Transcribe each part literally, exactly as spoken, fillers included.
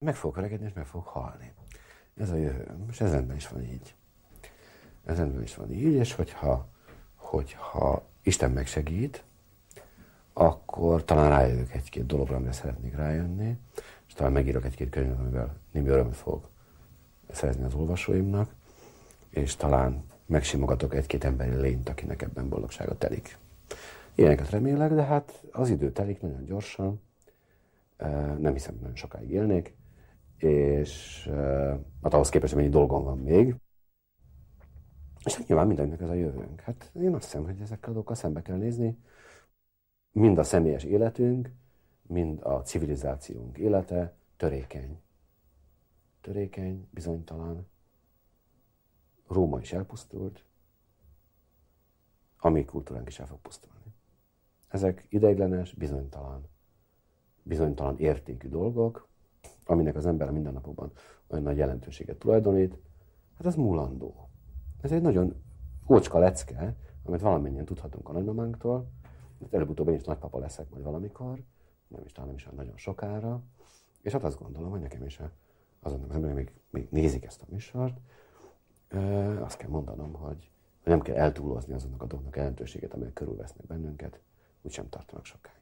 meg fogok öregedni, és meg fogok halni. Ez a jövő. És ez rendben is van így. Ez rendben is van így, és hogyha, hogyha Isten megsegít, akkor talán rájövök egy-két dologra, amire szeretnék rájönni, és talán megírok egy-két könyvet, amivel némi örömet fogok szerezni az olvasóimnak, és talán megsimogatok egy-két emberi lényt, akinek ebben boldogsága telik. Ilyeneket remélek, de hát az idő telik nagyon gyorsan, nem hiszem, hogy nagyon sokáig élnék, és hát ahhoz képest, hogy mennyi dolgom van még. És hát nyilván mindenkinek ez a jövőnk. Hát én azt hiszem, hogy ezekkel a dolgokkal szembe kell nézni. Mind a személyes életünk, mind a civilizációnk élete törékeny. Törékeny, bizonytalan. Róma is elpusztult, a mi kultúránk is el fog pusztulni. Ezek ideiglenes, bizonytalan, bizonytalan értékű dolgok, aminek az ember a mindennapokban olyan nagy jelentőséget tulajdonít, hát ez múlandó. Ez egy nagyon ócska lecke, amit valamennyien tudhatunk a nagymamánktól, előbb-utóbb én is nagypapa leszek majd valamikor, nem is talán nem is olyan nagyon sokára, és hát azt gondolom, hogy nekem is azonnak az emberek még, még nézik ezt a műsort, ö, azt kell mondanom, hogy nem kell eltúlozni azonnak a dolgoknak jelentőséget, amelyek körülvesznek bennünket, úgysem tartanak sokáig.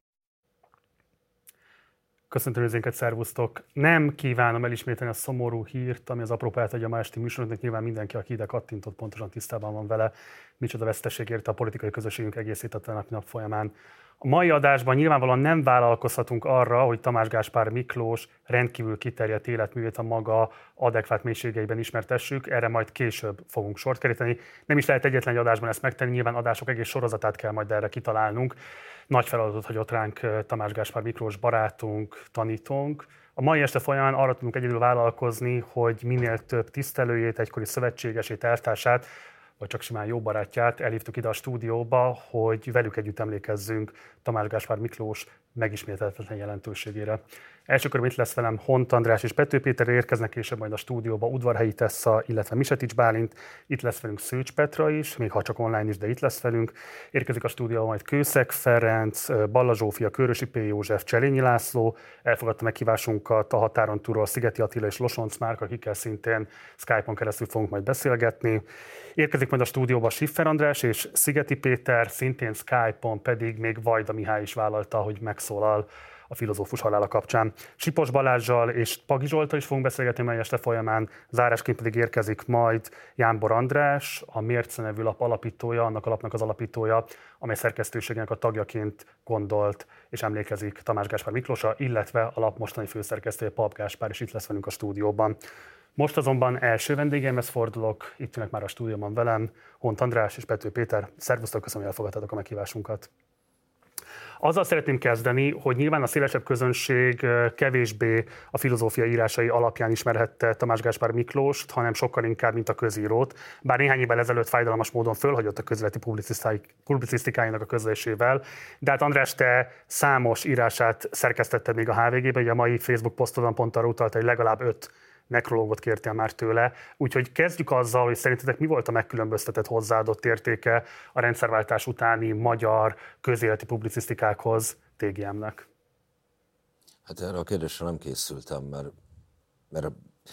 Köszöntöm nézőinket, szervusztok! Nem kívánom elismételni a szomorú hírt, ami az apropóját adja a ma esti műsorunknak. Nyilván mindenki, aki ide kattintott, pontosan tisztában van vele, micsoda veszteség érte a politikai közösségünk egészét a tegnapi nap folyamán. A mai adásban nyilvánvalóan nem vállalkozhatunk arra, hogy Tamás Gáspár Miklós rendkívül kiterjedt életművét a maga adekvát mélységeiben ismertessük, erre majd később fogunk sort keríteni. Nem is lehet egyetlen egy adásban ezt megtenni, nyilván adások egész sorozatát kell majd erre kitalálnunk. Nagy feladatot hagyott ránk Tamás Gáspár Miklós barátunk, tanítónk. A mai este folyamán arra tudunk egyedül vállalkozni, hogy minél több tisztelőjét, egykori szövetségesét, elvtársát, vagy csak simán jó barátját elhívtuk ide a stúdióba, hogy velük együtt emlékezzünk Tamás Gáspár Miklós megismételhetetlen jelentőségére. Első körben itt lesz velem Hont András és Pető Péter, érkeznek később majd a stúdióba Udvarhelyi Tessa, illetve Misetics Bálint, itt lesz velünk Szőcs Petra is, még ha csak online is, de itt lesz velünk. Érkezik a stúdióba majd Kőszeg Ferenc, Balla Zsófia, Körösi P. József, Cselényi László, elfogadta meghívásunkat a határon túlról Szigeti Attila és Losonc Márk, akikkel szintén Skype-on keresztül fogunk majd beszélgetni. Érkezik majd a stúdióba Schiffer András és Szigeti Péter, szintén Skype-on pedig még Vajda Mihály is vállalta, hogy megszólal a filozófus halála kapcsán. Sipos Balázssal és Pagi Zsolttal is fogunk beszélgetni mai este folyamán, zárásként pedig érkezik majd Jánbor András, a Mérce nevű lap alapítója, annak a lapnak az alapítója, amely szerkesztőségének a tagjaként gondolt és emlékezik Tamás Gáspár Miklósra, illetve a lap mostani főszerkesztője Pap Gáspár is itt lesz velünk a stúdióban. Most azonban első vendégeimhez fordulok, itt ülnek már a stúdióban velem, Hont András és Pető Péter. Szervusztok, köszönöm, hogy elfogadtátok a meghívásunkat. Azzal szeretném kezdeni, hogy nyilván a szélesebb közönség kevésbé a filozófia írásai alapján ismerhette Tamás Gáspár Miklóst, hanem sokkal inkább, mint a közírót. Bár néhány évvel ezelőtt fájdalmas módon fölhagyott a közéleti publicisztikájának a közlésével. De hát András, te számos írását szerkesztetted még a há vé gé-be, ugye a mai Facebook posztodon pont arra utalta, hogy legalább öt nekrológot kértél már tőle. Úgyhogy kezdjük azzal, hogy szerintetek mi volt a megkülönböztetett hozzáadott értéke a rendszerváltás utáni magyar közéleti publicisztikákhoz té gé em-nek? Hát erre a kérdésre nem készültem, mert, mert,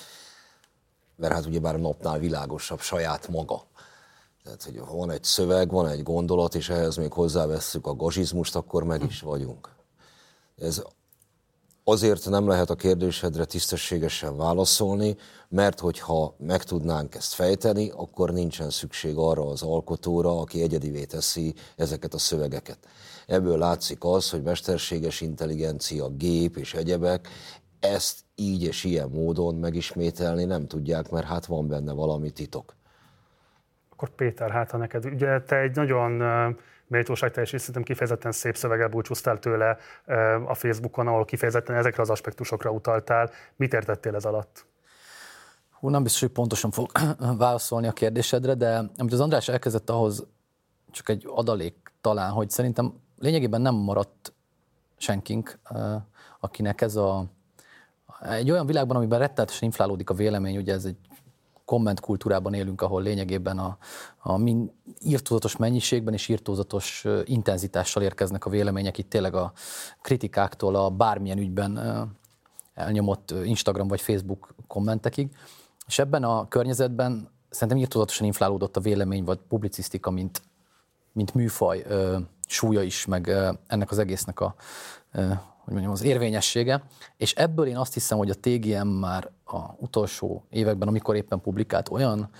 mert hát ugyebár a napnál világosabb saját maga. Tehát, hogy ha van egy szöveg, van egy gondolat, és ehhez még hozzávesszük a gazsizmust, akkor meg is vagyunk. Ez azért nem lehet a kérdésedre tisztességesen válaszolni, mert hogyha meg tudnánk ezt fejteni, akkor nincsen szükség arra az alkotóra, aki egyedivé teszi ezeket a szövegeket. Ebből látszik az, hogy mesterséges intelligencia, gép és egyebek ezt így és ilyen módon megismételni nem tudják, mert hát van benne valami titok. Akkor Péter, hát ha neked, ugye te egy nagyon méltóságteljes és szerintem kifejezetten szép szöveggel búcsúztál tőle a Facebookon, ahol kifejezetten ezekre az aspektusokra utaltál. Mit értettél ez alatt? Hú, nem biztos, hogy pontosan fog válaszolni a kérdésedre, de amit az András elkezdett, ahhoz csak egy adalék talán, hogy szerintem lényegében nem maradt senkink, akinek ez a... Egy olyan világban, amiben rettenetesen inflálódik a vélemény, ugye ez egy kommentkultúrában élünk, ahol lényegében a, a min, írtózatos mennyiségben és írtózatos intenzitással érkeznek a vélemények, itt tényleg a kritikáktól a bármilyen ügyben elnyomott Instagram vagy Facebook kommentekig. És ebben a környezetben szerintem írtózatosan inflálódott a vélemény vagy publicisztika, mint, mint műfaj ö, súlya is, meg ö, ennek az egésznek a, ö, hogy mondjam, az érvényessége. És ebből én azt hiszem, hogy a té gé em már az utolsó években, amikor éppen publikált, olyan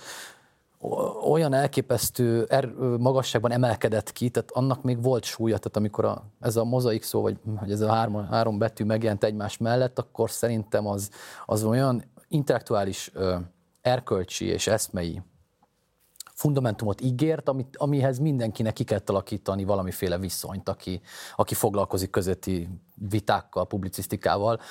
olyan elképesztő er, magasságban emelkedett ki, tehát annak még volt súlya, tehát amikor a, ez a mozaik szó, vagy hogy ez a három, három betű megjelent egymás mellett, akkor szerintem az, az olyan intellektuális, erkölcsi és eszmei fundamentumot ígért, amit, amihez mindenkinek ki kell alakítani valamiféle viszonyt, aki, aki foglalkozik közötti vitákkal, publicisztikával.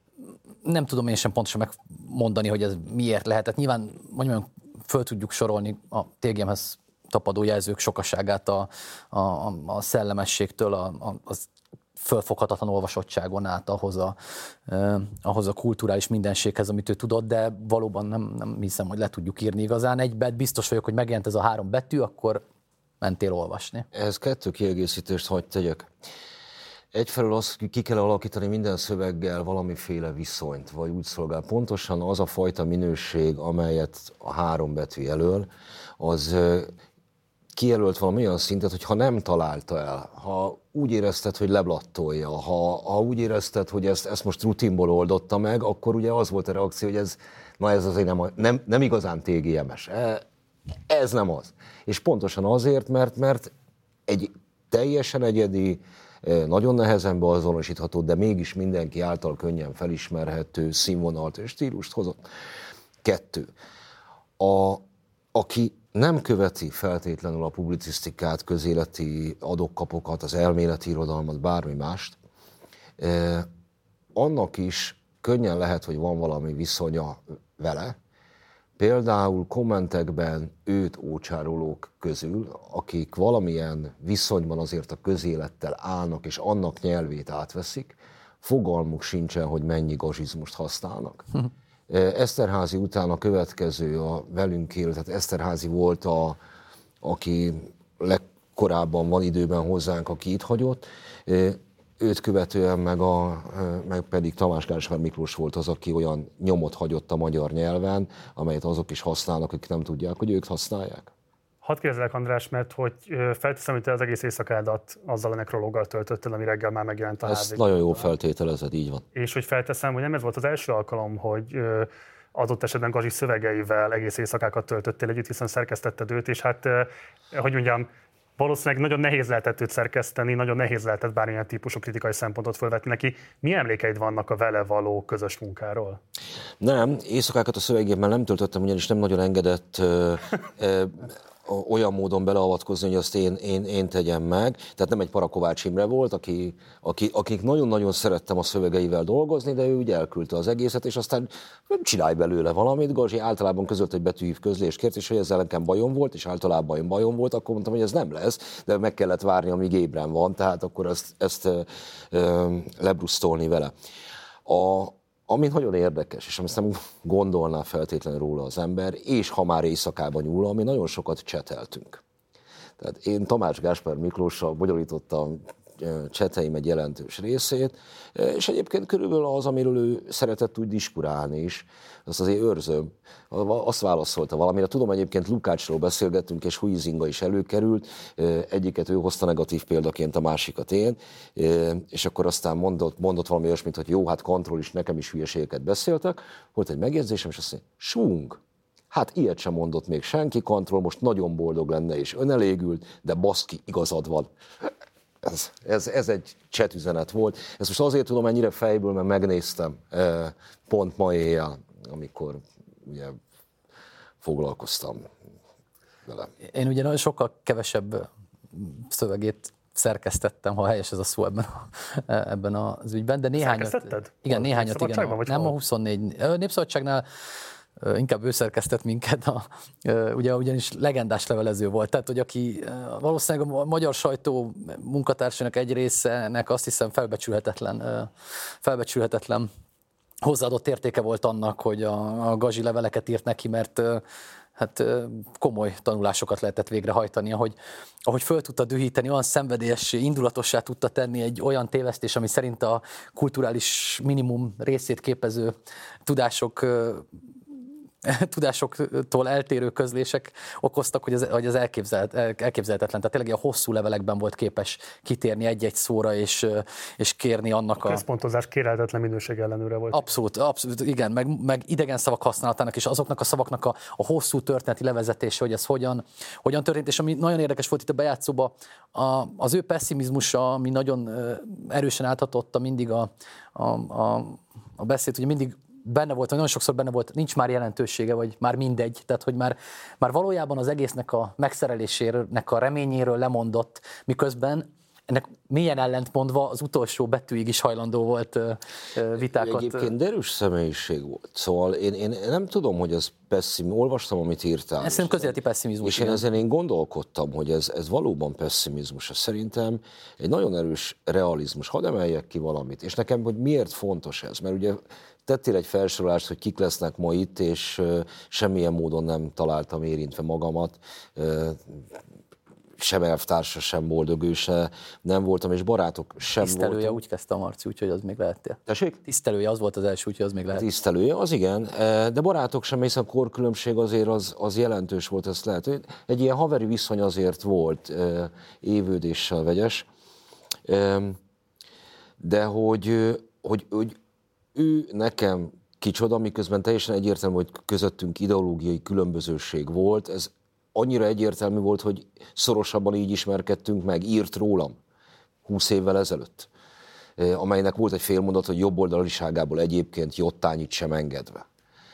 Nem tudom én sem pontosan megmondani, hogy ez miért lehetett. Nyilván mondjam, föl tudjuk sorolni a té gé emhez tapadó jelzők sokaságát a, a, a szellemességtől, a, a, az fölfoghatatlan olvasottságon át ahhoz a, eh, ahhoz a kulturális mindenséghez, amit ő tudott, de valóban nem, nem hiszem, hogy le tudjuk írni igazán. Egyben biztos vagyok, hogy megjelent ez a három betű, akkor mentél olvasni. Ehhez kettő kiegészítést hadd tegyek. Egyfelől az, ki kell alakítani minden szöveggel valamiféle viszonyt, vagy úgy szolgál. Pontosan az a fajta minőség, amelyet a három betű jelöl, az kijelölt valami olyan szintet, hogy ha nem találta el, ha úgy érezted, hogy leblattolja, ha, ha úgy érezted, hogy ezt, ezt most rutinból oldotta meg, akkor ugye az volt a reakció, hogy ez, na ez azért nem, nem, nem igazán té gé emes. Ez nem az. És pontosan azért, mert, mert egy teljesen egyedi, nagyon nehezen beazonosítható, de mégis mindenki által könnyen felismerhető színvonalt és stílust hozott. Kettő. A, aki nem követi feltétlenül a publicisztikát, közéleti adok-kapokat, az elméleti irodalmat, bármi mást, eh, annak is könnyen lehet, hogy van valami viszonya vele. Például kommentekben őt ócsárolók közül, akik valamilyen viszonyban azért a közélettel állnak, és annak nyelvét átveszik, fogalmuk sincsen, hogy mennyi gazsizmust használnak. Hm. Eszterházy után a következő a velünk élő, tehát Eszterházy volt, a, aki legkorábban van időben hozzánk, aki itt hagyott. Őt követően meg, a, meg pedig Tamás Gáspár Miklós volt az, aki olyan nyomot hagyott a magyar nyelven, amelyet azok is használnak, akik nem tudják, hogy ők használják. Hadd kérdezelek, András, mert hogy felteszem, hogy te az egész éjszakádat azzal a nekrológgal töltötted, ami reggel már megjelent a há vé. Ezt nagyon jó feltételezed, így van. És hogy felteszem, hogy nem ez volt az első alkalom, hogy adott esetben Gazi szövegeivel egész éjszakákat töltöttél együtt, hiszen szerkesztetted őt, és hát, hogy mondjam, valószínűleg nagyon nehéz lehetett őt szerkeszteni, nagyon nehéz lehetett bármilyen típusú kritikai szempontot fölvetni neki. Milyen emlékeid vannak a vele való közös munkáról? Nem, éjszakákat a szövegében nem töltöttem, ugyanis nem nagyon engedett ö, ö, olyan módon beleavatkozni, hogy azt én, én, én tegyem meg. Tehát nem egy Parakovács Imre volt, aki, aki, akik nagyon-nagyon szerettem a szövegeivel dolgozni, de ő úgy elküldte az egészet, és aztán csinálj belőle valamit. Gazi általában közölt egy betűhív közlést kért, és hogy ezzel nekem bajom volt, és általában bajom volt, akkor mondtam, hogy ez nem lesz, de meg kellett várni, amíg ébren van, tehát akkor ezt, ezt ö, ö, lebrusztolni vele. A, Ami nagyon érdekes, és amit nem gondolná feltétlenül róla az ember, és ha már éjszakában nyúl, ami nagyon sokat cseteltünk. Tehát én Tamás Gáspár Miklóssal bonyolítottam cseteim egy jelentős részét, és egyébként körülbelül az, amiről ő szeretett úgy diskurálni is, azt azért őrzöm. Azt válaszolta valamire. Tudom, egyébként Lukácsról beszélgettünk, és Huizinga is előkerült. Egyiket ő hozta negatív példaként, a másikat én, és akkor aztán mondott, mondott valami olyasmit, hogy jó, hát Kantról is nekem is hülyeségeket beszéltek. Volt egy megjegyzésem, és azt mondja, svung. Hát ilyet sem mondott még senki, Kantról most nagyon boldog lenne és önelégült, de baszki, igazad van. Ez, ez, ez egy csetüzenet volt. Ezt most azért tudom ennyire fejből, mert megnéztem pont ma éjjel, amikor ugye foglalkoztam vele. Én ugye nagyon sokkal kevesebb szövegét szerkesztettem, ha helyes ez a szó ebben, a, ebben az ügyben, de néhányat... Szerkesztetted? Igen, néhányat, igen. A, nem a huszonnégy... Népszabadságnál inkább ő szerkesztett minket, a, ugye, ugyanis legendás levelező volt, tehát hogy aki valószínűleg a magyar sajtó munkatársainak egy részének azt hiszem felbecsülhetetlen, felbecsülhetetlen hozzáadott értéke volt annak, hogy a, a Gazi leveleket írt neki, mert hát komoly tanulásokat lehetett végrehajtani, ahogy, ahogy föl tudta dühíteni, olyan szenvedélyes, indulatossá tudta tenni egy olyan tévesztés, ami szerint a kulturális minimum részét képező tudások tudásoktól eltérő közlések okoztak, hogy az, hogy az elképzelt, elképzelhetetlen. Tehát tényleg a hosszú levelekben volt képes kitérni egy-egy szóra, és, és kérni annak a... A központozás kérhetetlen minőség ellenőre volt. Abszolút, abszolút, igen, meg, meg idegen szavak használatának, és azoknak a szavaknak a, a hosszú történeti levezetése, hogy ez hogyan, hogyan történt, és ami nagyon érdekes volt itt a bejátszóban, a, az ő pessimizmusa, ami nagyon erősen áthatotta mindig a, a, a, a beszéd, ugye mindig benne volt, vagy nagyon sokszor benne volt, nincs már jelentősége, vagy már mindegy, tehát hogy már, már valójában az egésznek a megszerelésének a reményéről lemondott, miközben ennek mélyen ellentmondva az utolsó betűig is hajlandó volt uh, vitákat. Egyébként derűs személyiség volt, szóval én, én nem tudom, hogy ez pessimizmus, olvastam, amit írtál. Ez szerintem közéleti pessimizmus. És én ezen én gondolkodtam, hogy ez, ez valóban pessimizmus. Szerintem egy nagyon erős realizmus. Hadd emeljek ki valamit. És nekem, hogy miért fontos ez? Mert ugye tettél egy felsorolást, hogy kik lesznek ma itt, és uh, semmilyen módon nem találtam érintve magamat. Uh, sem elvtársa, sem boldogő, se nem voltam, és barátok sem Tisztelője voltam. úgy kezdte a Marci, úgyhogy az még lehettél. Tessék? Tisztelője az volt az első, úgyhogy az még lehet. Tisztelője, az igen, de barátok sem, hiszen a korkülönbség azért az, az jelentős volt, ezt lehet. Egy ilyen haveri viszony azért volt, évődéssel vegyes, de hogy, hogy, hogy ő nekem kicsoda, miközben teljesen egyértelmű, hogy közöttünk ideológiai különbözőség volt, ez annyira egyértelmű volt, hogy szorosabban így ismerkedtünk meg, írt rólam húsz évvel ezelőtt, amelynek volt egy félmondat, hogy jobboldaliságából egyébként jottányit sem engedve.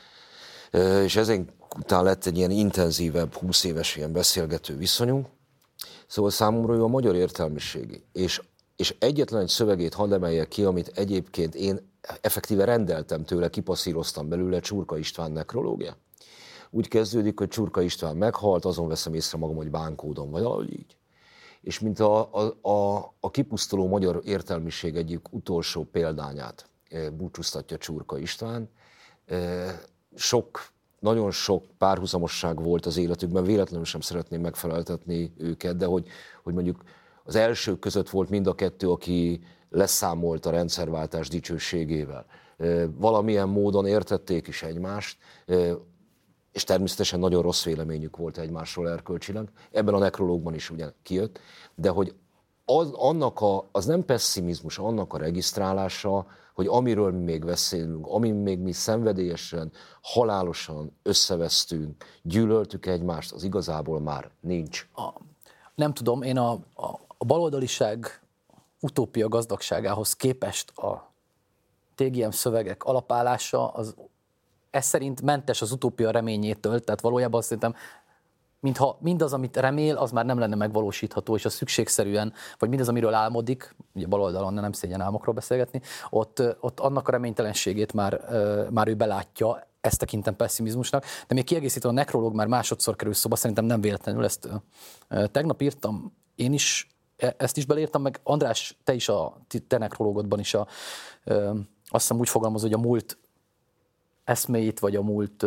És ezen után lett egy ilyen intenzívebb, húsz éves ilyen beszélgető viszonyunk. Szóval számomra ő a magyar értelmiségi. És, és egyetlen egy szövegét hadd emeljek ki, amit egyébként én effektíve rendeltem tőle, kipasszíroztam belőle, Csurka István nekrológia. Úgy kezdődik, hogy Csurka István meghalt, azon veszem észre magam, hogy bánkódom, vagy valahogy így. És mint a, a, a, a kipusztuló magyar értelmiség egyik utolsó példányát e, búcsúztatja Csurka István. E, sok, nagyon sok párhuzamosság volt az életükben, véletlenül sem szeretném megfeleltetni őket, de hogy, hogy mondjuk az elsők között volt mind a kettő, aki leszámolt a rendszerváltás dicsőségével. E, valamilyen módon értették is egymást, e, és természetesen nagyon rossz véleményük volt egymásról erkölcsileg. Ebben a nekrológban is ugye kijött, de hogy az, annak a, az nem pessimizmus, annak a regisztrálása, hogy amiről mi még beszélünk, amin még mi szenvedélyesen, halálosan összevesztünk, gyűlöltük egymást, az igazából már nincs. A, nem tudom, én a, a, a baloldaliság utópia gazdagságához képest a té gé em szövegek alapállása az ez szerint mentes az utópia reményétől, tehát valójában szerintem, mintha mindaz, amit remél, az már nem lenne megvalósítható, és az szükségszerűen, vagy mindaz, amiről álmodik, ugye baloldalon nem szégyen álmokról beszélgetni, ott, ott annak a reménytelenségét már, már ő belátja, ezt tekintem pessimizmusnak, de még kiegészítve a nekrológ már másodszor kerül szóba, szerintem nem véletlenül, ezt tegnap írtam, én is, ezt is beleírtam, meg András, te is a te nekrológodban is a, azt hiszem úgy fogalmazod, hogy a múlt eszméit, vagy a múlt,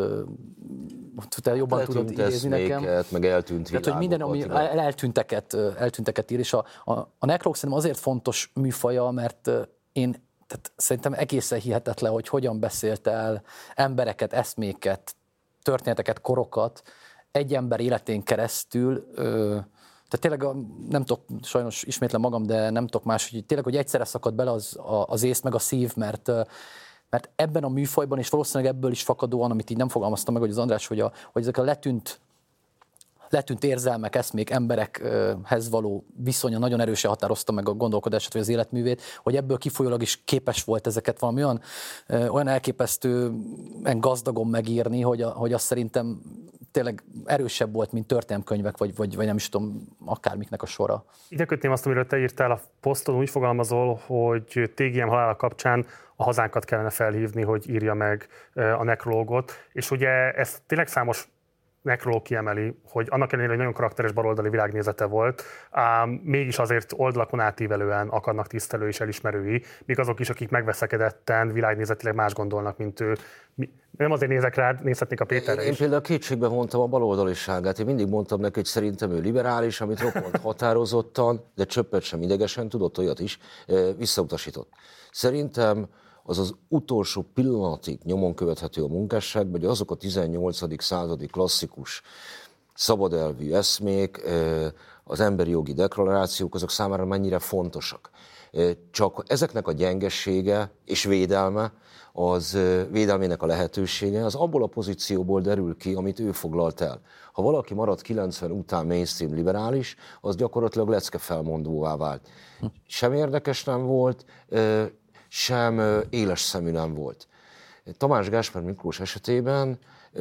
te jobban eltűnt tudod idézni nekem. Meg eltűnt Tehát, hogy minden, ami eltűnteket, eltűnteket ír, és a, a, a nekrológ szerintem azért fontos műfaja, mert én tehát szerintem egészen hihetetlen, hogy hogyan beszélt el embereket, eszméket, történeteket, korokat egy ember életén keresztül. Tehát tényleg nem tudok, sajnos ismétlem magam, de nem tudok más, hogy tényleg, hogy egyszerre szakad bele az, az ész meg a szív, mert Mert ebben a műfajban, és valószínűleg ebből is fakadóan, amit így nem fogalmaztam meg, hogy az András, hogy, a, hogy ezek a letűnt, letűnt érzelmek, eszmék, emberekhez való viszonya nagyon erősen határozta meg a gondolkodását, vagy az életművét, hogy ebből kifolyólag is képes volt ezeket valami olyan, olyan elképesztően gazdagon megírni, hogy, a, hogy azt szerintem tényleg erősebb volt, mint történelmkönyvek, vagy, vagy, vagy nem is tudom, akármiknek a sora. Ide kötném azt, amiről te írtál a poszton, úgy fogalmazol, hogy té gé em halála kapcsán a hazánkat kellene felhívni, hogy írja meg a nekrológot, és ugye ezt tényleg számos Necrolog kiemeli, hogy annak ellenére, hogy nagyon karakteres baloldali világnézete volt, ám mégis azért oldalakon átívelően akadnak tisztelő és elismerői, míg azok is, akik megveszekedetten világnézetileg más gondolnak, mint ő. Nem azért nézek rád, nézhetnék a Péterre Én, én is. például kétségbe vontam a baloldaliságát. Én mindig mondtam neki, hogy szerintem ő liberális, amit roppant határozottan, de csöppet sem idegesen, tudott olyat is, visszautasított. Szerintem az az utolsó pillanatig nyomon követhető a munkásságban, hogy azok a tizennyolcadik századi klasszikus szabadelvű eszmék, az emberi jogi deklarációk, azok számára mennyire fontosak. Csak ezeknek a gyengessége és védelme, az védelmének a lehetősége, az abból a pozícióból derül ki, amit ő foglalt el. Ha valaki marad kilencven után mainstream liberális, az gyakorlatilag leckefelmondóvá vált. Sem érdekes nem volt, sem éles szemű nem volt. Tamás Gáspár Miklós esetében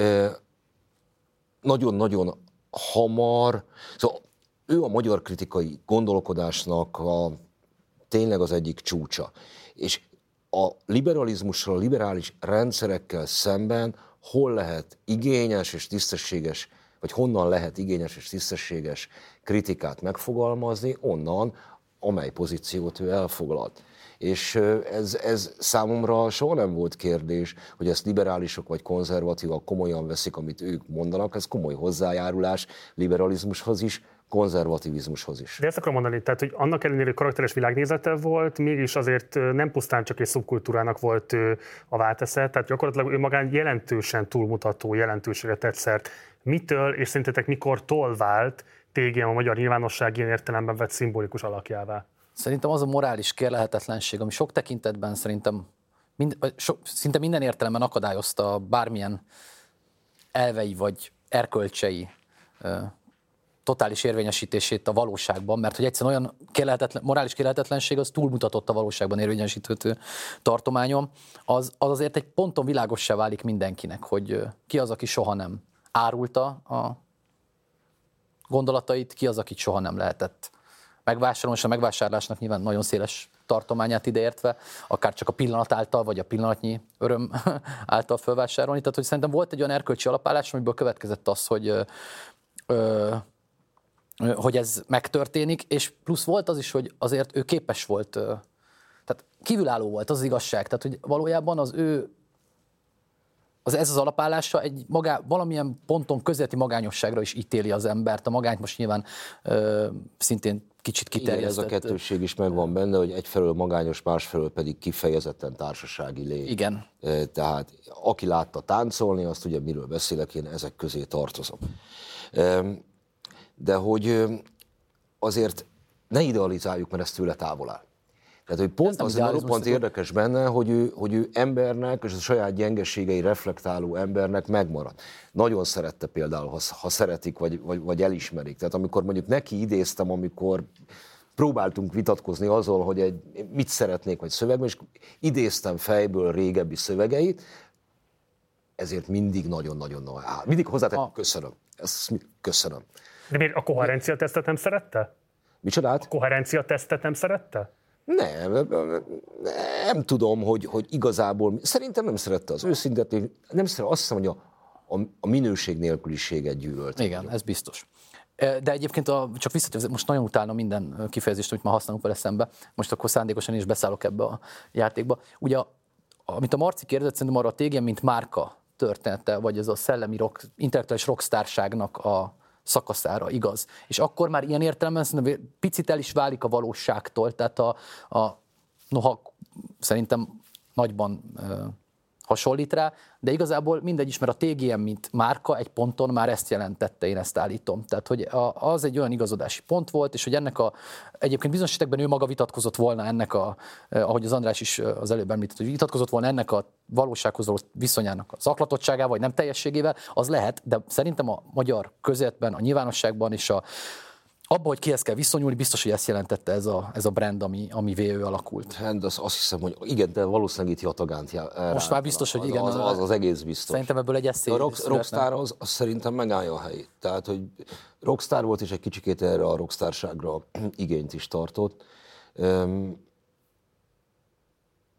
nagyon-nagyon hamar, szóval ő a magyar kritikai gondolkodásnak a, tényleg az egyik csúcsa. És a liberalizmussal, a liberális rendszerekkel szemben hol lehet igényes és tisztességes, vagy honnan lehet igényes és tisztességes kritikát megfogalmazni, onnan, amely pozíciót ő elfoglalt. És ez, ez számomra soha nem volt kérdés, hogy ezt liberálisok vagy konzervatívak komolyan veszik, amit ők mondanak, ez komoly hozzájárulás liberalizmushoz is, konzervativizmushoz is. De ezt akarom mondani, tehát, hogy annak ellenére, hogy karakteres világnézete volt, mégis azért nem pusztán csak egy szubkultúrának volt a váltesze, tehát gyakorlatilag ő magán jelentősen túlmutató jelentőségre tett szert. Mitől és szerintetek mikortól vált té gé em a magyar nyilvánosság ilyen értelemben vett szimbolikus alakjává? Szerintem az a morális kérlehetetlenség, ami sok tekintetben szerintem mind, so, szinte minden értelemben akadályozta bármilyen elvei vagy erkölcsei totális érvényesítését a valóságban, mert hogy egyszerűen olyan kérlehetetlen, morális kérlehetetlenség az túlmutatott a valóságban érvényesíthető tartományon, az, az azért egy ponton világossá válik mindenkinek, hogy ki az, aki soha nem árulta a gondolatait, ki az, akit soha nem lehetett megvásárolni, és a megvásárlásnak nyilván nagyon széles tartományát ideértve, akár csak a pillanat által, vagy a pillanatnyi öröm által felvásárolni. Tehát, hogy szerintem volt egy olyan erkölcsi alapállás, amiből következett az, hogy ö, ö, hogy ez megtörténik, és plusz volt az is, hogy azért ő képes volt, tehát kívülálló volt, az, az igazság, tehát hogy valójában az ő, az ez az alapállása egy magá, valamilyen ponton közéleti magányosságra is ítéli az embert, a magányt most nyilván ö, szintén kicsit kiterjesztett. Igen, ez a kettősség is megvan benne, hogy egyfelől magányos, másfelől pedig kifejezetten társasági lény. Igen. Tehát aki látta táncolni, azt ugye miről beszélek, én ezek közé tartozom. De hogy azért ne idealizáljuk, mert ez tőle távol áll. Tehát, hogy pont az roppant érdekes benne, hogy ő, hogy ő embernek, és a saját gyengeségei reflektáló embernek megmarad. Nagyon szerette például, ha, ha szeretik, vagy, vagy, vagy elismerik. Tehát amikor mondjuk neki idéztem, amikor próbáltunk vitatkozni azon, hogy egy, mit szeretnék, vagy szövegben, és idéztem fejből régebbi szövegeit, ezért mindig nagyon-nagyon nagy. Mindig hozzátettem, köszönöm. Ezt köszönöm. De miért a koherencia tesztet nem szerette? Micsodát? A koherencia tesztet nem szerette? Nem, nem tudom, hogy, hogy igazából, szerintem nem szerette az őszintét, nem szerette, azt hiszem, hogy a, a, a minőség nélküliséget gyűlölt. Igen, ez biztos. De egyébként a, csak visszatérve, most nagyon utálom minden kifejezést, amit már használunk vele szembe, most akkor szándékosan is beszállok ebbe a játékba. Ugye, amit a Marci kérdezett, szerintem arra a té gé em, mint márka története, vagy ez a szellemi rock, intellektuális rockstárságnak a szakaszára, igaz. És akkor már ilyen értelemben szerintem picit el is válik a valóságtól, tehát a, a noha szerintem nagyban e, hasonlít rá, de igazából mindegy is, mert a té gé em, mint márka egy ponton már ezt jelentette, én ezt állítom. Tehát, hogy a, az egy olyan igazodási pont volt, és hogy ennek a, egyébként bizonyos esetekben ő maga vitatkozott volna ennek a, ahogy az András is az előbb említett, hogy vitatkozott volna ennek a valósághoz való viszonyának a zaklatottságával, vagy nem teljességével, az lehet, de szerintem a magyar közéletben, a nyilvánosságban és a abban, hogy kihez kell viszonyulni, biztos, hogy ezt jelentette ez a, ez a brand, ami, ami vé ő alakult. Hát azt, azt hiszem, hogy igen, de valószínűleg itt Jatagánt jár. Most már biztos, hogy igen. Az az, az, az egész biztos. Szerintem ebből egy eszély. A rock, rockstar az, az szerintem megállja a helyét. Tehát, hogy rockstar volt, és egy kicsikét erre a rockstárságra igényt is tartott.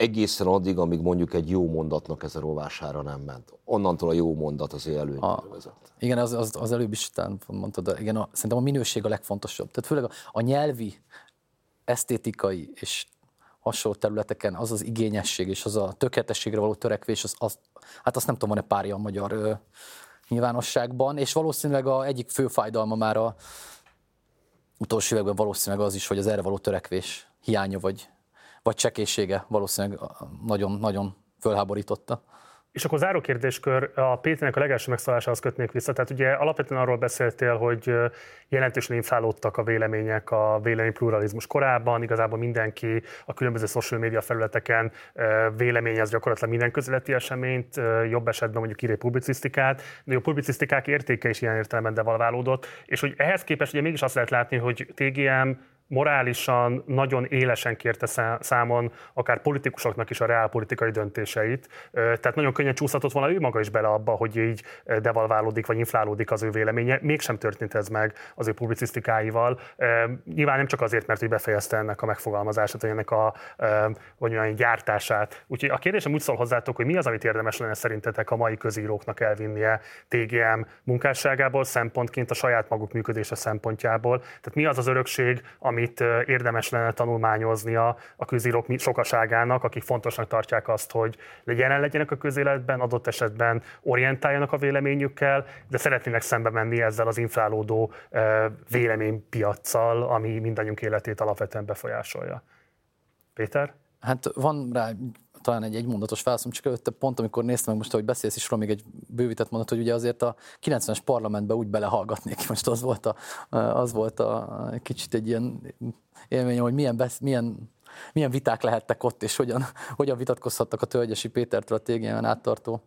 egészen addig, amíg mondjuk egy jó mondatnak ez a rovására nem ment. Onnantól a jó mondat az előnyre vezet. Igen, az, az, az előbb is mondtad, de igen, a, szerintem a minőség a legfontosabb. Tehát főleg a, a nyelvi, esztétikai és hasonló területeken az az igényesség és az a tökéletességre való törekvés, az, az, hát azt nem tudom, van-e párja a magyar ö, nyilvánosságban, és valószínűleg a egyik fő fájdalma már a utolsó években valószínűleg az is, hogy az erre való törekvés hiánya vagy, vagy csekélysége valószínűleg nagyon-nagyon fölháborította. És akkor záró kérdéskör, a Péternek a legelső megszólalásához kötnék vissza. Tehát ugye alapvetően arról beszéltél, hogy jelentősen inflálódtak a vélemények a véleménypluralizmus korában. Igazából mindenki a különböző social media felületeken véleményez gyakorlatilag minden közéleti eseményt, jobb esetben mondjuk ír egy publicisztikát, de a publicisztikák értéke is ilyen értelemben devalválódott. És hogy ehhez képest ugye mégis azt lehet látni, hogy té gé em morálisan nagyon élesen kérte számon akár politikusoknak is a reálpolitikai döntéseit. Tehát nagyon könnyen csúszhatott volna ő maga is bele abba, hogy így devalválódik vagy inflálódik az ő véleménye. Mégsem történt ez meg az ő publicisztikáival. Nyilván nem csak azért, mert hogy befejezte ennek a megfogalmazását, vagy ennek a vagy olyan gyártását. Úgyhogy a kérdésem úgy szól hozzátok, hogy mi az, amit érdemes lenne szerintetek a mai közíróknak elvinnie té gé em munkásságából, szempontként a saját maguk működése szempontjából. Tehát mi az az örökség, ami amit érdemes lenne tanulmányoznia a közírók sokaságának, akik fontosnak tartják azt, hogy jelen legyenek a közéletben, adott esetben orientáljanak a véleményükkel, de szeretnének szembe menni ezzel az inflálódó véleménypiaccal, ami mindannyiunk életét alapvetően befolyásolja. Péter? Hát van rá talán egy egymondatos válaszom, csak előtte pont, amikor néztem meg most, hogy beszélsz is róla, még egy bővített mondat, hogy ugye azért a kilencvenes parlamentben úgy belehallgatnék, most az volt a, az volt a kicsit egy ilyen élményem, hogy milyen, besz, milyen, milyen viták lehettek ott, és hogyan, hogyan vitatkozhattak a Tölgyesi Pétertől a té gé emen áttartó.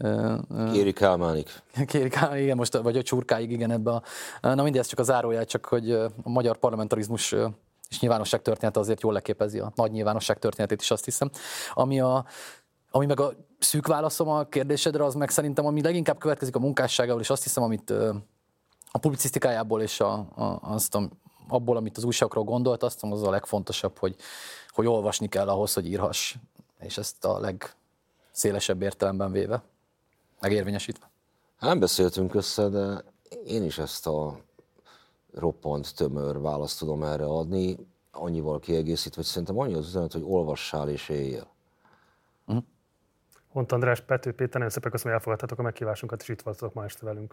Kéri Kálmánig. Kéri Kálmánig, igen, most, vagy a Csurkáig, igen, ebbe a... Na mindegy, ez csak a zárójel, csak hogy a magyar parlamentarizmus és nyilvánosság története azért jól leképezi a nagy nyilvánosság történetét is, azt hiszem. Ami, a, ami meg a szűk válaszom a kérdésedre, az meg szerintem, ami leginkább következik a munkásságával, és azt hiszem, amit a publicisztikájából és a, a, azt, a, abból, amit az újságokról gondolt, azt hiszem, az a legfontosabb, hogy, hogy olvasni kell ahhoz, hogy írhass. És ezt a legszélesebb értelemben véve, megérvényesítve. Nem beszéltünk össze, de én is ezt a roppant tömör választ tudom erre adni, annyival kiegészítve, hogy szerintem annyi az üzenet, hogy olvassál és éljél. Uh-huh. Hont András, Pető Péter, nagyon szépen köszönöm, hogy elfogadtátok a meghívásunkat, és itt voltatok ma este velünk.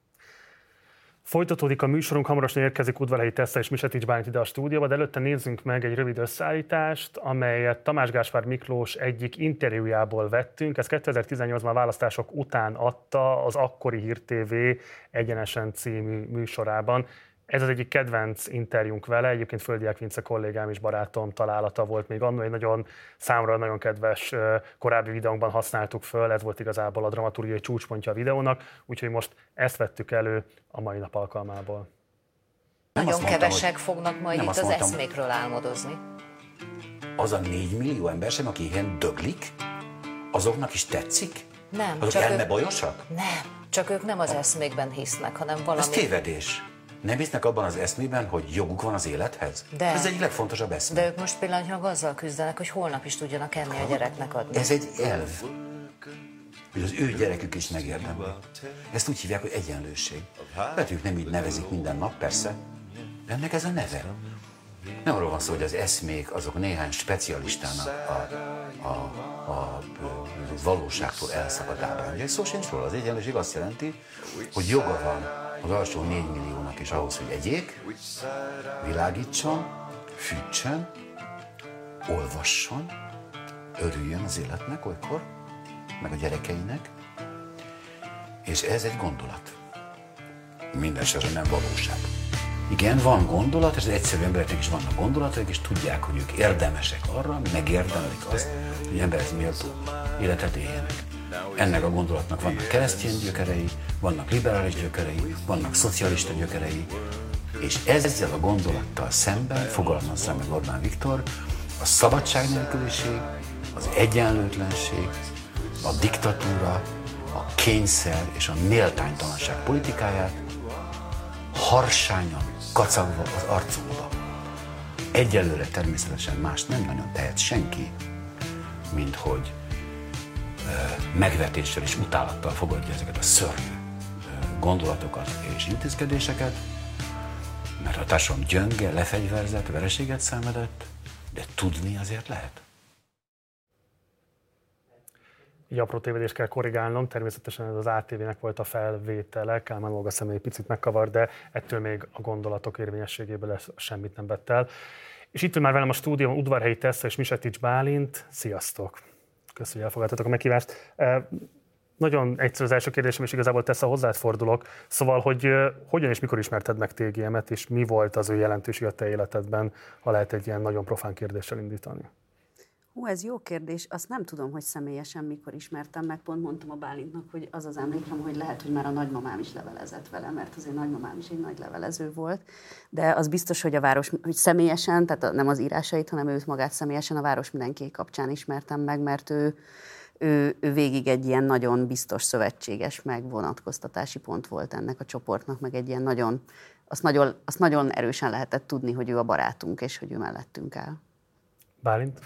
Folytatódik a műsorunk, hamarosan érkezik Udvarhelyi Tessa és Misetics Bálint ide a stúdióba, de előtte nézzünk meg egy rövid összeállítást, amelyet Tamás Gáspár Miklós egyik interjújából vettünk. Ez kétezer-tizennyolcban a választások után adta az akkori Hír té vé Egyenesen című műsorában. Ez az egyik kedvenc interjúnk vele, egyébként Földiák Vince kollégám és barátom találata volt még annó, egy nagyon számomra nagyon kedves korábbi videónkban használtuk föl, ez volt igazából a dramaturgiai csúcspontja a videónak, úgyhogy most ezt vettük elő a mai nap alkalmából. Nagyon mondtam, kevesek fognak majd itt az mondtam, eszmékről álmodozni. Az a négy millió ember sem, aki ilyen döglik, azoknak is tetszik? Nem. Azok csak elmebajosak? Ők, nem, csak ők nem az eszmékben hisznek, hanem valami... Ez tévedés. Nem hisznek abban az eszmében, hogy joguk van az élethez? De, ez egyik legfontosabb eszme. De ők most pillanatnyilag azzal küzdenek, hogy holnap is tudjanak enni a gyereknek adni. Ez egy elv, hogy az ő gyerekük is megérdemli. Ezt úgy hívják, hogy egyenlőség. Lehet, ők nem így nevezik minden nap, persze, de ennek ez a neve. Nem arról van szó, hogy az eszmék azok néhány specialistának a, a, a, a valóságtól elszakadt ábrányai. Szó sincs róla. Az egyenlőség azt jelenti, hogy joga van az alsó négy milliónak is ahhoz, hogy egyék, világítson, fűtsön, olvasson, örüljön az életnek olykor, meg a gyerekeinek, és ez egy gondolat. Mindenesetre nem valóság. Igen, van gondolat, és az egyszerű embereknek is vannak gondolatok, és tudják, hogy ők érdemesek arra, megérdemlik azt, hogy emberhez méltó életet éljenek. Ennek a gondolatnak vannak keresztény gyökerei, vannak liberális gyökerei, vannak szocialista gyökerei, és ezzel a gondolattal szemben fogalmazza meg Orbán Viktor a szabadságnélküliség, az egyenlőtlenség, a diktatúra, a kényszer és a méltánytalanság politikáját harsányan, kacagva az arcunkba. Egyelőre természetesen más nem nagyon tehet senki, mint hogy megvetéssel és utálattal fogadja ezeket a szörnyű gondolatokat és intézkedéseket, mert a társadalom gyönge, lefegyverzett, vereséget szenvedett, de tudni azért lehet. Egy apró tévedést kell korrigálnom, természetesen ez az á té vének volt a felvétele, Kálmán Olga személy picit megkavar, de ettől még a gondolatok érvényességéből ez semmit nem vett el. És itt ül már velem a stúdióban Udvarhelyi Tessa és Misetics Bálint. Sziasztok! Köszönöm, hogy elfogadtatok a meghívást. Nagyon egyszerű az első kérdésem, és igazából Tessa, hozzád fordulok. Szóval, hogy hogyan és mikor ismerted meg té gé em-et, és mi volt az ő jelentősége a te életedben, ha lehet egy ilyen nagyon profán kérdéssel indítani? Hú, ez jó kérdés. Azt nem tudom, hogy személyesen mikor ismertem meg. Pont mondtam a Bálintnak, hogy az az emlékem, hogy lehet, hogy már a nagymamám is levelezett vele, mert azért nagymamám is egy nagy levelező volt. De az biztos, hogy a város, hogy személyesen, tehát nem az írásait, hanem őt magát személyesen a Város Mindenkié kapcsán ismertem meg, mert ő, ő, ő végig egy ilyen nagyon biztos szövetséges megvonatkoztatási pont volt ennek a csoportnak, meg egy ilyen nagyon, azt nagyon, azt nagyon erősen lehetett tudni, hogy ő a barátunk, és hogy ő mellettünk áll. Bálint?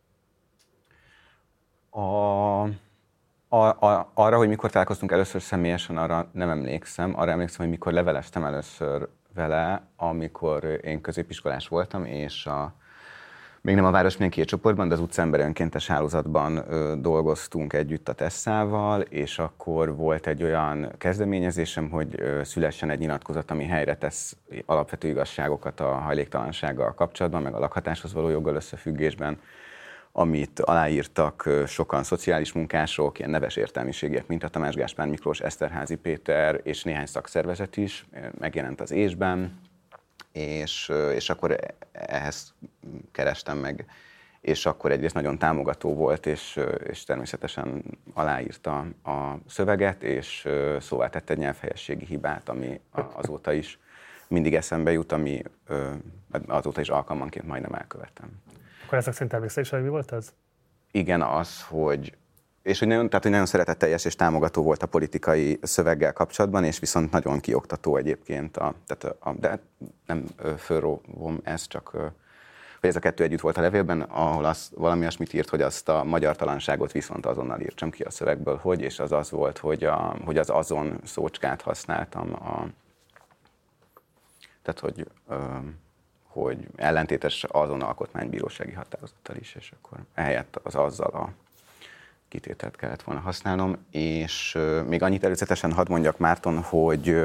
A, a, a, arra, hogy mikor találkoztunk először személyesen, arra nem emlékszem. Arra emlékszem, hogy mikor leveleztem először vele, amikor én középiskolás voltam, és a, még nem a Város Mindenkié csoportban, de az utcaemberi önkéntes hálózatban ö, dolgoztunk együtt a Tesszával, és akkor volt egy olyan kezdeményezésem, hogy ö, szülessen egy nyilatkozat, ami helyre tesz alapvető igazságokat a hajléktalansággal kapcsolatban, meg a lakhatáshoz való joggal összefüggésben, amit aláírtak sokan szociális munkások, ilyen neves értelmiségiek, mint a Tamás Gáspár Miklós, Eszterházy Péter és néhány szakszervezet is, megjelent az Ésben, és, és akkor ehhez kerestem meg, és akkor egyrészt nagyon támogató volt, és, és természetesen aláírta a szöveget, és szóvá tette egy nyelvhelyességi hibát, ami azóta is mindig eszembe jut, ami azóta is alkalmanként majdnem elkövettem. Akkor ezek szerint emlékszel is, hogy mi volt ez? Igen, az, hogy... És hogy nagyon, tehát, hogy nagyon szeretetteljes és támogató volt a politikai szöveggel kapcsolatban, és viszont nagyon kioktató egyébként. A, tehát a, de nem fölróvom ezt, csak hogy ez a kettő együtt volt a levélben, ahol az, valami olyasmit írt, hogy azt a magyartalanságot viszont azonnal írtsam ki a szövegből, hogy, és az az volt, hogy, a, hogy az azon szócskát használtam. A, tehát, hogy... hogy ellentétes azon alkotmánybírósági határozattal is, és akkor ehelyett az azzal a kitételt kellett volna használnom. És euh, még annyit előzetesen hadd mondjak, Márton, hogy,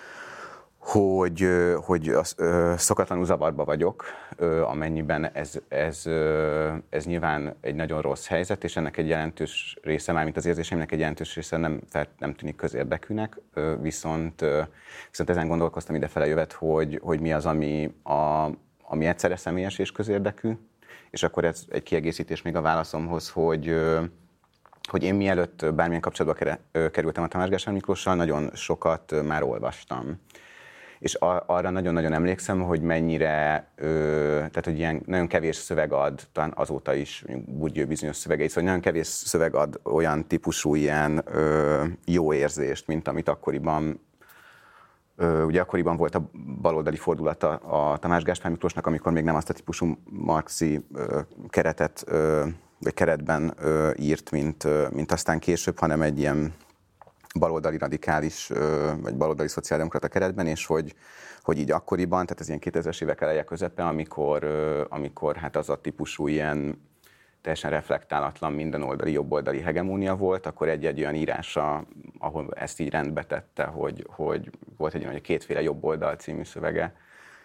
hogy, hogy az, euh, szokatlanul zavarba vagyok, euh, amennyiben ez, ez, euh, ez nyilván egy nagyon rossz helyzet, és ennek egy jelentős része, mármint az érzéseimnek egy jelentős része nem, nem tűnik közérdekűnek, euh, viszont, euh, viszont ezen gondolkoztam idefele jövet, hogy, hogy mi az, ami, a, ami egyszerre személyes és közérdekű, és akkor ez egy kiegészítés még a válaszomhoz, hogy hogy én mielőtt bármilyen kapcsolatba kerültem a Tamás Gáspár Miklóssal, nagyon sokat már olvastam. És arra nagyon-nagyon emlékszem, hogy mennyire, tehát hogy ilyen nagyon kevés szöveg ad, talán azóta is Bourdieu bizonyos szövegeit, szóval nagyon kevés szöveg ad olyan típusú ilyen jó érzést, mint amit akkoriban, ugye akkoriban volt a baloldali fordulata a Tamás Gáspár Miklósnak, amikor még nem azt a típusú marxi keretet, vagy keretben írt, mint, mint aztán később, hanem egy ilyen baloldali radikális, vagy baloldali szociáldemokrata keretben, és hogy, hogy így akkoriban, tehát ez ilyen kétezres évek eleje közepe, amikor, amikor hát az a típusú ilyen teljesen reflektálatlan mindenoldali, jobboldali hegemónia volt, akkor egy-egy olyan írása, ahol ezt így rendbe tette, hogy, hogy volt egy olyan, hogy kétféle jobboldal című szövege.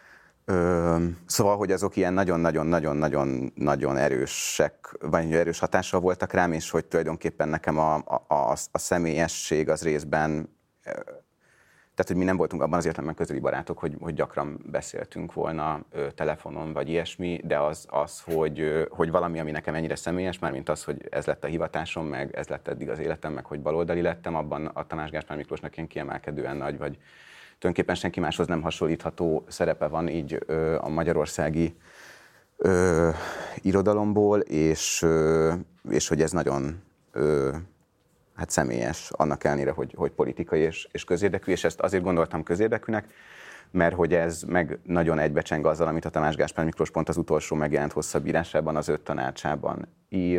Ö, szóval, hogy azok ilyen nagyon-nagyon-nagyon-nagyon erősek, vagy erős hatással voltak rám, és hogy tulajdonképpen nekem a, a, a, a személyesség az részben, tehát, hogy mi nem voltunk abban az értelemben közeli barátok, hogy, hogy gyakran beszéltünk volna ö, telefonon, vagy ilyesmi, de az, az hogy, ö, hogy valami, ami nekem ennyire személyes, mármint az, hogy ez lett a hivatásom, meg ez lett eddig az életem, meg hogy baloldali lettem, abban a Tamás Gáspár Miklósnak ilyen kiemelkedően nagy, vagy tulajdonképpen senki máshoz nem hasonlítható szerepe van így ö, a magyarországi ö, irodalomból, és, ö, és hogy ez nagyon ö, hát személyes, annak ellenére, hogy, hogy politikai és, és közérdekű, és ezt azért gondoltam közérdekűnek, mert hogy ez meg nagyon egybecseng azzal, amit a Tamás Gáspár Miklós pont az utolsó megjelent hosszabb írásában, az öt tanácsában írt,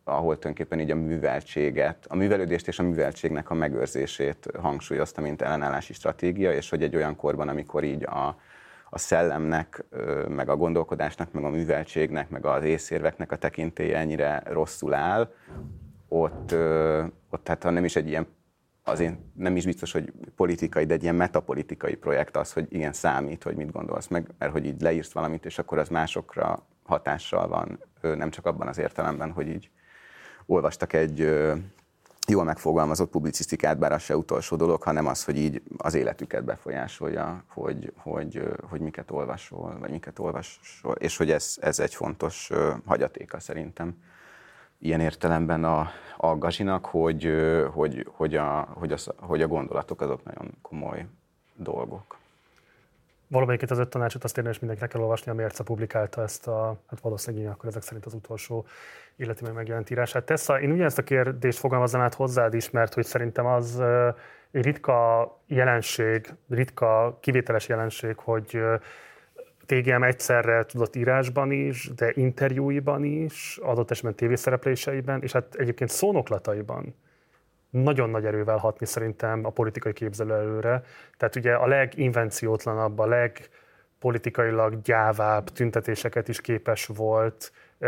ahol tulajdonképpen így a műveltséget, a művelődést és a műveltségnek a megőrzését hangsúlyozta, mint ellenállási stratégia, és hogy egy olyan korban, amikor így a, a szellemnek, meg a gondolkodásnak, meg a műveltségnek, meg az észérveknek a tekintélye ennyire rosszul áll, ott, ott hát ha nem is egy ilyen, azért nem is biztos, hogy politikai, de egy ilyen metapolitikai projekt az, hogy igen, számít, hogy mit gondolsz meg, mert hogy így leírsz valamit, és akkor az másokra hatással van, nem csak abban az értelemben, hogy így olvastak egy jól megfogalmazott publicisztikát, bár az se utolsó dolog, hanem az, hogy így az életüket befolyásolja, hogy, hogy, hogy miket olvasol, vagy miket olvasol, és hogy ez, ez egy fontos hagyatéka szerintem ilyen értelemben a, a Gazinak, hogy, hogy, hogy, a, hogy, a, hogy a gondolatok azok nagyon komoly dolgok. Valamelyiket az öt tanácsot azt érdemes mindenkinek kell olvasni, a Mérce publikálta ezt a, hát valószínűleg akkor ezek szerint az utolsó életi megjelent írását. Tessa, én ugyanezt a kérdést fogalmaznám át hozzád is, mert hogy szerintem az egy ritka jelenség, ritka kivételes jelenség, hogy té gé em egyszerre tudott írásban is, de interjúiban is, adott esetben tévészerepléseiben, és hát egyébként szónoklataiban nagyon nagy erővel hatni szerintem a politikai képzelőerőre. Tehát ugye a leginvenciótlanabb, a legpolitikailag gyávább tüntetéseket is képes volt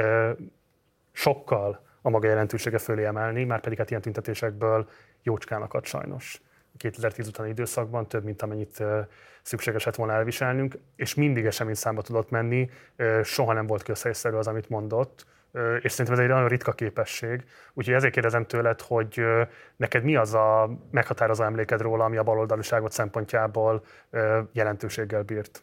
sokkal a maga jelentősége fölé emelni, már pedig hát ilyen tüntetésekből jócskán akadt sajnos. kétezer-tíz utáni időszakban több, mint amennyit szükséges lett volna elviselnünk, és mindig eseményszámba tudott menni, soha nem volt közhelyszerű az, amit mondott, és szerintem ez egy nagyon ritka képesség. Úgyhogy ezért kérdezem tőled, hogy neked mi az a meghatározó emléked róla, ami a baloldaliságot szempontjából jelentőséggel bírt?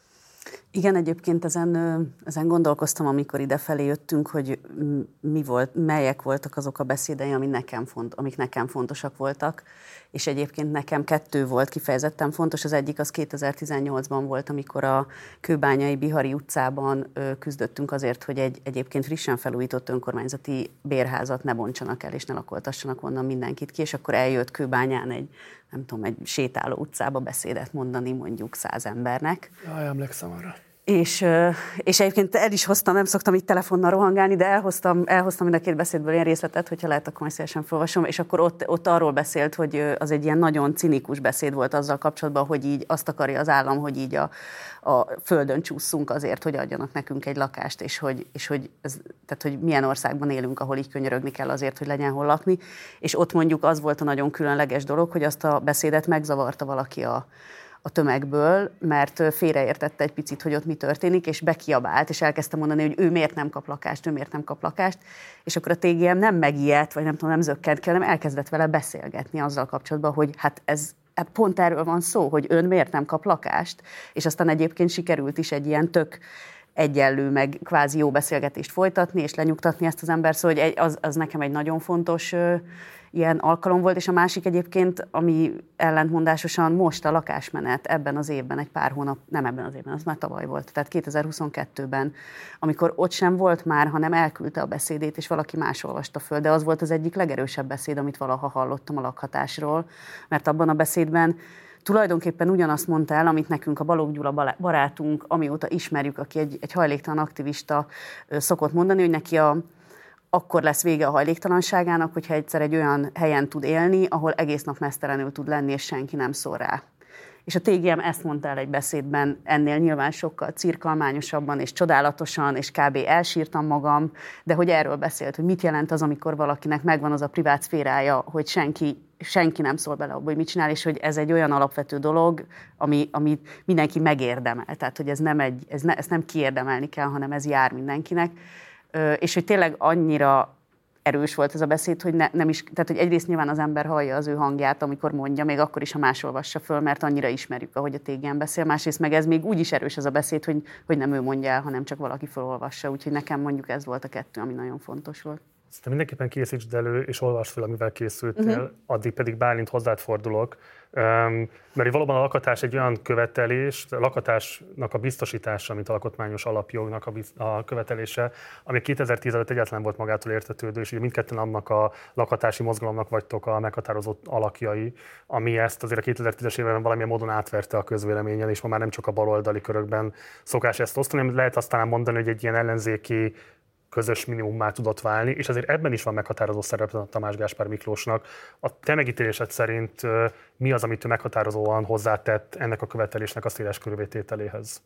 Igen, egyébként ezen, ezen gondolkoztam, amikor idefelé jöttünk, hogy mi volt, melyek voltak azok a beszédei, amik nekem, font, amik nekem fontosak voltak, és egyébként nekem kettő volt kifejezetten fontos. Az egyik az kétezer-tizennyolcban volt, amikor a Kőbányai Bihari utcában küzdöttünk azért, hogy egy egyébként frissen felújított önkormányzati bérházat ne bontsanak el, és ne lakoltassanak onnan mindenkit ki, és akkor eljött Kőbányán egy, nem tudom, egy sétáló utcába beszédet mondani mondjuk száz embernek. Jaj, emlékszem arra. És, és egyébként el is hoztam, nem szoktam így telefonnal rohangálni, de elhoztam, elhoztam mind a két beszédből ilyen részletet, hogyha lehet, akkor majd szívesen felolvasom, és akkor ott, ott arról beszélt, hogy az egy ilyen nagyon cinikus beszéd volt azzal kapcsolatban, hogy így azt akarja az állam, hogy így a, a földön csúszunk azért, hogy adjanak nekünk egy lakást, és hogy, és hogy, ez, tehát, hogy milyen országban élünk, ahol így könyörögni kell azért, hogy legyen hol lakni. És ott mondjuk az volt a nagyon különleges dolog, hogy azt a beszédet megzavarta valaki a a tömegből, mert félreértette egy picit, hogy ott mi történik, és bekiabált, és elkezdte mondani, hogy ő miért nem kap lakást, ő miért nem kap lakást, és akkor a té gé em nem megijedt, vagy nem tudom, nem zökkent ki, hanem elkezdett vele beszélgetni azzal kapcsolatban, hogy hát ez hát pont erről van szó, hogy ön miért nem kap lakást, és aztán egyébként sikerült is egy ilyen tök egyenlő, meg kvázi jó beszélgetést folytatni, és lenyugtatni ezt az embert, szóval hogy az, az nekem egy nagyon fontos ö, ilyen alkalom volt, és a másik egyébként, ami ellentmondásosan most a lakásmenet ebben az évben, egy pár hónap, nem ebben az évben, az már tavaly volt, tehát kétezer-huszonkettőben, amikor ott sem volt már, hanem elküldte a beszédét, és valaki más olvasta föl, de az volt az egyik legerősebb beszéd, amit valaha hallottam a lakhatásról, mert abban a beszédben tulajdonképpen ugyanazt mondta el, amit nekünk a Balogh Gyula barátunk, amióta ismerjük, aki egy, egy hajléktalan aktivista szokott mondani, hogy neki a, akkor lesz vége a hajléktalanságának, hogyha egyszer egy olyan helyen tud élni, ahol egész nap meztelenül tud lenni, és senki nem szól rá. És a té gé em ezt mondta el egy beszédben, ennél nyilván sokkal cirkalmányosabban és csodálatosan, és kb. Elsírtam magam, de hogy erről beszélt, hogy mit jelent az, amikor valakinek megvan az a privát szférája, hogy senki, senki nem szól bele abba, hogy mit csinál, és hogy ez egy olyan alapvető dolog, ami, amit mindenki megérdemel. Tehát, hogy ez nem egy, ez ne, ezt nem kiérdemelni kell, hanem ez jár mindenkinek. És hogy tényleg annyira erős volt ez a beszéd, hogy ne, nem is, tehát hogy egyrészt nyilván az ember hallja az ő hangját, amikor mondja, még akkor is, ha más olvassa föl, mert annyira ismerjük, ahogy a té gé em beszél, másrészt meg ez még úgy is erős ez a beszéd, hogy, hogy nem ő mondja el, hanem csak valaki felolvassa, úgyhogy nekem mondjuk ez volt a kettő, ami nagyon fontos volt. Szerintem mindenképpen készítsd elő, és olvasd fel, amivel készültél, uh-huh. Addig pedig Bálint hozzád fordulok. Um, mert valóban a lakhatás egy olyan követelés, a lakhatásnak a biztosítása, mint alkotmányos alapjognak a, biz, a követelése, ami kétezer-tíz előtt egyáltalán volt magától értetődő, és ugye mindketten annak a lakhatási mozgalomnak vagytok a meghatározott alakjai, ami ezt azért a kétezer-tízes években valamilyen módon átverte a közvéleményen, és ma már nem csak a baloldali körökben szokás ezt osztani, lehet aztán mondani, hogy egy ilyen ellenzéki közös minimummá tudott válni, és azért ebben is van meghatározó szerepe a Tamás Gáspár Miklósnak. A te megítélésed szerint mi az, amit ő meghatározóan hozzátett ennek a követelésnek a széles körűvé tételéhez?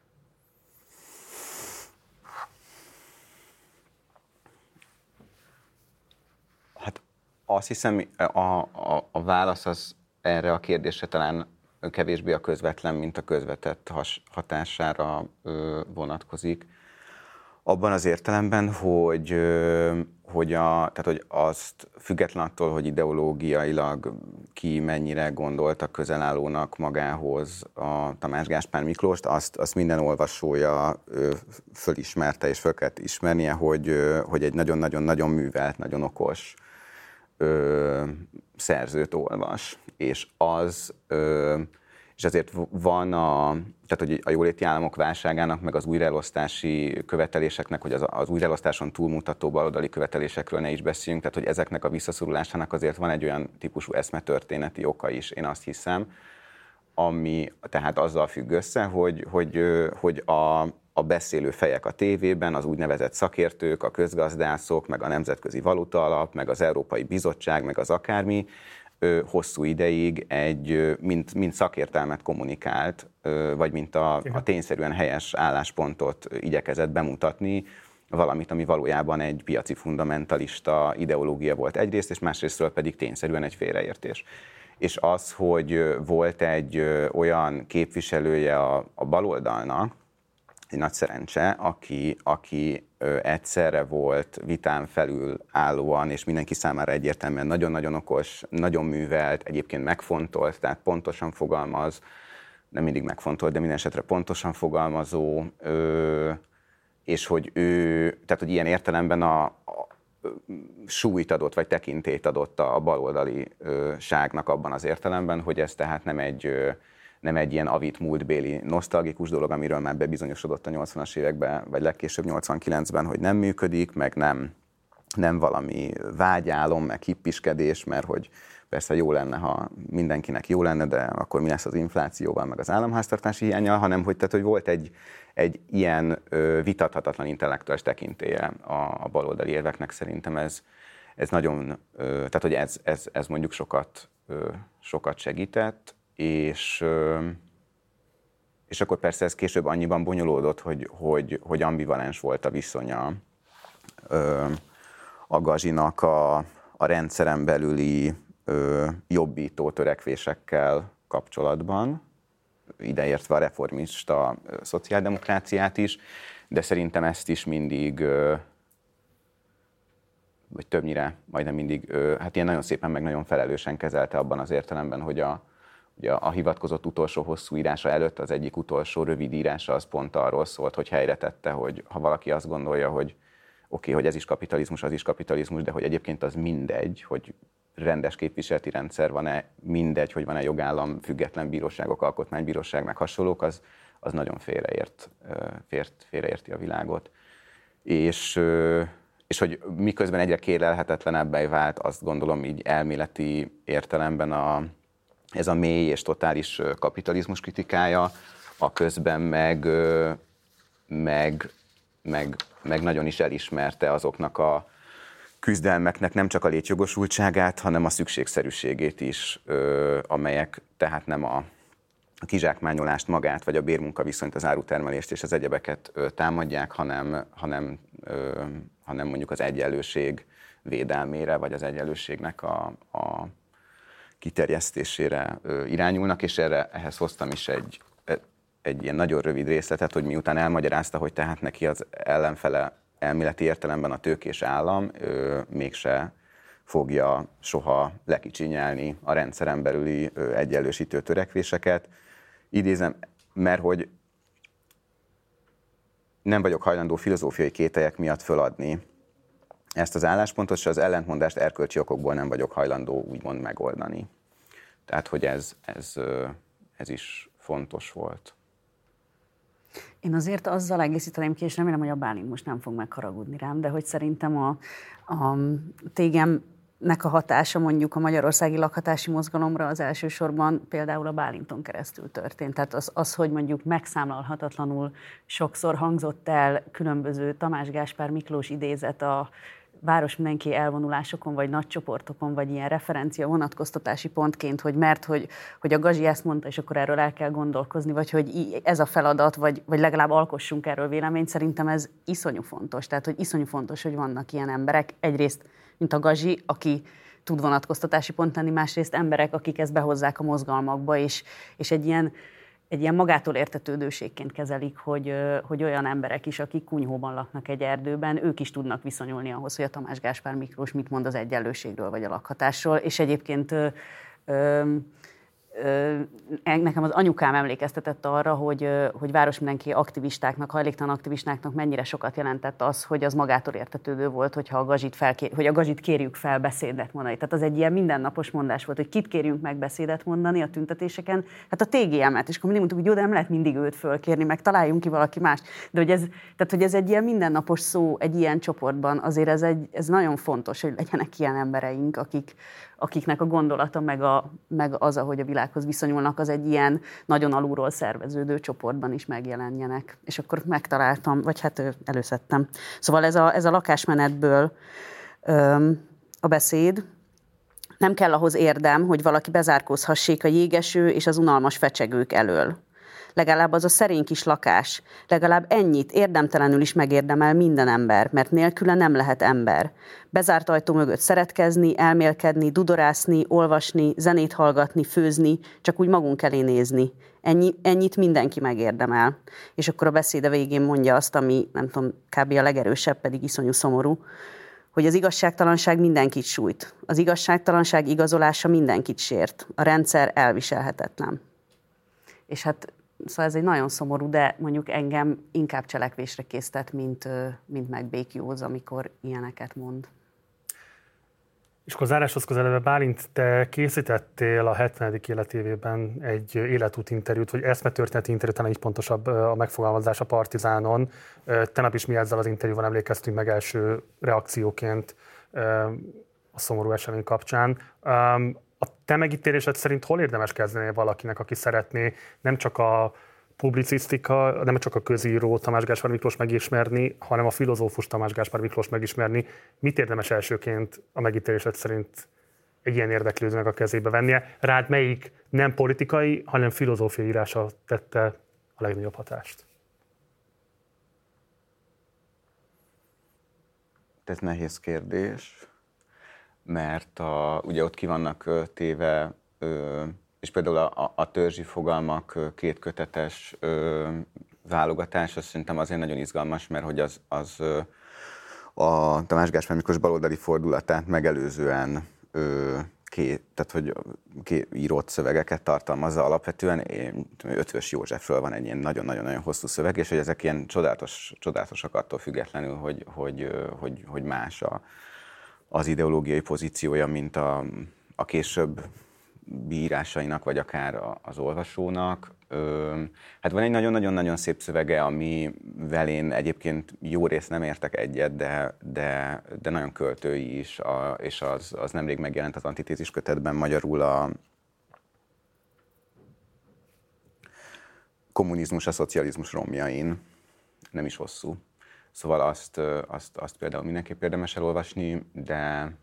Hát azt hiszem, a, a, a válasz az erre a kérdésre talán kevésbé a közvetlen, mint a közvetett has, hatására ö, vonatkozik. Abban az értelemben, hogy, ö, hogy, a, tehát, hogy azt független attól, hogy ideológiailag ki mennyire gondolta közelállónak magához a Tamás Gáspár Miklóst, azt, azt minden olvasója ö, fölismerte és föl kellett ismernie, hogy, ö, hogy egy nagyon-nagyon-nagyon művelt, nagyon okos ö, szerzőt olvas. És az, ö, és azért van a, tehát hogy a jóléti államok válságának, meg az újraelosztási követeléseknek, hogy az, az újraelosztáson túlmutató baloldali követelésekről ne is beszéljünk, tehát hogy ezeknek a visszaszorulásának azért van egy olyan típusú eszmetörténeti oka is, én azt hiszem, ami tehát azzal függ össze, hogy, hogy, hogy a, a beszélő fejek a tévében, az úgynevezett szakértők, a közgazdászok, meg a Nemzetközi Valuta Alap, meg az Európai Bizottság, meg az akármi, hosszú ideig egy, mint, mint szakértelmet kommunikált, vagy mint a, a tényszerűen helyes álláspontot igyekezett bemutatni, valamit, ami valójában egy piaci fundamentalista ideológia volt egyrészt, és másrésztről pedig tényszerűen egy félreértés. És az, hogy volt egy olyan képviselője a, a baloldalnak, egy nagy szerencse, aki, aki ö, egyszerre volt vitán felül állóan, és mindenki számára egyértelműen nagyon-nagyon okos, nagyon művelt, egyébként megfontolt, tehát pontosan fogalmaz, nem mindig megfontolt, de minden esetre pontosan fogalmazó, ö, és hogy ő, tehát hogy ilyen értelemben a, a súlyt adott, vagy tekintélyt adott a baloldali ö, ságnak abban az értelemben, hogy ez tehát nem egy ö, nem egy ilyen avit múltbéli nosztalgikus dolog, amiről már bebizonyosodott a nyolcvanas években, vagy legkésőbb nyolcvankilencben, hogy nem működik, meg nem, nem valami vágyálom, meg hippiskedés, mert hogy persze jó lenne, ha mindenkinek jó lenne, de akkor mi lesz az inflációval, meg az államháztartási hiánnyal, hanem hogy, tehát, hogy volt egy, egy ilyen ö, vitathatatlan intellektuális tekintélye a, a baloldali érveknek, szerintem ez, ez nagyon, ö, tehát hogy ez, ez, ez mondjuk sokat, ö, sokat segített, És, és akkor persze ez később annyiban bonyolódott, hogy, hogy, hogy ambivalens volt a viszonya a Gazsinak a, a rendszeren belüli ö, jobbító törekvésekkel kapcsolatban, ideértve a reformista ö, szociáldemokráciát is, de szerintem ezt is mindig, ö, vagy többnyire, majdnem mindig, ö, hát ilyen nagyon szépen, meg nagyon felelősen kezelte abban az értelemben, hogy a Ugye a hivatkozott utolsó hosszú írása előtt az egyik utolsó rövid írása az pont arról szólt, hogy helyre tette, hogy ha valaki azt gondolja, hogy oké, okay, hogy ez is kapitalizmus, az is kapitalizmus, de hogy egyébként az mindegy, hogy rendes képviseleti rendszer van-e, mindegy, hogy van-e jogállam, független bíróságok, alkotmánybíróság, meg hasonlók, az, az nagyon félreért, félrt, félreérti a világot. És, és hogy miközben egyre kérlelhetetlenebbé vált, azt gondolom így elméleti értelemben a ez a mély és totális kapitalizmus kritikája, a közben meg, meg, meg, meg nagyon is elismerte azoknak a küzdelmeknek nem csak a létjogosultságát, hanem a szükségszerűségét is, amelyek tehát nem a kizsákmányolást magát, vagy a bérmunkaviszonyt, az árutermelést és az egyebeket támadják, hanem, hanem, hanem mondjuk az egyenlőség védelmére, vagy az egyenlőségnek a, a kiterjesztésére irányulnak, és erre, ehhez hoztam is egy, egy ilyen nagyon rövid részletet, hogy miután elmagyarázta, hogy tehát neki az ellenfele elméleti értelemben a tőkés állam mégse fogja soha lekicsinyelni a rendszeren belüli egyenlősítő törekvéseket. Idézem, mert hogy nem vagyok hajlandó filozófiai kételyek miatt föladni ezt az álláspontot, és az ellentmondást erkölcsi okokból nem vagyok hajlandó úgymond megoldani. Tehát, hogy ez, ez, ez is fontos volt. Én azért azzal egészíteném ki, és remélem, hogy a Bálint most nem fog megharagudni rám, de hogy szerintem a, a tégem nek a hatása mondjuk a magyarországi lakhatási mozgalomra az elsősorban például a Bálinton keresztül történt. Tehát az, az, hogy mondjuk megszámlálhatatlanul sokszor hangzott el különböző Tamás Gáspár Miklós idézet a város mindenki elvonulásokon, vagy nagy csoportokon, vagy ilyen referencia vonatkoztatási pontként, hogy mert, hogy, hogy a Gazsi ezt mondta, és akkor erről el kell gondolkozni, vagy hogy ez a feladat, vagy, vagy legalább alkossunk erről véleményt, szerintem ez iszonyú fontos. Tehát, hogy iszonyú fontos, hogy vannak ilyen emberek. Egyrészt, mint a Gazsi, aki tud vonatkoztatási pont lenni, másrészt emberek, akik ezt behozzák a mozgalmakba, és, és egy ilyen egy ilyen magától értetődőségként kezelik, hogy, hogy olyan emberek is, akik kunyhóban laknak egy erdőben, ők is tudnak viszonyulni ahhoz, hogy a Tamás Gáspár Miklós mit mond az egyenlőségről vagy a lakhatásról, és egyébként ö, ö, ö, nekem az anyukám emlékeztetett arra, hogy, hogy város mindenki aktivistáknak, hajléktalan aktivistáknak mennyire sokat jelentett az, hogy az magától értetődő volt, hogyha a Gazsit, felkér, hogy a Gazsit kérjük fel beszédet mondani. Tehát az egy ilyen mindennapos mondás volt, hogy kit kérjünk meg beszédet mondani a tüntetéseken, hát a té gé em-et, és akkor mindig mondtuk, hogy jó, de nem lehet mindig őt fölkérni, meg találjunk ki valaki más. De hogy ez, tehát, hogy ez egy ilyen mindennapos szó egy ilyen csoportban, azért ez, egy, ez nagyon fontos, hogy legyenek ilyen embereink, akik, akiknek a gondolata, meg, a, meg az, ahogy a világhoz viszonyulnak, az egy ilyen nagyon alulról szerveződő csoportban is megjelenjenek. És akkor megtaláltam, vagy hát előszedtem. Szóval ez a, ez a lakásmenetből öm, a beszéd. Nem kell ahhoz érdem, hogy valaki bezárkózhassék a jégeső és az unalmas fecsegők elől. Legalább az a szerény kis lakás, legalább ennyit érdemtelenül is megérdemel minden ember, mert nélküle nem lehet ember. Bezárt ajtó mögött szeretkezni, elmélkedni, dudorászni, olvasni, zenét hallgatni, főzni, csak úgy magunk elé nézni. Ennyi, ennyit mindenki megérdemel. És akkor a beszéde végén mondja azt, ami nem tudom, kb. A legerősebb, pedig iszonyú szomorú, hogy az igazságtalanság mindenkit sújt. Az igazságtalanság igazolása mindenkit sért. A rendszer elviselhetetlen. És hát szóval ez egy nagyon szomorú, de mondjuk engem inkább cselekvésre késztet, mint, mint megbékjóz, amikor ilyeneket mond. És akkor záráshoz közeleve, Bálint, te készítettél a hetvenedik életévében egy életút interjút, vagy eszmetörténeti interjút, talán így pontosabb a megfogalmazás a Partizánon. Tegnap is mi ezzel az interjúval emlékeztünk meg első reakcióként a szomorú esemény kapcsán. A te megítélésed szerint hol érdemes kezdeni valakinek, aki szeretné nem csak a publicisztika, nem csak a közíró Tamás Gáspár Miklós megismerni, hanem a filozófus Tamás Gáspár Miklós megismerni? Mit érdemes elsőként a megítélésed szerint egy ilyen érdeklődőnek a kezébe vennie? Rád melyik nem politikai, hanem filozófiai írása tette a legnagyobb hatást? Ez nehéz kérdés, mert a, ugye ott ki vannak téve, és például a, a törzsi fogalmak kétkötetes válogatása szerintem azért nagyon izgalmas, mert hogy az, az a Tamás Gáspár Miklós baloldali fordulatát megelőzően két, tehát hogy két írott szövegeket tartalmazza alapvetően. Ötvös Józsefről van egy ilyen nagyon-nagyon hosszú szöveg, és hogy ezek ilyen csodálatos, csodálatosak attól függetlenül, hogy, hogy, hogy, hogy más a, az ideológiai pozíciója, mint a, a később írásainak, vagy akár az olvasónak. Hát van egy nagyon-nagyon-nagyon szép szövege, amivel én egyébként jó részt nem értek egyet, de, de, de nagyon költői is, a, és az, az nemrég megjelent az Antitézis kötetben magyarul a Kommunizmus a szocializmus romjain. Nem is hosszú. Szóval azt, azt, azt például mindenképp érdemes elolvasni, de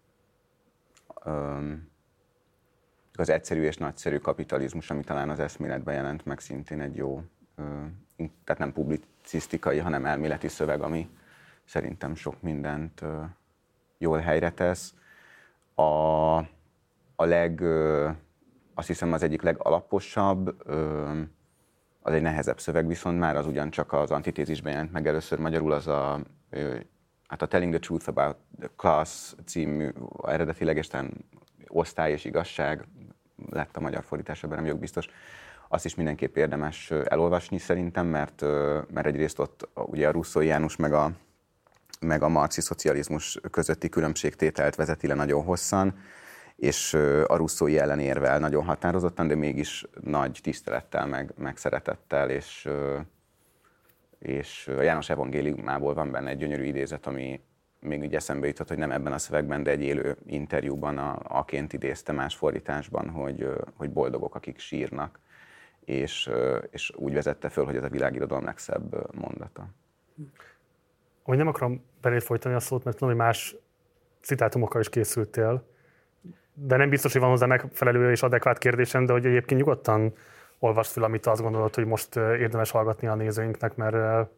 um, az egyszerű és nagyszerű kapitalizmus, ami talán az eszméletben jelent meg, szintén egy jó, tehát nem publicisztikai, hanem elméleti szöveg, ami szerintem sok mindent jól helyre tesz. A, a leg, azt hiszem az egyik legalaposabb, az egy nehezebb szöveg, viszont már az ugyancsak az Antitézisben jelent meg először magyarul, az a, hát a Telling the Truth About the Class című, eredetileg Isten osztály és igazság lett a magyar fordítás, ebben nem vagyok biztos. Azt is mindenképp érdemes elolvasni szerintem, mert, mert egyrészt ott ugye a Rousseau János meg a, meg a marxi szocializmus közötti különbségtételt vezeti le nagyon hosszan, és a Rousseau ellen érvel nagyon határozottan, de mégis nagy tisztelettel, meg, meg szeretettel, és, és a János evangéliumából van benne egy gyönyörű idézet, ami, még ugye eszembe jutott, hogy nem ebben a szövegben, de egy élő interjúban a, aként idézte más fordításban, hogy, hogy boldogok, akik sírnak, és, és úgy vezette föl, hogy ez a világirodalom legszebb mondata. Hogy nem akarom beléd folytani a szót, mert tudom, hogy más citátumokkal is készültél, de nem biztos, hogy van hozzá megfelelő és adekvát kérdésem, de hogy egyébként nyugodtan olvasd fel, amit azt gondolod, hogy most érdemes hallgatni a nézőinknek, mert...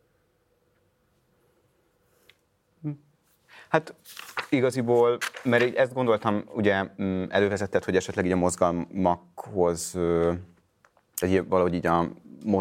Hát igaziból, mert ezt gondoltam, ugye elővezetted, hogy esetleg így a mozgalmakhoz, tehát valahogy így a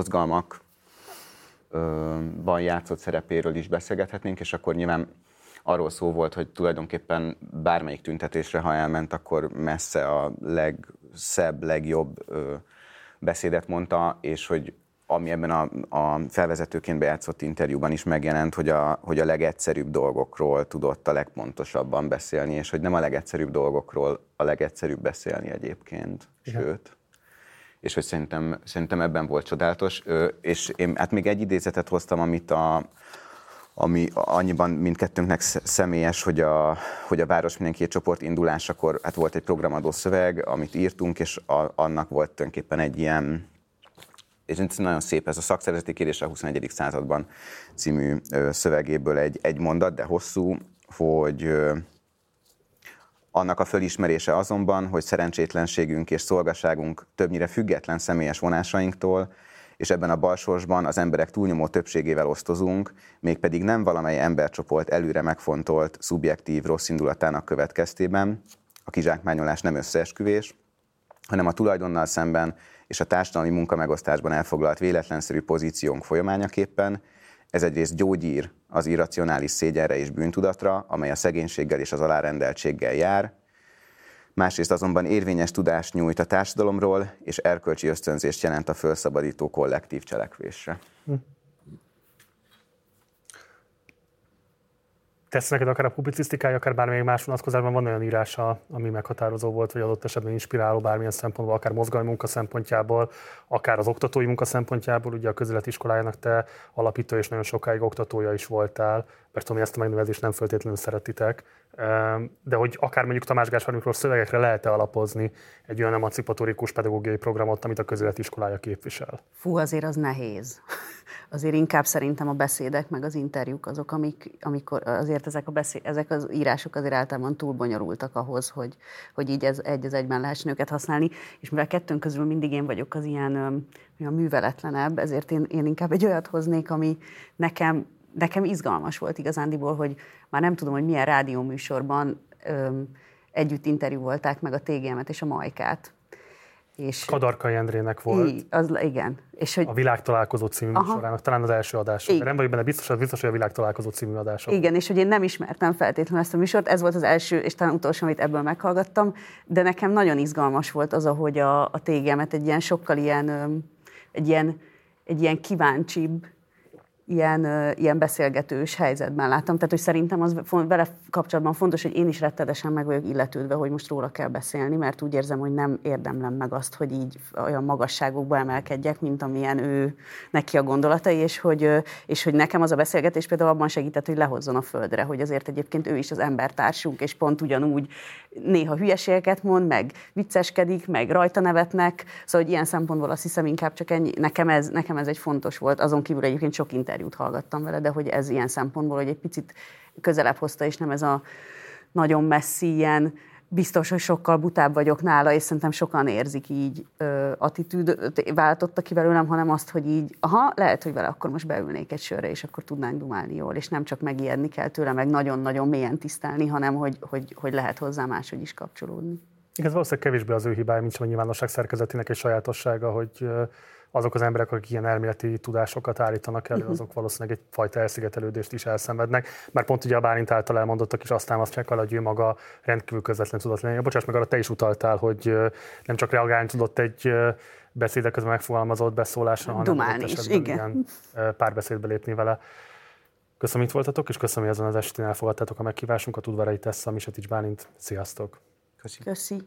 mozgalmakban játszott szerepéről is beszélgethetnénk, és akkor nyilván arról szó volt, hogy tulajdonképpen bármelyik tüntetésre, ha elment, akkor messze a legszebb, legjobb beszédet mondta, és hogy ami ebben a, a felvezetőként bejátszott interjúban is megjelent, hogy a, hogy a legegyszerűbb dolgokról tudott a legpontosabban beszélni, és hogy nem a legegyszerűbb dolgokról a legegyszerűbb beszélni egyébként, igen. Sőt. És hogy szerintem, szerintem ebben volt csodálatos. És én hát még egy idézetet hoztam, amit a, ami annyiban mindkettőnknek személyes, hogy a, hogy a Város Mindenkié csoport indulásakor hát volt egy programadó szöveg, amit írtunk, és a, annak volt tulajdonképpen egy ilyen, és nagyon szép ez a Szakszervezeti Kérés a huszonegyedik században című szövegéből egy, egy mondat, de hosszú, hogy annak a fölismerése azonban, hogy szerencsétlenségünk és szolgaságunk többnyire független személyes vonásainktól, és ebben a balsorsban az emberek túlnyomó többségével osztozunk, mégpedig nem valamely embercsoport előre megfontolt, szubjektív rossz indulatának következtében, a kizsákmányolás nem összeesküvés, hanem a tulajdonnal szemben és a társadalmi munkamegosztásban elfoglalt véletlenszerű pozíciónk folyamányaképpen, ez egyrészt gyógyír az irracionális szégyenre és bűntudatra, amely a szegénységgel és az alárendeltséggel jár, másrészt azonban érvényes tudást nyújt a társadalomról, és erkölcsi ösztönzést jelent a felszabadító kollektív cselekvésre. Hm. Tesz neked akár a publicisztikája, akár bármelyik más vonatkozásban van olyan írása, ami meghatározó volt, vagy adott esetben inspiráló bármilyen szempontból, akár mozgalmi munka szempontjából, akár az oktatói munka szempontjából, ugye a közéletiskolájának te alapító és nagyon sokáig oktatója is voltál, mert tudom, hogy ezt a megnevezést nem feltétlenül szeretitek, de hogy akár mondjuk Tamás Gáspár Miklós szövegekre lehet-e alapozni egy olyan emancipatórikus pedagógiai programot, amit a közéletiskolája képvisel? Fú, azért az nehéz. Azért inkább szerintem a beszédek, meg az interjúk azok, amik, amikor azért ezek, a beszéd, ezek az írások azért általában túl bonyolultak ahhoz, hogy, hogy így ez, egy az egyben lehessen őket használni. És mivel kettőnk közül mindig én vagyok az ilyen olyan műveletlenebb, ezért én, én inkább egy olyat hoznék, ami nekem, nekem izgalmas volt igazándiból, hogy már nem tudom, hogy milyen rádióműsorban öm, együtt interjúvolták meg a té gé emet és a Majkát. És Kadarkai Endrének volt. Í, az, igen. És hogy, a Világtalálkozó című műsorának, talán az első adása. Nem vagyok benne biztos, biztos, hogy a Világtalálkozó című adása. Igen, és hogy én nem ismertem feltétlenül ezt a műsort, ez volt az első, és talán utolsó, amit ebből meghallgattam, de nekem nagyon izgalmas volt az, ahogy a, a té gé emet egy ilyen sokkal ilyen, egy ilyen, egy ilyen kíváncsibb, Ilyen, uh, ilyen beszélgetős helyzetben láttam. Tehát, hogy szerintem az vele kapcsolatban fontos, hogy én is rettenetesen meg vagyok illetődve, hogy most róla kell beszélni, mert úgy érzem, hogy nem érdemlem meg azt, hogy így olyan magasságokba emelkedjek, mint amilyen ő neki a gondolatai, és hogy, uh, és hogy nekem az a beszélgetés például abban segített, hogy lehozzon a földre, hogy azért egyébként ő is az embertársunk, és pont ugyanúgy néha hülyeségeket mond, meg vicceskedik, meg rajta nevetnek, szóval hogy ilyen szempontból azt hiszem inkább csak ennyi. Nekem ez, nekem ez egy fontos volt, azon kívül egyébként sok interjút hallgattam vele, de hogy ez ilyen szempontból, hogy egy picit közelebb hozta, és nem ez a nagyon messzi ilyen, biztos, hogy sokkal butább vagyok nála, és szerintem sokan érzik így ö, attitűdöt váltotta ki belőlem, hanem azt, hogy így, aha, lehet, hogy vele akkor most beülnék egy sörre, és akkor tudnánk dumálni jól, és nem csak megijedni kell tőle, meg nagyon-nagyon mélyen tisztelni, hanem hogy, hogy, hogy lehet hozzá máshogy is kapcsolódni. Igen, ez valószínűleg kevésbé az ő hibája, mint sem a nyilvánosság szerkezetének egy sajátossága, hogy azok az emberek, akik ilyen elméleti tudásokat állítanak elő, azok valószínűleg egyfajta elszigetelődést is elszenvednek, mert pont ugye a Bálint által elmondottak is azt támasztják alá, hogy ő maga rendkívül közvetlen tudott lenni. Bocsáss meg, arra te is utaltál, hogy nem csak reagálni tudott egy beszédek közben megfogalmazott beszólásra, hanem dumálni is, igen. Párbeszédbe lépni vele. Köszönöm, itt voltatok, és köszönöm, hogy ezen az estén elfogadtátok a meghívásunkat. Udvarai Tessa, Misetics Bálint. Sziasztok! Köszi. Köszi.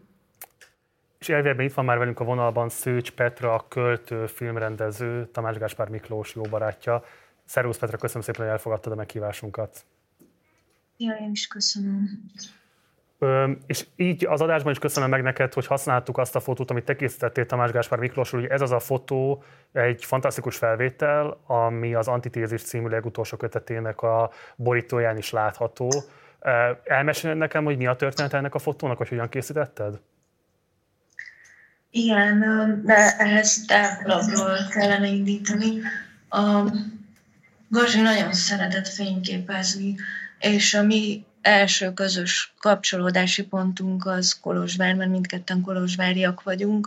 És elvégben itt van már velünk a vonalban Szőcs Petra, költő, filmrendező, Tamás Gáspár Miklós jó barátja. Szervusz Petra, köszönöm szépen, hogy elfogadtad a meghívásunkat. Ja, én is köszönöm. Ö, és így az adásban is köszönöm meg neked, hogy használtuk azt a fotót, amit te készítettél Tamás Gáspár Miklósról. Ugye ez az a fotó, egy fantasztikus felvétel, ami az Antitézis című legutolsó kötetének a borítóján is látható. Elmeséled nekem, hogy mi a történet ennek a fotónak, hogy hogyan készítetted? Igen, de ehhez távolabbról kellene indítani. A Garzsi nagyon szeretett fényképezni, és a mi első közös kapcsolódási pontunk az Kolozsvár, mert mindketten kolozsváriak vagyunk,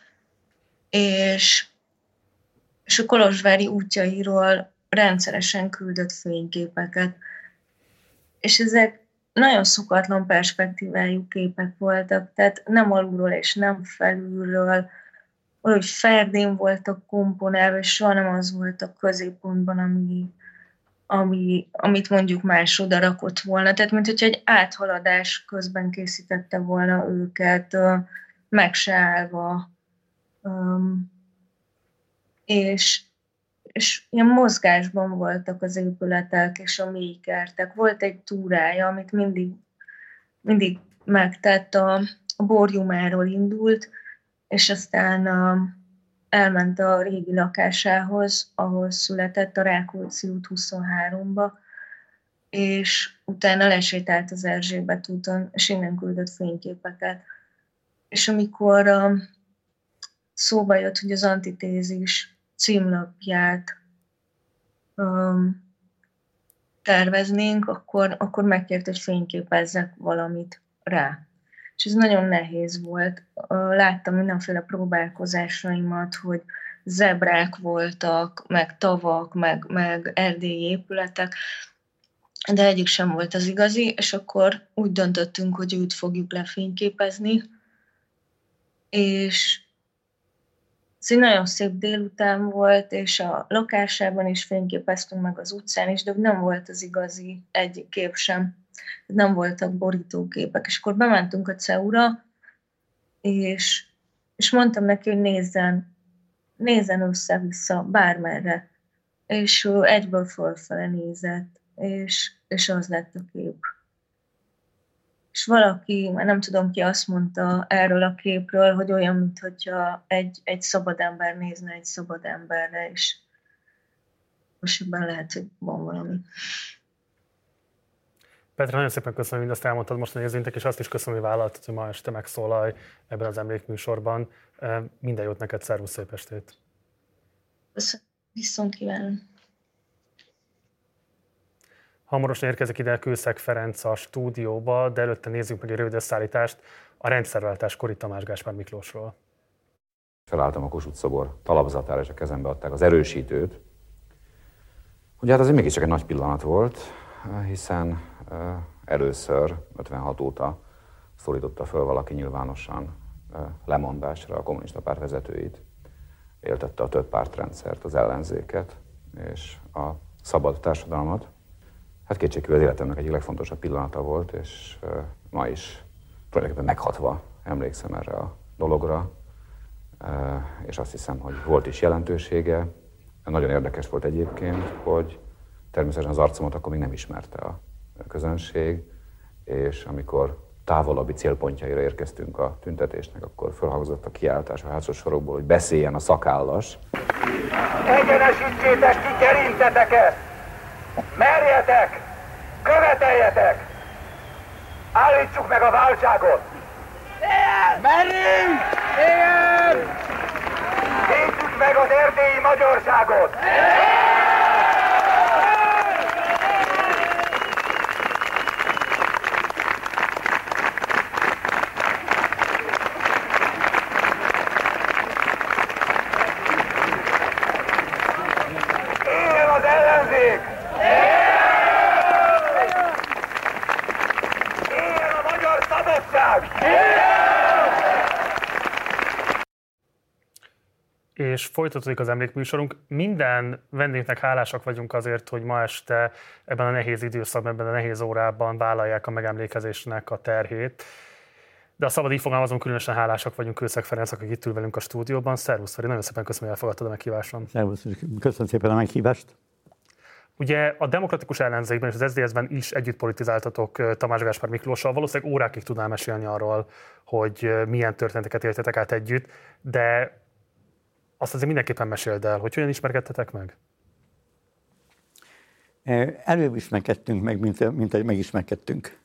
és, és a kolozsvári útjairól rendszeresen küldött fényképeket. És ezek nagyon szokatlan perspektívájú képek voltak, tehát nem alulról és nem felülről, valahogy ferdén voltak komponálva, és soha nem az volt a középpontban, ami, ami, amit mondjuk más oda rakott volna. Tehát, mint hogyha egy áthaladás közben készítette volna őket, meg se állva. És, és ilyen mozgásban voltak az épületek és a mélykertek. Volt egy túrája, amit mindig, mindig megtett, a, a Borjumáról indult, és aztán a, elment a régi lakásához, ahol született, a Rákóczi út huszonháromba, és utána lesétált az Erzsébet úton, és innen küldött fényképeket. És amikor a, szóba jött, hogy az Antitézis címlapját um, terveznénk, akkor, akkor megkért, hogy fényképezzek valamit rá. És ez nagyon nehéz volt. Láttam mindenféle próbálkozásaimat, hogy zebrák voltak, meg tavak, meg, meg erdélyi épületek, de egyik sem volt az igazi, és akkor úgy döntöttünk, hogy őt fogjuk lefényképezni, és ez egy nagyon szép délután volt, és a lakásában is fényképeztünk, meg az utcán is, de nem volt az igazi egyik kép sem. Nem voltak borítóképek. És akkor bementünk a cé e u-ra, és, és mondtam neki, hogy nézzen, nézzen össze-vissza bármerre. És ő egyből fölfele nézett, és, és az lett a kép. És valaki, már nem tudom ki, azt mondta erről a képről, hogy olyan, mintha egy, egy szabad ember nézne egy szabad emberre, és most ebben lehet, hogy van valami. Petra, nagyon szépen köszönöm, hogy mindezt elmondtad most a nézőinknek, és azt is köszönöm, hogy vállaltad, hogy ma este megszólalj ebben az emlékműsorban. Minden jót neked, szervusz, szép estét! Köszönöm, viszont kívánom! Hamarosan érkezik ide Kőszeg Ferenc a stúdióba, de előtte nézzük meg egy rövid összeállítást a rendszerváltás kori Tamás Gáspár Miklósról. Felálltam a Kossuth szobor talapzatára, és a kezembe adták az erősítőt. Ugye hát az mégiscsak egy nagy pillanat volt, hiszen először ötvenhat óta szólította föl valaki nyilvánosan lemondásra a kommunista párt vezetőit. Éltette a több pártrendszert, az ellenzéket és a szabad társadalmat. Hát kétségkívül az életemnek egyik legfontosabb pillanata volt, és ma is tulajdonképpen meghatva emlékszem erre a dologra, és azt hiszem, hogy volt is jelentősége. Nagyon érdekes volt egyébként, hogy természetesen az arcomat akkor még nem ismerte a közönség, és amikor távolabbi célpontjaira érkeztünk a tüntetésnek, akkor felhangzott a kiáltás a hátsó sorokból, hogy beszéljen a szakállas. Egyenesítsétek ki gerinteteket! Merjetek! Követeljetek! Állítsuk meg a váltságot! Igen! Merjünk! Igen! Védjük meg az erdélyi magyarságot! Igen! És folytatódik az emlékműsorunk. Minden vendégnek hálásak vagyunk azért, hogy ma este ebben a nehéz időszakban, ebben a nehéz órában vállalják a megemlékezésnek a terhét. De a szabad így fogalmazom, különösen hálásak vagyunk Kőszeg Ferencnek, aki itt ül velünk a stúdióban. Szervusz, Feri, nagyon szépen köszönöm, hogy elfogadtad a meghívásom. Szervusz, köszönöm szépen a meghívást. Ugye a demokratikus ellenzékben és az es zé dé es-ben is együtt politizáltatok Tamás Gáspár Miklóssal. Valószínűleg órákig tudnám mesélni arról, hogy milyen történeteket éltetek át együtt, de azt azért mindenképpen meséld el, hogy hogyan ismerkedtetek meg? Előbb ismerkedtünk meg, mint, mint ahogy megismerkedtünk.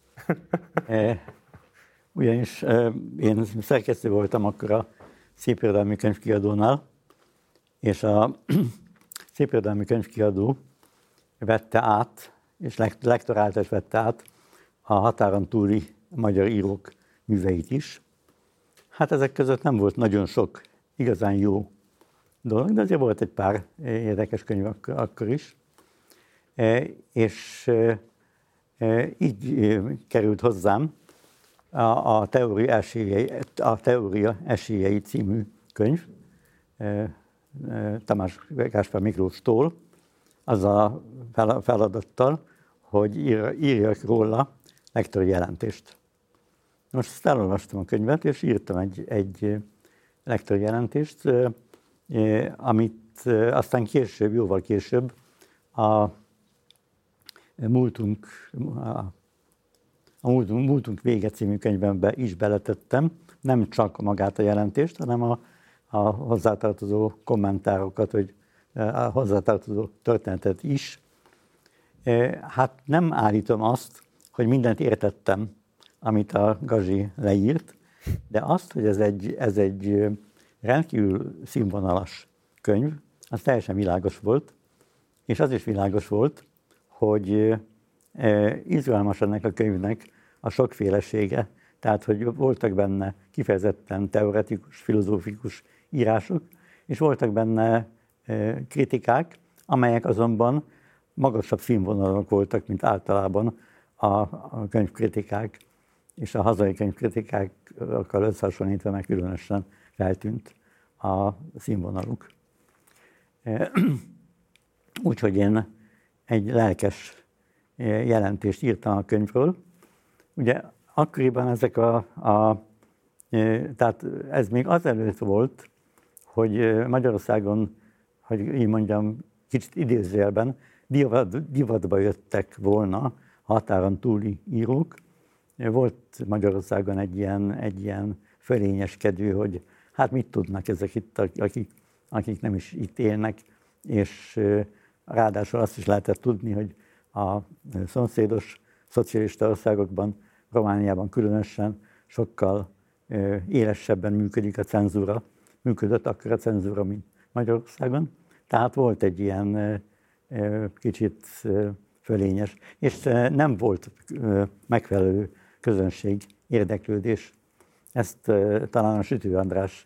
Ugyanis én szerkesztő voltam akkor a Szépirodalmi Könyvkiadónál, és a Szépirodalmi Könyvkiadó vette át, és lektorálta és vette át a határon túli magyar írók műveit is. Hát ezek között nem volt nagyon sok igazán jó dolog, de azért volt egy pár érdekes könyv akkor, akkor is. E, és e, így került hozzám a, a, teória esélyei, a Teória esélyei című könyv, e, e, Tamás Gáspár Miklóstól, az a feladattal, hogy ír, írjak róla lektori jelentést. Most ezt elolvastam a könyvet, és írtam egy, egy lektori jelentést, amit aztán később, jóval később a Múltunk, a Múltunk, Múltunk vége című könyvembe is beletettem, nem csak magát a jelentést, hanem a, a hozzátartozó kommentárokat, vagy a hozzátartozó történetet is. Hát nem állítom azt, hogy mindent értettem, amit a Gazi leírt, de azt, hogy ez egy, ez egy rendkívül színvonalas könyv, az teljesen világos volt, és az is világos volt, hogy izgalmas ennek a könyvnek a sokfélesége, tehát hogy voltak benne kifejezetten teoretikus, filozófikus írások, és voltak benne kritikák, amelyek azonban magasabb színvonalak voltak, mint általában a, a könyvkritikák, és a hazai könyvkritikákkal összehasonlítva meg különösen feltűnt a színvonaluk. Úgyhogy én egy lelkes jelentést írtam a könyvről. Ugye akkoriban ezek a, a tehát ez még azelőtt volt, hogy Magyarországon, hogy így mondjam, kicsit idézőjelben, divat, divatba jöttek volna határon túli írók. Volt Magyarországon egy ilyen, egy ilyen fölényeskedő, hogy hát mit tudnak ezek itt, akik, akik nem is itt élnek, és ráadásul azt is lehetett tudni, hogy a szomszédos szocialista országokban, Romániában különösen sokkal élesebben működik a cenzúra, működött akkor a cenzúra, mint Magyarországon. Tehát volt egy ilyen kicsit fölényes, és nem volt megfelelő közönség, érdeklődés. Ezt talán a Sütő András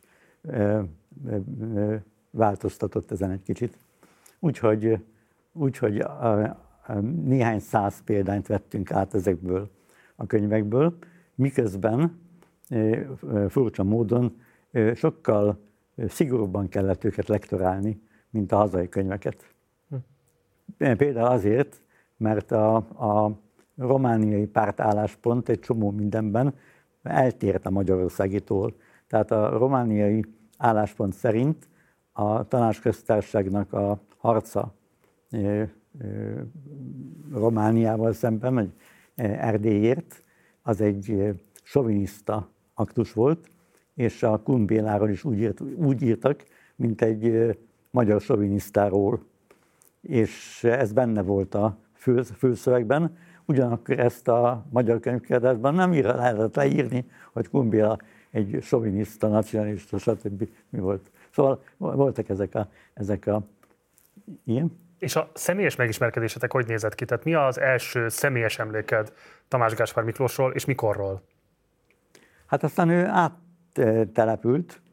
változtatott ezen egy kicsit. Úgyhogy, úgyhogy néhány száz példányt vettünk át ezekből a könyvekből, miközben furcsa módon sokkal szigorúbban kellett őket lektorálni, mint a hazai könyveket. Hm. Például azért, mert a, a romániai pártálláspont egy csomó mindenben eltért a magyarországitól. Tehát a romániai álláspont szerint a Tanácsköztársaságnak a harca e, e, Romániával szemben, vagy Erdélyért, az egy soviniszta aktus volt, és a Kun Béláról is úgy, írt, úgy írtak, mint egy magyar sovinisztáról. És ez benne volt a fő, főszövegben, ugyanakkor ezt a magyar könyvkiadásban nem ír, lehetett leírni, hogy Kun Béla egy soviniszta, nacionalista, stb. Mi volt. Szóval voltak ezek a, ezek a ilyen. És a személyes megismerkedésetek hogy nézett ki? Tehát mi az első személyes emléked Tamás Gáspár Miklósról, és mikorról? Hát aztán ő áttelepült.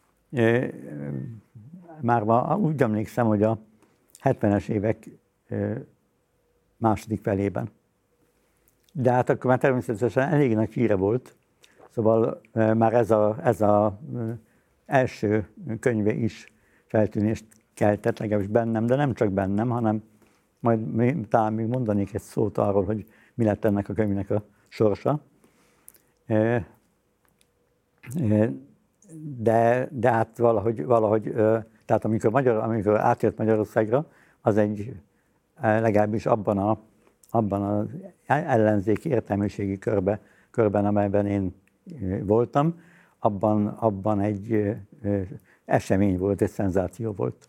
Már úgy emlékszem, hogy a hetvenes évek második felében. De hát akkor már természetesen elég nagy híre volt, szóval már ez a, ez a első könyve is feltűnést keltett, legalábbis bennem, de nem csak bennem, hanem majd még, talán még mondanék egy szót arról, hogy mi lett ennek a könyvnek a sorsa. De, de hát valahogy, valahogy tehát amikor, Magyar, amikor átjött Magyarországra, az egy legalábbis abban, a, abban az ellenzéki értelmiségi körbe, körben, amelyben én voltam, abban, abban egy esemény volt, egy szenzáció volt.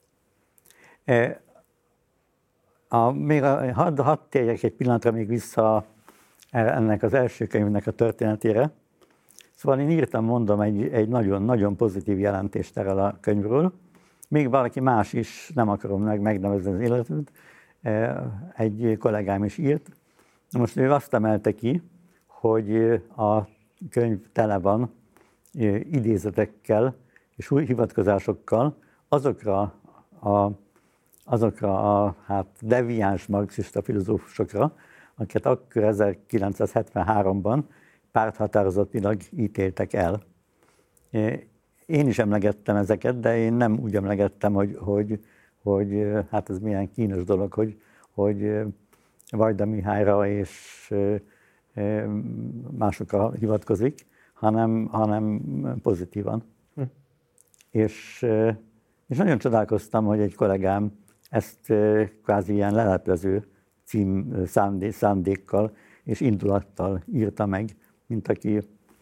A, még a, hadd, hadd térjek egy pillanatra még vissza ennek az első könyvnek a történetére. Szóval én írtam, mondom, egy, egy nagyon, nagyon pozitív jelentést erről a könyvről. Még valaki más is, nem akarom meg megnevezni az életet, egy kollégám is írt. Most ő azt emelte ki, hogy a könyv tele van idézetekkel és új hivatkozásokkal azokra a, azokra a hát, deviáns marxista filozófusokra, akiket akkor ezerkilencszázhetvenháromban párthatározatilag ítéltek el. Én is emlegettem ezeket, de én nem úgy emlegettem, hogy, hogy, hogy hát ez milyen kínos dolog, hogy, hogy Vajda Mihályra és másokra hivatkozik, hanem, hanem pozitívan. Hm. És, és nagyon csodálkoztam, hogy egy kollégám ezt kvázi ilyen leleplező cím szándékkal és indulattal írta meg, mint aki...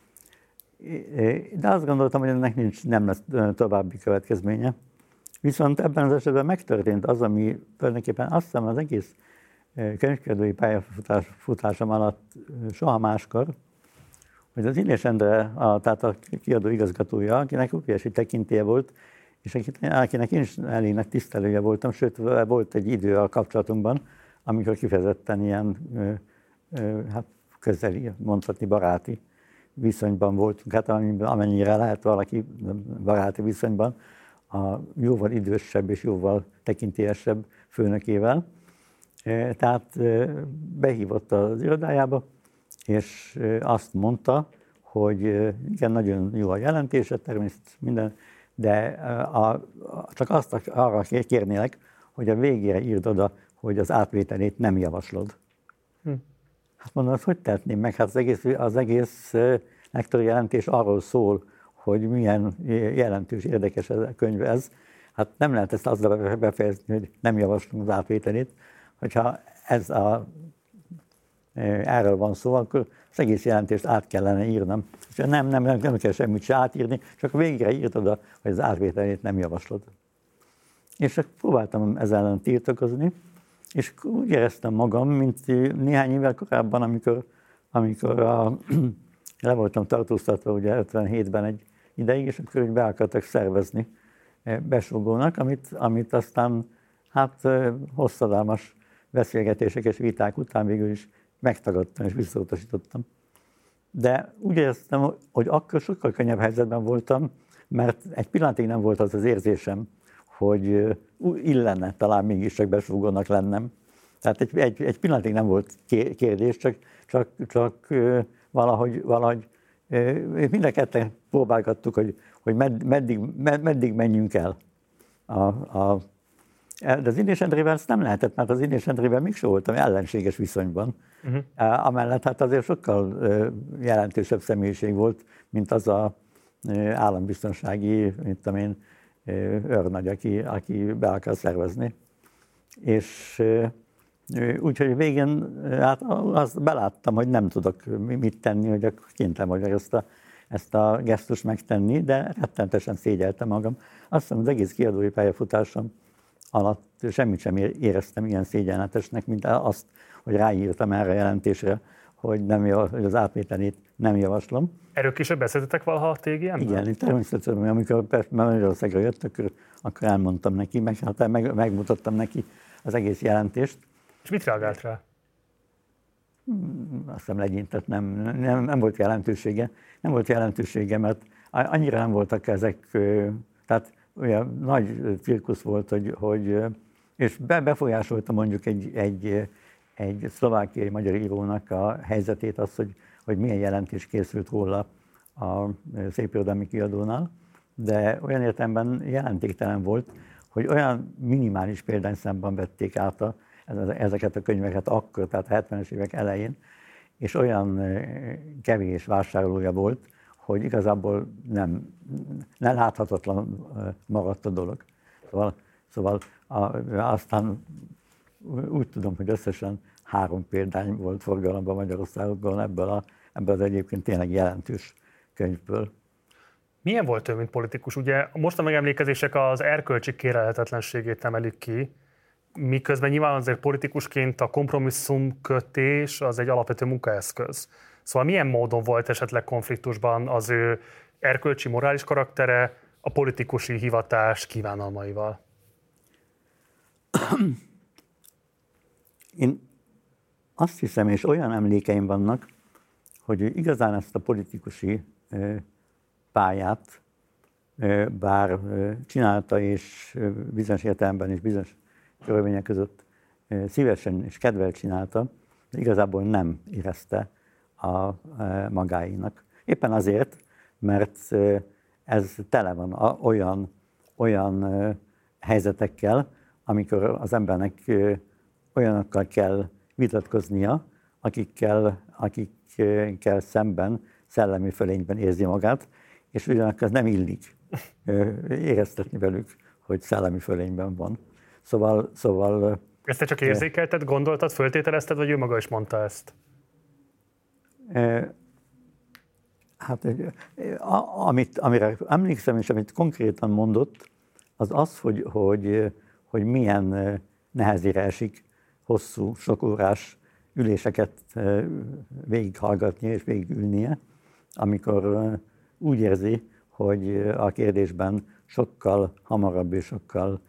De azt gondoltam, hogy ennek nincs, nem lesz további következménye. Viszont ebben az esetben megtörtént az, ami tulajdonképpen azt hiszem az egész könyvkiadói pályafutásom alatt soha máskor, hogy az Illés Endre, a, tehát a kiadó igazgatója, akinek óriási tekintélye volt, és akinek én is elének tisztelője voltam, sőt, volt egy idő a kapcsolatunkban, amikor kifejezetten ilyen hát közeli, mondhatni baráti viszonyban voltunk, hát amennyire lehet valaki baráti viszonyban, a jóval idősebb és jóval tekintélyesebb főnökével. Tehát behívott az irodájába, és azt mondta, hogy igen, nagyon jó a jelentése, természetesen minden, de a, csak azt arra kérnélek, hogy a végére írd oda, hogy az átvételét nem javaslod. Hm. Hát mondom, azt hogy tehetném meg? Hát az egész, az egész lektori jelentés arról szól, hogy milyen jelentős, érdekes ez a könyv ez. Hát nem lehet ezt azzal befejezni, hogy nem javaslom az átvételét. Hogyha ez a, erről van szó, akkor az egész jelentést át kellene írnom. És nem, nem, nem, nem kell semmit se átírni, csak a végére írd oda, hogy az átvételét nem javaslod. És próbáltam ezzel ellen tiltakozni, és úgy éreztem magam, mint néhány évvel korábban, amikor, amikor a, le voltam tartóztatva ugye ötvenhétben egy ideig, és akkor be akartak szervezni besúgónak, amit, amit aztán hát hosszadalmas beszélgetések és viták után végül is megtagadtam és visszautasítottam. De úgy éreztem, hogy akkor sokkal könnyebb helyzetben voltam, mert egy pillanatig nem volt az az érzésem, hogy illene talán mégis csak besúgónak lennem. Tehát egy, egy, egy pillanatig nem volt kérdés, csak, csak, csak valahogy, valahogy mind a ketten próbálgattuk, hogy, hogy med, meddig, med, meddig menjünk el. A, a, de az Illés Endrével ezt nem lehetett, mert az Illés Endrével mégsem voltam ellenséges viszonyban. Uh-huh. Amellett hát azért sokkal jelentősebb személyiség volt, mint az a állambiztonsági, mint tudom én, őrnagy, aki, aki be akar szervezni. És úgyhogy végén hát azt beláttam, hogy nem tudok mit tenni, hogy akkor kénytelen vagyok ezt a, ezt a gesztust megtenni, de rettentesen szégyeltem magam. Azt hiszem, az egész kiadói pályafutásom alatt semmit sem éreztem ilyen szégyenletesnek, mint azt, hogy ráírtam erre a jelentésre, hogy, nem javas, hogy az átvételét nem javaslom. Erről később beszéltetek valaha a té gé em-ben? Igen, természetesen, amikor Magyarországra jött, akkor, akkor elmondtam neki, meg, hát meg, megmutattam neki az egész jelentést. És mit reagált rá? Azt hiszem legyintett, nem, nem, nem volt jelentősége. Nem volt jelentősége, mert annyira nem voltak ezek, tehát olyan nagy cirkusz volt, hogy, hogy és befolyásolta mondjuk egy, egy, egy szlovákiai magyar írónak a helyzetét, az, hogy, hogy milyen jelentés készült róla a szépirodalmi kiadónál, de olyan értelemben jelentéktelen volt, hogy olyan minimális példányszámban vették át a, ezeket a könyveket akkor, tehát a hetvenes évek elején, és olyan kevés vásárlója volt, hogy igazából nem, nem láthatatlan maradt a dolog. Szóval, szóval a, aztán úgy tudom, hogy összesen három példány volt forgalomban Magyarországon ebből, a, ebből az egyébként tényleg jelentős könyvből. Milyen volt ő, mint politikus? Ugye most a megemlékezések az erkölcsi kérelhetetlenségét emelik ki, miközben nyilván azért politikusként a kompromisszumkötés az egy alapvető munkaeszköz. Szóval milyen módon volt esetleg konfliktusban az ő erkölcsi, morális karaktere a politikusi hivatás kívánalmaival? Én azt hiszem, és olyan emlékeim vannak, hogy ő igazán ezt a politikusi pályát, bár csinálta, és bizonyos értelemben és bizonyos körülmények között szívesen és kedvel csinálta, de igazából nem érezte a magáinak. Éppen azért, mert ez tele van olyan, olyan helyzetekkel, amikor az embernek olyanokkal kell vitatkoznia, akikkel, akikkel szemben szellemi fölényben érzi magát, és ugyanakkor nem illik éreztetni velük, hogy szellemi fölényben van. Szóval... szóval ezt te csak érzékelted, gondoltad, föltételezted, vagy ő maga is mondta ezt? Hát, amit, amire emlékszem, és amit konkrétan mondott, az az, hogy, hogy, hogy milyen nehezére esik hosszú, sok órás üléseket végighallgatnia és végigülnie, amikor úgy érzi, hogy a kérdésben sokkal hamarabb és sokkal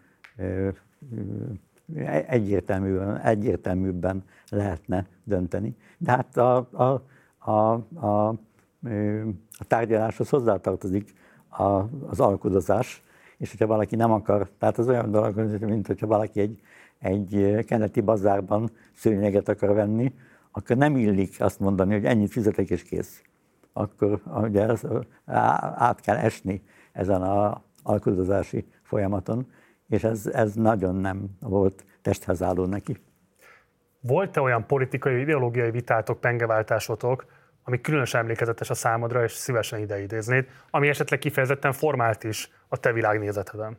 egyértelműbben, egyértelműbben lehetne dönteni. De hát a, a, a, a, a tárgyaláshoz hozzátartozik a, az alkudozás, és hogyha valaki nem akar, tehát az olyan dolog, mint hogyha valaki egy, egy keleti bazárban szőnyeget akar venni, akkor nem illik azt mondani, hogy ennyit fizetek és kész. Akkor ugye ez, át kell esni ezen az alkudozási folyamaton, és ez, ez nagyon nem volt testhez álló neki. Volt-e olyan politikai, ideológiai vitátok, pengeváltásotok, ami különösen emlékezetes a számodra, és szívesen ideidéznéd, ami esetleg kifejezetten formált is a te világnézeteden?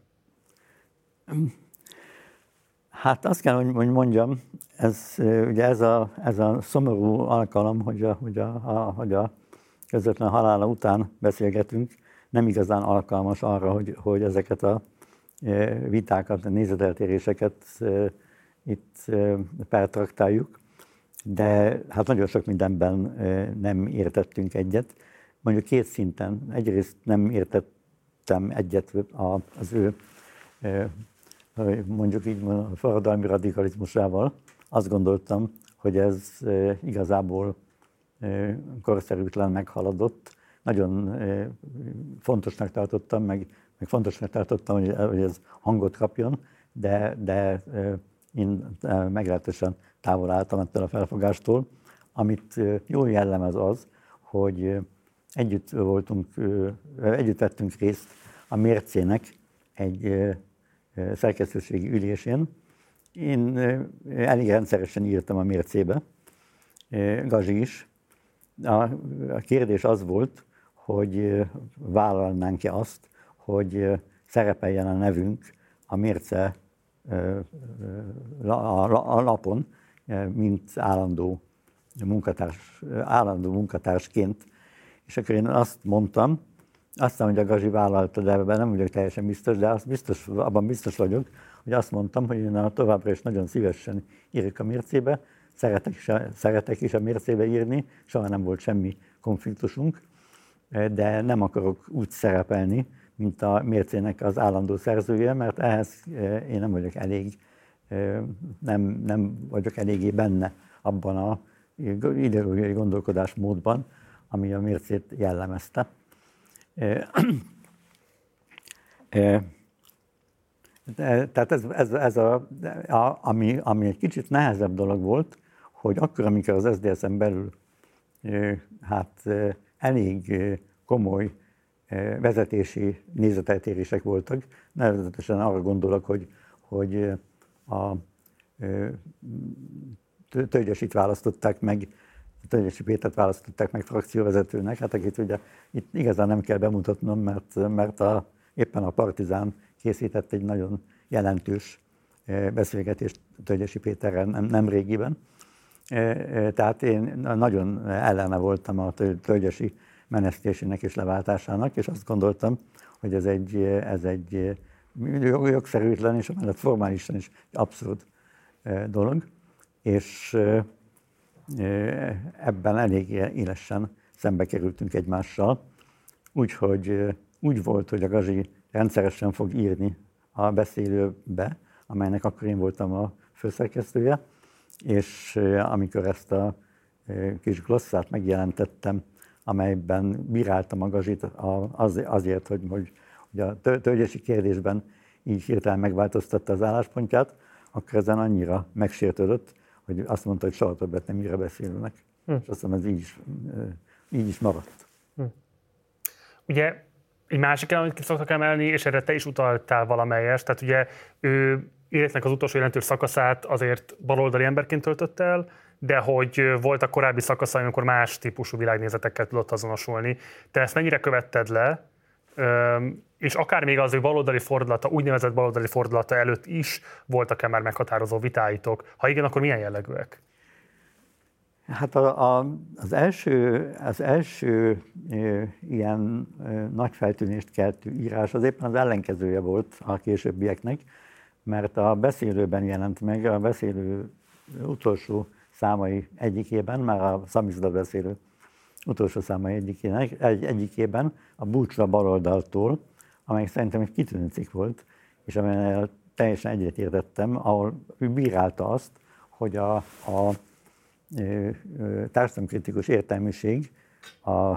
Hát azt kell, hogy mondjam, ez, ugye ez a, ez a szomorú alkalom, hogy a, hogy a, a, hogy a közvetlen halála után beszélgetünk, nem igazán alkalmas arra, hogy, hogy ezeket a vitákat, a nézeteltéréseket itt pertraktáljuk, de hát nagyon sok mindenben nem értettünk egyet. Mondjuk két szinten. Egyrészt nem értettem egyet az ő, mondjuk így a forradalmi radikalizmusával. Azt gondoltam, hogy ez igazából korszerűtlen, meghaladott. Nagyon fontosnak tartottam, meg, meg fontosnak tartottam, hogy, hogy ez hangot kapjon, de, de én meglehetősen távol álltam ettől a felfogástól. Amit jól jellemez az, hogy együtt voltunk, együtt vettünk részt a Mércének egy szerkesztőségi ülésén. Én elég rendszeresen írtam a Mércébe, Gazsi is. A, a kérdés az volt, hogy vállalnánk-e azt, hogy szerepeljen a nevünk a Mérce a lapon, mint állandó munkatárs, állandó munkatársként. És akkor én azt mondtam, aztán, hogy a Gazsi vállalta, de ebben nem vagyok teljesen biztos, de azt biztos, abban biztos vagyok, hogy azt mondtam, hogy én továbbra is nagyon szívesen írok a Mércébe, szeretek is, a, szeretek is a Mércébe írni, soha nem volt semmi konfliktusunk, de nem akarok úgy szerepelni, mint a Mércének az állandó szerzője, mert ehhez én nem vagyok elég, nem, nem vagyok eléggé benne abban a ideológiai gondolkodásmódban, ami a Mércét jellemezte. De, tehát ez, ez, ez a, a, ami, ami egy kicsit nehezebb dolog volt, hogy akkor, amikor az es zé dé es-en belül hát elég komoly vezetési nézeteltérések voltak, nevezetesen arra gondolok, hogy, hogy a Tőgyösit választották meg, Tőgyösi Pétert választották meg frakcióvezetőnek, hát akit ugye itt igazán nem kell bemutatnom, mert, mert a, éppen a Partizán készített egy nagyon jelentős beszélgetést Tölgyesi Péterrel nem, nem régiben. Tehát én nagyon ellene voltam a Tölgyesi menesztésének és leváltásának, és azt gondoltam, hogy ez egy, ez egy jogszerűtlen és amellett formálisan is abszurd dolog, és ebben elég élesen szembe kerültünk egymással, úgyhogy úgy volt, hogy a Gazi rendszeresen fog írni a beszélőbe, amelynek akkor én voltam a főszerkesztője, és amikor ezt a kis glosszát megjelentettem, amelyben bíráltam a Gazit azért, hogy, hogy, hogy a tölgyesi kérdésben így hirtelen megváltoztatta az álláspontját, akkor ezen annyira megsértődött, hogy azt mondta, hogy soha többet nem ír a beszélőnek. Hm. És azt hiszem, ez így is, így is maradt. Hm. Ugye egy másik elem, amit ki szoktak emelni, és erre te is utaltál valamelyest, tehát ugye ő életnek az utolsó jelentős szakaszát azért baloldali emberként töltött el, de hogy voltak korábbi szakaszai, amikor más típusú világnézetekkel tudott azonosulni. Te ezt mennyire követted le, és akár még az ő baloldali fordulata, úgynevezett baloldali fordulata előtt is voltak-e már meghatározó vitáitok? Ha igen, akkor milyen jellegűek? Hát a, a, az első, az első e, ilyen e, nagy feltűnést keltő írás az éppen az ellenkezője volt a későbbieknek, mert a beszélőben jelent meg, a beszélő utolsó számai egyikében, már a szamizdat beszélő utolsó számai egyikének, egy, egyikében a Búcsra baloldaltól, amely szerintem egy kitűnő cikk volt, és amelyel teljesen egyetértettem, ahol ő bírálta azt, hogy a, a társadalomkritikus értelmiség a, a,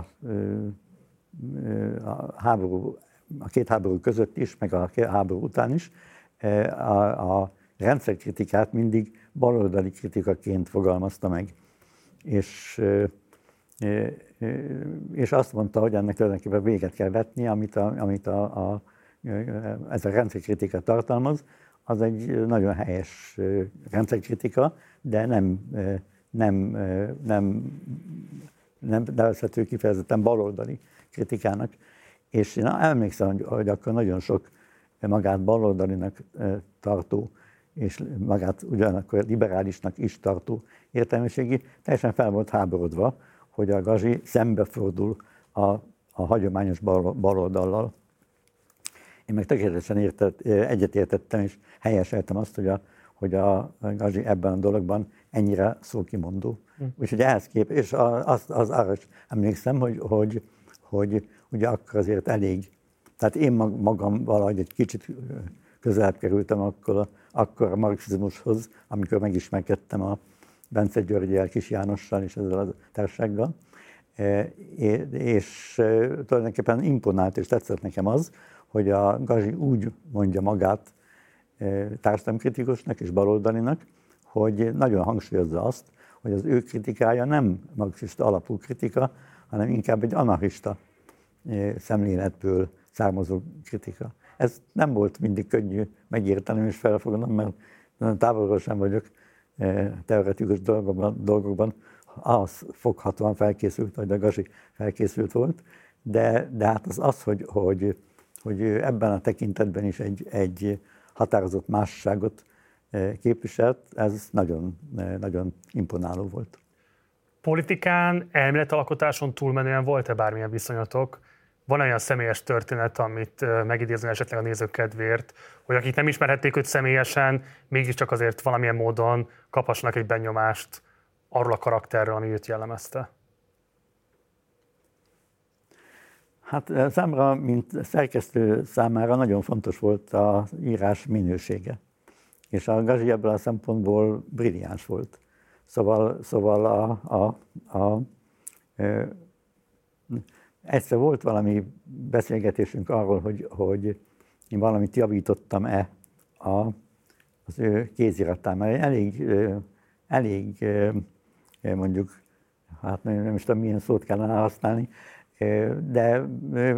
háború, a két háború között is, meg a háború után is a, a rendszerkritikát mindig baloldali kritikaként fogalmazta meg. És, és azt mondta, hogy ennek tulajdonképpen véget kell vetni, amit, a, amit a, a, ez a rendszerkritika tartalmaz, az egy nagyon helyes rendszerkritika, de nem nem, nem, nem nevezhető kifejezetten baloldali kritikának. És én emlékszem, hogy, hogy akkor nagyon sok magát baloldalinak tartó, és magát ugyanakkor liberálisnak is tartó értelmiségi teljesen fel volt háborodva, hogy a Gazi szembefordul a, a hagyományos baloldallal. Én meg tökéletesen értett, egyetértettem, és helyeseltem azt, hogy a, hogy a Gazi ebben a dologban ennyire szókimondó. Hm. Úgyhogy ehhez kép, és az, az arra is emlékszem, hogy, hogy, hogy ugye akkor azért elég, tehát én magam valahogy egy kicsit közelebb kerültem akkor a, akkor a marxizmushoz, amikor megismerkedtem a Bence Györgyel, Kis Jánossal és ezzel a társággal, és tulajdonképpen imponált és tetszett nekem az, hogy a Gazi úgy mondja magát társadalomkritikusnak és baloldalinak, hogy nagyon hangsúlyozza azt, hogy az ő kritikája nem marxista alapú kritika, hanem inkább egy anarchista szemléletből származó kritika. Ez nem volt mindig könnyű megértenem és felfognom, mert távolról sem vagyok teoretikus dolgokban, dolgokban az foghatóan felkészült, hogy a Gazi felkészült volt, de, de hát az az, hogy, hogy, hogy ebben a tekintetben is egy, egy határozott másságot képviselt, ez nagyon, nagyon imponáló volt. Politikán, elméletalkotáson túlmenően volt-e bármilyen viszonyatok? Van olyan személyes történet, amit megidézni esetleg a nézők kedvéért, hogy akik nem ismerhették őt személyesen, mégiscsak azért valamilyen módon kaphassanak egy benyomást arról a karakterről, ami őt jellemezte? Hát számra, mint szerkesztő számára nagyon fontos volt az írás minősége. És a Gazi ebből a szempontból brilliáns volt. Szóval, szóval a, a, a, a, egyszer volt valami beszélgetésünk arról, hogy, hogy én valamit javítottam-e a, az ő kéziratán, mert elég, elég mondjuk, hát nem, nem is tudom, milyen szót kellene használni, de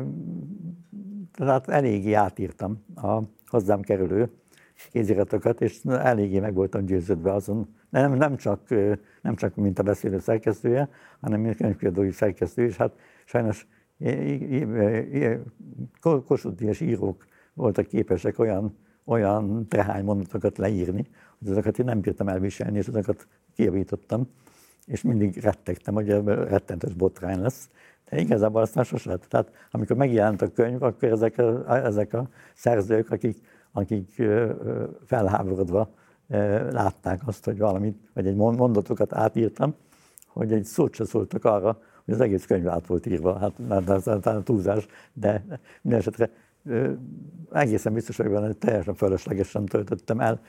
tehát eléggé átírtam a hozzám kerülő kéziratokat, és eléggé meg voltam győződve azon, de nem, nem, csak, nem csak mint a beszélő szerkesztője, hanem mint könyvkiadói szerkesztő, és hát sajnos Kossuth-díjas írók voltak képesek olyan, olyan trehány mondatokat leírni, hogy azokat én nem bírtam elviselni, és azokat kijavítottam, és mindig rettegtem, hogy rettentes botrány lesz. De igazából aztán sose lett. Tehát amikor megjelent a könyv, akkor ezek a, ezek a szerzők, akik, akik felháborodva látták azt, hogy valamit, vagy egy mondatokat átírtam, hogy egy szót se szóltak arra, hogy az egész könyv át volt írva. Hát ez a túlzás, de minden esetre egészen biztos vagyok benne, hogy teljesen fölöslegesen töltöttem el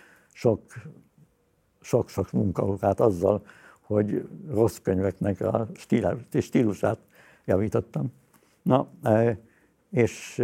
sok-sok munkaórát azzal, hogy rossz könyveknek a stílusát javítottam. Na, és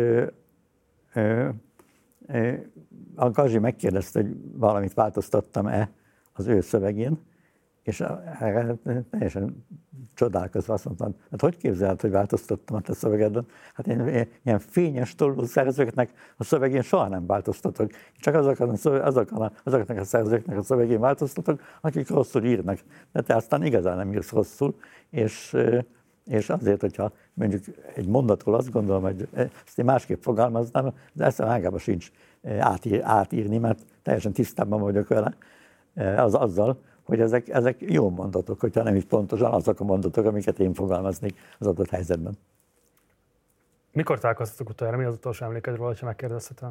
a Gazi megkérdezte, hogy valamit változtattam-e az ő szövegén, és erre teljesen csodálkozva azt mondtam, hát hogy képzeled, hogy változtattam a te szövegedben? Hát én ilyen fényes tollú szerzőknek a szövegén soha nem változtatok. Csak azokon a szöveg, azokon a, azoknak a szerzőknek a szövegén változtatok, akik rosszul írnak. De te aztán igazán nem írsz rosszul, és, és azért, hogyha mondjuk egy mondatról azt gondolom, hogy ezt én másképp fogalmaznám, de ezt a ágában sincs átír, átírni, mert teljesen tisztában vagyok vele az, azzal, hogy ezek, ezek jó mondatok, hogyha nem is pontosan azok a mondatok, amiket én fogalmaznék az adott helyzetben. Mikor találkoztatok utoljára? Mi az utolsó emléked róla, ha megkérdezhetem?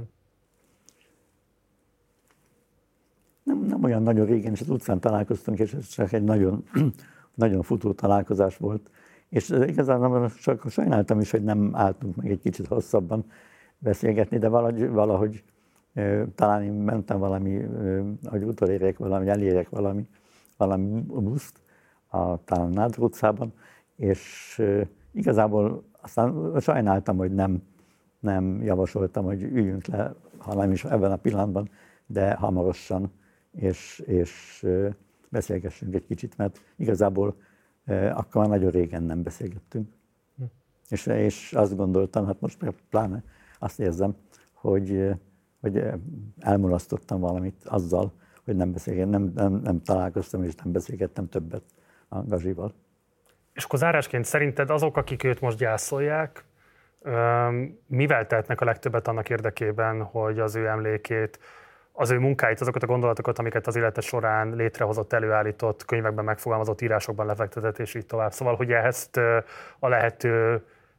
Nem, nem olyan nagyon régen, és az utcán találkoztunk, és ez csak egy nagyon, nagyon futó találkozás volt. És igazán csak sajnáltam is, hogy nem álltunk meg egy kicsit hosszabban beszélgetni, de valahogy, valahogy talán én mentem valami, hogy utolérjek valami, elérjek valami, valami buszt, a, talán Nádor utcában, és igazából aztán sajnáltam, hogy nem, nem javasoltam, hogy üljünk le, ha nem is ebben a pillanatban, de hamarosan, és, és beszélgessünk egy kicsit, mert igazából akkor már nagyon régen nem beszélgettünk. Hm. És, és azt gondoltam, hát most pláne azt érzem, hogy hogy elmulasztottam valamit azzal, hogy nem, nem, nem, nem találkoztam és nem beszélgettem többet a Gazival. És akkor zárásként szerinted azok, akik őt most gyászolják, mivel tehetnek a legtöbbet annak érdekében, hogy az ő emlékét, az ő munkáit, azokat a gondolatokat, amiket az élete során létrehozott, előállított, könyvekben megfogalmazott, írásokban lefektetett, és így tovább. Szóval, hogy ezt a lehető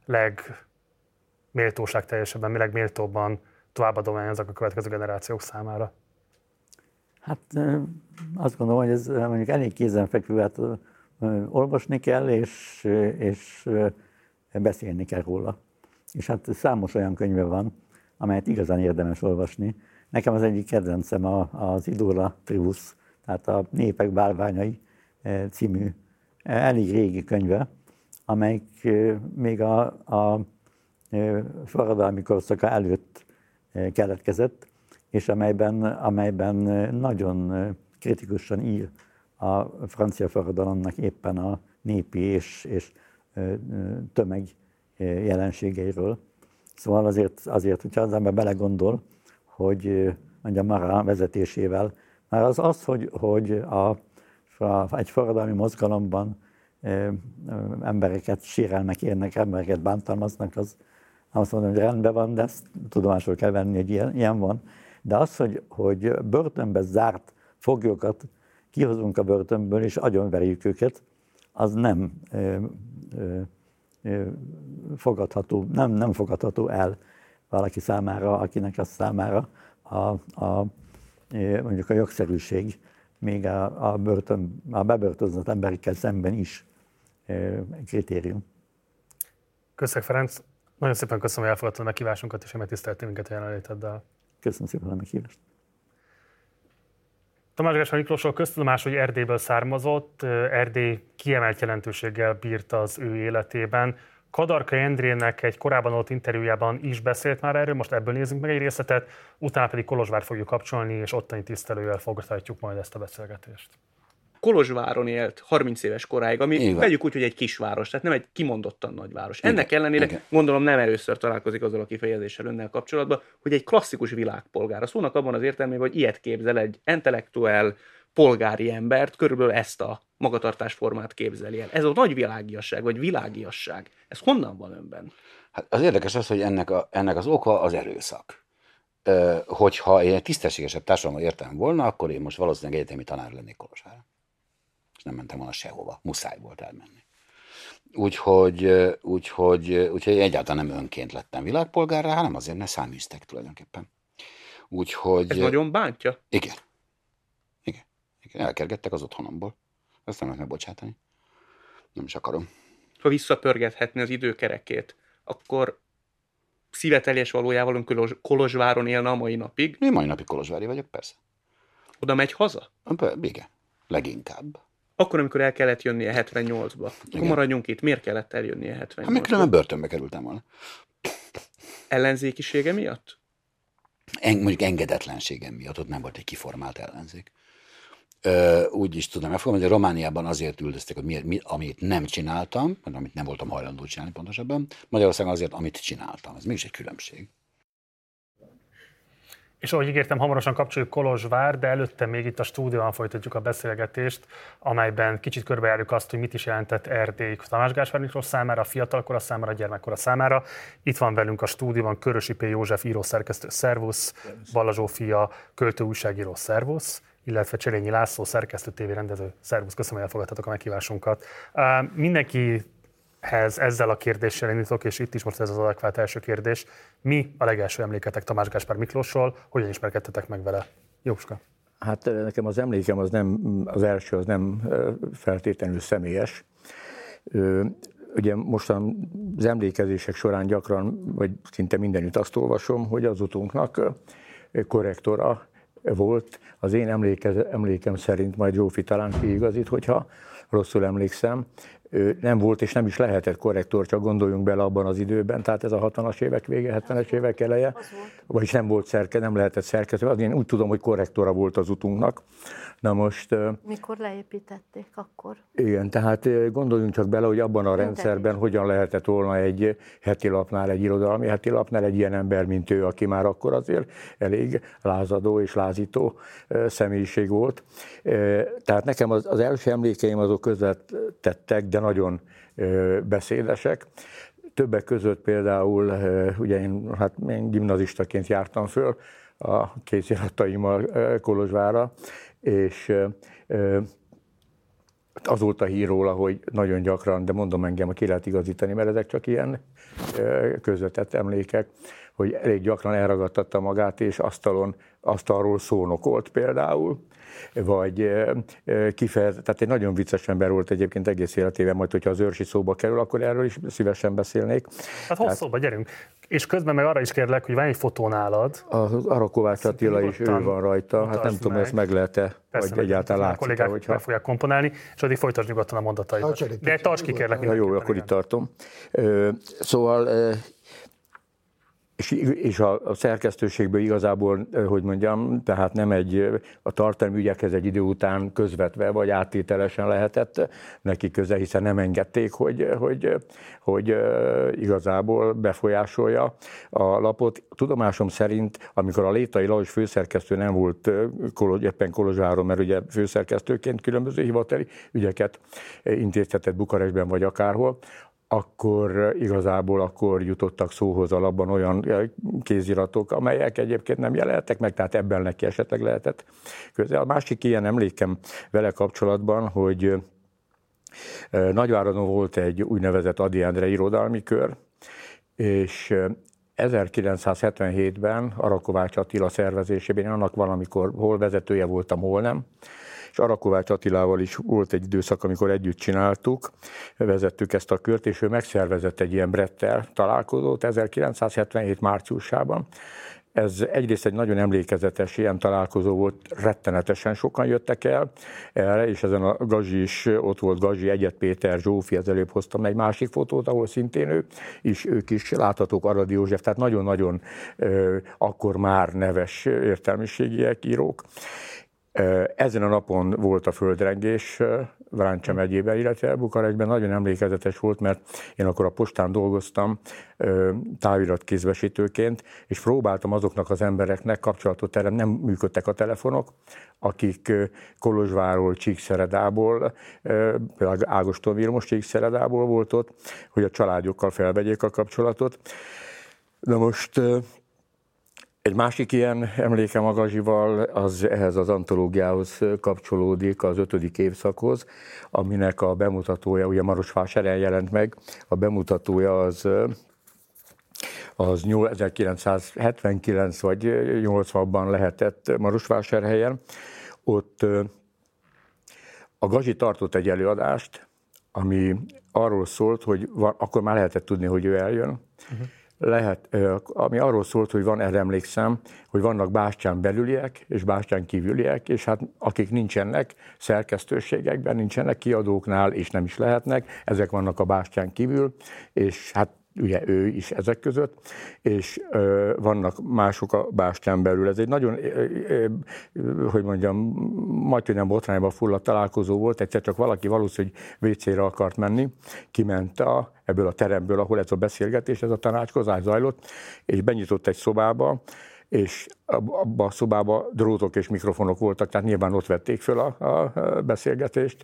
legméltóságteljesebben, legméltóbban továbbadom-e a következő generációk számára? Hát azt gondolom, hogy ez mondjuk elég kézenfekvő, hát olvasni kell, és, és beszélni kell róla. És hát számos olyan könyve van, amelyet igazán érdemes olvasni. Nekem az egyik kedvencem az Idola Tribus, tehát a Népek bálványai című elég régi könyve, amelyik még a, a forradalmi korszaka előtt keletkezett, és amelyben, amelyben nagyon kritikusan ír a francia forradalomnak éppen a népi és, és tömeg jelenségeiről. Szóval azért, azért, hogyha az ember belegondol, hogy mondja Marat vezetésével, már az az, hogy, hogy a, a, egy forradalmi mozgalomban embereket sérelmek érnek, embereket bántalmaznak, az azt mondom, hogy rendben van, de ezt tudomásul kell venni, hogy ilyen, ilyen van. De az, hogy, hogy börtönbe zárt foglyokat kihozunk a börtönből, és agyonverjük őket, az nem ö, ö, ö, fogadható, nem, nem fogadható el valaki számára, akinek az számára a, a, mondjuk a jogszerűség, még a, a, börtön, a bebörtönzött emberekkel szemben is kritérium. Köszönöm, Ferenc! Nagyon szépen köszönöm, hogy elfogadtad a meghívásunkat, és megtiszteltél minket a jelenléteddel. Köszönöm szépen a meghívást. Tamás Gáspár Miklósról köztudomás, hogy Erdélyből származott, Erdély kiemelt jelentőséggel bírt az ő életében. Kadarkai Endrének egy korábban adott interjújában is beszélt már erről, most ebből nézzünk meg egy részletet, utána pedig Kolozsvárt fogjuk kapcsolni, és ottani tisztelővel folytatjuk majd ezt a beszélgetést. Kolozsváron élt harminc éves koráig, ami vegyük úgy, hogy egy kisváros, tehát nem egy kimondottan nagyváros. Ennek igen, ellenére igen. Gondolom nem először találkozik azzal a kifejezéssel önnel kapcsolatban, hogy egy klasszikus világpolgár. A szónak abban az értelmében, hogy ilyet képzel egy intellektuál, polgári embert, körülbelül ezt a magatartásformát képzeli el. Ez a nagy világiasság, vagy világiasság. Ez honnan van önben? Hát az érdekes az, hogy ennek, a, ennek az oka az erőszak. hogyha én egy tisztességesebb társadalommal értem volna, akkor én most valószínűleg egyetemi tanár lennék Kolozsvárra. És nem mentem volna sehova. Muszáj volt elmenni. Úgyhogy, úgyhogy, úgyhogy egyáltalán nem önként lettem világpolgárrá, hanem azért ne száműztek tulajdonképpen. Úgyhogy... Ez nagyon bántja? Igen. Igen. Igen. Elkergettek az otthonomból. Ezt nem lehet megbocsátani. Nem is akarom. Ha visszapörgethetni az időkerekét, akkor szíveteljes valójával ön Kolozsváron élne a mai napig? Én mai napig kolozsvári vagyok, persze. Oda megy haza? Igen, leginkább. Akkor, amikor el kellett jönnie hetvennyolcba. Akkor maradjunk itt. Miért kellett eljönnie hetvennyolcba? Hát még különben börtönbe kerültem volna. Ellenzékisége miatt? En, mondjuk engedetlenségem miatt, ott nem volt egy kiformált ellenzék. Ö, úgy is tudom elfogadni, hogy Romániában azért üldöztek, hogy mi, mi, amit nem csináltam, vagy amit nem voltam hajlandó csinálni pontosabban, Magyarországon azért, amit csináltam. Ez mégis egy különbség. És ahogy ígértem, hamarosan kapcsoljuk Kolozsvár, de előtte még itt a stúdióban folytatjuk a beszélgetést, amelyben kicsit körbejárjuk azt, hogy mit is jelentett Erdély Tamás Gáspár Miklós számára, a fiatalkora számára, a gyermekkora számára. Itt van velünk a stúdióban Körösi P. József írószerkesztő, szervusz, Balla Zsófia, költő, újságíró, szervusz, illetve Cserényi László, szerkesztő, tévérendező, szervusz, köszönöm, hogy elfogadtatok a meghívásunkat. Uh, mindenkihez ezzel a kérdéssel indítok, és itt is most ez az adekvát első kérdés. Mi a legelső emléketek Tamás Gáspár Miklósról? Hogyan ismerkedtetek meg vele? Jóska. Hát nekem az emlékem az nem, az első az nem feltétlenül személyes. Ugye most az emlékezések során gyakran, vagy szinte mindenütt azt olvasom, hogy az utunknak korrektora volt. Az én emlékem szerint, majd Zsófi talán kiigazít, hogyha rosszul emlékszem, nem volt és nem is lehetett korrektor, csak gondoljunk bele abban az időben, tehát ez a hatvanas évek vége, hetvenes évek eleje, vagyis nem volt szerke, nem lehetett szerkesztő, az én úgy tudom, hogy korrektora volt az utunknak. Na most... Mikor leépítették akkor? Igen, tehát gondoljunk csak bele, hogy abban a rendszerben hogyan lehetett volna egy heti lapnál, egy irodalmi heti lapnál egy ilyen ember, mint ő, aki már akkor azért elég lázadó és lázító személyiség volt. Tehát nekem az, az első emlékeim azok közvetettek, de nagyon beszédesek. Többek között például, ugye én, hát én gimnazistaként jártam föl a kézirataimmal Kolozsvárra, és az volt a hír róla, hogy nagyon gyakran, de mondom, engem ki lehet igazítani, mert ezek csak ilyen közvetett emlékek, hogy elég gyakran elragadtatta magát, és asztalon, asztalról szónokolt például, vagy kifejezett, tehát egy nagyon vicces ember volt egyébként egész életében, majd hogyha az őrsi szóba kerül, akkor erről is szívesen beszélnék. Hát hossz szóba, gyerünk. És közben meg arra is kérlek, hogy van egy fotó nálad. Az Arakovács Attila is, ő van rajta, hát nem tudom, meg. Ezt meg lehet-e, vagy egyáltalán látszik. A kollégák hogyha... meg fogják komponálni, és addig folytasd nyugodtan a mondataidat. De tarts ki, kérlek. Ja, jó, akkor itt tartom. Szóval... És, és a, a szerkesztőségből igazából, hogy mondjam, tehát nem egy, a tartalmi ügyekhez egy idő után közvetve vagy áttételesen lehetett neki köze, hiszen nem engedték, hogy, hogy, hogy igazából befolyásolja a lapot. Tudomásom szerint, amikor a Létai Lajos főszerkesztő nem volt éppen Kolozsváron, mert ugye főszerkesztőként különböző hivatali ügyeket intéztetett Bukarestben vagy akárhol, akkor igazából akkor jutottak szóhoz a labban olyan kéziratok, amelyek egyébként nem jelentek meg, tehát ebben neki esetleg lehetett közel. A másik ilyen emlékem vele kapcsolatban, hogy Nagyváradon volt egy úgynevezett Ady Endre irodalmi kör, és ezerkilencszázhetvenhétben Arakovács Attila szervezésében, én annak valamikor hol vezetője voltam, hol nem, és Arakovács Attilával is volt egy időszak, amikor együtt csináltuk, vezettük ezt a kört, és ő megszervezett egy ilyen Brettel találkozót ezerkilencszázhetvenhét márciusában. Ez egyrészt egy nagyon emlékezetes ilyen találkozó volt, rettenetesen sokan jöttek el erre, és ezen a Gazsi is ott volt, Gazsi, Egyet Péter, Zsófi, az előbb hoztam egy másik fotót, ahol szintén ő is, ők is láthatók, Aradi József, tehát nagyon-nagyon akkor már neves értelmiségiek, írók. Ezen a napon volt a földrengés Vráncsa megyében, illetve Bukarestben nagyon emlékezetes volt, mert én akkor a postán dolgoztam táviratkézbesítőként, és próbáltam azoknak az embereknek kapcsolatot teremteni, nem működtek a telefonok, akik Kolozsvárról, Csíkszeredából, például Ágoston Vilmos Csíkszeredából volt ott, hogy a családjukkal felvegyék a kapcsolatot. Na most Egy másik ilyen emlékem a Gazsival, az ehhez az antológiához kapcsolódik, az ötödik évszakhoz, aminek a bemutatója, ugye Marosvásárhelyen jelent meg, a bemutatója az, az ezerkilencszázhetvenkilenc vagy nyolcvanban lehetett Marosvásárhelyen. Ott a Gazsi tartott egy előadást, ami arról szólt, hogy van, akkor már lehetett tudni, hogy ő eljön. Uh-huh. Lehet, ami arról szólt, hogy van, erre emlékszem, hogy vannak bástyán belüliek és bástyán kívüliek, és hát akik nincsenek szerkesztőségekben, nincsenek kiadóknál, és nem is lehetnek, ezek vannak a bástyán kívül, és hát ugye ő is ezek között, és ö, vannak mások a bástyán belül. Ez egy nagyon, ö, ö, hogy mondjam, majdnem botrányba fulladt találkozó volt, egyszer csak valaki valószínűleg vécére akart menni, kiment a, ebből a teremből, ahol ez a beszélgetés, ez a tanácskozás zajlott, és benyitott egy szobába, és abban a szobában drótok és mikrofonok voltak, tehát nyilván ott vették föl a, a beszélgetést.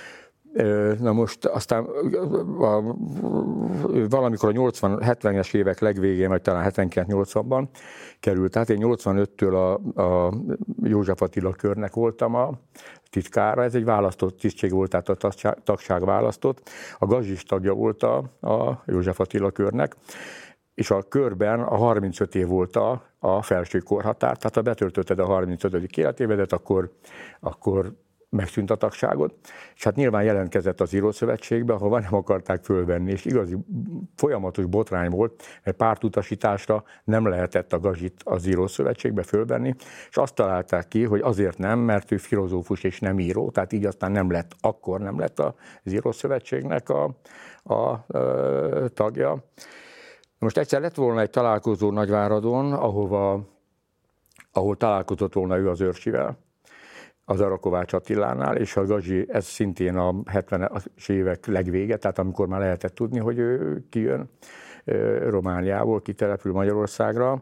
Na most aztán a, valamikor a nyolcvan hetvenes évek legvégén, vagy talán hetvenkilenc nyolcvanban került, tehát én nyolcvanöttől a, a József Attila körnek voltam a titkára, ez egy választott tisztség volt, tehát a tagság választott. A Gazsi is tagja volt a, a József Attila körnek, és a körben a harmincöt év volt a, a felső korhatár, tehát ha betöltötted a harmincötödik életévedet, akkor, akkor megszűnt a tagságod, és hát nyilván jelentkezett az írószövetségbe, ahova nem akarták fölvenni, és igazi folyamatos botrány volt, mert pártutasításra nem lehetett a Gazsit az írószövetségbe fölvenni, és azt találták ki, hogy azért nem, mert ő filozófus és nem író, tehát így aztán nem lett, akkor nem lett az írószövetségnek a, a, a tagja. Most egyszer lett volna egy találkozó Nagyváradon, ahova, ahol találkozott volna ő az Őrsivel, az Arakovács Attilánál, és a Gazsi, ez szintén a hetvenes évek legvége, tehát amikor már lehetett tudni, hogy ő kijön Romániából, kitelepül Magyarországra,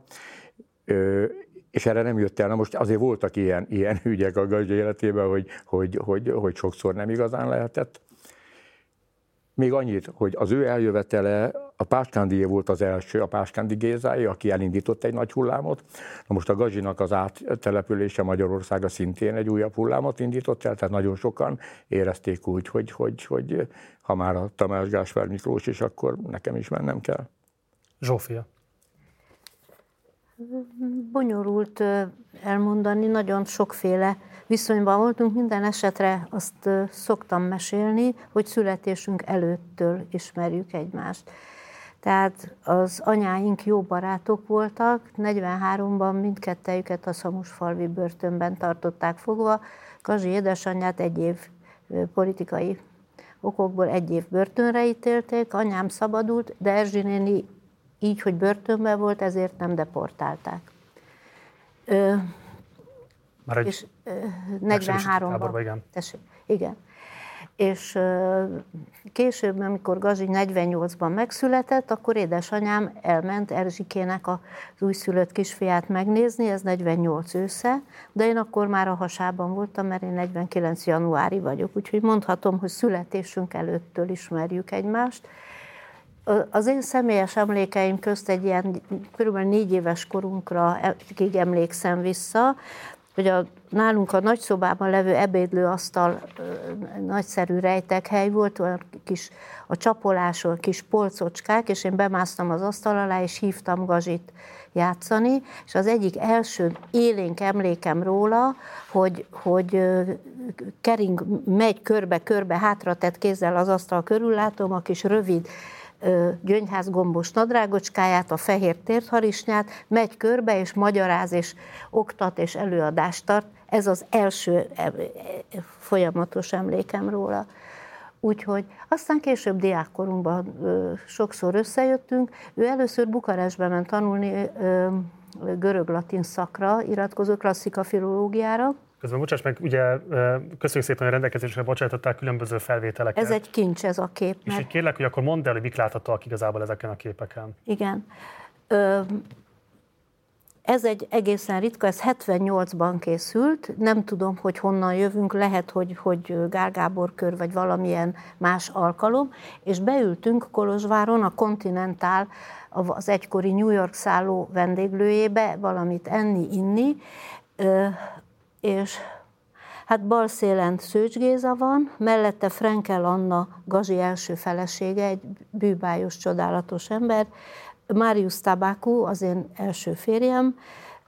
és erre nem jött el. Na most azért voltak ilyen, ilyen ügyek a Gazsi életében, hogy, hogy, hogy, hogy sokszor nem igazán lehetett. Még annyit, hogy az ő eljövetele, a Páskándijé volt az első, a Páskándi Gézáé, aki elindított egy nagy hullámot. Na most a Gazsinak az áttelepülése Magyarországra szintén egy újabb hullámot indított el, tehát nagyon sokan érezték úgy, hogy, hogy, hogy ha már a Tamás Gáspár Miklós is, akkor nekem is mennem kell. Zsófia. Bonyolult elmondani, nagyon sokféle viszonyban voltunk, minden esetre azt szoktam mesélni, hogy születésünk előttől ismerjük egymást. Tehát az anyáink jó barátok voltak, negyvenháromban mindkettejüket a Szamusfalvi börtönben tartották fogva. Gazsi édesanyját egy év politikai okokból egy év börtönre ítélték, anyám szabadult, de Erzsi néni így, hogy börtönben volt, ezért nem deportálták. Ö, Már egy és negyvenháromban. Igen. Tessék, igen. És ö, később, amikor Gazsi negyvennyolcban megszületett, akkor édesanyám elment Erzsikének az újszülött kisfiát megnézni, ez negyvennyolc ősze, de én akkor már a hasában voltam, mert én negyvenkilenc januári vagyok, úgyhogy mondhatom, hogy születésünk előttől ismerjük egymást. Az én személyes emlékeim közt egy ilyen kb. négy éves korunkra emlékszem vissza, hogy a, nálunk a nagyszobában levő ebédlőasztal nagyszerű rejtekhely volt, olyan kis a csapolásról kis polcocskák, és én bemásztam az asztal alá, és hívtam Gazsit játszani, és az egyik első élénk emlékem róla, hogy, hogy kering, megy körbe-körbe, hátratett kézzel az asztal körül, látom a kis rövid gyöngyházgombos nadrágocskáját, a fehér tértharisnyát, megy körbe, és magyaráz, és oktat, és előadást tart. Ez az első folyamatos emlékem róla. Úgyhogy aztán később diákkorunkban sokszor összejöttünk. Ő először Bukarestbe ment tanulni görög-latin szakra, iratkozó klasszika filológiára. Közben bocsáss meg, ugye köszönjük szépen, hogy rendelkezésre bocsátották különböző felvételeket. Ez egy kincs, ez a kép. És mert... így kérlek, hogy akkor mondd el, hogy mik láthatóak igazából ezeken a képeken. Igen. Ö, Ez egy egészen ritka, ez hetvennyolcban készült, nem tudom, hogy honnan jövünk, lehet, hogy, hogy Gál Gábor kör, vagy valamilyen más alkalom, és beültünk Kolozsváron a Continental, az egykori New York szálló vendéglőjébe, valamit enni, inni, és hát bal szélen Szőcs Géza van, mellette Frenkel Anna, Gazi első felesége, egy bűbájos, csodálatos ember, Marius Tabákú, az én első férjem,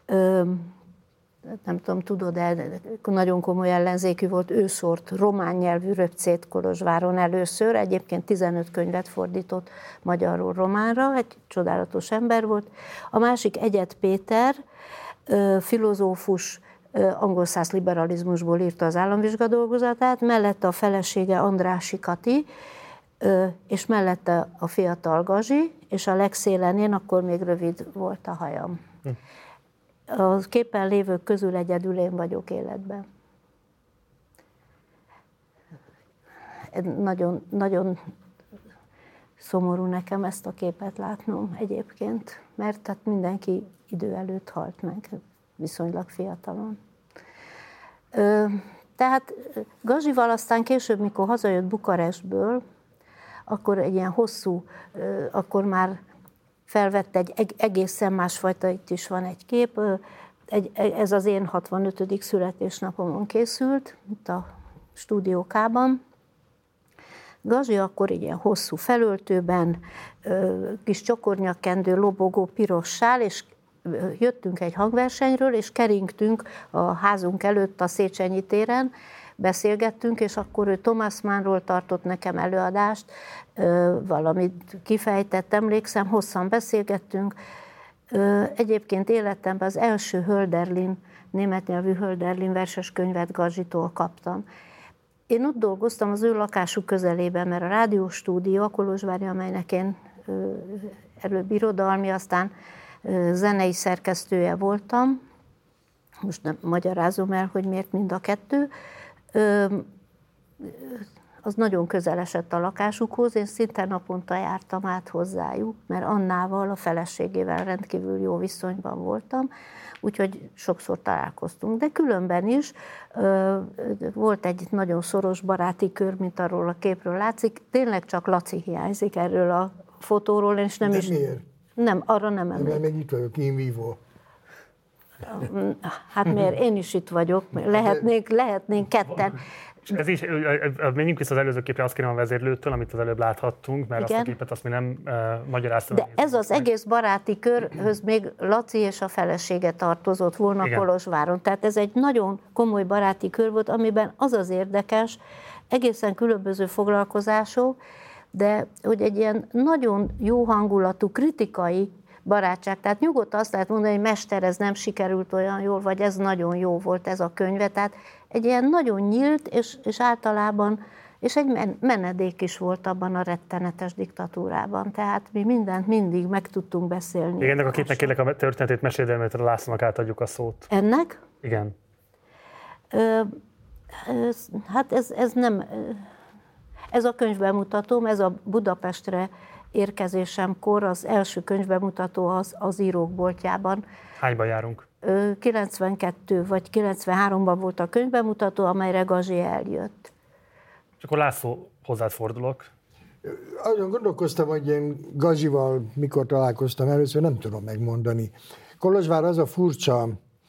nem tudom, tudod, de nagyon komoly ellenzékű volt, ő szórt román nyelvű röpcét Kolozsváron először, egyébként tizenöt könyvet fordított magyarról románra, egy csodálatos ember volt. A másik Egyed Péter, filozófus, angol száz liberalizmusból írta az államvizsgadolgozatát, mellette a felesége Andrássy Kati, és mellette a fiatal Gazi, és a legszélen én, akkor még rövid volt a hajam. A képen lévők közül egyedül én vagyok életben. Nagyon, nagyon szomorú nekem ezt a képet látnom egyébként, mert tehát mindenki idő előtt halt meg, viszonylag fiatalon. Tehát Gazival aztán később, mikor hazajött Bukarestből, akkor egy ilyen hosszú, akkor már felvett egy egészen másfajta, itt is van egy kép, egy, ez az én hatvanötödik születésnapomon készült, itt a stúdiókában. Gazi akkor egy ilyen hosszú felöltőben, kis csokornyakkendő, lobogó, piros sál, és jöttünk egy hangversenyről, és keringtünk a házunk előtt a Széchenyi téren, beszélgettünk, és akkor ő Thomas Mannról tartott nekem előadást, valamit kifejtett, emlékszem, hosszan beszélgettünk. Egyébként életemben az első Hölderlin, német nyelvű Hölderlin verses könyvet Gazsitól kaptam. Én ott dolgoztam az ő lakásuk közelében, mert a rádióstúdió, a Kolozsvári, amelynek én előbb irodalmi, aztán zenei szerkesztője voltam. Most nem magyarázom el, hogy miért mind a kettő. Az nagyon közel esett a lakásukhoz, én szinte naponta jártam át hozzájuk, mert Annával, a feleségével rendkívül jó viszonyban voltam, úgyhogy sokszor találkoztunk. De különben is volt egy nagyon szoros baráti kör, mint arról a képről látszik. Tényleg csak Laci hiányzik erről a fotóról, és nem De is... miért? Nem, arra nem emlékszem. Mert még itt vagyok, in vivo. Hát miért? Én is itt vagyok. Lehetnénk, lehetnénk ketten. Ez is, menjünk vissza az előző képre, azt kérem a vezérlőtől, amit az előbb láthattunk, mert igen, azt a képet azt mi nem uh, magyaráztam. De ez az meg. Egész baráti körhöz még Laci és a felesége tartozott volna igen. Kolozsváron. Tehát ez egy nagyon komoly baráti kör volt, amiben az az érdekes, egészen különböző foglalkozások, de hogy egy ilyen nagyon jó hangulatú, kritikai barátság. Tehát nyugodtan azt lehet mondani, hogy mester, ez nem sikerült olyan jól, vagy ez nagyon jó volt ez a könyve. Tehát egy ilyen nagyon nyílt, és, és általában, és egy menedék is volt abban a rettenetes diktatúrában. Tehát mi mindent mindig meg tudtunk beszélni. Igen, ennek a képnek kérlek a történetét meséld el, mert a Lászlónak átadjuk a szót. Ennek? Igen. Ö, ez, hát ez, ez nem... Ez a könyvbemutatóm, ez a Budapestre érkezésemkor az első könyvbemutató az, az írók boltjában. Hányban járunk? kilencvenkettő vagy kilencvenháromban volt a könyvbemutató, amelyre Gazi eljött. És akkor László, hozzád fordulok. Azon gondolkoztam, hogy én Gazival mikor találkoztam először, nem tudom megmondani. Kolozsvár az a furcsa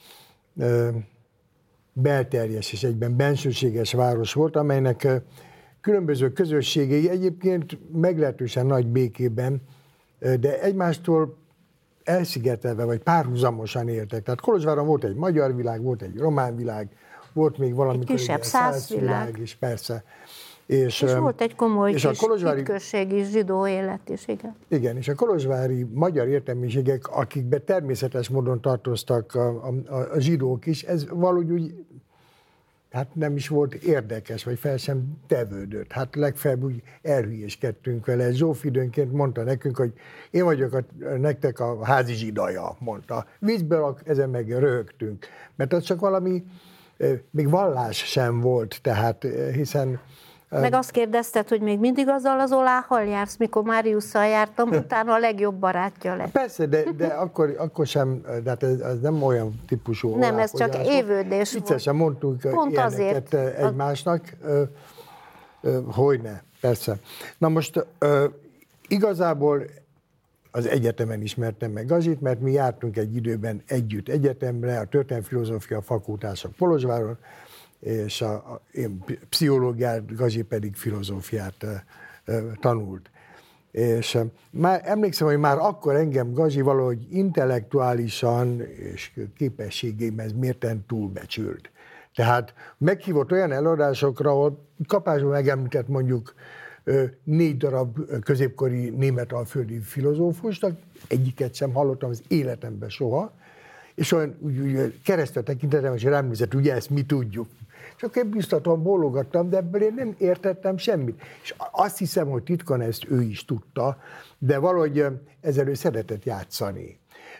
belterjes és egyben bensőséges város volt, amelynek különböző közösségei egyébként meglehetősen nagy békében, de egymástól elszigetelve, vagy párhuzamosan éltek. Tehát Kolozsváron volt egy magyar világ, volt egy román világ, volt még valamikor egy kisebb szász világ is, persze. És, és volt egy komoly és kis kolozsvári... hitközségi zsidó élet is, igen. Igen, és a kolozsvári magyar értelmiségek, akikbe természetes módon tartoztak a, a, a zsidók is, ez valahogy úgy, hát nem is volt érdekes, vagy fel sem tevődött. Hát legfeljebb úgy elhülyéskedtünk vele. Zsóf időnként mondta nekünk, hogy én vagyok a, nektek a házi zsidaja, mondta. Viccből ezen meg röhögtünk, mert az csak valami, még vallás sem volt, tehát hiszen Meg azt kérdezted, hogy még mindig azzal az Oláhal jársz, mikor Máriusszal jártam, utána a legjobb barátja lett. Persze, de, de akkor, akkor sem, de hát ez, ez nem olyan típusú nem, ez csak évődés volt. Viccesen mondtunk Pont ilyeneket azért. egymásnak, hogyne, persze. Na most igazából az egyetemen ismertem meg Gazsit, mert mi jártunk egy időben együtt egyetemre, a történelmi filozófia fakultások Kolozsváron, és a, a, én pszichológiát, Gazi pedig filozófiát e, e, tanult. És e, már emlékszem, hogy már akkor engem Gazi valahogy intellektuálisan és képességeimhez mérten túlbecsült. Tehát meghívott olyan előadásokra, ahol kapásban megemlített mondjuk négy darab középkori németalföldi filozófusnak, egyiket sem hallottam az életemben soha, és olyan úgy, úgy keresztül tekintetem, és rám nézett, ugye ezt mi tudjuk. És akkor én biztatom, bólogattam, de ebből én nem értettem semmit. És azt hiszem, hogy titkon ezt ő is tudta, de valahogy ezzel ő szeretett játszani.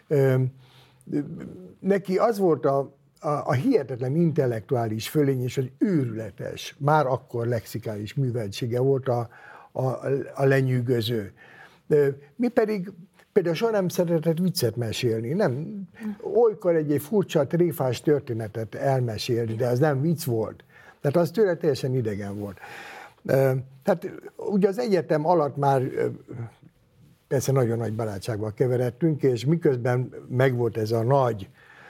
Neki az volt a, a, a hihetetlen intellektuális fölény, és az őrületes, már akkor lexikális műveltsége volt a, a, a lenyűgöző. Mi pedig például soha nem szeretett viccet mesélni, nem. Olykor egy-egy furcsa, tréfás történetet elmesélni, de az nem vicc volt. Tehát az tőle teljesen idegen volt. Tehát ugye az egyetem alatt már persze nagyon nagy barátságba keveredtünk, és miközben megvolt ez a nagy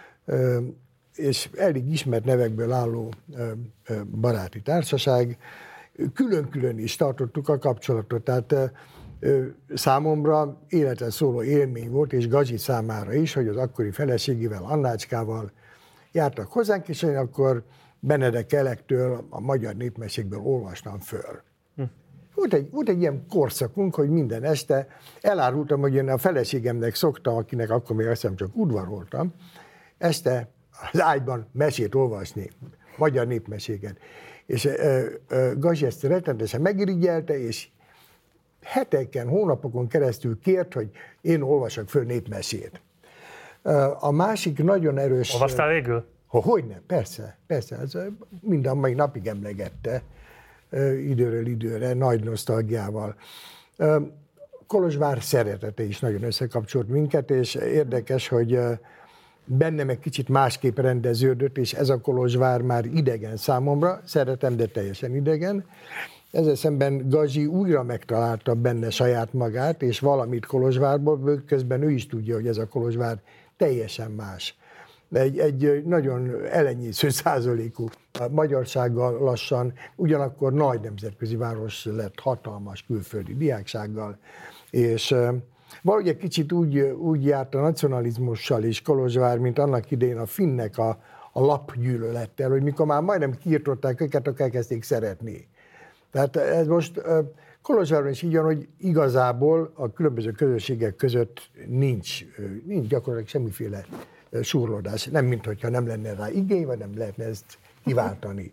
és elég ismert nevekből álló baráti társaság, külön-külön is tartottuk a kapcsolatot. Tehát számomra életre szóló élmény volt, és Gazi számára is, hogy az akkori feleségével, Annácskával jártak hozzánk, és én akkor Benedek Elektől, a magyar népmesékből olvastam föl. Hm. Volt, egy, volt egy ilyen korszakunk, hogy minden este elárultam, hogy én a feleségemnek szoktam, akinek akkor még azt hiszem csak udvaroltam, este az ágyban mesét olvasni, magyar népmeséket. És ö, ö, Gazi ezt rettenetesen megirigyelte, és heteken, hónapokon keresztül kért, hogy én olvassak föl népmesét. A másik nagyon erős... Olvastál végül? Hogyne, persze, persze. Ez minden mai napig emlegette időről időre, nagy nosztalgiával. Kolozsvár szeretete is nagyon összekapcsolt minket, és érdekes, hogy bennem egy kicsit másképp rendeződött, és ez a Kolozsvár már idegen számomra, szeretem, de teljesen idegen. Ezzel szemben Gazi újra megtalálta benne saját magát, és valamit Kolozsvárból, közben ő is tudja, hogy ez a Kolozsvár teljesen más. Egy, egy nagyon elenyésző százalékú magyarsággal lassan, ugyanakkor nagy nemzetközi város lett, hatalmas külföldi diáksággal, és valahogy egy kicsit úgy, úgy járt a nacionalizmussal is Kolozsvár, mint annak idején a finnek a, a lapgyűlölettel, hogy mikor már majdnem kiirtották őket, akkor elkezdték szeretni. Tehát ez most Kolozsváron is így van, hogy igazából a különböző közösségek között nincs, nincs gyakorlatilag semmiféle súrlódás. Nem, mintha nem lenne rá igény, vagy nem lehetne ezt kiváltani.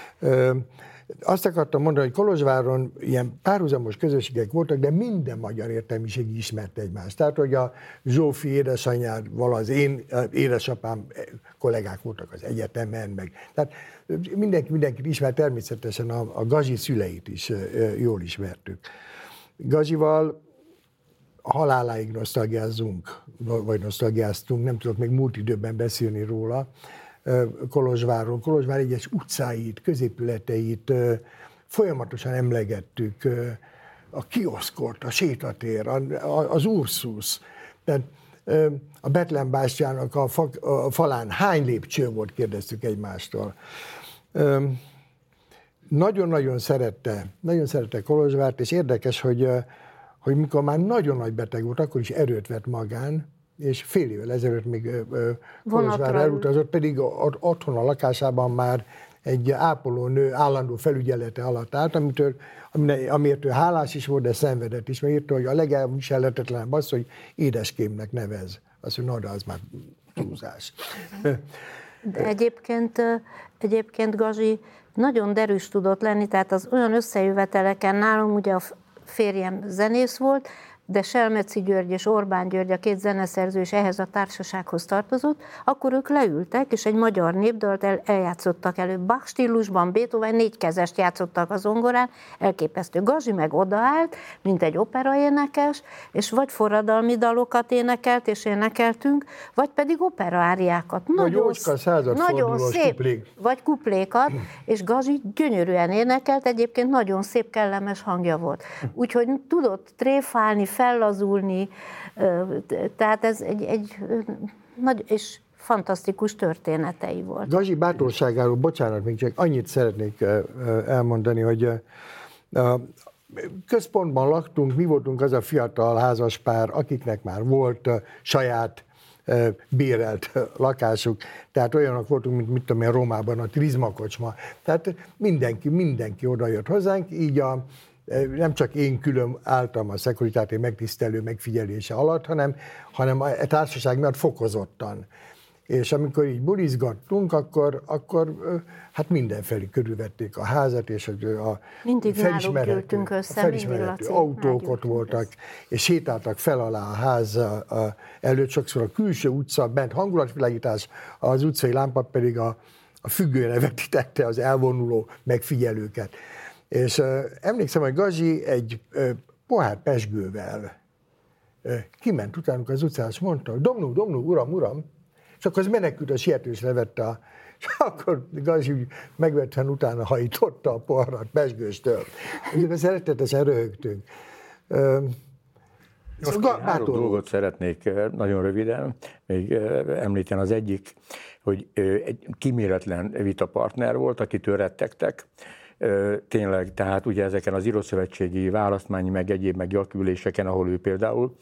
Azt akartam mondani, hogy Kolozsváron ilyen párhuzamos közösségek voltak, de minden magyar értelmiség ismerte egymást. Tehát, hogy a Zsófi édesanyjával az én édesapám kollégák voltak az egyetemen, meg. Tehát mindenki mindenkit ismert, természetesen a, a Gazi szüleit is jól ismertük. Gazival haláláig nosztalgiázunk, vagy nosztalgiáztunk, nem tudok még múlt időben beszélni róla, Kolozsvárról. Kolozsvár egyes utcáit, középületeit folyamatosan emlegettük, a kioszkort, a sétatér, az Ursus. Tehát a Betlen bástyának a, fa, a falán hány lépcső volt, kérdeztük egymástól. Nagyon-nagyon szerette, nagyon szerette Kolozsvárt, és érdekes, hogy, hogy mikor már nagyon nagy beteg volt, akkor is erőt vett magán, és fél évvel ezelőtt még Kolozsvárra elutazott, pedig otthon a lakásában már egy ápolónő állandó felügyelete alatt állt, amitől, amiért ő hálás is volt, de szenvedett is, mert írta, hogy a legelviselhetetlenebb az, hogy édeskémnek nevez. Azt mondja, na, de az már túlzás. De egyébként, egyébként Gazi nagyon derűs tudott lenni, tehát az olyan összejöveteleken nálunk, ugye a férjem zenész volt, de Selmeci György és Orbán György, a két zeneszerző is ehhez a társasághoz tartozott, akkor ők leültek, és egy magyar népdalt el, eljátszottak elő. Bach stílusban, Beethoven négykezest játszottak a zongorán, elképesztő. Gazsi meg odaállt, mint egy operaénekes, és vagy forradalmi dalokat énekelt, és énekeltünk, vagy pedig operaáriákat. Nagyon, Jócska századfordulós nagyon szép, kuplék. vagy kuplékat, és Gazsi gyönyörűen énekelt, egyébként nagyon szép, kellemes hangja volt. Úgyhogy tudott tréfálni, fellazulni, tehát ez egy, egy nagy és fantasztikus történetei volt. Gazsi bátorságáról, bocsánat, még csak annyit szeretnék elmondani, hogy a központban laktunk, mi voltunk az a fiatal házaspár, akiknek már volt saját bérelt lakásuk, tehát olyanok voltunk, mint mit tudom én, Rómában a Trizma kocsma. Tehát mindenki, mindenki oda jött hozzánk, így a, nem csak én külön álltam a szekuritáté megtisztelő megfigyelése alatt, hanem, hanem a társaság miatt fokozottan. És amikor így bulizgattunk, akkor, akkor hát mindenfelé körülvették a házat, és a mindig felismerhető, össze, felismerhető autók ott voltak, össze. És sétáltak fel alá a ház előtt, sokszor a külső utca, bent hangulatvilágítás, az utcai lámpa pedig a, a függőre vetítette az elvonuló megfigyelőket. És uh, emlékszem, hogy Gazsi egy uh, pohár pezsgővel uh, kiment utánuk az utcán, és mondta, domnú, domnú, uram, uram, és akkor az menekült, a sietős levette a... És akkor Gazsi megvetően utána hajította a poharat pezsgőstől. Úgyhogy szeretetesen röhögtünk. Most szóval három dolgot szeretnék nagyon röviden még említeni. Az egyik, hogy egy kiméletlen vitapartner volt, akitől rettegtek. Tényleg, tehát ugye ezeken az írószövetségi választmányi, meg egyéb meg gyaküléseken, ahol ő például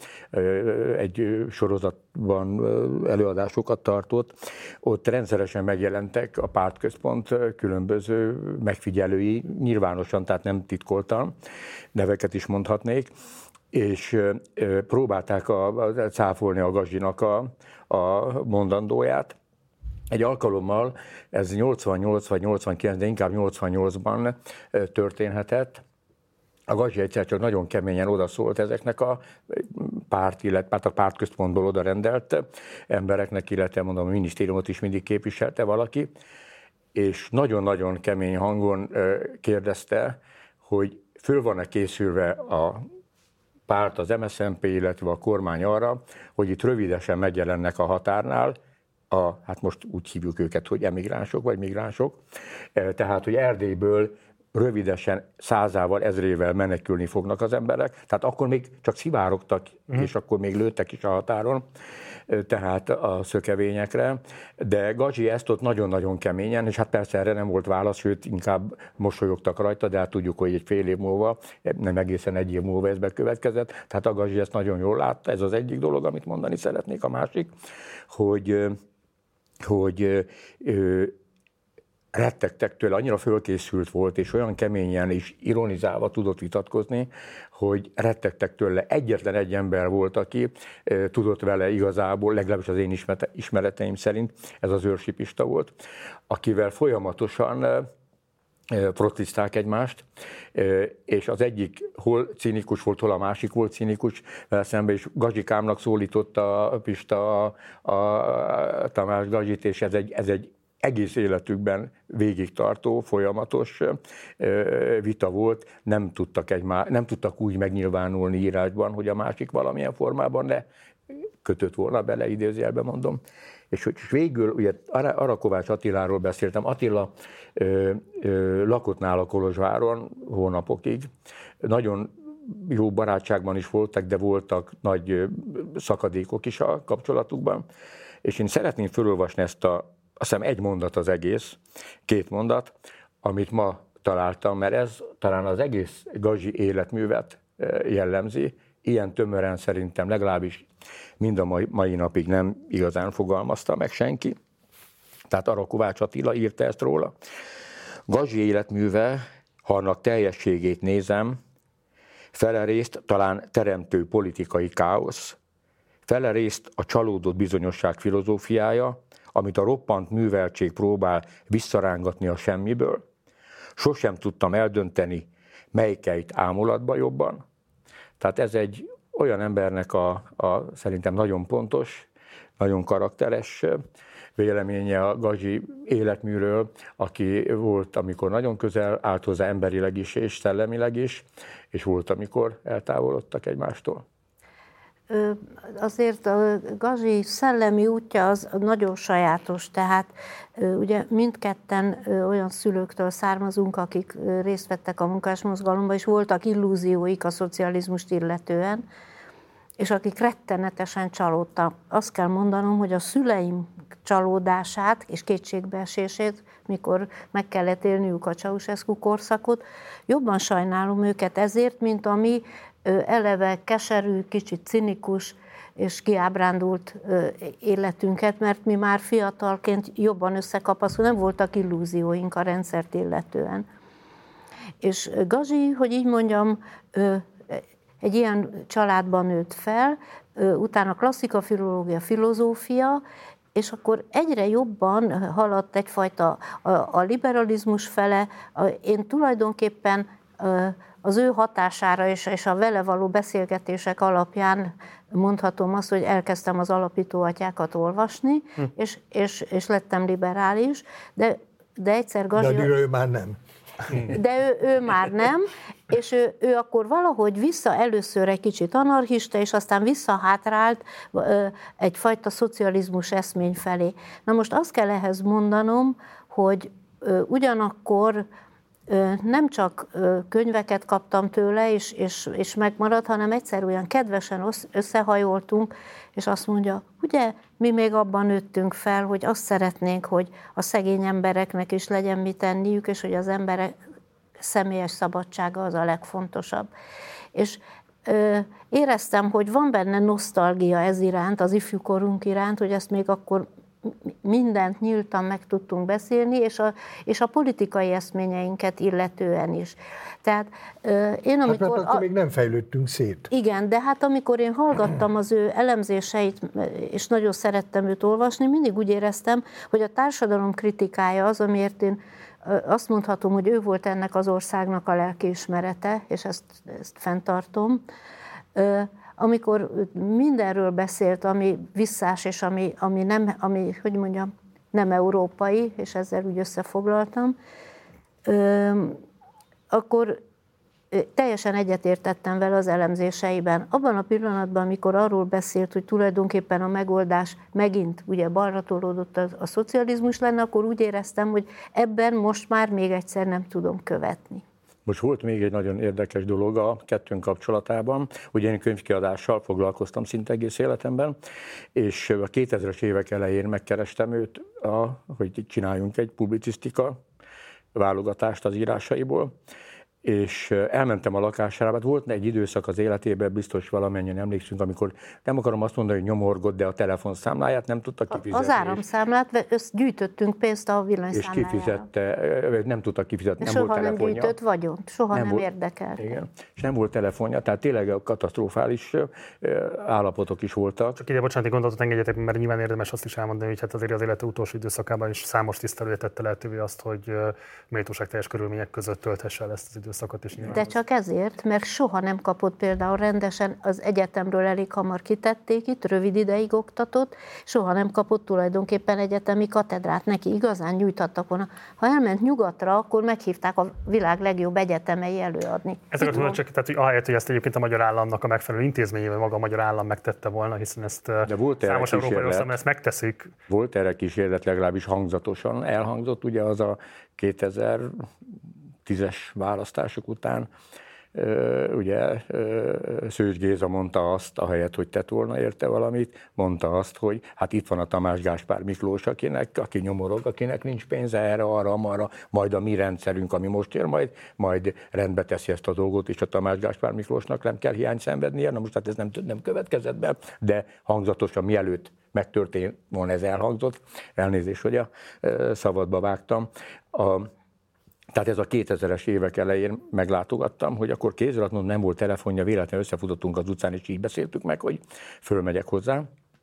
egy sorozatban előadásokat tartott, ott rendszeresen megjelentek a pártközpont különböző megfigyelői, nyilvánosan, tehát nem titkoltan, neveket is mondhatnék, és próbálták a, a, cáfolni a Gazsinak a, a mondandóját. Egy alkalommal, ez nyolcvannyolc vagy nyolcvankilenc, de inkább nyolcvannyolcban történhetett. A Gazsi egyszer csak nagyon keményen odaszólt ezeknek a párt, illetve a pártközpontból odarendelt embereknek, illetve mondom, a minisztériumot is mindig képviselte valaki, és nagyon-nagyon kemény hangon kérdezte, hogy föl van-e készülve a párt, az em es zé en pé, illetve a kormány arra, hogy itt rövidesen megjelennek a határnál, a, hát most úgy hívjuk őket, hogy emigránsok vagy migránsok, tehát, hogy Erdélyből rövidesen százával, ezrével menekülni fognak az emberek, tehát akkor még csak szivárogtak, mm. és akkor még lőttek is a határon, tehát a szökevényekre, de Gazsi ezt ott nagyon-nagyon keményen, és hát persze erre nem volt válasz, sőt, inkább mosolyogtak rajta, de hát tudjuk, hogy egy fél év múlva, nem egészen egy év múlva ez bekövetkezett, tehát a Gazsi ezt nagyon jól látta, ez az egyik dolog, amit mondani szeretnék, a másik, hogy, hogy ö, rettegtek tőle, annyira fölkészült volt, és olyan keményen és ironizálva tudott vitatkozni, hogy rettegtek tőle. Egyetlen egy ember volt, aki e, tudott vele igazából, legalábbis az én ismereteim szerint, ez az Őrsi Pista volt, akivel folyamatosan e, protizták egymást, e, és az egyik hol cinikus volt, hol a másik volt cinikus vele szemben, és Gazsikámnak szólította a Pista a, a Tamás Gazsit, és ez egy, ez egy egész életükben végig tartó, folyamatos vita volt, nem tudtak, egymá, nem tudtak úgy megnyilvánulni írásban, hogy a másik valamilyen formában ne kötött volna bele, idézőjelben mondom. És hogy végül, ugye Arakovács Attiláról beszéltem, Attila ö, ö, lakott nála Kolozsváron hónapokig, nagyon jó barátságban is voltak, de voltak nagy szakadékok is a kapcsolatukban, és én szeretném felolvasni ezt a azt hiszem egy mondat az egész, két mondat, amit ma találtam, mert ez talán az egész Gazsi életművet jellemzi. Ilyen tömören szerintem legalábbis mind a mai, mai napig nem igazán fogalmazta meg senki. Tehát Arakovács Attila írta ezt róla. Gazsi életműve, ha annak teljességét nézem, felerészt talán teremtő politikai káosz, felerészt a csalódott bizonyosság filozófiája, amit a roppant műveltség próbál visszarángatni a semmiből. Sosem tudtam eldönteni, melyikeit ámulatba jobban. Tehát ez egy olyan embernek a, a szerintem nagyon pontos, nagyon karakteres véleménye a Gazzsi életműről, aki volt, amikor nagyon közel állt hozzá emberileg is és szellemileg is, és volt, amikor eltávolodtak egymástól. Azért a Gazzsi szellemi útja az nagyon sajátos, tehát ugye mindketten olyan szülőktől származunk, akik részt vettek a munkásmozgalomban, és voltak illúzióik a szocializmust illetően, és akik rettenetesen csalódtak. Azt kell mondanom, hogy a szüleim csalódását és kétségbeesését, mikor meg kellett élniük a Ceausescu korszakot, jobban sajnálom őket ezért, mint ami eleve keserű, kicsit cinikus és kiábrándult életünket, mert mi már fiatalként jobban összekapaszkodtunk, nem voltak illúzióink a rendszert illetően. És Gazzsi, hogy így mondjam, egy ilyen családban nőtt fel, utána klasszika, filológia, filozófia, és akkor egyre jobban haladt egyfajta a, a liberalizmus fele. Én tulajdonképpen az ő hatására és, és a vele való beszélgetések alapján mondhatom azt, hogy elkezdtem az alapítóatyákat olvasni, hm. és, és, és lettem liberális, de, de egyszer Gazzsi... De ő már nem. De ő, ő már nem, és ő, ő akkor valahogy vissza először egy kicsit anarchista, és aztán visszahátrált egyfajta szocializmus eszmény felé. Na most azt kell ehhez mondanom, hogy ugyanakkor nem csak könyveket kaptam tőle, és, és, és megmaradt, hanem egyszer olyan kedvesen összehajoltunk, és azt mondja, ugye mi még abban nőttünk fel, hogy azt szeretnénk, hogy a szegény embereknek is legyen mit tenniük, és hogy az emberek személyes szabadsága az a legfontosabb. És ö, éreztem, hogy van benne nosztalgia ez iránt, az ifjúkorunk iránt, hogy ezt még akkor mindent nyíltan meg tudtunk beszélni, és a, és a politikai eszményeinket illetően is. Tehát én amikor... Hát, akkor a... még nem fejlődtünk szét. Igen, de hát amikor én hallgattam az ő elemzéseit, és nagyon szerettem őt olvasni, mindig úgy éreztem, hogy a társadalom kritikája az, amiért én azt mondhatom, hogy ő volt ennek az országnak a lelkiismerete, és ezt, ezt fenntartom. Amikor mindenről beszélt, ami visszás, és ami, ami, nem, ami, hogy mondjam, nem európai, és ezzel úgy összefoglaltam, akkor teljesen egyetértettem vele az elemzéseiben. Abban a pillanatban, amikor arról beszélt, hogy tulajdonképpen a megoldás megint ugye balra tolódott a, a szocializmus lenne, akkor úgy éreztem, hogy ebben most már még egyszer nem tudom követni. Most volt még egy nagyon érdekes dolog a kettőnk kapcsolatában, ugye én könyvkiadással foglalkoztam szinte egész életemben, és a kétezres évek elején megkerestem őt, a, hogy csináljunk egy publicisztika válogatást az írásaiból, és elmentem a lakására, hát volt egy időszak az életében, biztos valamennyien emlékszünk, amikor nem akarom azt mondani, hogy nyomorgott, de a telefonszámláját nem tudta kifizetni. Az áramszámlát, össz gyűjtöttünk pénzt a villanyszámlájára. És kifizette, nem tudta kifizetni, nem soha volt telefonja. Soha nem gyűjtött vagyont, soha nem, nem volt, érdekelt. Igen, és nem volt telefonja, tehát tényleg a katasztrofális állapotok is voltak. Csak ide, bocsánat, gondolatot engedjetek, mert nyilván érdemes azt is elmondani, hogy hát azért az élete utolsó időszakában is számos tisztelője tette lehetővé azt, hogy méltóságteljes körülmények között tölthesse el ezt az időszakot. De csak ezért, mert soha nem kapott például rendesen, az egyetemről elég hamar kitették itt, rövid ideig oktatott, soha nem kapott tulajdonképpen egyetemi katedrát. Neki igazán nyújtattak volna. Ha elment nyugatra, akkor meghívták a világ legjobb egyetemei előadni. Ezeket mondom csak, tehát, hogy ahelyett, hogy ezt egyébként a magyar államnak a megfelelő intézményével maga a magyar állam megtette volna, hiszen ezt de volt számos európai országban ezt megteszik. Volt erre kísérlet, legalábbis hangzatosan elhangzott, ugye az a kétezer-tízes választások után, ugye Szőcs Géza mondta azt, ahelyett, hogy tett volna érte valamit, mondta azt, hogy hát itt van a Tamás Gáspár Miklós, akinek, aki nyomorog, akinek nincs pénze erre, arra, arra, majd a mi rendszerünk, ami most ér, majd, majd rendbe teszi ezt a dolgot, és a Tamás Gáspár Miklósnak nem kell hiány szenvednie. Na most hát ez nem, nem következett be, de hangzatosan mielőtt megtörtént volna, ez elhangzott. Elnézést, hogy a szabadba vágtam. A, Tehát ez a kétezres évek elején meglátogattam, hogy akkor kézzel mondom, nem volt telefonja, véletlenül összefutottunk az utcán, és így beszéltük meg, hogy fölmegyek hozzá.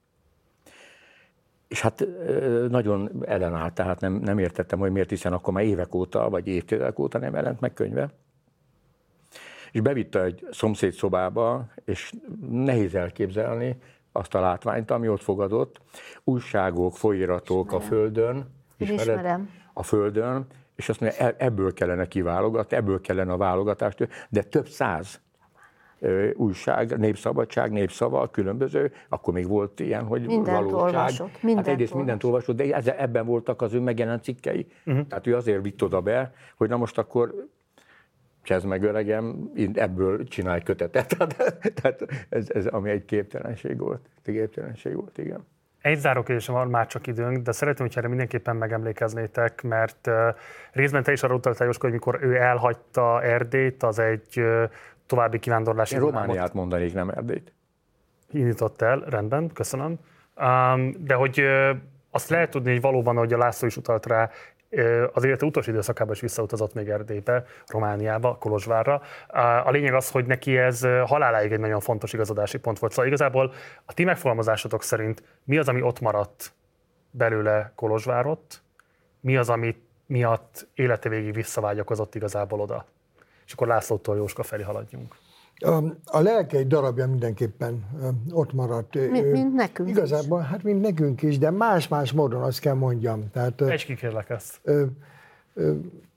És hát nagyon ellenállt, tehát nem, nem értettem, hogy miért, hiszen akkor már évek óta, vagy évtizedek óta nem jelent meg könyve. és bevitte egy szomszédszobába, és nehéz elképzelni azt a látványt, ami ott fogadott. Újságok, folyóiratok a földön, ismered? A földön, és azt mondja, ebből kellene kiválogatni, ebből kellene a válogatást, de több száz újság, Népszabadság, Népszava, különböző, akkor még volt ilyen, hogy mindent valóság. Olvasott, mindent hát egyrészt mindent olvasott, de ebben voltak az ő megjelent cikkei. Uh-huh. Tehát ő azért vitt oda be, hogy na most akkor kezd meg öregem, ebből csinálj kötetet. Tehát ez, ez ami egy képtelenség volt. Egy képtelenség volt, igen. Egy záró kérdésem van, már csak időnk, de szeretném, hogy erre mindenképpen megemlékeznétek, mert uh, részben te is arra utaltál, Jóska, hogy mikor ő elhagyta Erdélyt, az egy uh, további kivándorlási... Én Romániát mondanék, nem Erdélyt. Indított el, rendben, köszönöm. Um, de hogy uh, azt lehet tudni, hogy valóban, ahogy a László is utalt rá, uh, az élete utolsó időszakában is visszautazott még Erdélybe, Romániába, Kolozsvárra. Uh, a lényeg az, hogy neki ez uh, haláláig egy nagyon fontos igazodási pont volt. Szóval igazából a ti megfogalmazásotok szerint mi az, ami ott maradt belőle Kolozsvárot, mi az, ami miatt élete végig visszavágyakozott igazából oda? És akkor Lászlótól Jóska felé haladjunk. A, a lelke egy darabja mindenképpen ott maradt. Mint, mint nekünk Igazából, is. hát mint nekünk is, de más-más módon azt kell mondjam. Tehát, egy kikérlek ezt. Ö, ö,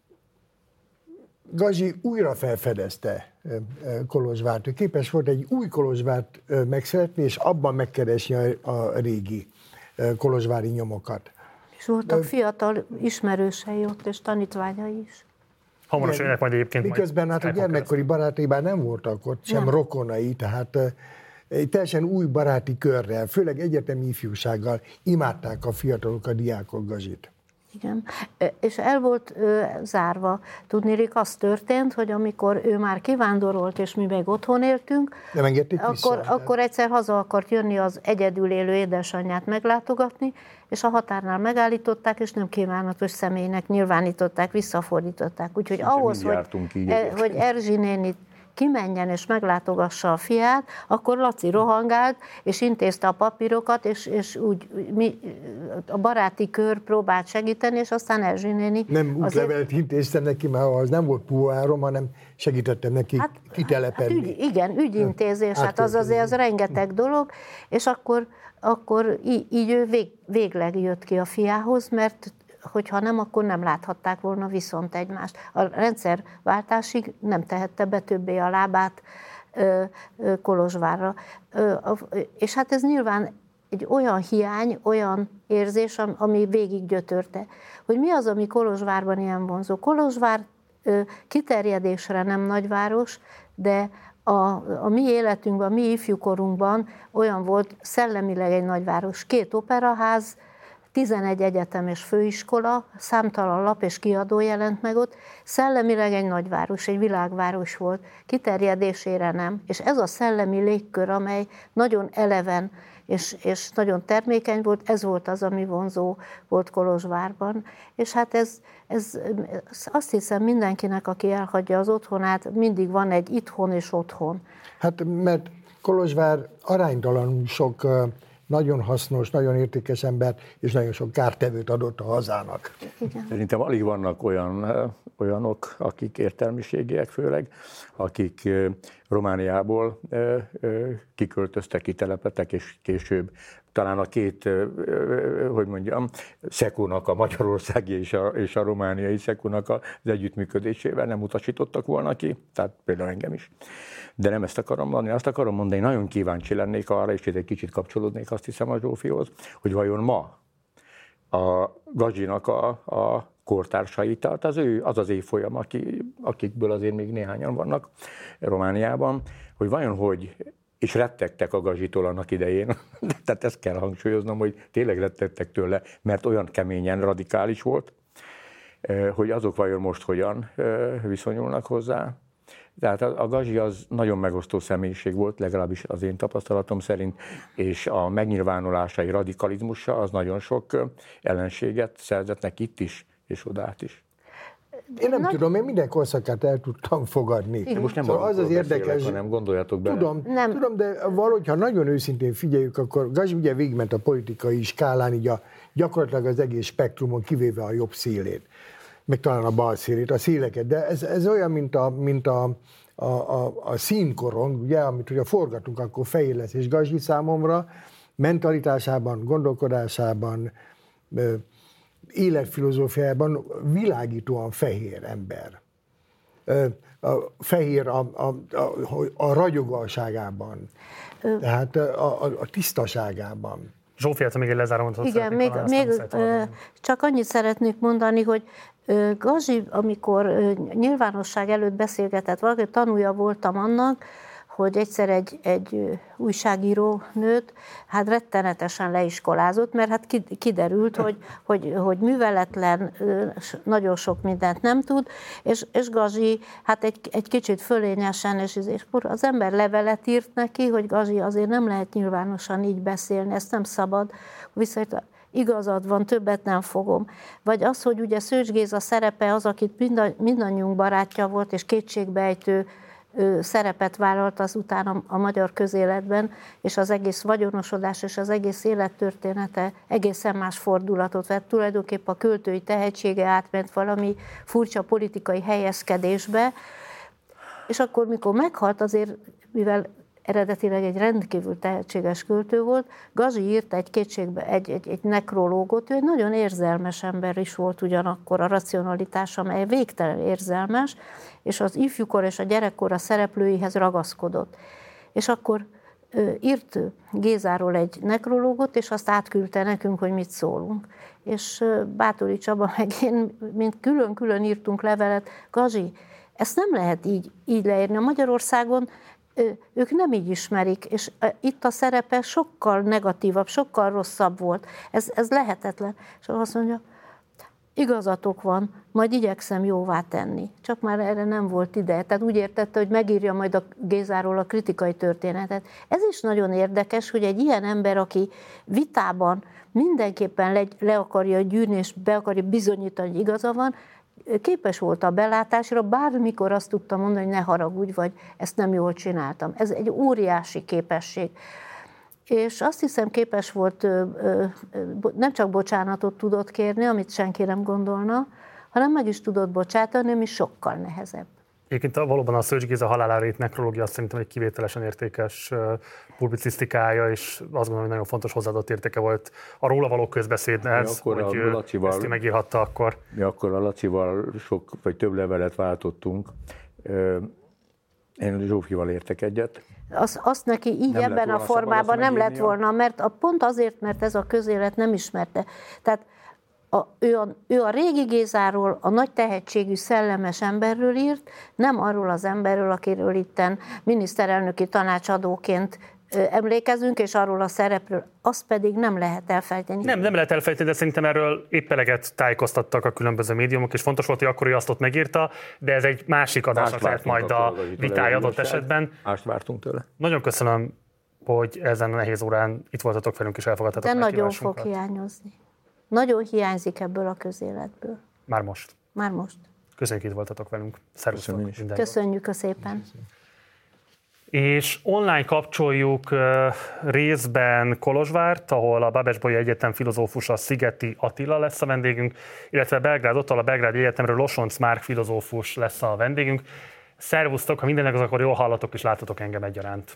Gazi újra felfedezte Kolozsvárt. Ő képes volt egy új Kolozsvárt megszeretni, és abban megkeresni a, a régi kolozsvári nyomokat. És voltak Ö, fiatal ismerősei ott, és tanítványai is. Hamarosan jönnek majd egyébként. Miközben hát a gyermekkori barátaiban nem voltak ott sem nem. rokonai, tehát egy teljesen új baráti körrel, főleg egyetemi ifjúsággal imádták a fiatalok, a diákok Gazsit. Igen, és el volt ö, zárva. Tudnélik, az történt, hogy amikor ő már kivándorolt, és mi még otthon éltünk, nem engedték akkor, vissza, akkor egyszer haza akart jönni az egyedül élő édesanyját meglátogatni, és a határnál megállították, és nem kívánatos személynek nyilvánították, visszafordították. Úgyhogy Szinte ahhoz, hogy, e, hogy Erzsi néni kimenjen és meglátogassa a fiát, akkor Laci rohangált, és intézte a papírokat, és, és úgy mi, a baráti kör próbált segíteni, és aztán Erzsi néni... Nem útlevelet azért... intéztem neki, mert az nem volt puhárom, hanem segítettem neki hát, kitelepedni. Hát ügy, igen, ügyintézés, hát, hát az azért az rengeteg dolog, és akkor, akkor így, így ő vég, végleg jött ki a fiához, mert hogyha nem, akkor nem láthatták volna viszont egymást. A rendszerváltásig nem tehette be többé a lábát ö, ö, Kolozsvárra. Ö, és hát ez nyilván egy olyan hiány, olyan érzés, ami végig gyötörte. Hogy mi az, ami Kolozsvárban ilyen vonzó? Kolozsvár ö, kiterjedésre nem nagyváros, de a, a mi életünkben, a mi ifjúkorunkban olyan volt szellemileg egy nagyváros. Két operaház, tizenegy egyetem és főiskola, számtalan lap és kiadó jelent meg ott, szellemileg egy nagyváros, egy világváros volt, kiterjedésére nem. És ez a szellemi légkör, amely nagyon eleven és, és nagyon termékeny volt, ez volt az, ami vonzó volt Kolozsvárban. És hát ez, ez azt hiszem mindenkinek, aki elhagyja az otthonát, mindig van egy itthon és otthon. Hát mert Kolozsvár aránytalanul sok nagyon hasznos, nagyon értékes embert, és nagyon sok kártevőt adott a hazának. Igen. Szerintem alig vannak olyan, olyanok, akik értelmiségiek főleg, akik Romániából kiköltöztek, kitelepedtek, és később talán a két, hogy mondjam, szekónak, a magyarországi és a, és a romániai szekónak az együttműködésével nem utasítottak volna ki, tehát például engem is. De nem ezt akarom mondani, azt akarom mondani, nagyon kíváncsi lennék arra, és egy kicsit kapcsolódnék, azt hiszem, a Zsófihoz, hogy vajon ma a Gazsinak a, a kortársai, tehát az ő, az az évfolyam, aki, akikből azért még néhányan vannak Romániában, hogy vajon hogy, és rettegtek a Gazsitól annak idején, tehát ezt kell hangsúlyoznom, hogy tényleg rettegtek tőle, mert olyan keményen radikális volt, hogy azok vajon most hogyan viszonyulnak hozzá. Tehát a Gazsi az nagyon megosztó személyiség volt, legalábbis az én tapasztalatom szerint, és a megnyilvánulásai radikalizmusa az nagyon sok ellenséget szerzett neki itt is, és odát is. Én nem Na, tudom, én minden korszakát el tudtam fogadni. De most nem szóval az az érdekes, beszélek, hanem gondoljatok bele. Tudom, nem. tudom, de valahogy, ha nagyon őszintén figyeljük, akkor Gazsi ugye végigment a politikai skálán, így a, gyakorlatilag az egész spektrumon, kivéve a jobb szélét. meg talán a bal szélét, a széleket, de ez, ez olyan, mint a, mint a, a, a, a színkorong, ugye, amit ugye forgatunk, akkor fehér lesz, és Gazzsi számomra mentalitásában, gondolkodásában, életfilozófiában világítóan fehér ember. A fehér a, a, a, a ragyogóságában, tehát a, a, a tisztaságában. Zsófia, te még egy lezáró mondatot Igen, még, még csak annyit szeretnék mondani, hogy Gazzsi, amikor nyilvánosság előtt beszélgetett valaki, tanúja voltam annak, hogy egyszer egy, egy újságíró nőt hát rettenetesen leiskolázott, mert hát kiderült, hogy, hogy, hogy műveletlen, nagyon sok mindent nem tud, és, és Gazzsi hát egy, egy kicsit fölényesen, és, és az ember levelet írt neki, hogy Gazzsi, azért nem lehet nyilvánosan így beszélni, ezt nem szabad, viszont igazad van, többet nem fogom. Vagy az, hogy ugye Szőcs Géza szerepe az, akit mindannyiunk barátja volt, és kétségbeejtő szerepet vállalt azután a, a magyar közéletben, és az egész vagyonosodás és az egész élettörténete egészen más fordulatot vett. Tulajdonképpen a költői tehetsége átment valami furcsa politikai helyezkedésbe, és akkor, mikor meghalt, azért, mivel eredetileg egy rendkívül tehetséges költő volt, Gazzsi írt egy kétségbe, egy, egy, egy nekrológot, ő egy nagyon érzelmes ember is volt ugyanakkor, a racionalitás, amely végtelen érzelmes, és az ifjúkor és a gyerekkor a szereplőihez ragaszkodott. És akkor ő írt Gézáról egy nekrológot, és azt átküldte nekünk, hogy mit szólunk. És Báthori Csaba meg én, mint külön-külön írtunk levelet, Gazzsi, ezt nem lehet így, így leírni. A Magyarországon ők nem így ismerik, és itt a szerepe sokkal negatívabb, sokkal rosszabb volt. Ez, ez lehetetlen. És azt mondja, igazatok van, majd igyekszem jóvá tenni. Csak már erre nem volt ideje. Tehát úgy értette, hogy megírja majd a Gézáról a kritikai történetet. Ez is nagyon érdekes, hogy egy ilyen ember, aki vitában mindenképpen le, le akarja gyűrni, és be akarja bizonyítani, hogy igaza van, képes volt a belátásra, bármikor azt tudta mondani, hogy ne haragudj, vagy ezt nem jól csináltam. Ez egy óriási képesség. És azt hiszem, képes volt, nem csak bocsánatot tudott kérni, amit senki nem gondolna, hanem meg is tudott bocsátani, ami sokkal nehezebb. Egyébként valóban a Szőcs Géza halálára írt nekrológia azt szerintem egy kivételesen értékes publicisztikája, és azt gondolom, hogy nagyon fontos hozzáadott értéke volt a róla való közbeszédhez, hogy Lacival, ezt megírhatta akkor. Mi akkor a Lacival sok vagy több levelet váltottunk. Én Zsófival értek egyet. Az, azt neki így nem ebben a formában nem lett volna, mert a, pont azért, mert ez a közélet nem ismerte. Tehát A, ő, a, ő a régi Gézáról, a nagy tehetségű, szellemes emberről írt, nem arról az emberről, akiről itten miniszterelnöki tanácsadóként ö, emlékezünk, és arról a szerepről, azt pedig nem lehet elfejteni. Nem, nem lehet elfejteni, de szerintem erről épp eleget tájékoztattak a különböző médiumok, és fontos volt, hogy akkor ő azt ott megírta, de ez egy másik adásnak lehet majd a vitály adott esetben. Mást vártunk tőle. Nagyon köszönöm, hogy ezen a nehéz órán itt voltatok velünk, és elfogadtatok. De nagyon fog hiányozni. Nagyon hiányzik ebből a közéletből. Már most. Már most. Köszönjük, itt voltatok velünk. Szervusztok. Köszönjük a szépen. És online kapcsoljuk részben Kolozsvárt, ahol a Babes-Bolyai Egyetem filozófusa Szigeti Attila lesz a vendégünk, illetve Belgrádot, ahol a Belgrádi Egyetemről Losonc Márk filozófus lesz a vendégünk. Szervusztok, ha mindennek az, akkor jól hallatok és látotok engem egyaránt.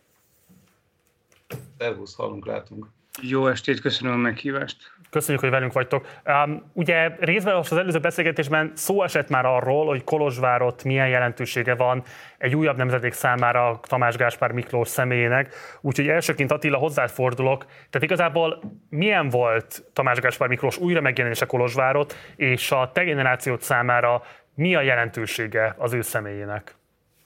Szervusz, hallunk, látunk. Jó estét, köszönöm a meghívást. Köszönjük, hogy velünk vagytok. Um, ugye részben az előző beszélgetésben szó esett már arról, hogy Kolozsvárot milyen jelentősége van egy újabb nemzedék számára Tamás Gáspár Miklós személyének. Úgyhogy elsőként Attila, hozzád fordulok. Tehát igazából milyen volt Tamás Gáspár Miklós újra megjelenése Kolozsvárot, és a te generációd számára mi a jelentősége az ő személyének?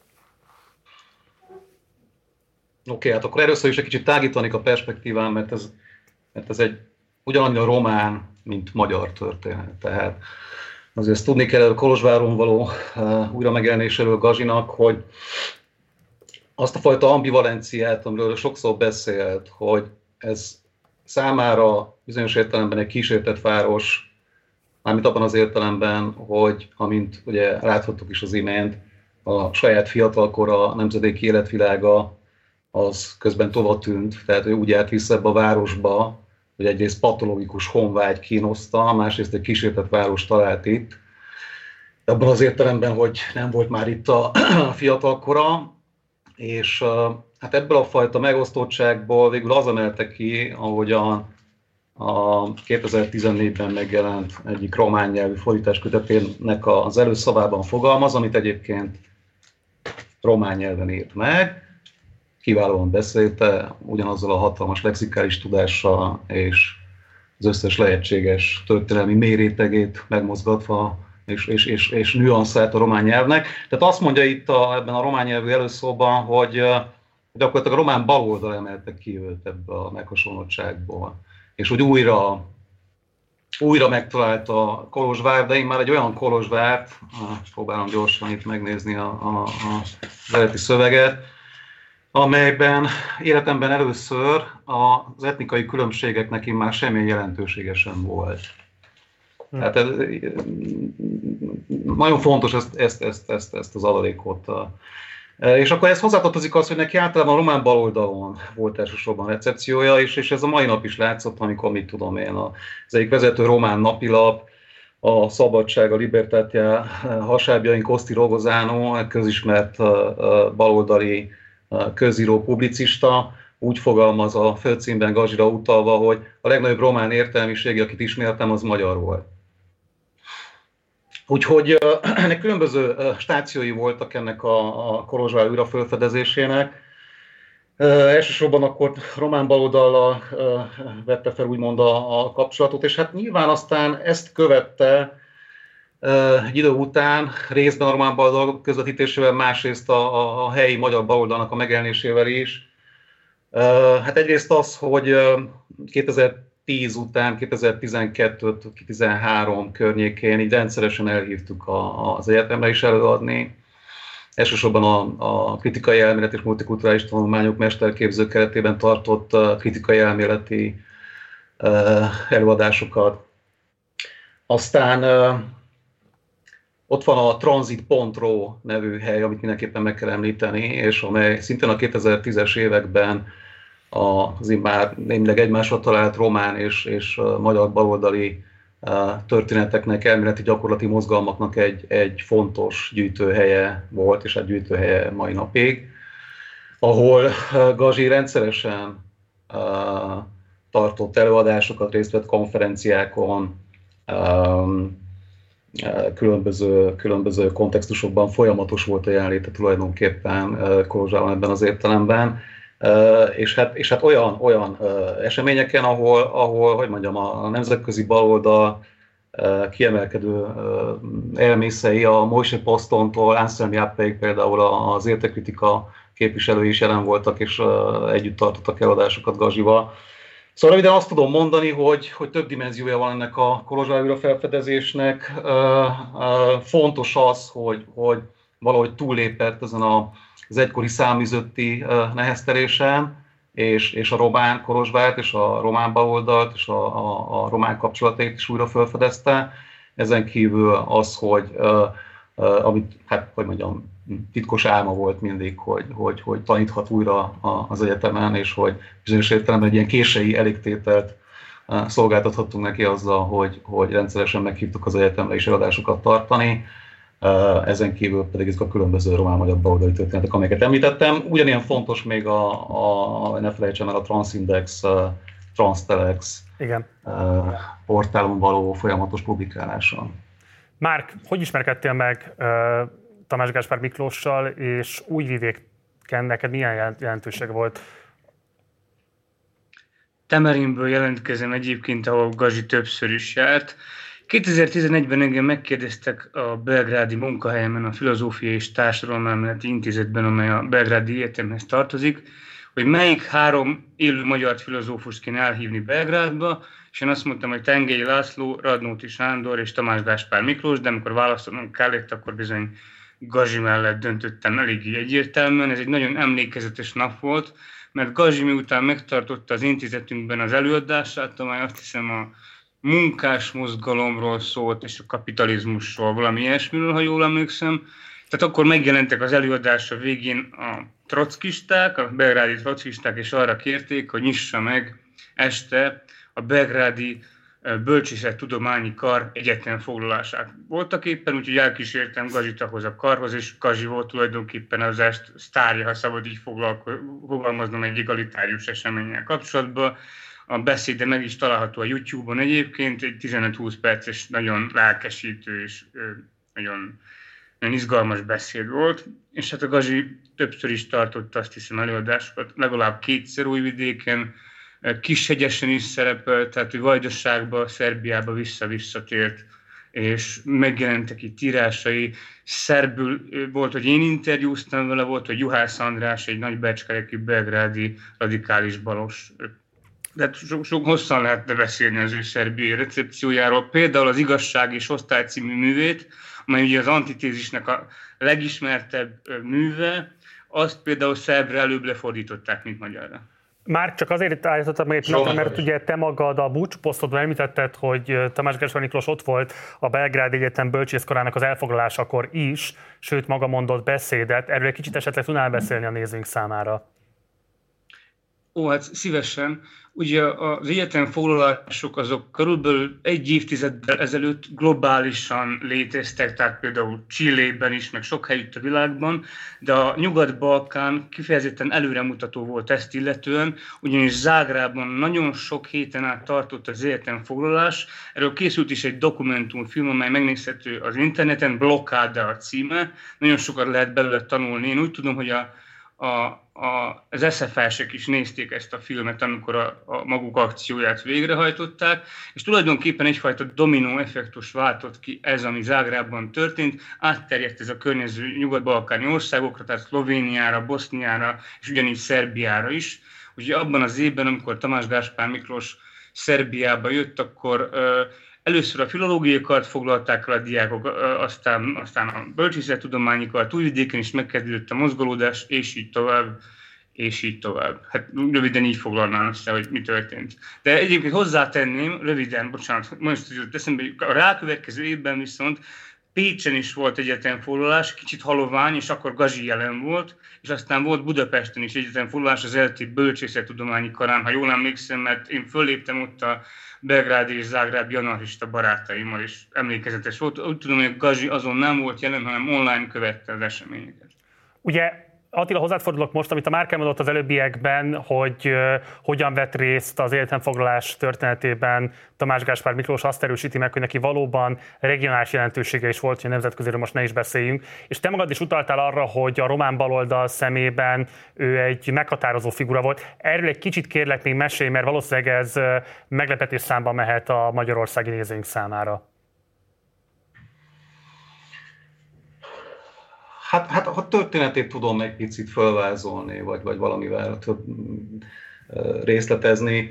Oké, okay, hát akkor először is egy kicsit tágítanék a perspektíván, mert ez, mert ez egy ugyanannyira román, mint magyar történet. Tehát azért ezt tudni kell a Kolozsváron való uh, újra megjelenéséről Gazzsinak, hogy azt a fajta ambivalenciát, amiről sokszor beszélt, hogy ez számára bizonyos értelemben egy kísértett város, mármint abban az értelemben, hogy amint ugye láthattuk is az imént, a saját fiatalkora, nemzedéki életvilága az közben tovább tűnt, tehát ő úgy járt vissza ebbe a városba, hogy egyrészt patológikus honvágy kínoszta, másrészt egy kísértett város talált itt, abban az értelemben, hogy nem volt már itt a fiatalkora, és hát ebből a fajta megosztottságból végül az emelte ki, ahogyan a kétezer-tizennégyben megjelent egyik román nyelvű fordításkötetének az előszavában fogalmaz, amit egyébként román nyelven írt meg, kiválóan beszélte, ugyanazzal a hatalmas lexikális tudással és az összes lehetséges történelmi mérétegét megmozgatva, és, és, és, és nüanszát a román nyelvnek. Tehát azt mondja itt a, ebben a román nyelvű előszóban, hogy gyakorlatilag a román baloldal emelte ki őt ebből a meghasonlottságból. És hogy újra, újra megtalálta Kolozsvár, de én már egy olyan Kolozsvárt, próbálom gyorsan itt megnézni a, a, a eredeti szöveget, amelyben életemben először az etnikai különbségeknek én már semmilyen jelentősége sem volt. Hmm. Tehát ez, nagyon fontos ezt, ezt, ezt, ezt, ezt az adalékot. És akkor ez hozzátartozik az, hogy neki általában a román baloldalon volt elsősorban recepciója, és, és ez a mai nap is látszott, amikor, mit tudom én, az egyik vezető román napilap, a Szabadság, a Libertátia hasábjain Koszti Rogozánó, közismert baloldali közíró, publicista, úgy fogalmaz a főcímben Gazsira utalva, hogy a legnagyobb román értelmiség, akit ismertem, az magyar volt. Úgyhogy ennek különböző stációi voltak ennek a, a Kolozsvár újra felfedezésének. Elsősorban akkor román baloldallal vette fel úgymond a, a kapcsolatot, és hát nyilván aztán ezt követte egy idő után részben a román baloldal közvetítésével, másrészt a, a, a helyi magyar baloldalnak a megjelenésével is. Hát egyrészt az, hogy kétezer-tíz után, kétezer-tizenkettő-tizenhárom környékén így rendszeresen elhívtuk a, az egyetemre is előadni. Elsősorban a, a kritikai elmélet és multikulturális tanulmányok mesterképző keretében tartott kritikai elméleti előadásokat. Aztán ott van a transit pont ro nevű hely, amit mindenképpen meg kell említeni, és amely szintén a kétezer-tízes években az immár némileg egymásra talált román és, és magyar baloldali történeteknek, elméleti gyakorlati mozgalmaknak egy, egy fontos gyűjtőhelye volt, és egy gyűjtőhelye mai napig, ahol Gazsi rendszeresen tartott előadásokat, részt vett konferenciákon, különböző, különböző kontextusokban folyamatos volt a jelenléte tulajdonképpen Kolozsváron ebben az értelemben. Uh, és, hát, és hát olyan, olyan uh, eseményeken, ahol, ahol, hogy mondjam, a, a nemzetközi baloldal uh, kiemelkedő uh, elmészei, a Moise Postontól Anselm Jappeig például az értékkritika képviselői is jelen voltak, és uh, együtt tartottak eladásokat Gazsival. Szóval röviden azt tudom mondani, hogy, hogy több dimenziója van ennek a Kolozsvár újrafelfedezésnek. Uh, uh, fontos az, hogy, hogy valahogy túllépett ezen a az egykori száműzötti uh, neheztelésen, és, és a román Kolozsvárt, és a román baloldalt, és a, a, a román kapcsolatait is újra felfedezte. Ezen kívül az, hogy uh, uh, amit, hát, hogy mondjam, titkos álma volt mindig, hogy, hogy, hogy taníthat újra a, az egyetemen, és hogy bizonyos értelemben egy ilyen késői elégtételt uh, szolgáltathattunk neki azzal, hogy, hogy rendszeresen meghívtuk az egyetemre is eladásokat tartani. Uh, ezen kívül pedig ezek a különböző román-magyar baloldali történetek, amelyeket említettem. Ugyanilyen fontos még a, a ne felejtsem el a Transindex, uh, Transtelex Igen. Uh, portálon való folyamatos publikálása. Márk, hogy ismerkedtél meg uh, Tamás Gáspár Miklóssal, és Újvidéken neked milyen jelentőség volt? Temerinből jelentkezem egyébként, ahol Gazsi többször is járt. kétezer-tizenegyben engem megkérdeztek a belgrádi munkahelyemen, a Filozófiai és Társadalomelméleti Intézetben, amely a Belgrádi Egyetemhez tartozik, hogy melyik három élő magyar filozófust kéne elhívni Belgrádba, és én azt mondtam, hogy Tengely László, Radnóti Sándor és Tamás Gáspár Miklós, de amikor választottam kellett, akkor bizony Gazsi mellett döntöttem eléggé egyértelműen. Ez egy nagyon emlékezetes nap volt, mert Gazsi miután megtartotta az intézetünkben az előadását, amely azt hiszem a munkás mozgalomról szólt, és a kapitalizmusról, valami ilyesmiről, ha jól emlékszem. Tehát akkor megjelentek az előadása végén a trockisták, a belgrádi trockisták, és arra kérték, hogy nyissa meg este a belgrádi Bölcsészettudományi Kar egyetemfoglalását. Voltak éppen, úgyhogy elkísértem Gazsit ahhoz a karhoz, és Gazi volt tulajdonképpen az est sztárja, ha szabad így fogalmaznom egy egalitárius eseménnyel kapcsolatban. A beszéde meg is található a YouTube-on egyébként, egy tizenöt-húsz perces, nagyon lelkesítő és nagyon, nagyon izgalmas beszéd volt. És hát a Gazi többször is tartott, azt hiszem, előadásokat, legalább kétszer Újvidéken, Kishegyesen is szerepelt, tehát ő Vajdaságba, Szerbiába vissza-visszatért, és megjelentek itt írásai. Szerbül volt, hogy én interjúztam vele, volt, hogy Juhász András, egy nagy becskerekű belgrádi radikális balos. De sok, sok hosszan lehetne beszélni az ő szerbiai recepciójáról. Például az Igazság és Osztály című művét, amely ugye az antitézisnek a legismertebb műve, azt például szerbre előbb lefordították, mint magyarra. Már csak azért állítottam meg egy pillanatra, mert ugye te magad a búcsúposztodban említetted, hogy Tamás Gáspár Miklós ott volt a Belgrádi Egyetem bölcsészkarának az elfoglalásakor is, sőt maga mondott beszédet. Erről egy kicsit esetleg tudnál beszélni a nézőink számára? Ó, hát szívesen. Ugye az egyetemfoglalások azok körülbelül egy évtizeddel ezelőtt globálisan léteztek, tehát például Chilében is, meg sok helyütt a világban, de a Nyugat-Balkán kifejezetten előremutató volt ezt illetően, ugyanis Zágrában nagyon sok héten át tartott az egyetemfoglalás. Erről készült is egy dokumentumfilm, amely megnézhető az interneten, Blokkáda a címe, nagyon sokat lehet belőle tanulni. Én úgy tudom, hogy a A, a, az es zé ef esek is nézték ezt a filmet, amikor a, a maguk akcióját végrehajtották, és tulajdonképpen egyfajta dominó effektus váltott ki ez, ami Zágrában történt, átterjedt ez a környező nyugat-balkáni országokra, tehát Szlovéniára, Boszniára, és ugyanígy Szerbiára is. Ugye abban az évben, amikor Tamás Gáspár Miklós Szerbiába jött, akkor ö, először a filológiai kart foglalták el a diákok, aztán, aztán a bölcsészettudományi kart, Újvidéken is megkezdődött a mozgolódás, és így tovább, és így tovább. Hát röviden így foglalnám össze, hogy mi történt. De egyébként hozzátenném, röviden, bocsánat, most jutott eszembe, a rákövetkező évben viszont Pécsen is volt egyetemfoglalás, kicsit halovány, és akkor Gazi jelen volt, és aztán volt Budapesten is egyetemfoglalás az é el té Bölcsészettudományi Karán, ha jól emlékszem, mert én fölléptem ott a belgrádi és zágrábi anarchista barátaimmal, és emlékezetes volt. Úgy tudom, hogy Gazi azon nem volt jelen, hanem online követte az eseményeket. Ugye Attila, hozzád fordulok most, amit a Márk elmondott az előbbiekben, hogy uh, hogyan vett részt az egyetemfoglalás történetében Tamás Gáspár Miklós, azt erősíti meg, hogy neki valóban regionális jelentősége is volt, hogy a nemzetköziről most ne is beszéljünk. És te magad is utaltál arra, hogy a román baloldal szemében ő egy meghatározó figura volt. Erről egy kicsit kérlek még mesélj, mert valószínűleg ez meglepetés számba mehet a magyarországi nézőink számára. Hát, hát a történetét tudom egy picit felvázolni, vagy, vagy valamivel több részletezni.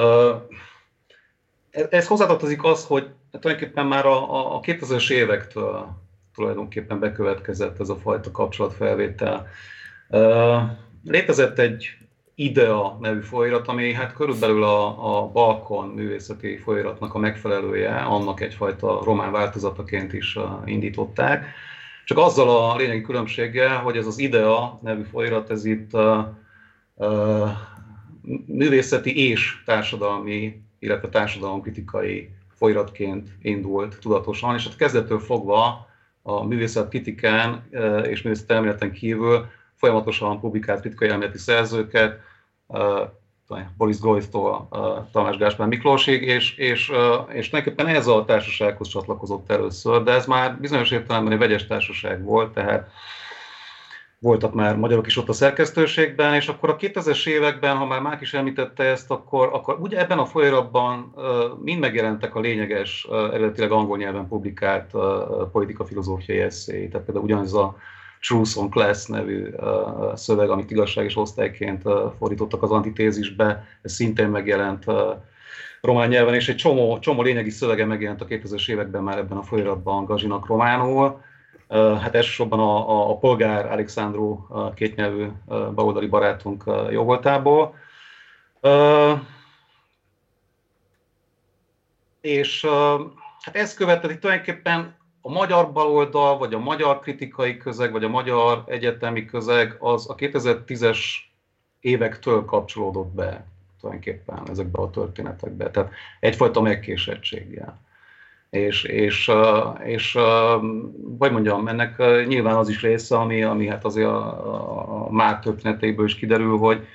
Ez hozzátartozik az, hogy tulajdonképpen már a, a kétezres évektől tulajdonképpen bekövetkezett ez a fajta kapcsolatfelvétel. Létezett egy IDEA nevű folyirat, ami hát körülbelül a, a Balkon művészeti folyiratnak a megfelelője, annak egyfajta román változataként is indították. Csak azzal a lényegi különbséggel, hogy ez az IDEA nevű folyirat, ez itt uh, uh, művészeti és társadalmi, illetve társadalomkritikai folyiratként indult tudatosan, és hát kezdettől fogva a művészetkritikán uh, és művészetelméleten kívül folyamatosan publikált kritikai elméleti szerzőket, uh, Boris Groytól uh, Tamás Gáspár Miklósig, és, és, uh, és tulajdonképpen ez a társasághoz csatlakozott először, de ez már bizonyos értelemben egy vegyes társaság volt, tehát voltak már magyarok is ott a szerkesztőségben, és akkor a kétezres években, ha már Mák is említette ezt, akkor, akkor ugye ebben a folyiratban uh, mind megjelentek a lényeges, uh, eredetileg angol nyelven publikált uh, politika-filozófiai eszéi, tehát például ugyanez a Truth on Class nevű uh, szöveg, amit igazság és osztályként uh, fordítottak az antitézisbe, ez szintén megjelent uh, román nyelven, és egy csomó, csomó lényegi szövege megjelent a kétezres években már ebben a folyiratban Gazinak románul. Uh, hát elsősorban a, a, a Polgár Alexandru uh, kétnyelvű uh, baloldali barátunk uh, jóvoltából. Uh, és uh, hát ezt követett tulajdonképpen a magyar baloldal, vagy a magyar kritikai közeg, vagy a magyar egyetemi közeg az a kétezer-tízes évektől kapcsolódott be. tulajdonképpen ezekbe a történetekbe. Tehát egyfajta megkésettséggel. És, és, és vagy mondjam, ennek nyilván az is része, ami, ami hát azért a, a Márk történetéből is kiderül, hogy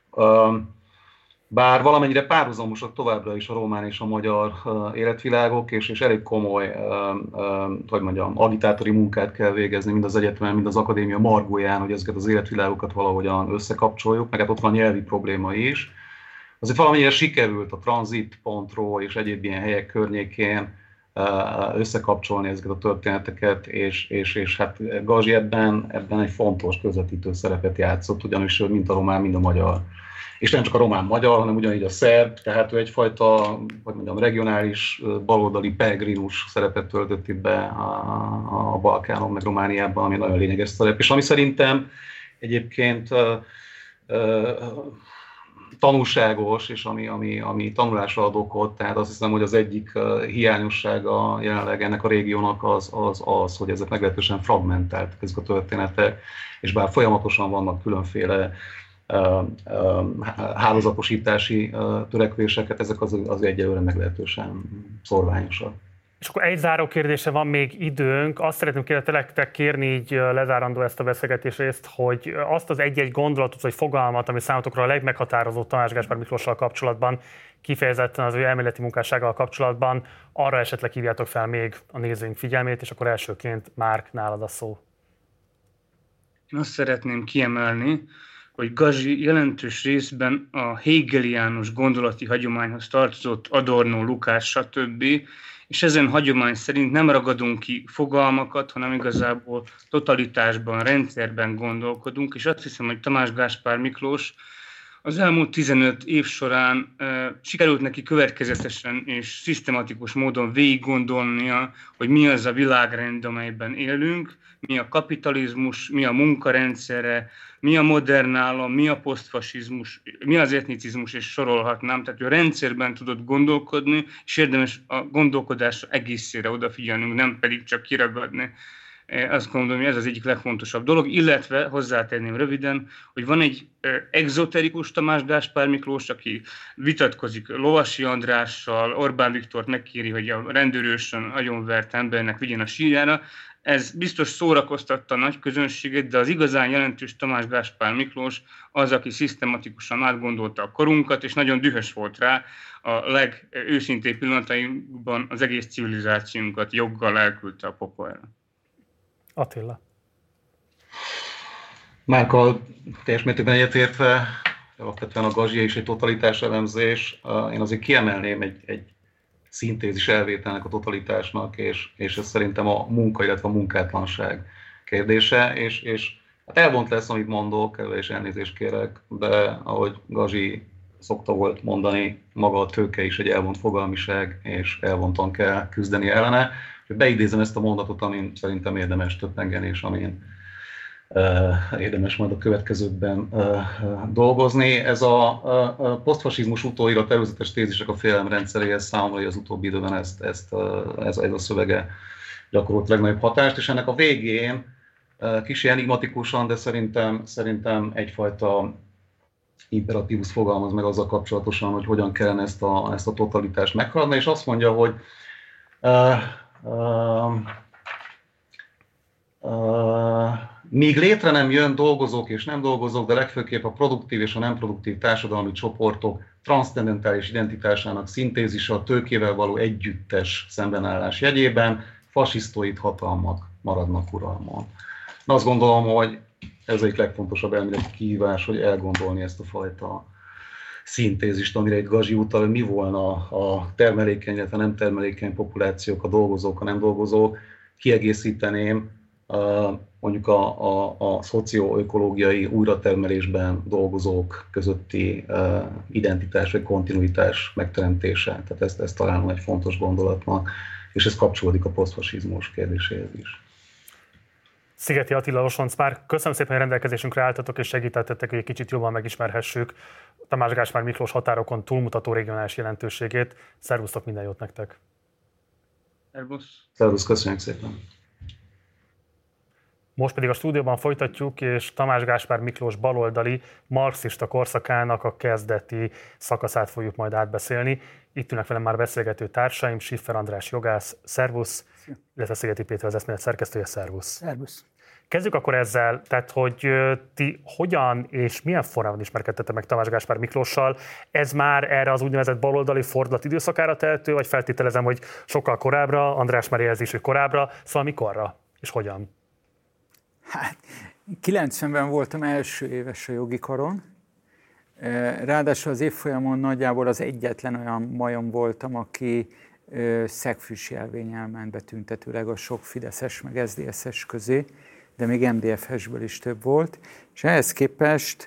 bár valamennyire párhuzamosak továbbra is a román és a magyar életvilágok, és, és elég komoly, hogy mondjam, agitátori munkát kell végezni, mind az egyetemen, mind az akadémia margóján, hogy ezeket az életvilágokat valahogyan összekapcsoljuk, meg hát ott van nyelvi probléma is. Azért valamennyire sikerült a tranzit.ro és egyéb ilyen helyek környékén összekapcsolni ezeket a történeteket, és, és, és hát Gazi ebben, ebben egy fontos közvetítő szerepet játszott, ugyanis mind a román, mind a magyar. És nem csak a román-magyar, hanem ugyanígy a szerb, tehát ő egyfajta, hogy mondjam, regionális, baloldali peregrinus szerepet töltött itt be a, a Balkánon, meg Romániában, ami nagyon lényeges szerep, és ami szerintem egyébként uh, uh, tanulságos, és ami, ami, ami tanulásra ad okot, tehát azt hiszem, hogy az egyik uh, hiányossága jelenleg ennek a régiónak az, az az, hogy ezek meglehetősen fragmentáltak ezek a történetek, és bár folyamatosan vannak különféle hálózatosítási törekvéseket, ezek az, az egyelőre meglehetősen szorványosak. És akkor egy záró kérdése van még időnk. Azt szeretném kérdetek kérni, így lezárandó ezt a beszélgetés részt, hogy azt az egy-egy gondolatot vagy fogalmat, ami számotokra a legmeghatározóbb Tamás Gáspár Miklóssal kapcsolatban, kifejezetten az ő elméleti munkássággal kapcsolatban, arra esetleg hívjátok fel még a nézőink figyelmét, és akkor elsőként Márk, nálad a szó. Én azt szeretném kiemelni, hogy Gazi jelentős részben a hegeliánus gondolati hagyományhoz tartozott, Adorno, Lukács, stb., és ezen hagyomány szerint nem ragadunk ki fogalmakat, hanem igazából totalitásban, rendszerben gondolkodunk, és azt hiszem, hogy Tamás Gáspár Miklós az elmúlt tizenöt év során e, sikerült neki következetesen és szisztematikus módon végig gondolnia, hogy mi az a világrend, amelyben élünk, mi a kapitalizmus, mi a munkarendszere, mi a modern állam, mi a posztfasizmus, mi az etnicizmus, és sorolhatnám. Tehát ő rendszerben tudott gondolkodni, és érdemes a gondolkodásra egészére odafigyelnünk, nem pedig csak kiragadni. Azt gondolom, hogy ez az egyik legfontosabb dolog, illetve hozzátenném röviden, hogy van egy exoterikus Tamás Gáspár Miklós, aki vitatkozik Lovasi Andrással, Orbán Viktort megkéri, hogy a rendőrösen agyonvert embernek vigyen a sírjára. Ez biztos szórakoztatta a nagy közönséget, de az igazán jelentős Tamás Gáspár Miklós az, aki szisztematikusan átgondolta a korunkat, és nagyon dühös volt rá. A legőszintébb pillanatainkban az egész civilizációnkat joggal elküldte a pokolra. Attila. Márkkal teljes mértékben egyetértve, alapvetően a Gazi és egy totalitás elemzés. Én azért kiemelném egy, egy szintézis elvételnek a totalitásnak, és, és ez szerintem a munka, illetve a munkátlanság kérdése, és, és hát elvont lesz, amit mondok, és elnézést kérek, de ahogy Gazi szokta volt mondani, maga a tőke is egy elvont fogalmiság, és elvontan kell küzdeni ellene. Beidézem ezt a mondatot, amin szerintem érdemes többengeni, és amin uh, érdemes majd a következőkben uh, dolgozni. Ez a, a, a posztfasizmus utóirat előzetes tézisek a félelem rendszeréhez számolja az utóbbi időben ezt, ezt, uh, ez, ez a szövege gyakorolt legnagyobb hatást, és ennek a végén uh, kicsi enigmatikusan, de szerintem, szerintem egyfajta imperatívus fogalmaz meg azzal kapcsolatosan, hogy hogyan kellene ezt a, ezt a totalitást meghaladni, és azt mondja, hogy uh, Uh, uh, míg létre nem jön dolgozók és nem dolgozók, de legfőképp a produktív és a nem produktív társadalmi csoportok transzcendentális identitásának szintézise a tőkével való együttes szembenállás jegyében, fasisztoid hatalmak maradnak uralmon. Azt gondolom, hogy ez egyik legfontosabb elméleti kihívás, hogy elgondolni ezt a fajta szintézist, amire egy Gazi utal, hogy mi volna a termelékeny, illetve nem termelékeny populációk, a dolgozók, a nem dolgozók. Kiegészíteném mondjuk a, a, a szocioökológiai újratermelésben dolgozók közötti identitás vagy kontinuitás megteremtése. Tehát ezt, ezt találom egy fontos gondolatnak, és ez kapcsolódik a posztfasizmus kérdéséhez is. Szigeti Attila, Losonc Márk, köszönöm szépen, hogy rendelkezésünkre álltatok és segítettetek, hogy egy kicsit jobban megismerhessük Tamás Gáspár Miklós határokon túlmutató regionális jelentőségét. Szervusztok, minden jót nektek! Szervusz! Szervusz, köszönjük szépen! Most pedig a stúdióban folytatjuk, és Tamás Gáspár Miklós baloldali marxista korszakának a kezdeti szakaszát fogjuk majd átbeszélni. Itt ülnek velem már beszélgető társaim, Schiffer András jogász, szervusz, illetve Szigeti Péter az Eszmélet szerkesztője, szervusz. Szervusz. Kezdjük akkor ezzel, tehát hogy ti hogyan és milyen formában ismerkedtetek meg Tamás Gáspár Miklóssal? Ez már erre az úgynevezett baloldali fordulat időszakára tehető, vagy feltételezem, hogy sokkal korábbra, András már jelzi is, hogy korábbra, szóval mikorra és hogyan? Hát, kilencvenben voltam első éves a jogi karon, ráadásul az évfolyamon nagyjából az egyetlen olyan majom voltam, aki szegfűs jelvénnyel ment betüntetőleg a sok fideszes meg es zé dé es-es közé, de még em dé ef es-ből is több volt, és ehhez képest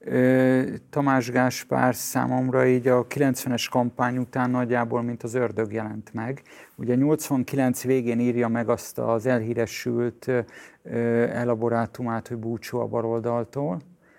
Tamás Gáspár számomra így a kilencvenes kampány után nagyjából, mint az ördög jelent meg. Ugye nyolcvankilenc végén írja meg azt az elhíresült elaborátumát, hogy búcsú a baloldaltól,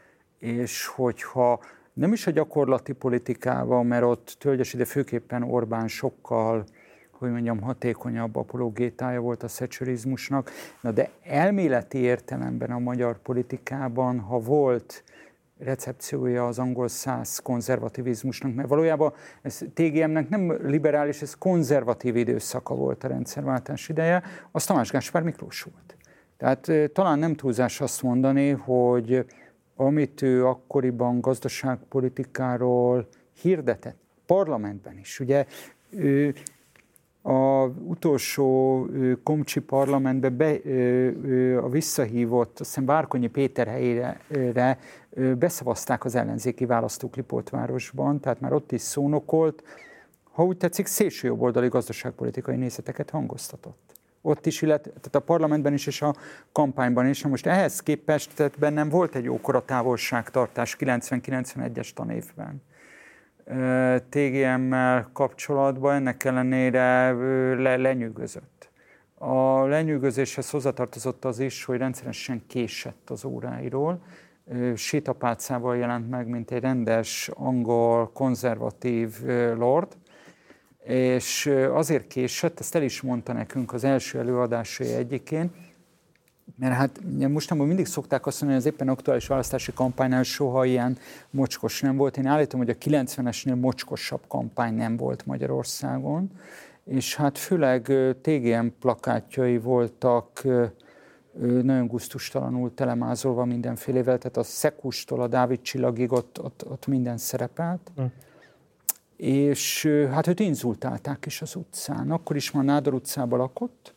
és hogyha nem is a gyakorlati politikával, mert ott Tölgyesi, de főképpen Orbán sokkal, hogy mondjam, hatékonyabb apologétája volt a thatcherizmusnak, na de elméleti értelemben a magyar politikában, ha volt recepciója az angol száz konzervativizmusnak, mert valójában ez té gé em-nek nem liberális, ez konzervatív időszaka volt a rendszerváltás ideje, az Tamás Gáspár Miklós volt. Tehát talán nem túlzás azt mondani, hogy amit ő akkoriban gazdaságpolitikáról hirdetett, parlamentben is, ugye ő az utolsó Komcsi parlamentben be, a visszahívott, azt hiszem Várkonyi Péter helyére beszavazták az ellenzéki választók Lipótvárosban, tehát már ott is szónokolt, ha úgy tetszik, szélsőjobboldali gazdaságpolitikai nézeteket hangoztatott. Ott is, illetve tehát a parlamentben is és a kampányban is. Na most ehhez képest tehát bennem volt egy jókora távolságtartás kilencven-kilencvenegyes tanévben té gé em-mel kapcsolatban, ennek ellenére le, lenyűgözött. A lenyűgözéshez hozzátartozott az is, hogy rendszeresen késett az óráiról. Sétapálcával jelent meg, mint egy rendes, angol, konzervatív lord, és azért késett, ezt el is mondta nekünk az első előadásai egyikén, mert hát mostanában mindig szokták azt mondani, hogy az éppen aktuális választási kampánynál soha ilyen mocskos nem volt. Én állítom, hogy a kilencvenesnél mocskosabb kampány nem volt Magyarországon, és hát főleg té gé em plakátjai voltak nagyon gusztustalanul telemázolva mindenfélevel, tehát a Szekustól a Dávid csillagig ott, ott, ott minden szerepelt. Mm. És hát őt inzultálták is az utcán. Akkor is már Nádor utcában lakott,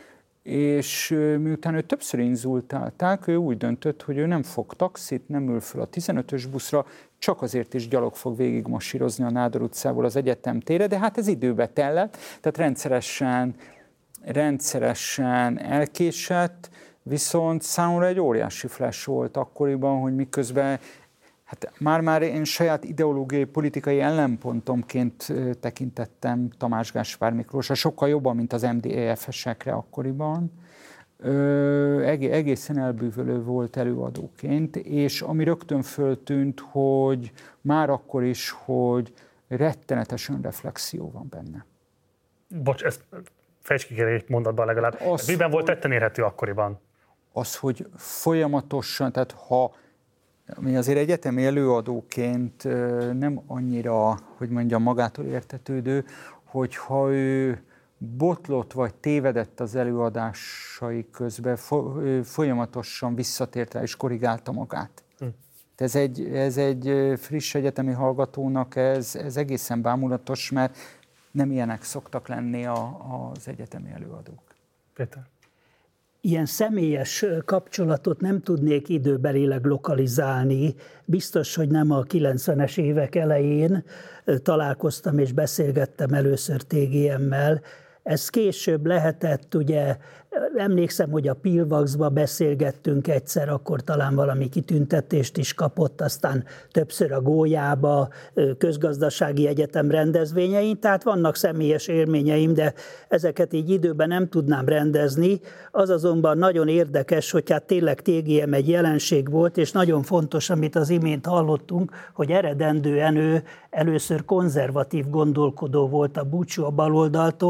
és miután őt többször inzultálták, ő úgy döntött, hogy ő nem fog taxit, nem ül föl a tizenötös buszra, csak azért is gyalog fog végigmasírozni a Nádor utcából az egyetem térre, de hát ez időbe tellett, tehát rendszeresen, rendszeresen elkésett, viszont számomra egy óriási flash volt akkoriban, hogy miközben hát már-már én saját ideológiai, politikai ellenpontomként tekintettem Tamás Gáspár Miklósra, sokkal jobban, mint az em dé ef es-ekre akkoriban. Ö, egészen elbűvölő volt előadóként, és ami rögtön föltűnt, hogy már akkor is, hogy rettenetes önreflexió van benne. Bocs, ezt fejtsd ki egy mondatban legalább. Az, miben volt tetten érhető akkoriban? Az, hogy folyamatosan, tehát ha ami azért egyetemi előadóként nem annyira, hogy mondjam, magától értetődő, hogyha ő botlott vagy tévedett az előadásai közben, folyamatosan visszatért rá és korrigálta magát. Hm. Ez egy, ez egy friss egyetemi hallgatónak ez, ez egészen bámulatos, mert nem ilyenek szoktak lenni a, az egyetemi előadók. Péter? Ilyen személyes kapcsolatot nem tudnék időbelileg lokalizálni. Biztos, hogy nem a kilencvenes évek elején találkoztam és beszélgettem először té gé em-mel. Ez később lehetett, ugye, emlékszem, hogy a Pilvaxba beszélgettünk egyszer, akkor talán valami kitüntetést is kapott, aztán többször a Gólyába, közgazdasági egyetem rendezvényein, tehát vannak személyes élményeim, de ezeket így időben nem tudnám rendezni. Az azonban nagyon érdekes, hogy hát tényleg té gé em egy jelenség volt, és nagyon fontos, amit az imént hallottunk, hogy eredendően ő először konzervatív gondolkodó volt a búcsú a baloldaltól,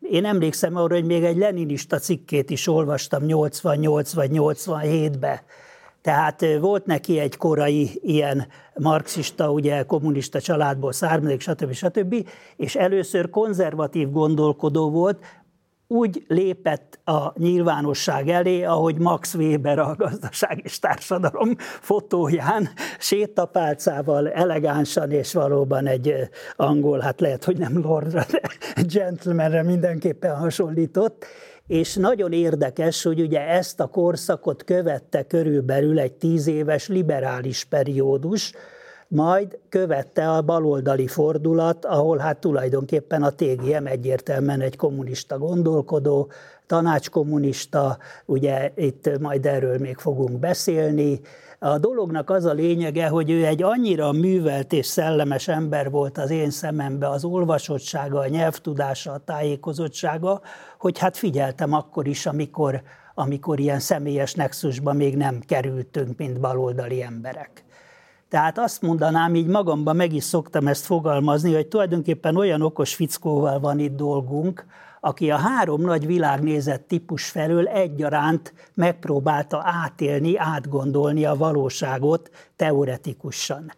én emlékszem arra, hogy még egy leninista cikkét is olvastam nyolcvannyolc vagy nyolcvanhétben. Tehát volt neki egy korai ilyen marxista, ugye kommunista családból származik, stb. stb. És először konzervatív gondolkodó volt, úgy lépett a nyilvánosság elé, ahogy Max Weber a Gazdaság és Társadalom fotóján sétapálcával elegánsan és valóban egy angol, hát lehet, hogy nem lordra, de gentlemanre mindenképpen hasonlított. És nagyon érdekes, hogy ugye ezt a korszakot követte körülbelül egy tíz éves liberális periódus, majd követte a baloldali fordulat, ahol hát tulajdonképpen a té gé em egyértelműen egy kommunista gondolkodó, tanácskommunista, ugye itt majd erről még fogunk beszélni. A dolognak az a lényege, hogy ő egy annyira művelt és szellemes ember volt az én szememben, az olvasottsága, a nyelvtudása, a tájékozottsága, hogy hát figyeltem akkor is, amikor, amikor ilyen személyes nexusba még nem kerültünk, mint baloldali emberek. Tehát azt mondanám, így magamban meg is szoktam ezt fogalmazni, hogy tulajdonképpen olyan okos fickóval van itt dolgunk, aki a három nagy világnézet típus felől egyaránt megpróbálta átélni, átgondolni a valóságot teoretikusan.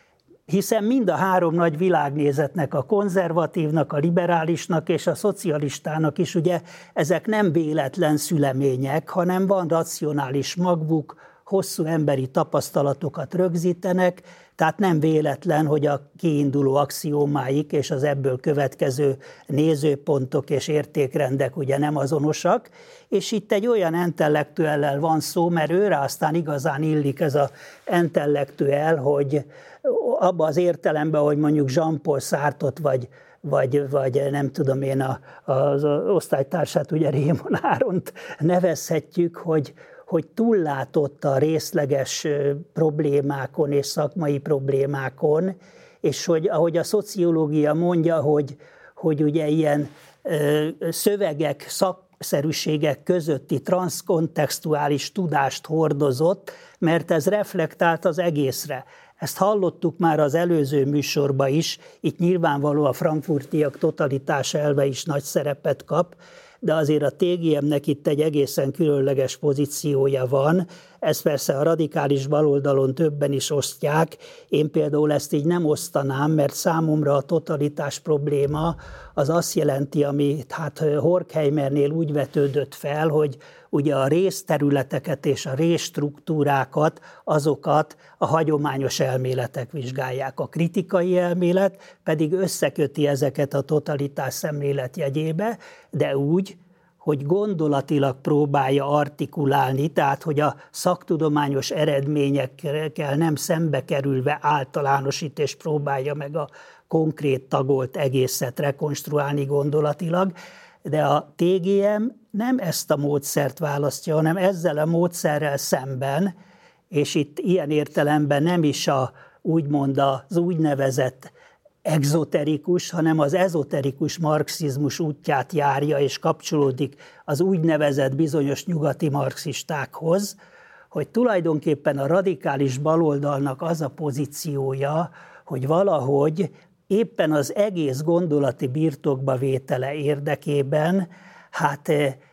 Hiszen mind a három nagy világnézetnek, a konzervatívnak, a liberálisnak és a szocialistának is ugye ezek nem véletlen szülemények, hanem van racionális magvuk, hosszú emberi tapasztalatokat rögzítenek, tehát nem véletlen, hogy a kiinduló axiómáik és az ebből következő nézőpontok és értékrendek ugye nem azonosak, és itt egy olyan intellektuellel van szó, mert őre aztán igazán illik ez az intellektuell, hogy abba az értelemben, hogy mondjuk Jean-Paul Sartre-ot vagy Vagy, vagy nem tudom én a, az osztálytársát, ugye Raymond Aront nevezhetjük, hogy, hogy túllátott a részleges problémákon és szakmai problémákon, és hogy ahogy a szociológia mondja, hogy, hogy ugye ilyen ö, szövegek, szakszerűségek közötti transzkontextuális tudást hordozott, mert ez reflektált az egészre. Ezt hallottuk már az előző műsorban is, itt nyilvánvaló a frankfurtiak totalitás elve is nagy szerepet kap, de azért a té gé emnek itt egy egészen különleges pozíciója van. Ezt persze a radikális baloldalon többen is osztják. Én például ezt így nem osztanám, mert számomra a totalitás probléma az azt jelenti, ami hát Horkheimernél úgy vetődött fel, hogy ugye a részterületeket és a részstruktúrákat, azokat a hagyományos elméletek vizsgálják. A kritikai elmélet pedig összeköti ezeket a totalitás szemlélet jegyébe, de úgy, hogy gondolatilag próbálja artikulálni, tehát hogy a szaktudományos eredményekkel nem szembe kerülve általánosít és próbálja meg a konkrét tagolt egészet rekonstruálni gondolatilag, de a té gé em nem ezt a módszert választja, hanem ezzel a módszerrel szemben, és itt ilyen értelemben nem is a, úgymond az úgynevezett exoterikus, hanem az ezoterikus marxizmus útját járja, és kapcsolódik az úgynevezett bizonyos nyugati marxistákhoz, hogy tulajdonképpen a radikális baloldalnak az a pozíciója, hogy valahogy éppen az egész gondolati birtokba vétele érdekében, hát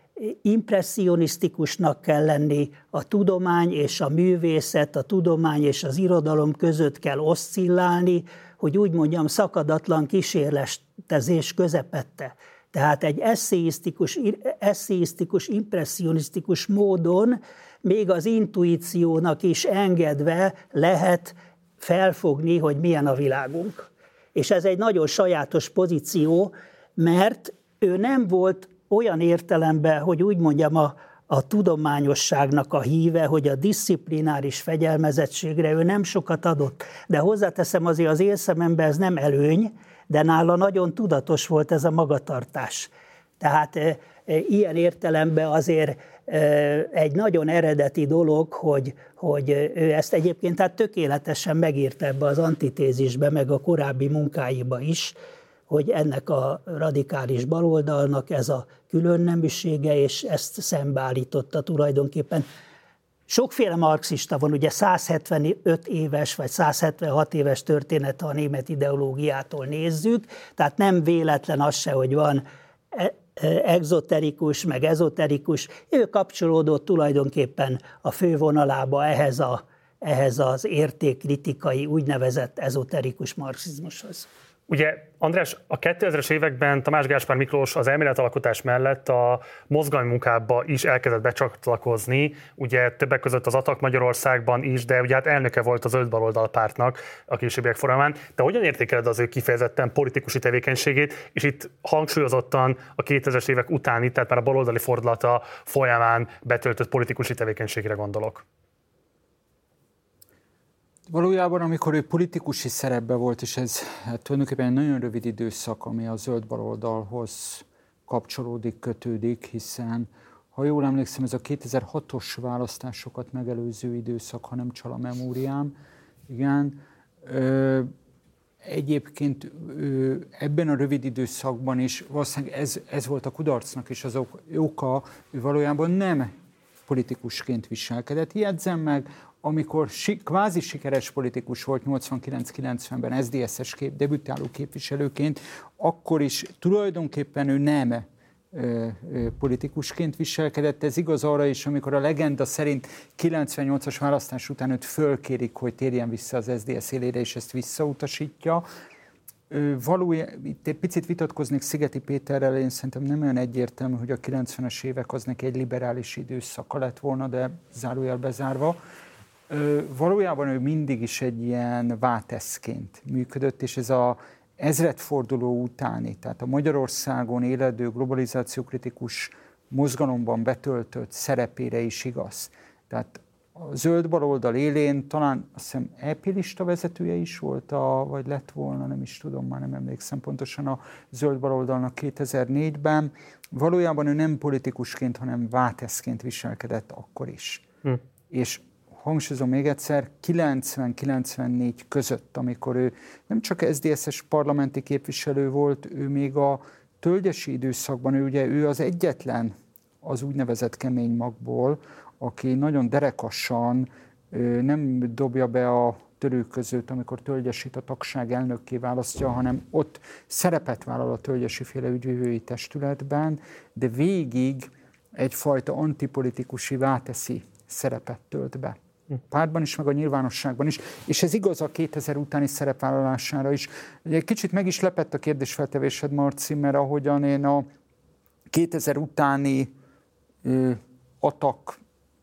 impresszioniztikusnak kell lenni, a tudomány és a művészet, a tudomány és az irodalom között kell oszcillálni, hogy úgy mondjam, szakadatlan kísérletezés közepette. Tehát egy eszéisztikus, eszéisztikus, impresszioniztikus módon még az intuíciónak is engedve lehet felfogni, hogy milyen a világunk. És ez egy nagyon sajátos pozíció, mert ő nem volt olyan értelemben, hogy úgy mondjam, a, a tudományosságnak a híve, hogy a diszciplináris fegyelmezettségre ő nem sokat adott. De hozzáteszem, azért az én szememben ez nem előny, de nála nagyon tudatos volt ez a magatartás. Tehát e, e, ilyen értelemben azért e, egy nagyon eredeti dolog, hogy, hogy ő ezt egyébként tehát tökéletesen megírta ebbe az antitézisbe, meg a korábbi munkáiba is, hogy ennek a radikális baloldalnak ez a különneműsége, és ezt szembeállította tulajdonképpen. Sokféle marxista van, ugye száz hetvenöt éves vagy száz hetvenhat éves története a német ideológiától nézzük, tehát nem véletlen az se, hogy van exoterikus, meg ezoterikus, ő kapcsolódott tulajdonképpen a fővonalába ehhez, a, ehhez az értékkritikai, úgynevezett ezoterikus marxizmushoz. Ugye, András, a kétezres években Tamás Gáspár Miklós az elméletalkotás mellett a mozgalmi munkába is elkezdett becsatlakozni, ugye többek között az Atak Magyarországban is, de ugye hát elnöke volt az Zöld Baloldal pártnak a későbbiek folyamán. De hogyan értékeled az ő kifejezetten politikusi tevékenységét, és itt hangsúlyozottan a kétezres évek utáni, tehát már a baloldali fordulata folyamán betöltött politikusi tevékenységre gondolok? Valójában, amikor ő politikusi szerepben volt, és ez hát tulajdonképpen egy nagyon rövid időszak, ami a zöld baloldalhoz kapcsolódik, kötődik, hiszen, ha jól emlékszem, ez a kétezer-hatos választásokat megelőző időszak, ha nem csal a memóriám. Igen. Ö, egyébként ö, ebben a rövid időszakban is valószínűleg ez, ez volt a kudarcnak is az oka, ő valójában nem politikusként viselkedett. Jegyzem meg, amikor si, kvázi sikeres politikus volt nyolcvankilenc-kilencvenben es zé dé es-es kép, debütáló képviselőként, akkor is tulajdonképpen ő nem ö, ö, politikusként viselkedett. Ez igaz arra is, amikor a legenda szerint kilencvennyolcas választás után őt fölkérik, hogy térjen vissza az es zé dé es élére, és ezt visszautasítja. Valójában itt egy picit vitatkoznék Szigeti Péterrel, én szerintem nem olyan egyértelmű, hogy a kilencvenes évek az neki egy liberális időszaka lett volna, de zárójel bezárva. Valójában ő mindig is egy ilyen váteszként működött, és ez az ezredforduló utáni, tehát a Magyarországon éledő globalizációkritikus mozgalomban betöltött szerepére is igaz. Tehát a zöld baloldal élén talán azt hiszem é pé lista vezetője is volt, a, vagy lett volna, nem is tudom, már nem emlékszem pontosan a zöld baloldalnak kétezer-négyben. Valójában ő nem politikusként, hanem váteszként viselkedett akkor is. Hm. És hangsúlyozom még egyszer, kilencven-kilencvennégy között, amikor ő nem csak es zé dé es-es parlamenti képviselő volt, ő még a tölgyesi időszakban, ő ugye ő az egyetlen az úgynevezett kemény magból, aki nagyon derekassan nem dobja be a törőközőt, amikor Tölgyesit a tagság elnökké választja, hanem ott szerepet vállal a tölgyesiféle ügyvívői testületben, de végig egyfajta antipolitikusi váteszi szerepet tölt be. Pártban is, meg a nyilvánosságban is, és ez igaz a kétezer utáni szerepvállalására is. Egy kicsit meg is lepett a kérdésfeltevésed, Marci, mert ahogyan én a kétezer utáni ö, atak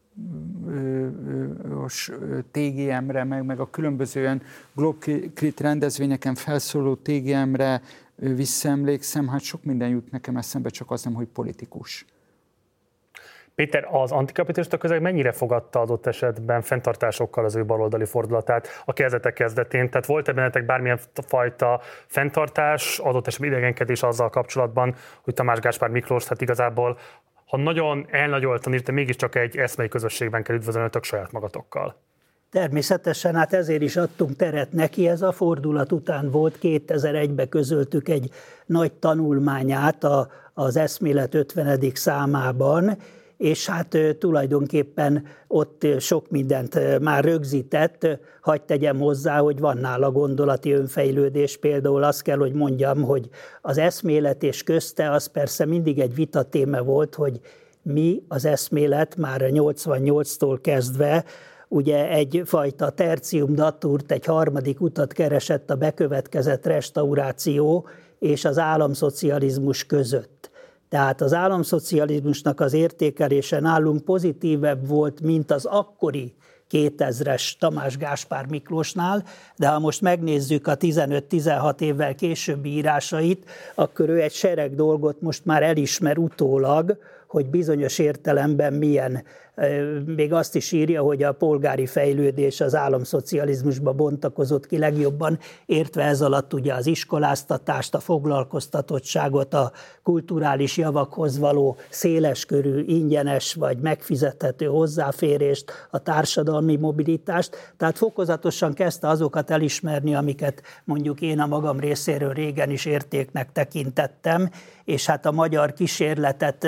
té gé em-re, meg, meg a különböző ilyen Globkrit rendezvényeken felszóló té gé em-re visszaemlékszem, hát sok minden jut nekem eszembe, csak az nem, hogy politikus. Péter, az antikapitalista közeg mennyire fogadta adott esetben fenntartásokkal az ő baloldali fordulatát a kezdetek kezdetén? Tehát volt-e bennetek bármilyen fajta fenntartás, adott esetben idegenkedés azzal kapcsolatban, hogy Tamás Gáspár Miklós, hát igazából, ha nagyon elnagyoltan is, de mégiscsak egy eszmei közösségben kell üdvözölnötök saját magatokkal? Természetesen, hát ezért is adtunk teret neki, ez a fordulat után volt, kétezer-egyben közöltük egy nagy tanulmányát a, az eszmélet ötvenedik számában, és hát tulajdonképpen ott sok mindent már rögzített, hadd tegyem hozzá, hogy van nála gondolati önfejlődés, például azt kell, hogy mondjam, hogy az eszmélet és közte az persze mindig egy vitatéma volt, hogy mi az eszmélet már nyolcvannyolctól kezdve, ugye egyfajta tertium daturt, egy harmadik utat keresett a bekövetkezett restauráció és az államszocializmus között. Tehát az államszocializmusnak az értékelése nálunk pozitívebb volt, mint az akkori kétezres Tamás Gáspár Miklósnál, de ha most megnézzük a tizenöt-tizenhat évvel későbbi írásait, akkor ő egy sereg dolgot most már elismer utólag, hogy bizonyos értelemben milyen, még azt is írja, hogy a polgári fejlődés az államszocializmusba bontakozott ki legjobban, értve ez alatt ugye az iskoláztatást, a foglalkoztatottságot, a kulturális javakhoz való széleskörű, ingyenes vagy megfizethető hozzáférést, a társadalmi mobilitást. Tehát fokozatosan kezdte azokat elismerni, amiket mondjuk én a magam részéről régen is értéknek tekintettem, és hát a magyar kísérletet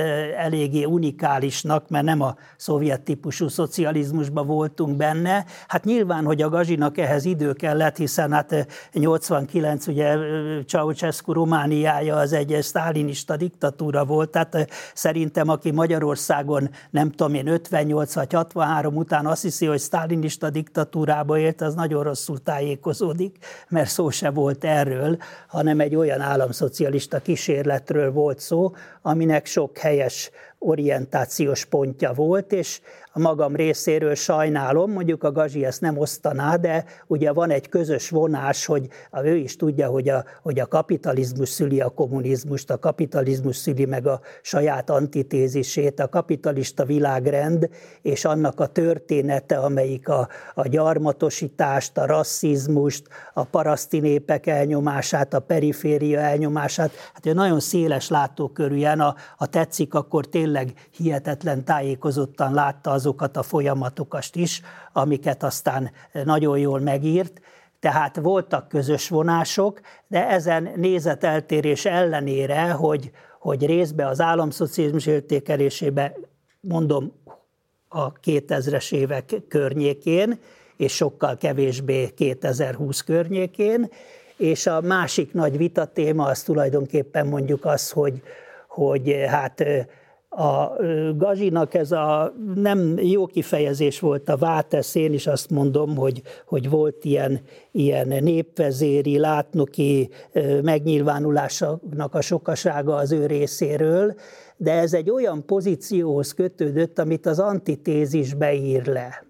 eléggé unikálisnak, mert nem a szovjet típusú szocializmusban voltunk benne. Hát nyilván, hogy a Gazsinak ehhez idő kellett, hiszen hát nyolcvankilenc, ugye Ceausescu Romániája az egy sztálinista diktatúra volt, tehát szerintem aki Magyarországon nem tudom én ötvennyolc vagy hatvanhárom után azt hiszi, hogy sztálinista diktatúrába élt, az nagyon rosszul tájékozódik, mert szó se volt erről, hanem egy olyan államszocialista kísérletről volt szó, aminek sok helyes orientációs pontja volt, és a magam részéről sajnálom, mondjuk a Gazsi ezt nem osztaná, de ugye van egy közös vonás, hogy ő is tudja, hogy a, hogy a kapitalizmus szüli a kommunizmust, a kapitalizmus szüli meg a saját antitézisét, a kapitalista világrend, és annak a története, amelyik a, a gyarmatosítást, a rasszizmust, a paraszti népek elnyomását, a periféria elnyomását, hát ő nagyon széles látókörűen, a, a tetszik, akkor tényleg hihetetlen tájékozottan látta azokat a folyamatokat is, amiket aztán nagyon jól megírt. Tehát voltak közös vonások, de ezen nézeteltérés ellenére, hogy, hogy részben az államszocializmus értékelésébe, mondom, a kétezres évek környékén, és sokkal kevésbé kétezer-húsz környékén, és a másik nagy vitatéma az tulajdonképpen mondjuk az, hogy, hogy hát a Gazsinak ez a nem jó kifejezés volt a váltesz, én is azt mondom, hogy, hogy volt ilyen, ilyen népvezéri, látnoki megnyilvánulásnak a sokasága az ő részéről, de ez egy olyan pozícióhoz kötődött, amit az antitézisbe ír le.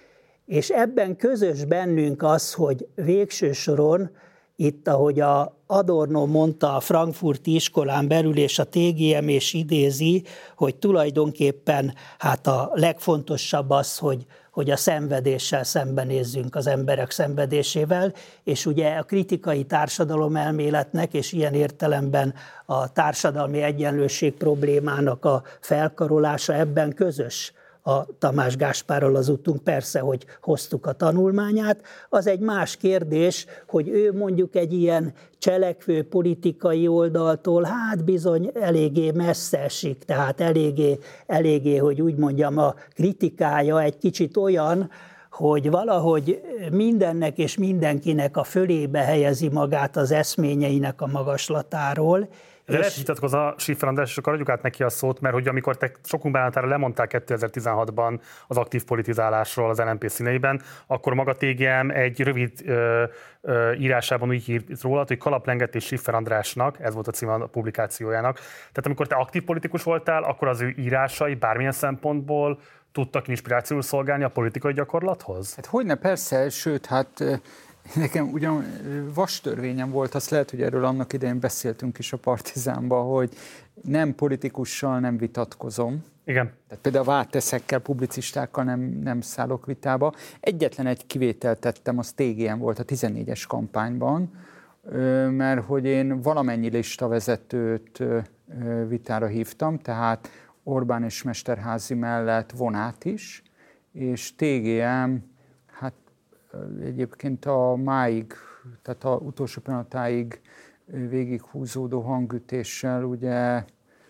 És ebben közös bennünk az, hogy végső soron itt, ahogy a Adorno mondta a frankfurti iskolán belül, és a té gé em is idézi, hogy tulajdonképpen hát a legfontosabb az, hogy, hogy a szenvedéssel szembenézzünk, az emberek szenvedésével, és ugye a kritikai társadalomelméletnek, és ilyen értelemben a társadalmi egyenlőség problémának a felkarolása ebben közös a Tamás Gáspárral az utunk, persze, hogy hoztuk a tanulmányát. Az egy más kérdés, hogy ő mondjuk egy ilyen cselekvő politikai oldaltól, hát bizony eléggé messze esik, tehát eléggé, eléggé, hogy úgy mondjam, a kritikája egy kicsit olyan, hogy valahogy mindennek és mindenkinek a fölébe helyezi magát az eszményeinek a magaslatáról. Lehet vitatkozni a Schiffer András, és akkor adjuk át neki a szót, mert hogy amikor te sokunk bánatára lemondtál kétezer-tizenhatban az aktív politizálásról az el em pé színeiben, akkor maga té gé em egy rövid ö, ö, írásában úgy írt róla, hogy kalaplengetés Schiffer Andrásnak, ez volt a címe a publikációjának. Tehát amikor te aktív politikus voltál, akkor az ő írásai bármilyen szempontból tudtak inspirációul szolgálni a politikai gyakorlathoz? Hát hogyne, persze, sőt, hát nekem ugyan vastörvényem volt, azt lehet, hogy erről annak idején beszéltünk is a Partizánban, hogy nem politikussal nem vitatkozom. Igen. Tehát például válteszekkel, publicistákkal nem, nem szállok vitába. Egyetlen egy kivételt tettem, az té gé em volt a tizennégyes kampányban, mert hogy én valamennyi listavezetőt vitára hívtam, tehát Orbán és Mesterházy mellett Vonát is, és té gé em, hát egyébként a máig, tehát az utolsó pillanatáig végighúzódó hangütéssel ugye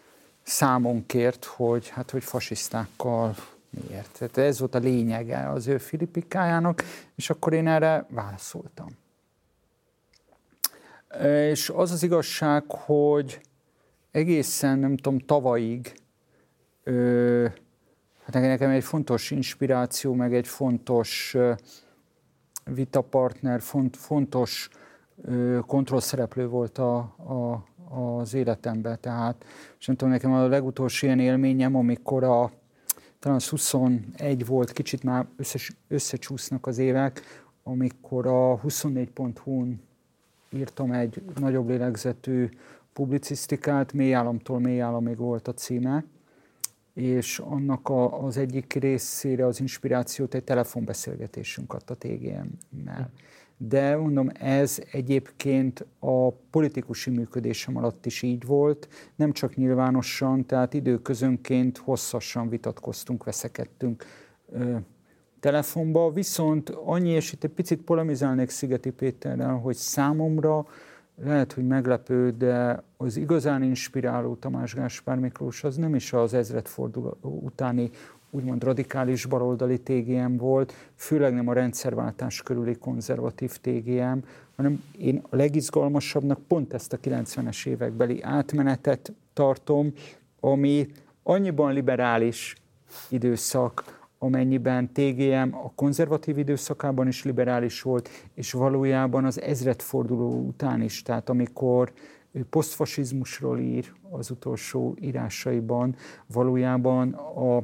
számon kért, hogy, hát, hogy fasisztákkal miért. Tehát ez volt a lényege az ő filipikájának, és akkor én erre válaszoltam. És az az igazság, hogy egészen, nem tudom, tavalyig, hát nekem egy fontos inspiráció, meg egy fontos vitapartner, font, fontos kontrollszereplő volt a, a, az életemben. Tehát, és nem tudom, nekem a legutolsó ilyen élményem, amikor a, talán az huszonegy volt, kicsit már összes, összecsúsznak az évek, amikor a huszonnégy pont hu-n írtam egy nagyobb lélegzetű publicisztikát, mélyállamtól mélyállamig volt a címe, és annak a, az egyik részére az inspirációt egy telefonbeszélgetésünk adta té gé em-mel. De mondom, ez egyébként a politikusi működésem alatt is így volt, nem csak nyilvánosan, tehát időközönként hosszasan vitatkoztunk, veszekedtünk ö, telefonba, viszont annyi, és itt egy picit polemizálnék Szigeti Péterrel, hogy számomra lehet, hogy meglepő, de az igazán inspiráló Tamás Gáspár Miklós az nem is az ezredforduló utáni úgymond radikális baloldali té gé em volt, főleg nem a rendszerváltás körüli konzervatív té gé em, hanem én a legizgalmasabbnak pont ezt a kilencvenes évekbeli átmenetet tartom, ami annyiban liberális időszak, amennyiben té gé em a konzervatív időszakában is liberális volt, és valójában az ezredforduló után is, tehát amikor posztfasizmusról ír az utolsó írásaiban, valójában a,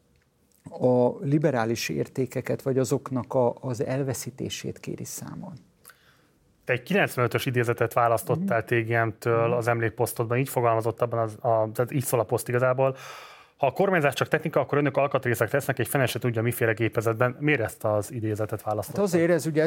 a liberális értékeket, vagy azoknak a, az elveszítését kéri számon. Te egy kilencvenötös idézetet választottál té gé em-től az emlékposztodban, így fogalmazott abban, az, a, tehát így szól a poszt igazából. Ha a kormányzás csak technika, akkor önök alkatrészek lesznek, egy fene se tudja miféle gépezetben. Miért ezt az idézetet választották? Hát azért ez ugye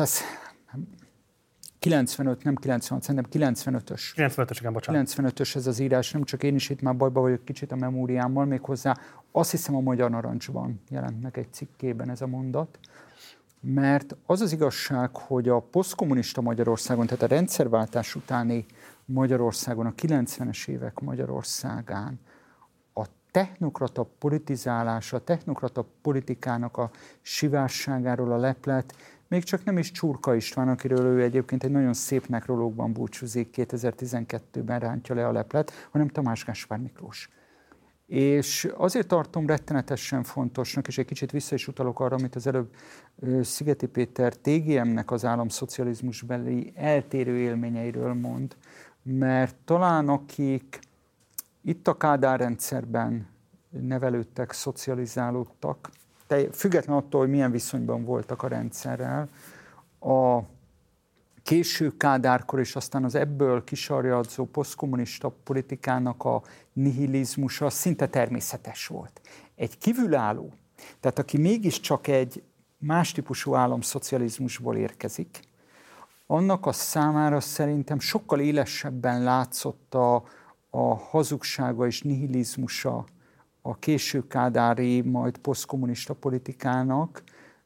ezerkilencszázkilencvenöt, nem kilencvenhat, szerintem kilencvenötös. kilencvenötös, igen, bocsánat. kilencvenötös ez az írás, nem csak én is itt már bajba vagyok kicsit a memóriámmal, méghozzá azt hiszem a Magyar Narancsban jelent meg egy cikkében ez a mondat. Mert az az igazság, hogy a posztkommunista Magyarországon, tehát a rendszerváltás utáni Magyarországon, a kilencvenes évek Magyarországán a technokrata politizálása, a technokrata politikának a sivásságáról a leplet még csak nem is Csurka István, akiről ő egyébként egy nagyon szép nekrológban búcsúzik, kétezer-tizenkettőben rántja le a leplet, hanem Tamás Gáspár Miklós. És azért tartom rettenetesen fontosnak, és egy kicsit vissza is utalok arra, amit az előbb Szigeti Péter té gé em-nek az államszocializmusbeli eltérő élményeiről mond, mert talán akik itt a Kádár rendszerben nevelődtek, szocializálódtak, független attól, hogy milyen viszonyban voltak a rendszerrel, a késő Kádárkor és aztán az ebből kisarjadzó posztkommunista politikának a nihilizmusa szinte természetes volt. Egy kívülálló, tehát aki mégiscsak egy más típusú államszocializmusból érkezik, annak a számára szerintem sokkal élesebben látszott a, a hazugsága és nihilizmusa a késő kádári, majd posztkommunista politikának,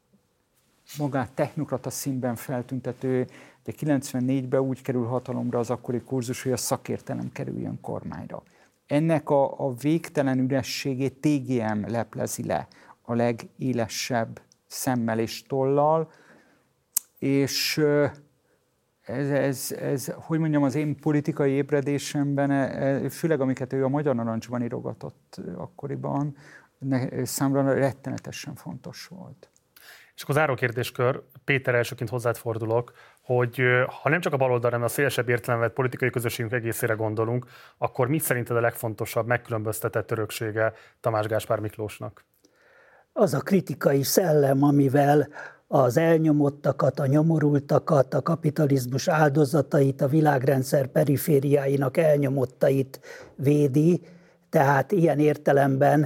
magát technokrata színben feltüntető, de kilencvennégyben úgy kerül hatalomra az akkori kurzus, hogy a szakértelem kerüljön kormányra. Ennek a, a végtelen ürességét té gé em leplezi le a legélesebb szemmel és tollal, és ez, ez, ez, hogy mondjam, az én politikai ébredésemben, főleg amiket ő a Magyar Narancsban írogatott akkoriban, számomra rettenetesen fontos volt. És akkor záró kérdéskör, Péter, elsőként hozzád fordulok, hogy ha nem csak a baloldalra, hanem a szélesebb értelemben vett politikai közösségünk egészére gondolunk, akkor mit szerinted a legfontosabb megkülönböztetett öröksége Tamás Gáspár Miklósnak? Az a kritikai szellem, amivel az elnyomottakat, a nyomorultakat, a kapitalizmus áldozatait, a világrendszer perifériáinak elnyomottait védi, tehát ilyen értelemben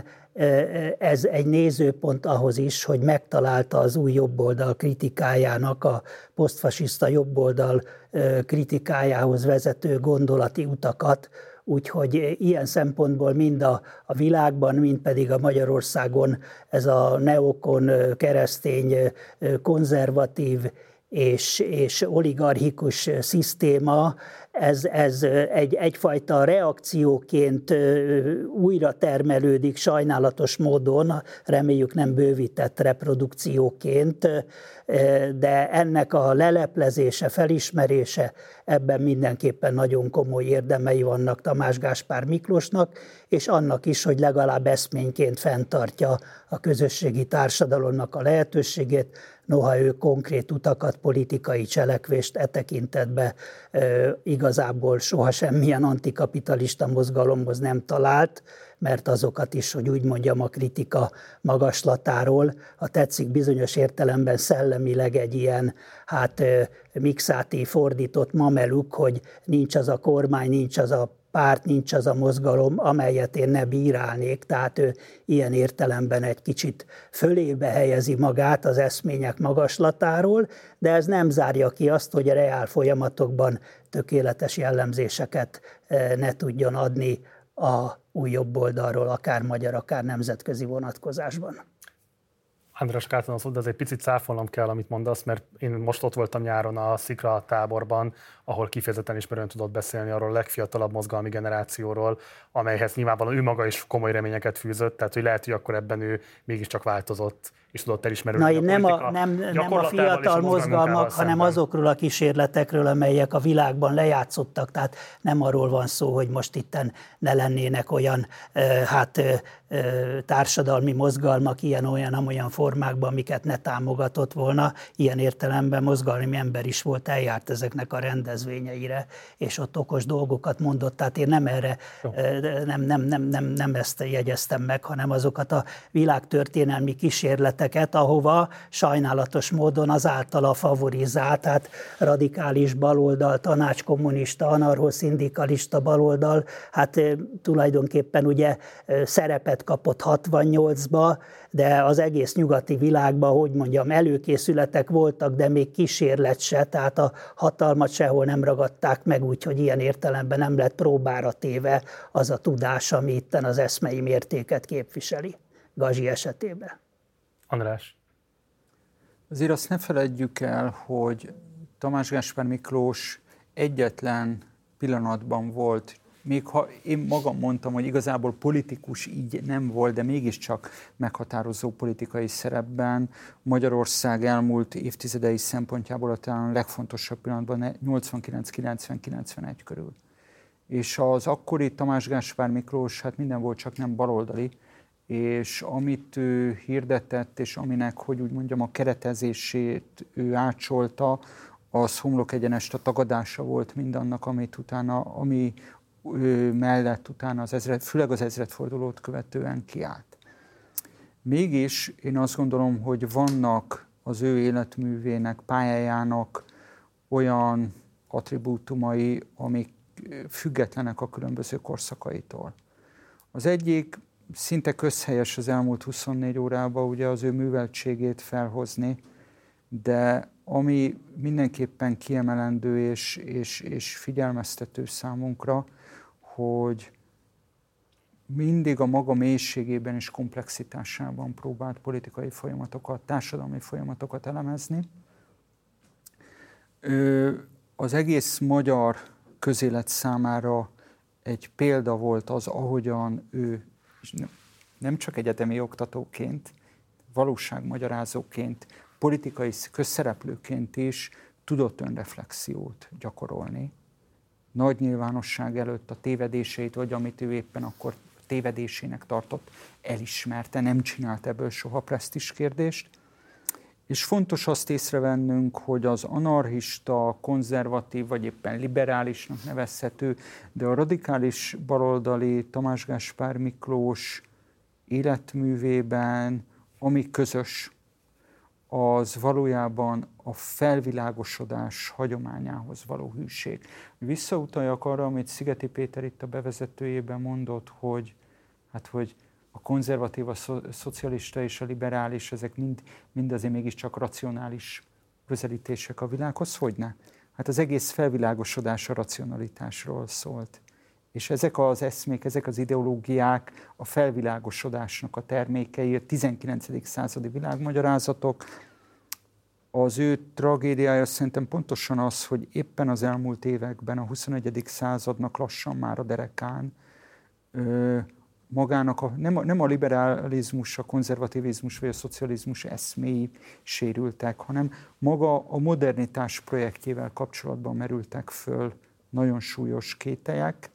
ez egy nézőpont ahhoz is, hogy megtalálta az új jobboldal kritikájának, a posztfasiszta jobboldal kritikájához vezető gondolati utakat, úgyhogy ilyen szempontból mind a, a világban, mind pedig a Magyarországon ez a neokon, keresztény, konzervatív és, és oligarchikus szisztéma, ez, ez egy, egyfajta reakcióként újra termelődik sajnálatos módon, reméljük nem bővített reprodukcióként, de ennek a leleplezése, felismerése, ebben mindenképpen nagyon komoly érdemei vannak Tamás Gáspár Miklósnak, és annak is, hogy legalább eszményként fenntartja a közösségi társadalomnak a lehetőségét, noha ő konkrét utakat, politikai cselekvést e tekintetben e, igazából soha semmilyen antikapitalista mozgalomhoz nem talált, mert azokat is, hogy úgy mondjam, a kritika magaslatáról, ha tetszik, bizonyos értelemben szellemileg egy ilyen hát mixáti fordított mameluk, hogy nincs az a kormány, nincs az a párt, nincs az a mozgalom, amelyet én ne bírálnék, tehát ő ilyen értelemben egy kicsit fölébe helyezi magát az eszmények magaslatáról, de ez nem zárja ki azt, hogy a reál folyamatokban tökéletes jellemzéseket ne tudjon adni a új jobboldalról, akár magyar, akár nemzetközi vonatkozásban. András Kártán szó, de ez egy picit cáfolnom kell, amit mondasz, mert én most ott voltam nyáron a Szikra táborban, ahol kifejezetten ismerően tudott beszélni arról a legfiatalabb mozgalmi generációról, amelyhez nyilvánvalóan ő maga is komoly reményeket fűzött, tehát hogy lehet, hogy akkor ebben ő mégiscsak változott, és tudott elismerni. Na, nem a, nem, nem a fiatal mozgalmak, hanem azokról a kísérletekről, amelyek a világban lejátszottak, tehát nem arról van szó, hogy most itten ne lennének olyan hát társadalmi mozgalmak ilyen-olyan, amolyan formákban, amiket ne támogatott volna. Ilyen értelemben mozgalmi ember is volt, eljárt ezeknek a rendezvényeire, és ott okos dolgokat mondott. Tehát én nem erre, nem, nem, nem, nem, nem ezt jegyeztem meg, hanem azokat a világtörténelmi kísérleteket, ahova sajnálatos módon az általa favorizált, tehát radikális baloldal, tanácskommunista, anarchoszindikalista baloldal, hát tulajdonképpen ugye szerepet kapott hatvannyolcba, de az egész nyugati világban, hogy mondjam, előkészületek voltak, de még kísérlet se, tehát a hatalmat sehol nem ragadták meg, úgyhogy ilyen értelemben nem lett próbára téve az a tudás, ami itten az eszmei mértéket képviseli Gazsi esetében. András. Azért azt ne feledjük el, hogy Tamás Gáspár Miklós egyetlen pillanatban volt, még ha én magam mondtam, hogy igazából politikus így nem volt, de mégiscsak meghatározó politikai szerepben Magyarország elmúlt évtizedei szempontjából talán a legfontosabb pillanatban nyolcvankilenc kilencven kilencvenegy körül. És az akkori Tamás Gáspár Miklós hát minden volt, csak nem baloldali, és amit ő hirdetett, és aminek, hogy úgy mondjam, a keretezését ő átsolta, az homlok egyenest a tagadása volt mindannak, amit utána, ami ő mellett utána, az ezred, főleg az ezredfordulót követően kiállt. Mégis én azt gondolom, hogy vannak az ő életművének, pályájának olyan attribútumai, amik függetlenek a különböző korszakaitól. Az egyik szinte közhelyes az elmúlt huszonnégy órában ugye az ő műveltségét felhozni, de ami mindenképpen kiemelendő és, és, és figyelmeztető számunkra, hogy mindig a maga mélységében és komplexitásában próbált politikai folyamatokat, társadalmi folyamatokat elemezni. Az egész magyar közélet számára egy példa volt az, ahogyan ő nem csak egyetemi oktatóként, valóságmagyarázóként, politikai közszereplőként is tudott önreflexiót gyakorolni. Nagy nyilvánosság előtt a tévedéseit, vagy amit ő éppen akkor tévedésének tartott, elismerte, nem csinált ebből soha presztízs kérdést. És fontos azt észrevennünk, hogy az anarchista, konzervatív, vagy éppen liberálisnak nevezhető, de a radikális baloldali Tamás Gáspár Miklós életművében, ami közös, az valójában a felvilágosodás hagyományához való hűség. Visszautaljak arra, amit Szigeti Péter itt a bevezetőjében mondott, hogy, hát, hogy a konzervatív, a szocialista és a liberális, ezek mind, mind azért mégiscsak racionális közelítések a világhoz. Hogyne? Hát az egész felvilágosodás a racionalitásról szólt. És ezek az eszmék, ezek az ideológiák a felvilágosodásnak a termékei, a tizenkilencedik századi világmagyarázatok. Az ő tragédiája szerintem pontosan az, hogy éppen az elmúlt években a huszonegyedik századnak lassan már a derekán ö, magának, a, nem, a, nem a liberalizmus, a konzervativizmus vagy a szocializmus eszméi sérültek, hanem maga a modernitás projektjével kapcsolatban merültek föl nagyon súlyos kételyek,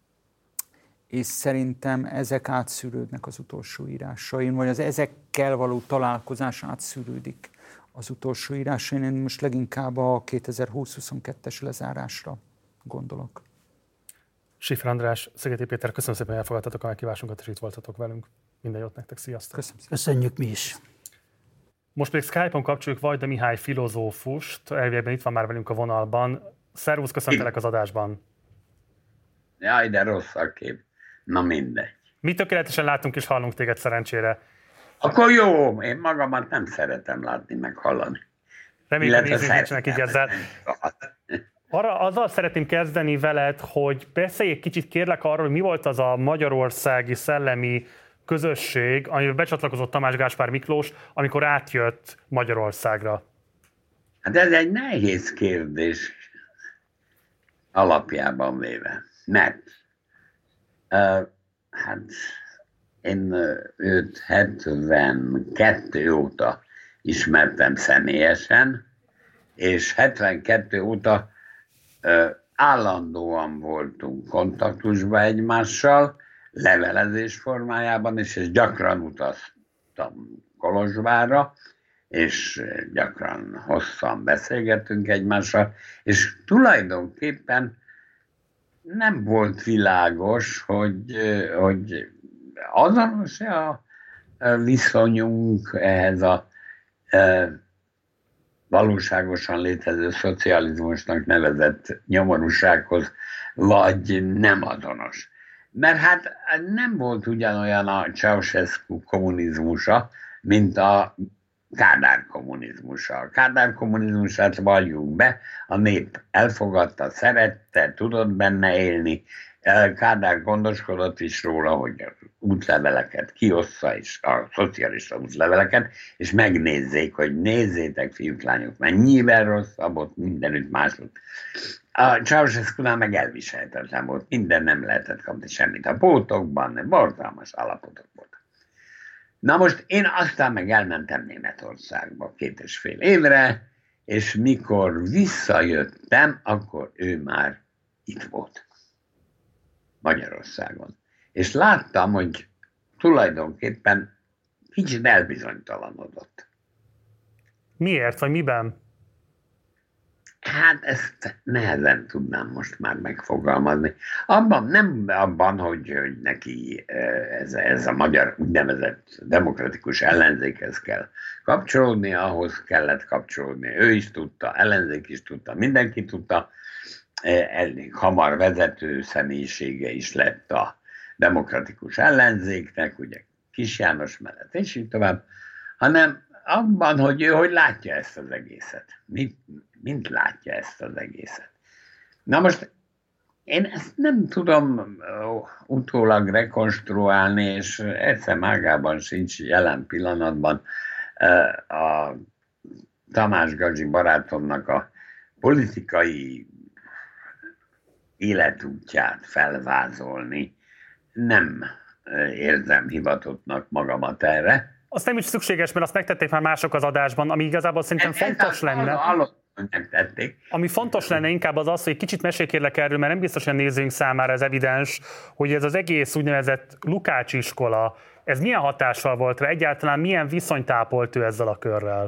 és szerintem ezek átszűrődnek az utolsó írásain, vagy az ezekkel való találkozás átszűrődik az utolsó írásain. Én most leginkább a kétezer-húsz-huszonkettes lezárásra gondolok. Schiffer András, Szigeti Péter, köszönöm szépen, hogy elfogadtatok a meghívásunkat, és itt voltatok velünk. Minden jót nektek, sziasztok! Köszönöm szépen. Köszönjük mi is! Most pedig Skype-on kapcsoljuk Vajda Mihály filozófust, elviekben itt van már velünk a vonalban. Szervusz, köszöntelek az adásban! Jaj, de rossz a kép. Na mindegy. Mi tökéletesen látunk és hallunk téged szerencsére. Akkor jó, én magamat nem szeretem látni, meg hallani. Reméljük, hogy nézők nincsenek így ezzel. Arra, azzal szeretném kezdeni veled, hogy beszélj egy kicsit kérlek arról, hogy mi volt az a magyarországi szellemi közösség, amiben becsatlakozott Tamás Gáspár Miklós, amikor átjött Magyarországra? Hát ez egy nehéz kérdés alapjában véve, mert uh, hát én őt hetvenkettő óta ismertem személyesen, és hetvenkettő óta uh, állandóan voltunk kontaktusban egymással, levelezés formájában is, és gyakran utaztam Kolozsvárra, és gyakran hosszan beszélgettünk egymással, és tulajdonképpen nem volt világos, hogy, hogy azonos a viszonyunk ehhez a valóságosan létező szocializmusnak nevezett nyomorúsághoz, vagy nem azonos. Mert hát nem volt ugyanolyan a Ceausescu kommunizmusa, mint a Kádár kommunizmusa. A Kádár kommunizmusát valljuk be, a nép elfogadta, szerette, tudott benne élni. Kádár gondoskodott is róla, hogy az útleveleket kiossza, és a szocialista útleveleket, és megnézzék, hogy nézzétek, fiúk, lányok, mennyivel rosszabb ott mindenütt másod. A Ceausescu-nál meg elviselhetetlen volt, minden nem lehetett kapni semmit a pótokban, borzalmas állapotok voltak. Na most én aztán meg elmentem Németországba két és fél évre, és mikor visszajöttem, akkor ő már itt volt. Magyarországon. És láttam, hogy tulajdonképpen kicsit elbizonytalanodott. Miért, vagy miben? Hát ezt nehezen tudnám most már megfogalmazni. Abban, nem abban, hogy, hogy neki ez, ez a magyar úgynevezett demokratikus ellenzékhez kell kapcsolódni, ahhoz kellett kapcsolódni. Ő is tudta, ellenzék is tudta, mindenki tudta. Elég hamar vezető személyisége is lett a demokratikus ellenzéknek, ugye Kis János mellett, és így tovább, hanem abban, hogy ő hogy látja ezt az egészet. Mint, mint látja ezt az egészet. Na most én ezt nem tudom utólag rekonstruálni, és egyszer mágában sincs jelen pillanatban a Tamás Gazi barátomnak a politikai életútját felvázolni. Nem érzem hivatottnak magamat erre. Azt nem is szükséges, mert azt megtették már mások az adásban, ami igazából szerintem ez fontos lenne. Ami fontos lenne inkább az az, hogy kicsit mesélj kérlek erről, mert nem biztos, hogy a nézőink számára ez evidens, hogy ez az egész úgynevezett Lukács iskola, ez milyen hatással volt rá, egyáltalán milyen viszonyt ápolt ő ezzel a körrel?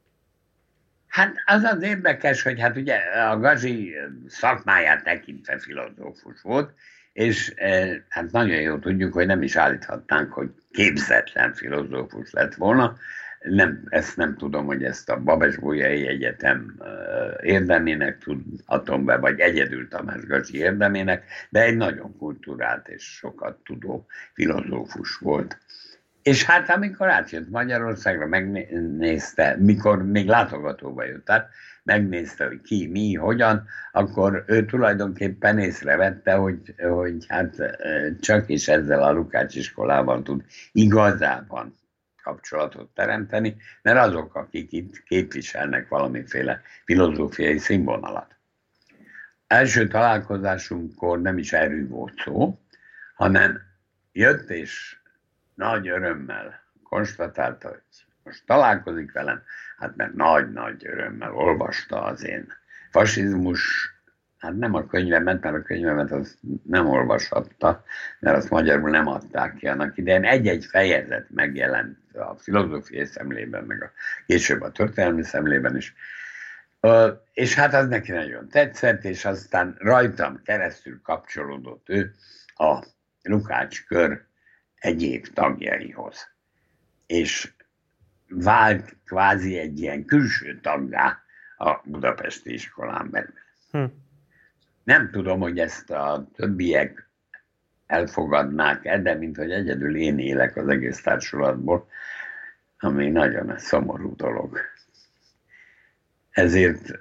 Hát az az érdekes, hogy hát ugye a Gazi szakmáját tekintve filozófus volt, és hát nagyon jól tudjuk, hogy nem is állíthatnánk, hogy képzetlen filozófus lett volna. Nem, ezt nem tudom, hogy ezt a Babes-Bolyai Egyetem érdemének tudhatom be, vagy egyedül Tamás Gazi érdemének, de egy nagyon kultúrált és sokat tudó filozófus volt. És hát amikor átjött Magyarországra, megnézte, mikor még látogatóba jött át, megnézte, hogy ki, mi, hogyan, akkor ő tulajdonképpen észrevette, hogy, hogy hát csak is ezzel a Lukács iskolával tud igazában kapcsolatot teremteni, mert azok, akik itt képviselnek valamiféle filozófiai színvonalat. Első találkozásunkkor nem is erről volt szó, hanem jött és nagy örömmel konstatálta, hogy most találkozik velem, hát mert nagy-nagy örömmel olvasta az én fasizmus, hát nem a könyvemet, mert a könyvemet azt nem olvashatta, mert azt magyarul nem adták ki annak idején. Egy-egy fejezet megjelent a filozófiai szemlében, meg a később a történelmi szemlében is. És hát az neki nagyon tetszett, és aztán rajtam keresztül kapcsolódott ő a Lukács kör egyéb tagjaihoz. És vált kvázi egy ilyen külső taggá a budapesti iskolán belül. Hm. Nem tudom, hogy ezt a többiek elfogadnák-e, de mint hogy egyedül én élek az egész társulatból, ami nagyon szomorú dolog. Ezért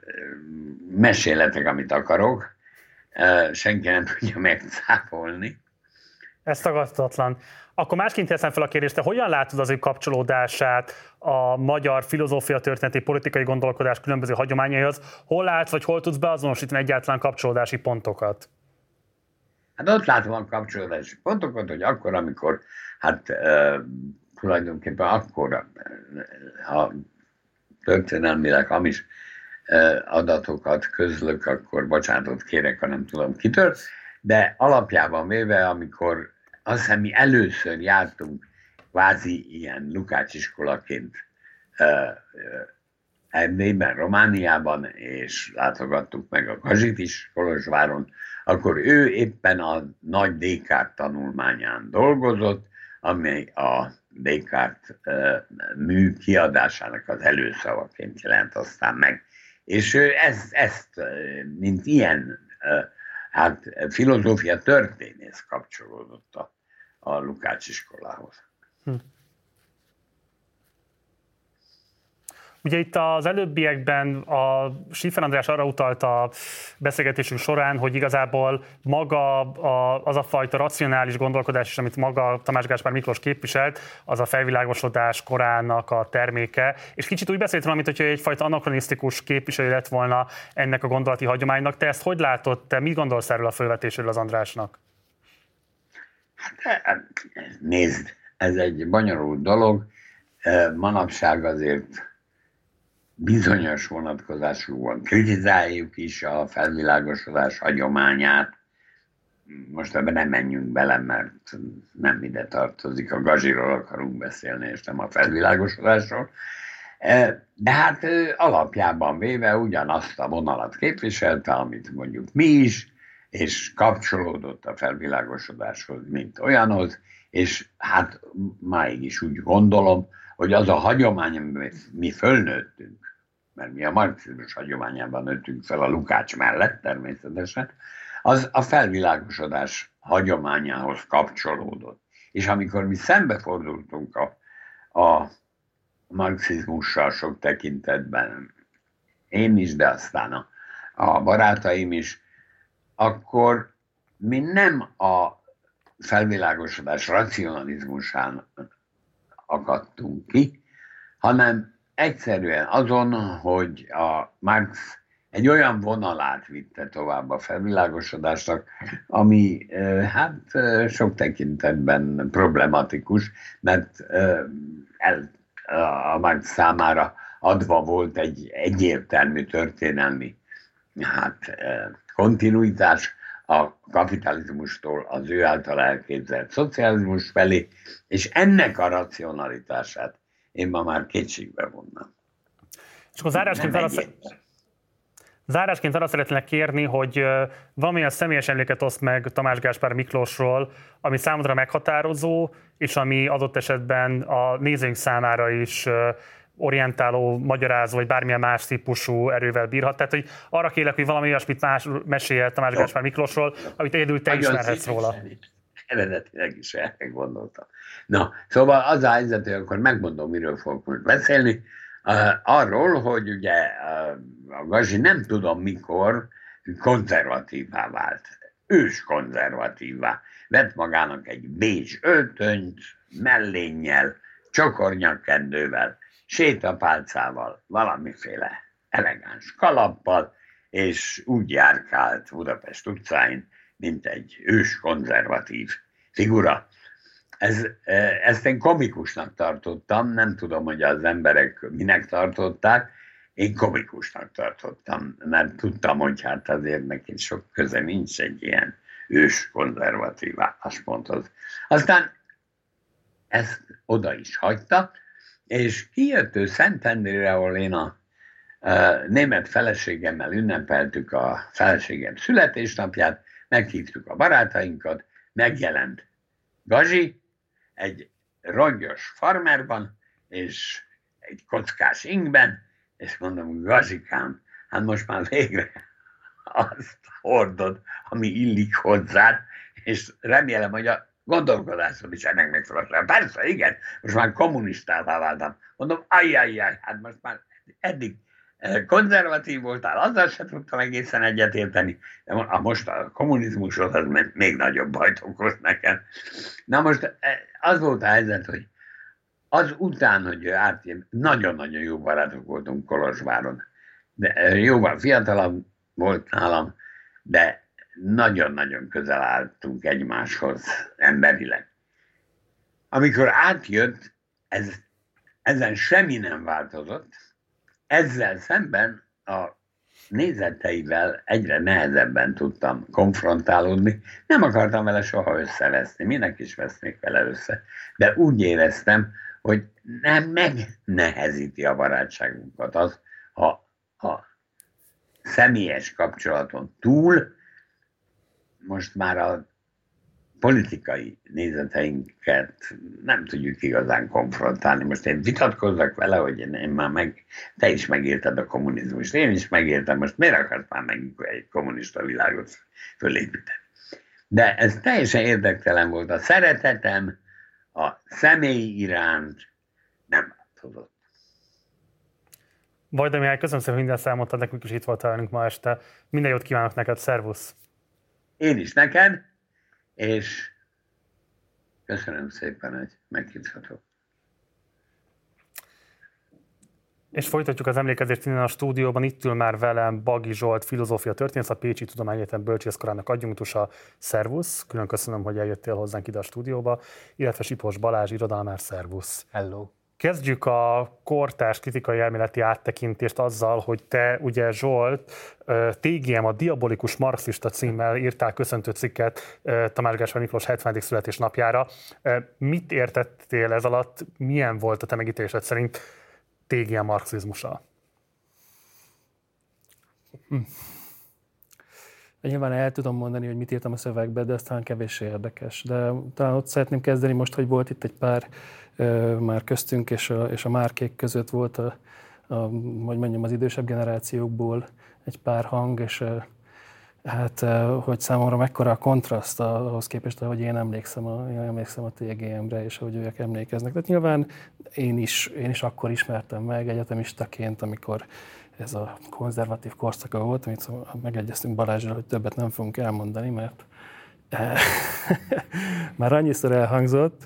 mesélhetek, amit akarok, senki nem tudja megcáfolni, Ez tagadhatatlan. Akkor másként teszem fel a kérdést, te hogyan látod az ő kapcsolódását a magyar filozófia történeti politikai gondolkodás különböző hagyományaihoz? Hol látsz, vagy hol tudsz beazonosítani egyáltalán kapcsolódási pontokat? Hát ott látom a kapcsolódási pontokat, hogy akkor, amikor, hát e, tulajdonképpen akkor, ha történelmileg hamis e, adatokat közlök, akkor bocsánatot kérek, ha nem tudom kitől, de alapjában véve, amikor azt hiszem, mi először jártunk kvázi ilyen Lukács iskolaként Erdélyben, Romániában, és látogattuk meg a Gazsit is Kolozsváron, akkor ő éppen a nagy Descartes tanulmányán dolgozott, ami a Descartes mű kiadásának az előszavaként jelent aztán meg. És ő ezt, ezt mint ilyen hát filozófia történész kapcsolódott a, a Lukács iskolához. Hm. Ugye itt az előbbiekben a Schiffer András arra utalt a beszélgetésünk során, hogy igazából maga a, az a fajta racionális gondolkodás is, amit maga Tamás Gáspár Miklós képviselt, az a felvilágosodás korának a terméke. És kicsit úgy beszélt róla, mint hogy egyfajta anakronisztikus képviselő lett volna ennek a gondolati hagyománynak. Te ezt hogy látod? Te mit gondolsz erről a fölvetésről az Andrásnak? Hát, nézd, ez egy bonyolult dolog. Manapság azért bizonyos vonatkozásúban kritizáljuk is a felvilágosodás hagyományát. Most ebben nem menjünk bele, mert nem ide tartozik. A Gazsiról akarunk beszélni, és nem a felvilágosodásról. De hát alapjában véve ugyanazt a vonalat képviselte, amit mondjuk mi is, és kapcsolódott a felvilágosodáshoz, mint olyanhoz, és hát máig is úgy gondolom, hogy az a hagyomány, amiben mi fölnőttünk, mert mi a marxizmus hagyományában nőttünk fel a Lukács mellett természetesen, az a felvilágosodás hagyományához kapcsolódott. És amikor mi szembefordultunk a, a marxizmussal sok tekintetben, én is, de aztán a, a barátaim is, akkor mi nem a felvilágosodás racionalizmusán akadtunk ki, hanem egyszerűen azon, hogy a Marx egy olyan vonalát vitte tovább a felvilágosodásnak, ami hát sok tekintetben problematikus, mert el, a Marx számára adva volt egy egyértelmű történelmi hát, kontinuitás a kapitalizmustól az ő által elképzelt szocializmus felé, és ennek a racionalitását én ma már kétségbe vonnám. És akkor zárásként arra, zárásként arra szeretnék kérni, hogy valamilyen személyes emléket oszt meg Tamás Gáspár Miklósról, ami számodra meghatározó, és ami adott esetben a nézőink számára is orientáló, magyarázó, vagy bármilyen más típusú erővel bírhat. Tehát, hogy arra kérlek, hogy valami olyasmit más mesélj Tamás Gáspár Miklósról, amit egyedül te ismerhetsz róla. Eredetileg is erre gondoltam. Na, szóval az a helyzet, hogy akkor megmondom, miről fogok most beszélni. Uh, arról, hogy ugye uh, a Gazsi nem tudom mikor konzervatívá vált. Ős konzervatívá. Vett magának egy bézs öltönyt, mellénnyel, csokornyakkendővel, sétapálcával, valamiféle elegáns kalappal, és úgy járkált Budapest utcáin, mint egy ős konzervatív figura. Ez, ezt én komikusnak tartottam, nem tudom, hogy az emberek minek tartották, én komikusnak tartottam, mert tudtam, hogy hát azért neki sok köze nincs egy ilyen ős konzervatív állásponthoz. Aztán ezt oda is hagyta, és kijött ő Szentendrére, ahol én a, a német feleségemmel ünnepeltük a feleségem születésnapját, meghívtuk a barátainkat, megjelent Gazsi, egy rongyos farmerban, és egy kockás ingben, és mondom, Gazsikám, hát most már végre azt hordod, ami illik hozzád, és remélem, hogy a gondolkodásod is ennek megfelelően. Persze, igen, most már kommunistává váltam. Mondom, ajjajjaj, hát most már eddig konzervatív voltál, azzal sem tudtam egészen egyetérteni, de most a kommunizmusod az még nagyobb bajt okoz nekem. Na most az volt a helyzet, hogy az után, hogy ő átjön, nagyon-nagyon jó barátok voltunk Kolozsváron. De jóval fiatalabb volt nálam, de nagyon-nagyon közel álltunk egymáshoz emberileg. Amikor átjött, ez, ezen semmi nem változott, ezzel szemben a nézeteivel egyre nehezebben tudtam konfrontálódni. Nem akartam vele soha összeveszni, minek is vesznék vele össze, de úgy éreztem, hogy nem megnehezíti a barátságunkat az, ha a személyes kapcsolaton túl most már a politikai nézeteinket nem tudjuk igazán konfrontálni. Most én vitatkozzak vele, hogy én, én már meg, te is megérted a kommunizmust, én is megértem, most miért akarsz már meg egy kommunista világot fölépíteni? De ez teljesen érdektelen volt. A szeretetem a személy iránt nem változott. Vajda Mihály, köszönöm szépen, minden számot, nekünk is itt voltál velünk ma este. Minden jót kívánok neked, szervusz! Én is neked, és köszönöm szépen, hogy meghívtatok. És folytatjuk az emlékezést innen a stúdióban. Itt ül már velem Bagi Zsolt, filozófia történész, a Pécsi Tudományegyetem bölcsészkarának adjunktusa. Szervusz! Külön köszönöm, hogy eljöttél hozzánk ide a stúdióba. Illetve Sipos Balázs, irodalmár, szervusz! Hello! Kezdjük a kortárs kritikai elméleti áttekintést azzal, hogy te, ugye Zsolt, té gé em, a Diabolikus Marxista címmel írtál köszöntő cikket Tamás Gáspár Miklós hetvenedik születésnapjára. Mit értettél ez alatt? Milyen volt a te megítélésed szerint té gé em marxizmusa? Hm. Nyilván el tudom mondani, hogy mit írtam a szövegbe, de ez talán kevéssé érdekes. De talán ott szeretném kezdeni most, hogy volt itt egy pár uh, már köztünk és a, és a márkék között volt, a, a, hogy mondjam, az idősebb generációkból egy pár hang, és uh, hát, uh, hogy számomra mekkora a kontraszt ahhoz képest, ahogy én emlékszem a, én emlékszem a té gé emre, és ahogy ők emlékeznek. Tehát nyilván én is, én is akkor ismertem meg egyetemistaként, amikor ez a konzervatív korszaka volt, amit megegyeztünk Balázsral, hogy többet nem fogunk elmondani, mert már annyiszor elhangzott.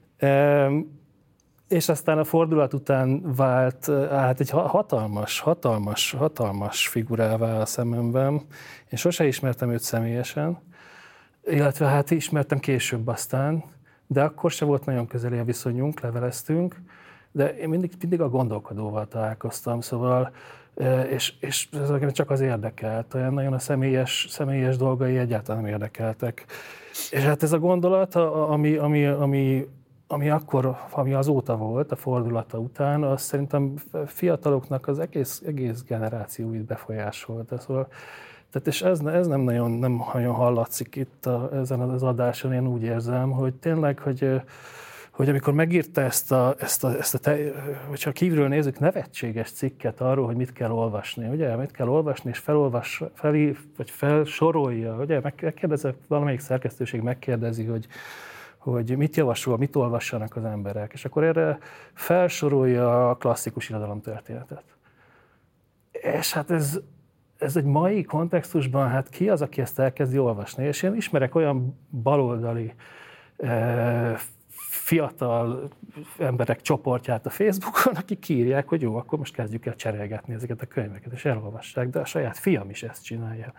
És aztán a fordulat után vált hát egy hatalmas, hatalmas, hatalmas figurává a szememben. Én sose ismertem őt személyesen, illetve hát ismertem később aztán, de akkor se volt nagyon közeli a viszonyunk, leveleztünk, de én mindig, mindig a gondolkodóval találkoztam, szóval És, és ez csak az érdekelt, olyan nagyon a személyes, személyes dolgai egyáltalán nem érdekeltek. És hát ez a gondolat, ami, ami, ami, ami akkor, ami azóta volt, a fordulata után, az szerintem fiataloknak az egész, egész generációit befolyásolta. Szóval, tehát és ez, ez nem nagyon, nem nagyon hallatszik itt a, ezen az adáson, én úgy érzem, hogy tényleg, hogy hogy amikor megírta ezt a, ezt a, ezt a te, hogyha kívülről nézzük, nevetséges cikket arról, hogy mit kell olvasni, ugye, mit kell olvasni, és felolvas, felír, vagy felsorolja, ugye, megkérdezi, valamelyik szerkesztőség megkérdezi, hogy, hogy mit javasol, mit olvassanak az emberek, és akkor erre felsorolja a klasszikus irodalomtörténetet. És hát ez, ez egy mai kontextusban, hát ki az, aki ezt elkezdi olvasni? És én ismerek olyan baloldali eh, fiatal emberek csoportját a Facebookon, akik írják, hogy jó, akkor most kezdjük el cserélgetni ezeket a könyveket, és elolvassák, de a saját fiam is ezt csinálja.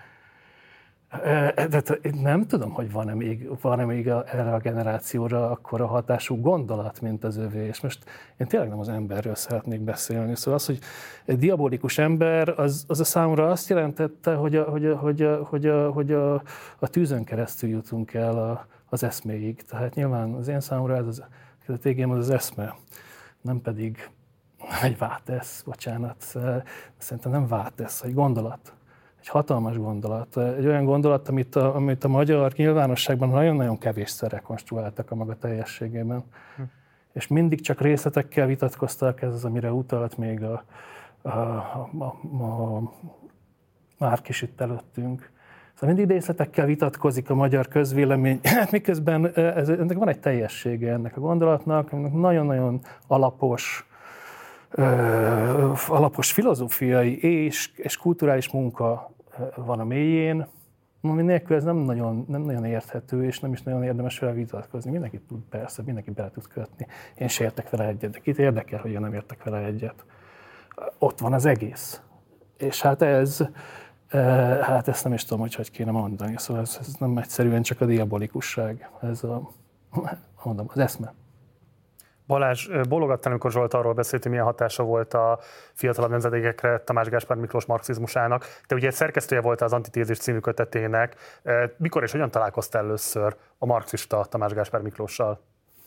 De nem tudom, hogy van-e még, van-e még erre a generációra akkora hatású gondolat, mint az övé, és most én tényleg nem az emberről szeretnék beszélni. Szóval az, hogy egy diabolikus ember, az, az a számomra azt jelentette, hogy a, hogy a, hogy a, hogy a, hogy a, a tűzön keresztül jutunk el a, az eszméig. Tehát nyilván az én számomra ez, az, ez a té gé em az az eszme, nem pedig egy vátesz, bocsánat, szerintem nem vátesz, egy gondolat. Egy hatalmas gondolat. Egy olyan gondolat, amit a, amit a magyar nyilvánosságban nagyon-nagyon kevésszer rekonstruáltak a maga teljességében. Hm. És mindig csak részletekkel vitatkoztak, ez az, amire utalt még a, a, a, a, a Márk is itt előttünk. Szóval mindig részletekkel vitatkozik a magyar közvélemény, miközben ez, ennek van egy teljessége ennek a gondolatnak, ennek nagyon-nagyon alapos, alapos filozófiai és, és kulturális munka van a mélyén, ami nélkül ez nem nagyon, nem nagyon érthető, és nem is nagyon érdemes vele vitatkozni. Mindenki tud, persze, mindenki bele tud kötni. Én se értek vele egyet, de kit érdekel, hogy én nem értek vele egyet. Ott van az egész. És hát ez, hát ezt nem is tudom, hogy hogy kéne mondani. Szóval ez, ez nem egyszerűen csak a diabolikusság. Ez a, mondom, az eszme. Balázs, bólogattál, amikor Zsolt arról beszélt, hogy milyen hatása volt a fiatalabb nemzedékekre Tamás Gáspár Miklós marxizmusának. Te ugye szerkesztője voltál az Antitézis című kötetének. Mikor és hogyan találkoztál először a marxista Tamás Gáspár Miklóssal?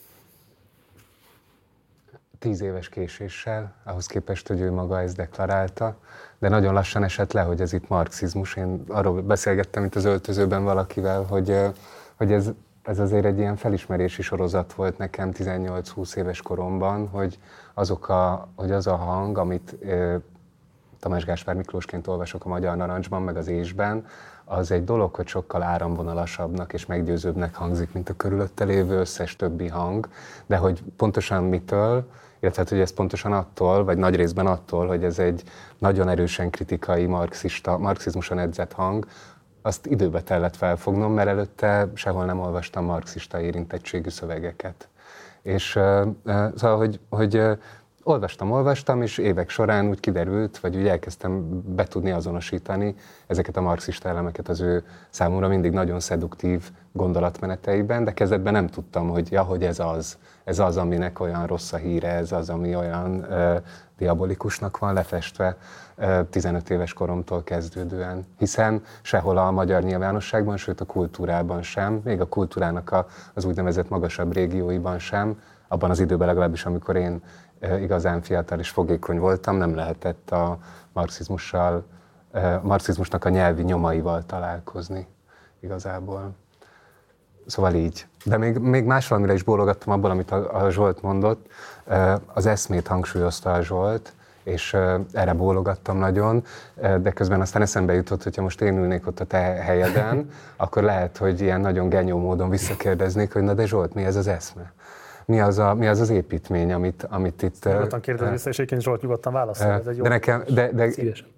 Tíz éves késéssel, ahhoz képest, hogy ő maga ezt deklarálta, de nagyon lassan esett le, hogy ez itt marxizmus. Én arról beszélgettem itt az öltözőben valakivel, hogy, hogy ez, ez azért egy ilyen felismerési sorozat volt nekem tizennyolc-húsz éves koromban, hogy, azok a, hogy az a hang, amit e, Tamás Gáspár Miklósként olvasok a Magyar Narancsban, meg az Ésben, az egy dolog, hogy sokkal áramvonalasabbnak és meggyőzőbbnek hangzik, mint a körülötte lévő összes többi hang, de hogy pontosan mitől, illetve hogy ez pontosan attól, vagy nagy részben attól, hogy ez egy nagyon erősen kritikai marxista, marxizmuson edzett hang, azt időbe kellett felfognom, mert előtte sehol nem olvastam marxista érintettségű szövegeket. És uh, uh, szóval, hogy, hogy uh, olvastam, olvastam, és évek során úgy kiderült, vagy úgy elkezdtem betudni azonosítani ezeket a marxista elemeket az ő számomra mindig nagyon szeduktív gondolatmeneteiben, de kezdetben nem tudtam, hogy ja, hogy ez az, ez az, aminek olyan rossz a híre, ez az, ami olyan uh, diabolikusnak van lefestve uh, tizenöt éves koromtól kezdődően. Hiszen sehol a magyar nyilvánosságban, sőt a kultúrában sem, még a kultúrának a, az úgynevezett magasabb régióiban sem, abban az időben legalábbis, amikor én igazán fiatal és fogékony voltam, nem lehetett a marxizmussal, marxizmusnak a nyelvi nyomaival találkozni igazából. Szóval így. De még, még más valamire is bólogattam abból, amit a, a Zsolt mondott. Az eszmét hangsúlyozta a Zsolt, és erre bólogattam nagyon, de közben aztán eszembe jutott, hogyha most én ülnék ott a te helyeden, akkor lehet, hogy ilyen nagyon genyó módon visszakérdeznék, hogy na de Zsolt, mi ez az eszme? Mi az, a, mi az az építmény, amit, amit itt... Nyugodtan kérdez vissza, és egyébként Zsolt nyugodtan válaszol. Ez egy jó de nekem, de, de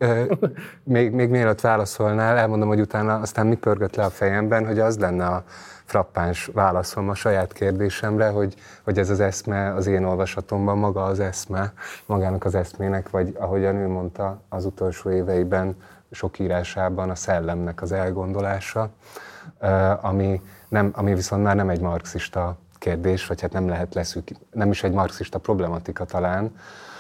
még, még mielőtt válaszolnál, elmondom, hogy utána aztán mi pörgött le a fejemben, hogy az lenne a frappáns válaszom a saját kérdésemre, hogy, hogy ez az eszme az én olvasatomban maga az eszme, magának az eszmének, vagy ahogyan ő mondta az utolsó éveiben, sok írásában a szellemnek az elgondolása, ami, nem, ami viszont már nem egy marxista kérdés, vagy hát nem lehet leszűk, nem is egy marxista problematika talán,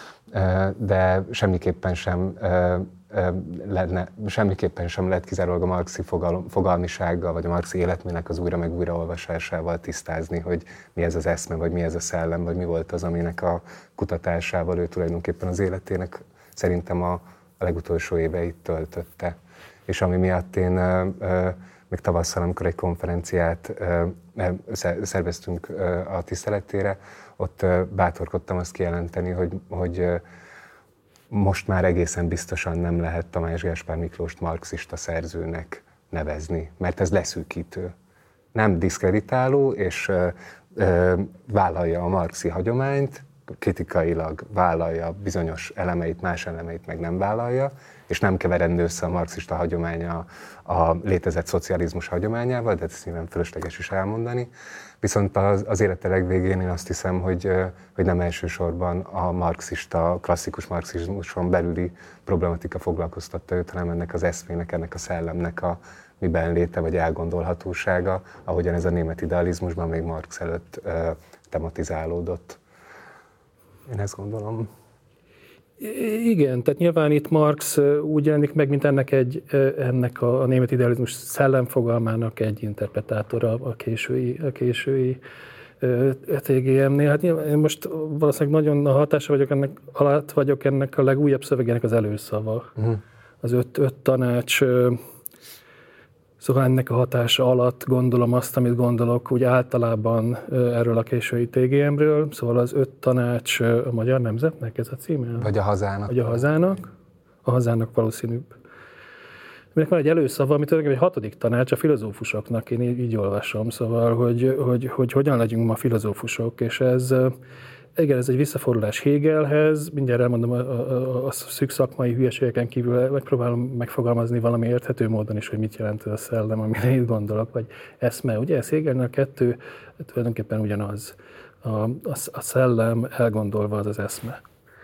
de semmiképpen sem lenne, semmiképpen sem lehet kizárólag a marxi fogal, fogalmisággal, vagy a marxi életmének az újra meg újraolvasásával tisztázni, hogy mi ez az eszme, vagy mi ez a szellem, vagy mi volt az, aminek a kutatásával ő tulajdonképpen az életének szerintem a, a legutolsó éveit töltötte. És ami miatt én még tavasszal, amikor egy konferenciát szerveztünk a tiszteletére, ott bátorkodtam azt kijelenteni, hogy, hogy most már egészen biztosan nem lehet Tamás Gáspár Miklóst marxista szerzőnek nevezni, mert ez leszűkítő. Nem diszkreditáló, és vállalja a marxi hagyományt, kritikailag vállalja bizonyos elemeit, más elemeit meg nem vállalja, és nem keverendő össze a marxista hagyománya a létezett szocializmus hagyományával, de ezt nyilván fölösleges is elmondani. Viszont az, az élete legvégén én azt hiszem, hogy, hogy nem elsősorban a marxista, klasszikus marxizmuson belüli problematika foglalkoztatta őt, hanem ennek az eszmének, ennek a szellemnek a miben léte vagy elgondolhatósága, ahogyan ez a német idealizmusban még Marx előtt tematizálódott. Én ezt gondolom. Igen, tehát nyilván itt Marx úgy jelenik meg, mint ennek, egy, ennek a, a német idealizmus szellemfogalmának egy interpretátora a késői, a késői té gé em-nél. Hát nyilván én most valószínűleg nagyon a hatása vagyok ennek, alatt vagyok ennek a legújabb szövegének az előszava. Uh-huh. Az öt, öt tanács, szóval ennek a hatása alatt gondolom azt, amit gondolok úgy általában erről a késői té gé em-ről, szóval az öt tanács a Magyar Nemzetnek, ez a címe? Vagy a Hazának. Vagy a Hazának. A Hazának valószínűbb. Aminek van egy előszava, ami tulajdonképpen egy hatodik tanács a filozófusoknak, én így, így olvasom, szóval, hogy, hogy, hogy hogyan legyünk ma filozófusok, és ez, igen, ez egy visszafordulás Hegelhez, mindjárt elmondom a, a, a szűk szakmai hülyeségeken kívül, megpróbálom megfogalmazni valami érthető módon is, hogy mit jelent ez a szellem, amire itt gondolok, vagy eszme. Ugye ez Hegelnél a kettő tulajdonképpen ugyanaz. A, a, a szellem elgondolva az az eszme.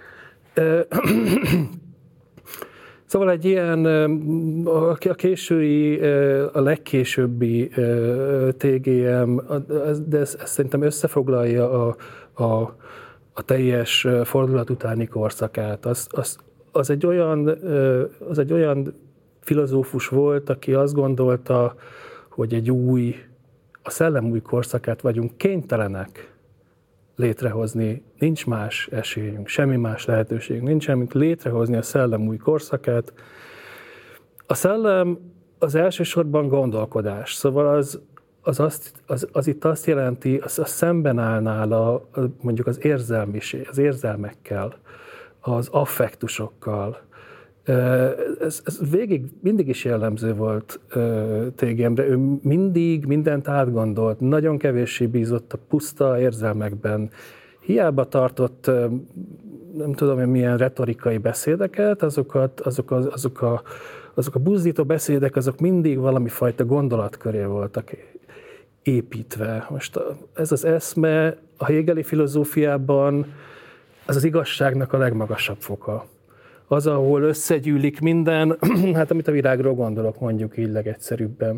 Szóval egy ilyen, a késői, a legkésőbbi té gé em, de ez, ez szerintem összefoglalja a, a, a teljes fordulat utáni korszakát. Az, az, az, egy olyan, az egy olyan filozófus volt, aki azt gondolta, hogy egy új, a szellem új korszakát vagyunk kénytelenek létrehozni, nincs más esélyünk, semmi más lehetőségünk nincsen, mint létrehozni a szellem új korszakát. A szellem az elsősorban gondolkodás, szóval az, az, azt, az, az itt azt jelenti, az, az szemben áll nála mondjuk az érzelmiség, az érzelmekkel, az affektusokkal. Ez, ez végig mindig is jellemző volt té gé emre. Ő mindig mindent átgondolt, nagyon kevéssé bízott a puszta érzelmekben. Hiába tartott, nem tudom én milyen retorikai beszédeket, azokat, azok, a, azok, a, azok a buzdító beszédek, azok mindig valami fajta gondolat köré voltak építve. Most ez az eszme a hegeli filozófiában az az igazságnak a legmagasabb foka. Az, ahol összegyűlik minden, hát amit a világról gondolok, mondjuk így legegyszerűbben.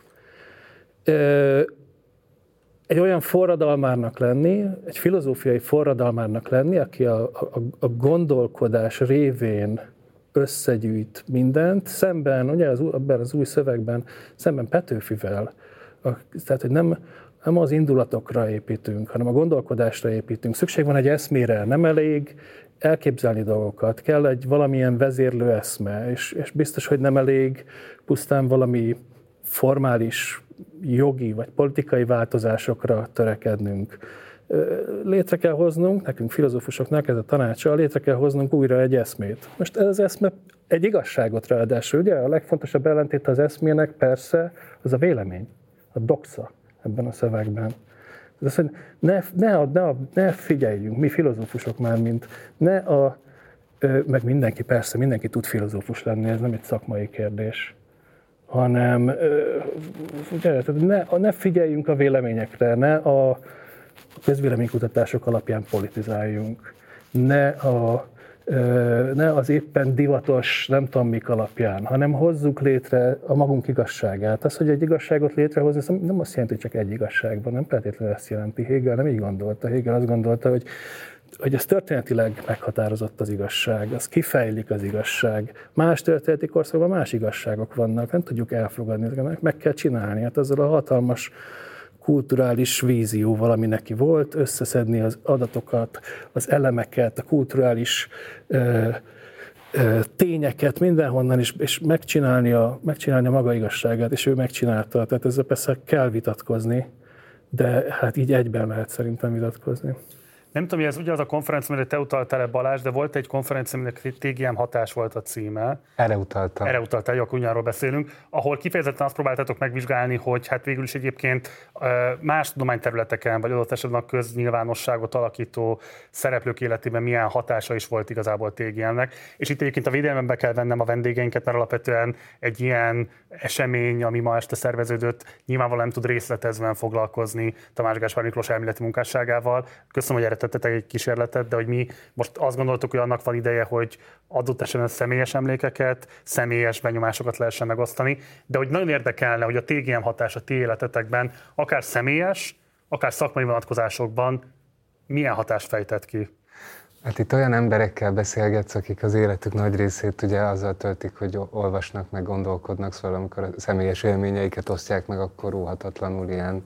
Egy olyan forradalmárnak lenni, egy filozófiai forradalmárnak lenni, aki a, a, a gondolkodás révén összegyűjt mindent, szemben, ugye az, ebben az új szövegben, szemben Petőfivel. A, tehát, hogy nem, nem az indulatokra építünk, hanem a gondolkodásra építünk. Szükség van egy eszmére, nem elég elképzelni dolgokat, kell egy valamilyen vezérlő eszme, és, és biztos, hogy nem elég pusztán valami formális jogi vagy politikai változásokra törekednünk. Létre kell hoznunk, nekünk filozófusoknak ez a tanácsa, létre kell hoznunk újra egy eszmét. Most ez az eszme egy igazságot ráadásul, ugye a legfontosabb ellentét az eszmének persze az a vélemény, a doxa ebben a szövegben. Ez az, hogy ne, ne, ne, ne figyeljünk, mi filozófusok már, mint ne a, meg mindenki, persze, mindenki tud filozófus lenni, ez nem egy szakmai kérdés, hanem ugye, ne, ne figyeljünk a véleményekre, ne a közvéleménykutatások alapján politizáljunk, ne, a, ne az éppen divatos nem tudom mik alapján, hanem hozzuk létre a magunk igazságát. Az, hogy egy igazságot létrehozni, ez nem azt jelenti, hogy csak egy igazság van, nem feltétlenül ezt jelenti. Hegel nem így gondolta. Hegel azt gondolta, hogy, hogy ez történetileg meghatározott az igazság, az kifejlik az igazság. Más történeti korszakban más igazságok vannak, nem tudjuk elfogadni, meg kell csinálni. Hát ezzel a hatalmas kulturális vízióval, ami neki volt, összeszedni az adatokat, az elemeket, a kulturális ö, ö, tényeket mindenhonnan, és, és megcsinálni, a, megcsinálni a maga igazságát, és ő megcsinálta. Tehát ezzel persze kell vitatkozni, de hát így egyben lehet szerintem vitatkozni. Nem tudom, hogy ez ugye az a konferencia, amire te utaltál, Balázs, de volt egy konferencia, aminek té gé em hatás volt a címe. Erre utaltam. Erre utaltál, jó, akkor ugyanarról beszélünk, ahol kifejezetten azt próbáltátok megvizsgálni, hogy hát végül is egyébként más tudományterületeken, vagy adott esetben a köznyilvánosságot alakító szereplők életében milyen hatása is volt igazából té gé emnek. És itt egyébként a védelembe kell vennem a vendégeinket, mert alapvetően egy ilyen esemény, ami ma este szerveződött, nyilvánvalóan nem tud részletezően foglalkozni Tamás Gáspár Miklós elméleti munkásságával. Köszönöm, hogy erre tettetek egy kísérletet, de hogy mi most azt gondoltuk, hogy annak van ideje, hogy adott esetben személyes emlékeket, személyes benyomásokat lehessen megosztani, de hogy nagyon érdekelne, hogy a té gé em hatás a ti életetekben, akár személyes, akár szakmai vonatkozásokban milyen hatást fejtett ki? Hát itt olyan emberekkel beszélgetsz, akik az életük nagy részét ugye azzal töltik, hogy olvasnak, meg gondolkodnak, szóval amikor a személyes élményeiket osztják meg, akkor óhatatlanul ilyen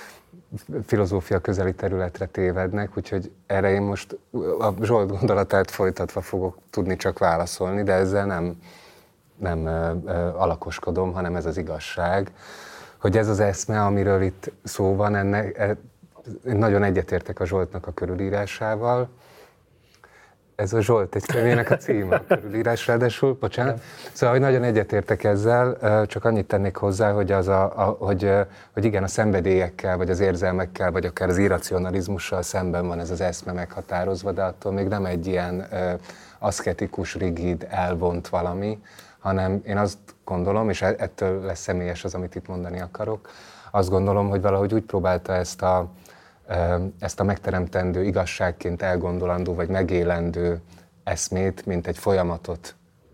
filozófia közeli területre tévednek, úgyhogy erre én most a Zsolt gondolatát folytatva fogok tudni csak válaszolni, de ezzel nem, nem ö, ö, alakoskodom, hanem ez az igazság, hogy ez az eszme, amiről itt szó van, ennek, e, én nagyon egyetértek a Zsoltnak a körülírásával. Ez a Zsolt egy könyvének a címe, a körülírás, ráadásul, bocsánat. Igen. Szóval, hogy nagyon egyetértek ezzel, csak annyit tennék hozzá, hogy, az a, a, hogy, hogy igen, a szenvedélyekkel, vagy az érzelmekkel, vagy akár az irracionalizmussal szemben van ez az eszme meghatározva, de attól még nem egy ilyen aszketikus, rigid, elvont valami, hanem én azt gondolom, és ettől lesz személyes az, amit itt mondani akarok, azt gondolom, hogy valahogy úgy próbálta ezt a ezt a megteremtendő, igazságként elgondolandó vagy megélendő eszmét, mint egy folyamatot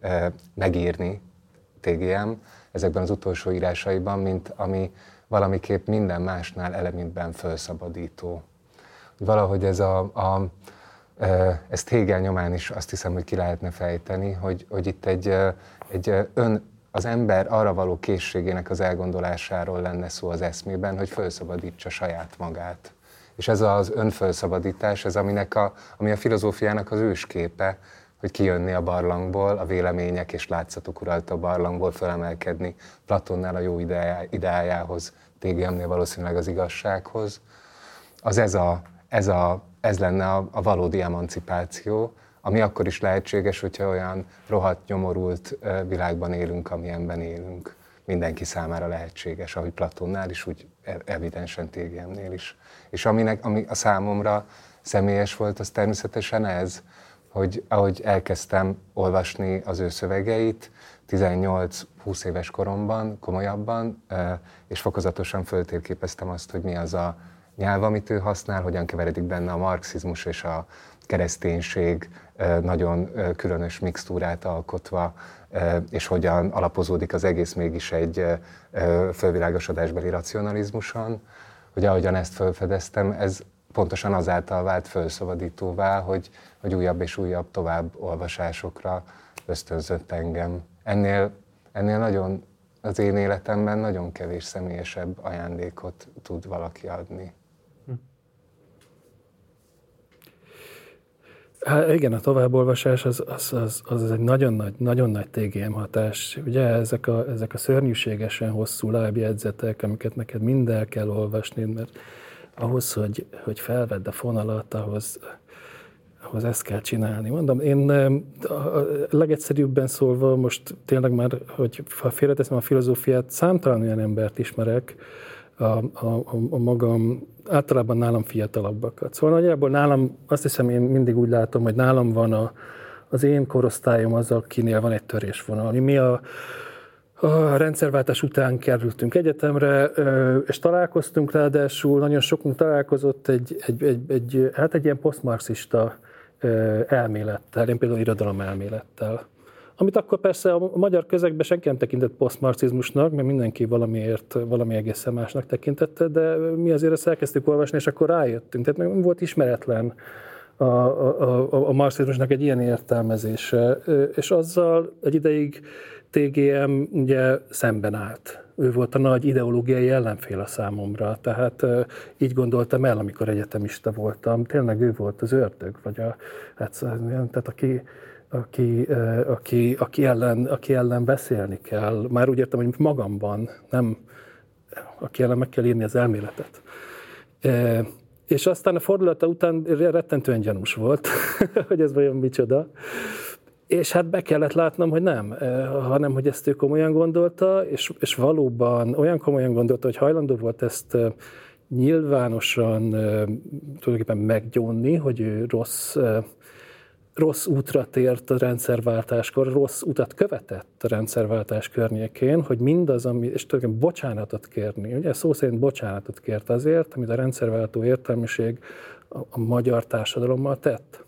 megírni té gé em ezekben az utolsó írásaiban, mint ami valamiképp minden másnál elemintben felszabadító. Valahogy ez a, a ezt Hegel nyomán is azt hiszem, hogy ki lehetne fejteni, hogy, hogy itt egy, egy ön, az ember arra való készségének az elgondolásáról lenne szó az eszmében, hogy felszabadítsa saját magát. És ez az önfölszabadítás, ez aminek a, ami a filozófiának az ősképe, hogy kijönni a barlangból, a vélemények és látszatok uralta a barlangból, fölemelkedni Platonnál a jó ideájához, té gé emnél valószínűleg az igazsághoz. Az ez, a, ez, a, ez lenne a, a valódi emancipáció, ami akkor is lehetséges, hogyha olyan rohadt, nyomorult világban élünk, amilyenben élünk. Mindenki számára lehetséges, ahogy Platonnál is, úgy evidensen té gé emnél is. És aminek, ami a számomra személyes volt, az természetesen ez, hogy ahogy elkezdtem olvasni az ő szövegeit, tizennyolc-húsz éves koromban, komolyabban, és fokozatosan föltérképeztem azt, hogy mi az a nyelv, amit ő használ, hogyan keveredik benne a marxizmus és a kereszténység nagyon különös mixtúrát alkotva, és hogyan alapozódik az egész mégis egy fölvilágosodásbeli racionalizmuson, hogy ahogyan ezt felfedeztem, ez pontosan azáltal vált felszabadítóvá, hogy, hogy újabb és újabb tovább olvasásokra ösztönzött engem. Ennél, ennél nagyon, az én életemben nagyon kevés személyesebb ajándékot tud valaki adni. Hát igen, a továbbolvasás az, az, az, az egy nagyon nagy, nagyon nagy té gé em hatás. Ugye ezek a, ezek a szörnyűségesen hosszú lábjegyzetek, amiket neked mind el kell olvasni, mert ahhoz, hogy, hogy felvedd a fonalat, ahhoz, ahhoz ezt kell csinálni. Mondom, én a legegyszerűbben szólva most tényleg már, hogy ha félreteszem a filozófiát, számtalan olyan embert ismerek, a, a, a magam, általában nálam fiatalabbakat. Szóval nagyjából nálam, azt hiszem, én mindig úgy látom, hogy nálam van a, az én korosztályom az, akinél van egy törésvonal. Mi a, a rendszerváltás után kerültünk egyetemre, és találkoztunk, ráadásul nagyon sokunk találkozott egy, egy, egy, egy, hát egy ilyen posztmarxista elmélettel, én például irodalomelmélettel. Amit akkor persze a magyar közegben senki nem tekintett posztmarxizmusnak, mert mindenki valamiért, valami egészen másnak tekintette, de mi azért ezt elkezdtük olvasni, és akkor rájöttünk. Tehát nem volt ismeretlen a, a, a, a marxizmusnak egy ilyen értelmezése, és azzal egy ideig té gé em ugye szemben állt. Ő volt a nagy ideológiai ellenfél a számomra, tehát így gondoltam el, amikor egyetemista voltam. Tényleg ő volt az ördög, vagy a, hát, tehát aki, aki, aki, aki, ellen, aki ellen beszélni kell. Már úgy értem, hogy magamban, nem aki ellen meg kell írni az elméletet. És aztán a fordulata után rettentően gyanús volt, hogy ez vajon micsoda. És hát be kellett látnom, hogy nem, hanem hogy ezt ő komolyan gondolta, és, és valóban olyan komolyan gondolta, hogy hajlandó volt ezt nyilvánosan tulajdonképpen meggyónni, hogy ő rossz, rossz útra tért a rendszerváltáskor, rossz utat követett a rendszerváltás környékén, hogy mindaz, ami, és tulajdonképpen bocsánatot kérni, ugye szó szerint bocsánatot kért azért, amit a rendszerváltó értelmiség a, a magyar társadalommal tett.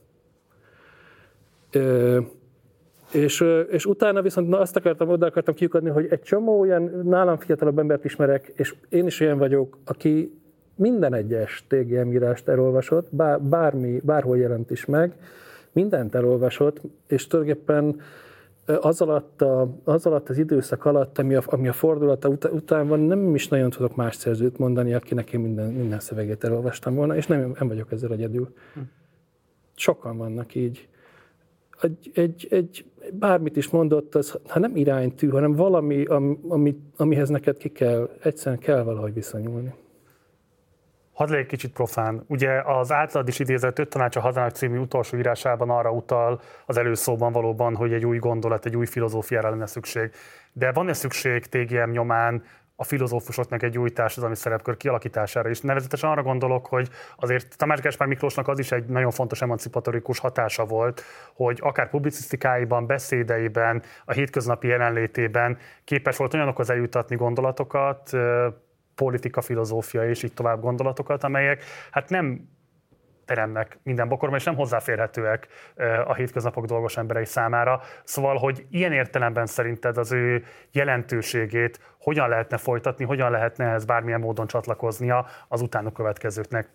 Ö, És, és utána viszont na, azt akartam, oda akartam kiukadni, hogy egy csomó olyan nálam fiatalabb embert ismerek, és én is olyan vagyok, aki minden egyes té gé em írást elolvasott, bár, bármi, bárhol jelent is meg, mindent elolvasott, és tulajdonképpen az alatt, a, az alatt az időszak alatt, ami a, ami a fordulata ut- után van, nem is nagyon tudok más szerzőt mondani, akinek én minden, minden szövegét elolvastam volna, és nem, nem vagyok ezzel egyedül. Sokan vannak így. Egy, egy, egy, bármit is mondott, az, ha nem iránytű, hanem valami, ami, ami, amihez neked ki kell, egyszerűen kell valahogy viszonyulni. Hadd legyek kicsit profán. Ugye az általad is idézett Öt tanács a hazának című utolsó írásában arra utal az előszóban valóban, hogy egy új gondolat, egy új filozófiára lenne szükség. De van-e szükség té gé em nyomán a filozófusoknak egy új társadalmi szerepkör kialakítására is? Nevezetesen arra gondolok, hogy azért Tamás Gáspár Miklósnak az is egy nagyon fontos emancipatorikus hatása volt, hogy akár publicisztikáiban, beszédeiben, a hétköznapi jelenlétében képes volt olyanokhoz eljutatni gondolatokat, politika, filozófia és így tovább gondolatokat, amelyek hát nem teremnek minden bokorban, és nem hozzáférhetőek a hétköznapok dolgos emberei számára. Szóval, hogy ilyen értelemben szerinted az ő jelentőségét hogyan lehetne folytatni, hogyan lehetne ehhez bármilyen módon csatlakoznia az utánuk következőknek?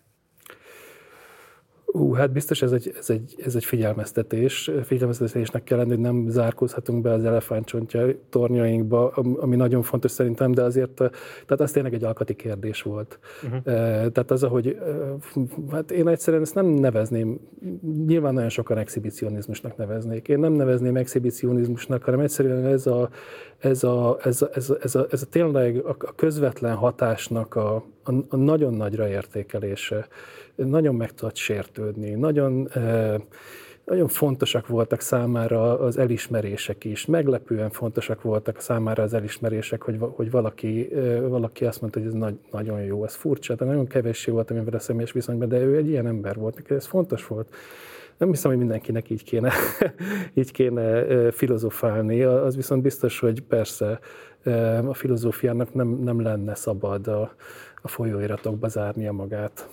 Ú, hát biztos ez egy, ez egy, ez egy figyelmeztetés. Figyelmeztetésnek kell lenni, hogy nem zárkózhatunk be az elefántcsontja tornyainkba, ami nagyon fontos szerintem, de azért, tehát az tényleg egy alkati kérdés volt. Uh-huh. Tehát az, ahogy, hát én egyszerűen ezt nem nevezném, nyilván nagyon sokan exhibicionizmusnak neveznék. Én nem nevezném exhibicionizmusnak, hanem egyszerűen ez a, ez a, ez a, ez a, ez a, ez a tényleg a közvetlen hatásnak a, a, a nagyon nagyra értékelése. Nagyon meg tudott sértődni, nagyon, eh, nagyon fontosak voltak számára az elismerések is, meglepően fontosak voltak számára az elismerések, hogy, hogy valaki, eh, valaki azt mondta, hogy ez nagy, nagyon jó, ez furcsa, de nagyon kevéssé voltam én vele személyes viszonyban, de ő egy ilyen ember volt, neki ez fontos volt. Nem hiszem, hogy mindenkinek így kéne, így kéne filozofálni, az viszont biztos, hogy persze a filozófiának nem, nem lenne szabad a, a folyóiratokba zárnia magát.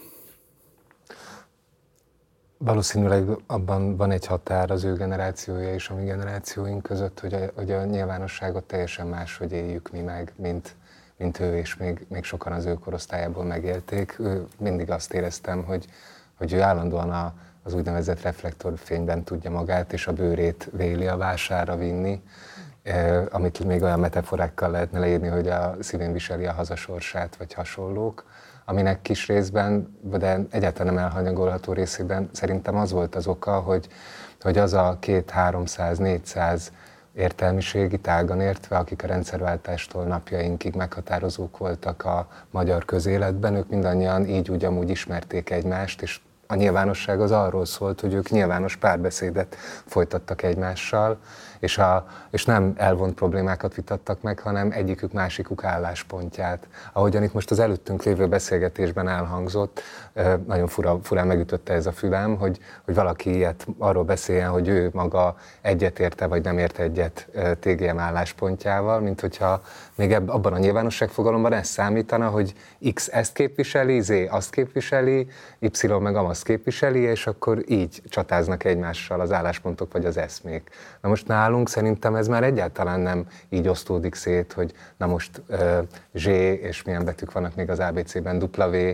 Valószínűleg abban van egy határ az ő generációja és a mi generációink között, hogy a, hogy a nyilvánosságot teljesen máshogy éljük mi meg, mint, mint ő, és még, még sokan az ő korosztályából megélték. Ő, mindig azt éreztem, hogy, hogy ő állandóan a, az úgynevezett reflektorfényben tudja magát, és a bőrét véli a vására vinni, eh, amit még olyan metaforákkal lehetne leírni, hogy a szívén viseli a hazasorsát, vagy hasonlók, aminek kis részben, de egyáltalán nem elhanyagolható részében szerintem az volt az oka, hogy, hogy az a két-háromszáz-négyszáz értelmiségi tágan értve, akik a rendszerváltástól napjainkig meghatározók voltak a magyar közéletben, ők mindannyian így úgy amúgy ismerték egymást, és a nyilvánosság az arról szólt, hogy ők nyilvános párbeszédet folytattak egymással, és, a, és nem elvont problémákat vitattak meg, hanem egyikük másikuk álláspontját. Ahogyan itt most az előttünk lévő beszélgetésben elhangzott, nagyon fura, furán megütötte ez a fülem, hogy, hogy valaki ilyet arról beszéljen, hogy ő maga egyetérte vagy nem ért egyet té gé em álláspontjával, mint hogyha még ebb, abban a nyilvánosságfogalomban ez számítana, hogy X ezt képviseli, Z azt képviseli, Y meg azt képviseli, és akkor így csatáznak egymással az álláspontok vagy az eszmék. Na most nálunk szerintem ez már egyáltalán nem így osztódik szét, hogy na most uh, Z és milyen betűk vannak még az á bé cében, W, uh,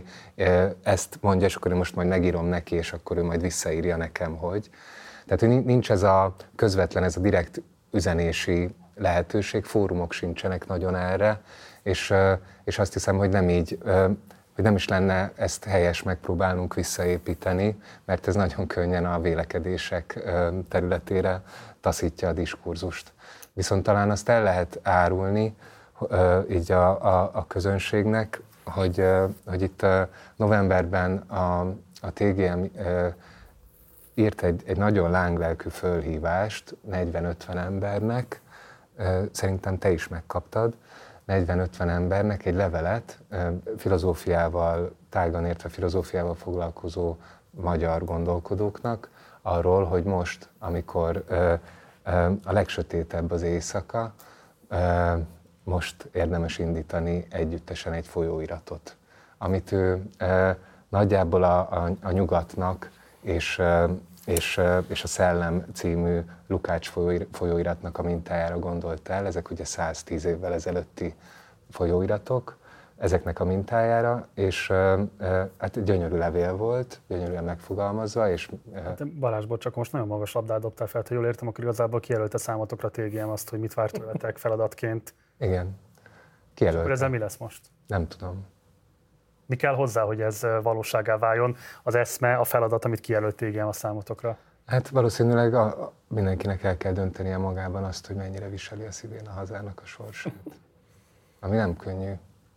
ezt mondja, és akkor én most majd megírom neki, és akkor ő majd visszaírja nekem, hogy. Tehát hogy nincs ez a közvetlen, ez a direkt üzenési lehetőség, fórumok sincsenek nagyon erre, és, uh, és azt hiszem, hogy nem így, uh, hogy nem is lenne ezt helyes megpróbálnunk visszaépíteni, mert ez nagyon könnyen a vélekedések uh, területére taszítja a diskurzust. Viszont talán azt el lehet árulni uh, így a, a, a közönségnek, hogy, uh, hogy itt uh, novemberben a, a té gé em uh, írt egy, egy nagyon lánglelkű fölhívást negyven-ötven embernek, uh, szerintem te is megkaptad, negyven-ötven embernek egy levelet, uh, filozófiával, tágan értve filozófiával foglalkozó magyar gondolkodóknak, arról, hogy most, amikor uh, uh, a legsötétebb az éjszaka, uh, most érdemes indítani együttesen egy folyóiratot, amit ő uh, nagyjából a, a, a nyugatnak és, uh, és, uh, és a Szellem című Lukács folyóiratnak a mintájára gondolt el. Ezek ugye száztíz évvel ezelőtti folyóiratok, ezeknek a mintájára, és uh, uh, hát gyönyörű levél volt, gyönyörűen megfogalmazva, és... Uh, hát Balázs, bocs, csak most nagyon magas labdát dobtál fel, ha jól értem, akkor igazából kijelölte számotokra té gé em azt, hogy mit vár tőletek feladatként. Igen, kijelölte. Akkor ezzel mi lesz most? Nem tudom. Mi kell hozzá, hogy ez valóságá váljon, az eszme, a feladat, amit kijelölt té gé em a számotokra? Hát valószínűleg a, a, mindenkinek el kell döntenie magában azt, hogy mennyire viseli a szívén a hazának a sorsát. Ami nem könnyű.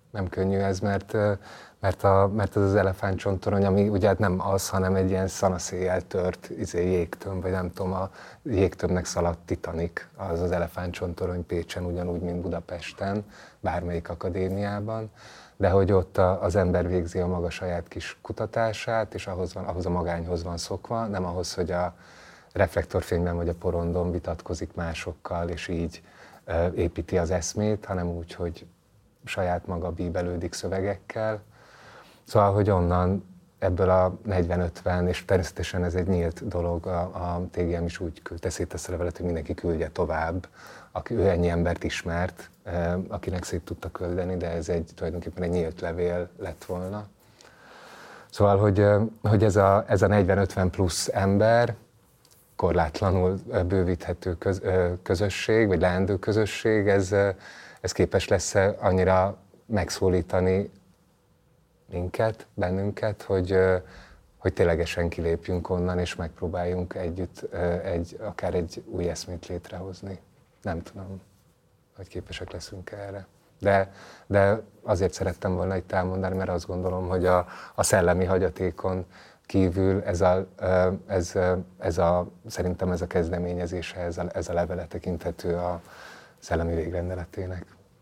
Nem könnyű ez, mert, mert, a, mert ez az elefántcsontorony, ami ugye hát nem az, hanem egy ilyen szanaszéjjel tört izé, jégtömb, vagy nem tudom, a jégtömbnek szaladt Titanic, az az elefántcsontorony Pécsen ugyanúgy, mint Budapesten, bármelyik akadémiában, de hogy ott a, az ember végzi a maga saját kis kutatását, és ahhoz, van, ahhoz a magányhoz van szokva, nem ahhoz, hogy a reflektorfényben vagy a porondon vitatkozik másokkal, és így uh, építi az eszmét, hanem úgy, hogy saját maga bíbelődik szövegekkel. Szóval, hogy onnan ebből a negyven-ötven, és természetesen ez egy nyílt dolog, a, a té gé em is úgy teszi ezt a levelet, hogy mindenki küldje tovább, aki ő ennyi embert ismert, akinek szét tudta küldeni, de ez egy tulajdonképpen egy nyílt levél lett volna. Szóval, hogy, hogy ez a, ez a negyven-ötven plusz ember, korlátlanul bővíthető köz, közösség, vagy leendő közösség, ez, ez képes lesz annyira megszólítani minket, bennünket, hogy, hogy ténylegesen kilépjünk onnan, és megpróbáljunk együtt egy, akár egy új eszmét létrehozni. Nem tudom, hogy képesek leszünk erre. De, de azért szerettem volna itt elmondani, mert azt gondolom, hogy a, a szellemi hagyatékon kívül ez a, ez, ez a, szerintem ez a kezdeményezése, ez a, ez a levele tekinthető a szellemi végrendeletének.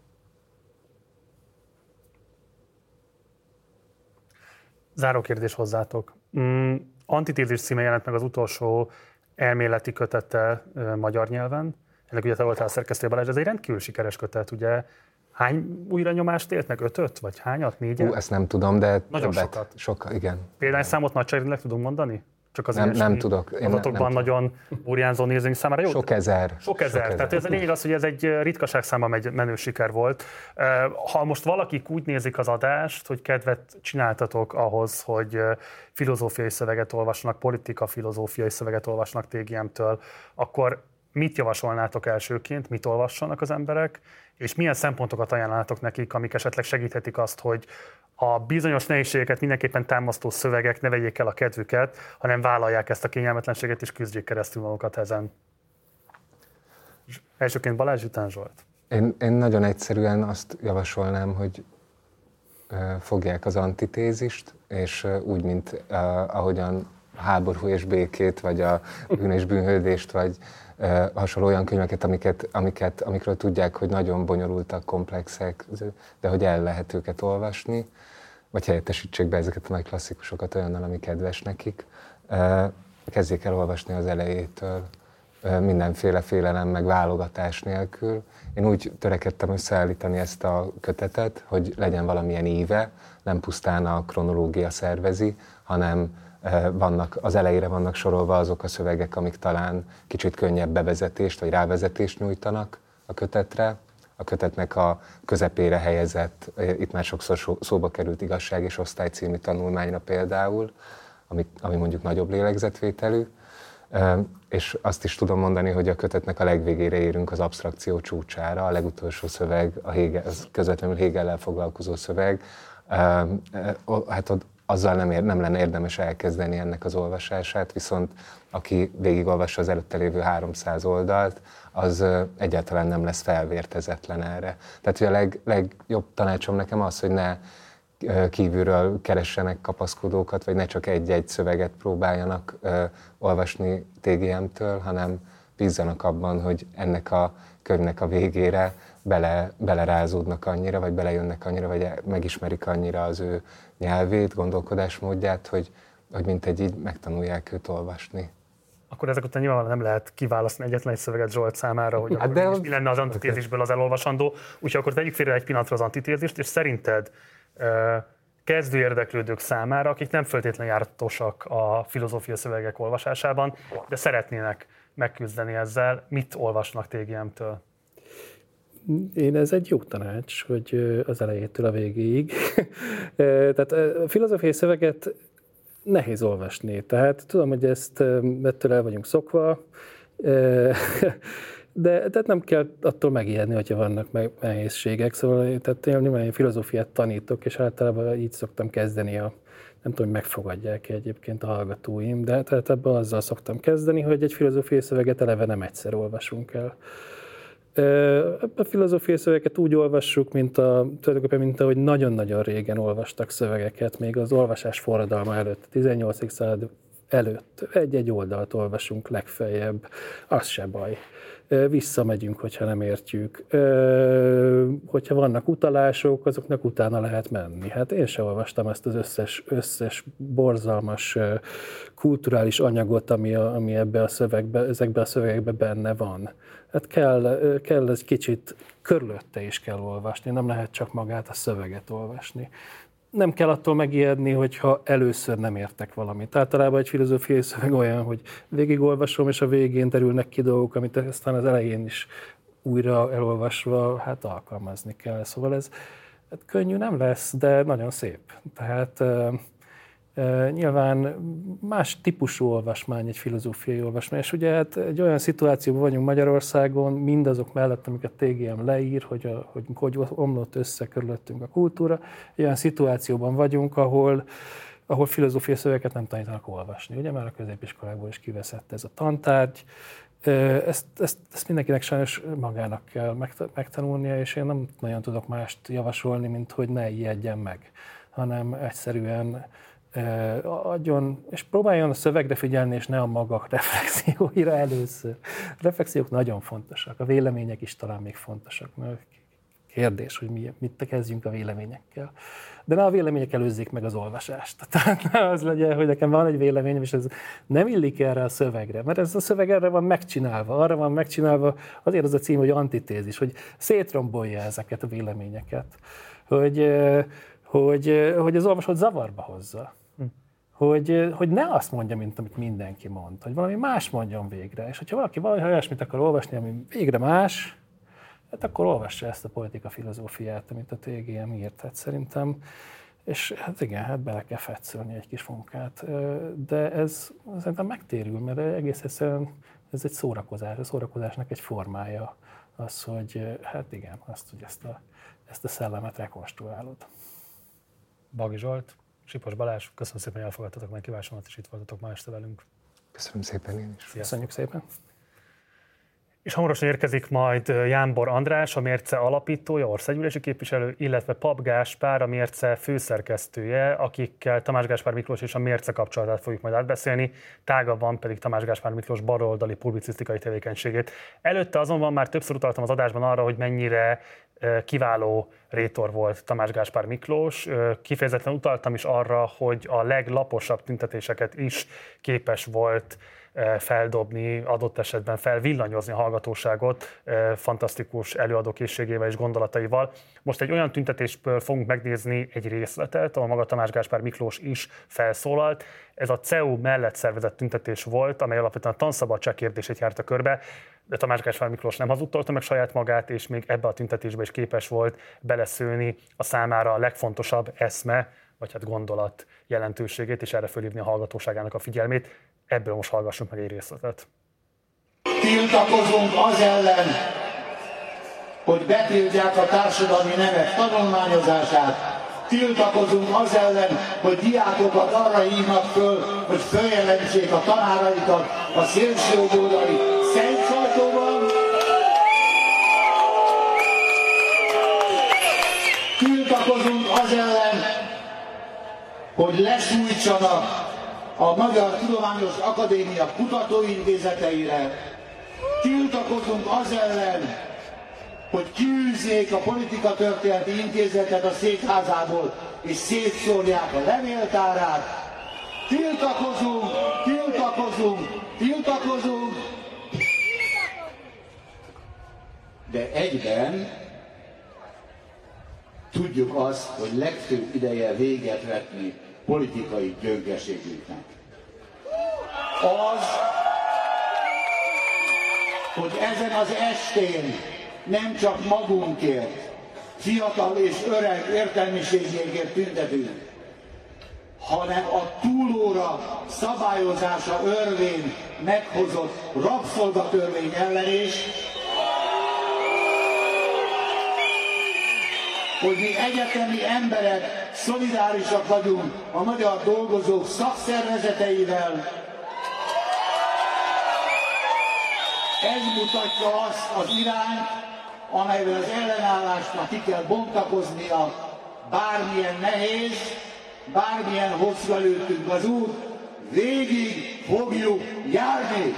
Záró kérdés hozzátok. Mm, Antitézis címe jelent meg az utolsó elméleti kötete magyar nyelven. Ennek ugye te voltál a szerkesztő, Balázs, ez egy rendkívül sikeres kötet, ugye? Hány újranyomást élt meg? Ötöt? Vagy hányat? Négyet? Hú, ezt nem tudom, de nagyon többet. sokat. Sokkal, igen. Példányszámot nagyságrendileg tudunk mondani? Csak az nem, nem tudok. Én adatokban nem, nem nagyon burjánzó nézőink számára. Jó? Sok ezer. Sok ezer. Sok ezer. Tehát ez a lényeg az, hogy ez egy ritkaság száma egy menő siker volt. Ha most valakik úgy nézik az adást, hogy kedvet csináltatok ahhoz, hogy filozófiai szöveget olvasnak, politika filozófiai szöveget olvasnak té gé em-től, akkor mit javasolnátok elsőként, mit olvassanak az emberek, és milyen szempontokat ajánlanátok nekik, amik esetleg segíthetik azt, hogy a bizonyos nehézségeket mindenképpen támasztó szövegek ne vegyék el a kedvüket, hanem vállalják ezt a kényelmetlenséget és küzdjék keresztül magukat ezen. Elsőként Balázs, után Zsolt. Én, én nagyon egyszerűen azt javasolnám, hogy fogják az antitézist, és úgy, mint uh, ahogyan Háború és békét, vagy a Bűn és bűnhődést, vagy uh, hasonló olyan könyveket, amiket, amiket, amikről tudják, hogy nagyon bonyolultak, komplexek, de hogy el lehet őket olvasni, vagy helyettesítsék be ezeket a nagy klasszikusokat olyannal, ami kedves nekik. Uh, kezdjék el olvasni az elejétől, uh, mindenféle félelem, meg válogatás nélkül. Én úgy törekedtem összeállítani ezt a kötetet, hogy legyen valamilyen íve, nem pusztán a kronológia szervezi, hanem vannak, az elejére vannak sorolva azok a szövegek, amik talán kicsit könnyebb bevezetést vagy rávezetést nyújtanak a kötetre. A kötetnek a közepére helyezett, itt már sokszor szóba került Igazság és Osztály című tanulmányra például, ami, ami mondjuk nagyobb lélegzetvételű. És azt is tudom mondani, hogy a kötetnek a legvégére érünk az absztrakció csúcsára, a legutolsó szöveg, a Hegel, az közvetlenül Hegellel foglalkozó szöveg. Hát ott azzal nem, ér, nem lenne érdemes elkezdeni ennek az olvasását, viszont aki végigolvassa az előtte lévő háromszáz oldalt, az egyáltalán nem lesz felvértezetlen erre. Tehát hogy a leg, legjobb tanácsom nekem az, hogy ne kívülről keressenek kapaszkodókat, vagy ne csak egy-egy szöveget próbáljanak uh, olvasni té gé em-től, hanem bízzanak abban, hogy ennek a könyvnek a végére bele, belerázódnak annyira, vagy belejönnek annyira, vagy megismerik annyira az ő nyelvét, gondolkodásmódját, hogy, hogy mintegy így megtanulják őt olvasni. Akkor ezek után nyilvánvalóan nem lehet kiválasztani egyetlen egy szöveget Zsolt számára, hogy hát de... mi lenne az antitézisből az elolvasandó. Úgyhogy akkor tegyük félre egy pillanatra az antitézist, és szerinted kezdő érdeklődők számára, akik nem feltétlenül járatosak a filozófia szövegek olvasásában, de szeretnének megküzdeni ezzel, mit olvasnak té gé em-től? Én ez egy jó tanács, hogy az elejétől a végéig. Tehát a filozófiai szöveget nehéz olvasni. Tehát tudom, hogy ezt ettől el vagyunk szokva, de tehát nem kell attól megijedni, hogyha vannak nehézségek. Szóval tehát én nyilván filozófiát tanítok, és általában így szoktam kezdeni a, nem tudom, hogy megfogadják egyébként a hallgatóim, de tehát ebben azzal szoktam kezdeni, hogy egy filozófiai szöveget eleve nem egyszer olvasunk el. A filozófiai szövegeket úgy olvassuk, mint a, tulajdonképpen, mint ahogy nagyon-nagyon régen olvastak szövegeket, még az olvasás forradalma előtt, a tizennyolcadik század előtt. Egy-egy oldalt olvasunk legfeljebb, az se baj. Visszamegyünk, hogyha nem értjük. Hogyha vannak utalások, azoknak utána lehet menni. Hát én sem olvastam ezt az összes, összes borzalmas kulturális anyagot, ami, a, ami ebbe a szövegbe, ezekben a szövegekben benne van. Hát kell, kell egy kicsit körülötte is kell olvasni, nem lehet csak magát a szöveget olvasni. Nem kell attól megijedni, hogyha először nem értek valamit. Általában egy filozófiai szöveg olyan, hogy végigolvasom, és a végén derülnek ki dolgok, amit aztán az elején is újra elolvasva hát alkalmazni kell. Szóval ez hát könnyű nem lesz, de nagyon szép. Tehát uh, uh, nyilván más típusú olvasmány egy filozófiai olvasmány, és ugye hát egy olyan szituációban vagyunk Magyarországon, mindazok mellett, amiket té gé em leír, hogy, a, hogy hogy omlott össze körülöttünk a kultúra, egy olyan szituációban vagyunk, ahol, ahol filozófiai szövegeket nem tanítanak olvasni. Ugye már a középiskolákból is kiveszett ez a tantárgy. Ezt, ezt, ezt mindenkinek sajnos magának kell megtanulnia, és én nem nagyon tudok mást javasolni, mint hogy ne ijedjen meg, hanem egyszerűen adjon, és próbáljon a szövegre figyelni, és ne a maga reflexióira először. A reflexiók nagyon fontosak, a vélemények is talán még fontosak. Kérdés, hogy mi, mit kezdjünk a véleményekkel. De ne a vélemények előzzék meg az olvasást. Tehát ne az legyen, hogy nekem van egy véleményem, és ez nem illik erre a szövegre, mert ez a szöveg erre van megcsinálva, arra van megcsinálva, azért az a cím, hogy antitézis, hogy szétrombolja ezeket a véleményeket, hogy, hogy, hogy az olvasót zavarba hozza. Hogy, hogy ne azt mondja, mint amit mindenki mond, hogy valami más mondjon végre. És hogyha valaki valami olyasmit akar olvasni, ami végre más, hát akkor olvassa ezt a politika filozófiát, amit a té gé em írt, hát szerintem. És hát igen, hát bele kell fetszölni egy kis munkát. De ez szerintem megtérül, mert egész egyszerűen ez egy szórakozás, a szórakozásnak egy formája az, hogy hát igen, azt, hogy ezt a, ezt a szellemet rekonstruálod. Bagi Zsolt, Sipos Balázs, köszönöm szépen, hogy elfogadtatok meg kívásomat, és itt voltatok ma este velünk. Köszönöm szépen én is. Köszönjük szépen. És hamarosan érkezik majd Jánbor András, a Mérce alapítója, országgyűlési képviselő, illetve Pap Gáspár, a Mérce főszerkesztője, akikkel Tamás Gáspár Miklós és a Mérce kapcsolatát fogjuk majd átbeszélni, tágabban pedig Tamás Gáspár Miklós baloldali publicisztikai tevékenységét. Előtte azonban már többször utaltam az adásban arra, hogy mennyire kiváló rétor volt Tamás Gáspár Miklós. Kifejezetten utaltam is arra, hogy a leglaposabb tüntetéseket is képes volt feldobni, adott esetben felvillanyozni a hallgatóságot fantasztikus előadókészségével és gondolataival. Most egy olyan tüntetésből fogunk megnézni egy részletet, ahol maga Tamás Gáspár Miklós is felszólalt. Ez a cé e u mellett szervezett tüntetés volt, amely alapvetően a tanszabadság kérdését járta körbe, de Tamás Gáspár Miklós nem hazudtolta meg saját magát, és még ebbe a tüntetésbe is képes volt beleszőni a számára a legfontosabb eszme, vagy hát gondolat jelentőségét, és erre fölhívni a hallgatóságának a figyelmét. Ebből most hallgassunk meg egy részletet. Tiltakozunk az ellen, hogy betiltják a társadalmi nemek tanulmányozását. Tiltakozunk az ellen, hogy diákokat arra hívnak föl, hogy följelentsék a tanáraikat a szélsőjobboldali Szent sajtóban. Tiltakozunk az ellen, hogy leszújtsanak a Magyar Tudományos Akadémia kutatóintézeteire. Tiltakozunk az ellen, hogy kiűzzék a Politikatörténeti Intézetet a székházából, és szétszórják a levéltárát. Tiltakozunk, tiltakozunk, tiltakozunk, de egyben tudjuk azt, hogy legfőbb ideje véget vetni politikai gyöngeségüknek. Az, hogy ezen az estén nem csak magunkért, fiatal és öreg értelmiségéért tüntetünk, hanem a túlóra szabályozása örvén meghozott rabszolgatörvény ellen is, hogy mi egyetemi emberek szolidárisak vagyunk a magyar dolgozók szakszervezeteivel. Ez mutatja azt az irányt, amelyben az ellenállásnak ki kell bontakoznia, bármilyen nehéz, bármilyen hosszú előttünk az út, végig fogjuk járni.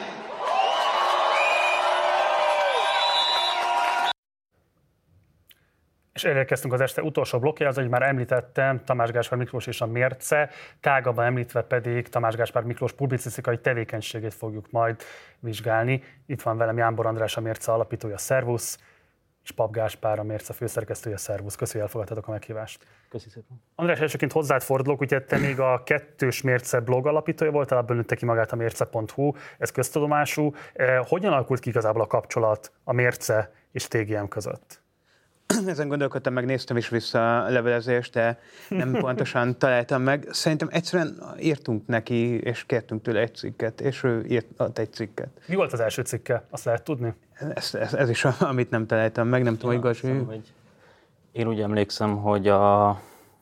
És elérkeztünk az este utolsó blokkjához, ahogy már említettem, Tamás Gáspár Miklós és a Mérce, tágabban említve pedig Tamás Gáspár Miklós publicisztikai tevékenységét fogjuk majd vizsgálni. Itt van velem Jámbor András, a Mérce alapítója, szervusz, és Pap Gáspár, a Mérce főszerkesztője, szervusz. Köszönjük, elfogadtatok a meghívást. Köszönjük szépen. András, elsőként hozzád fordulok, ugye te még a kettős Mérce blog alapítója voltál, abban nőtte ki magát a mérce pont hu, ez köztudomású. Hogyan alakult ki igazából a kapcsolat a Mérce és té gé em között? Ezen gondolkodtam, megnéztem is vissza a levelezést, de nem pontosan találtam meg. Szerintem egyszerűen írtunk neki, és kértünk tőle egy cikket, és ő írt egy cikket. Mi volt az első cikke? Azt lehet tudni? Ez, ez, ez is, amit nem találtam meg, nem tudom, hogy Gazi. Én úgy emlékszem, hogy a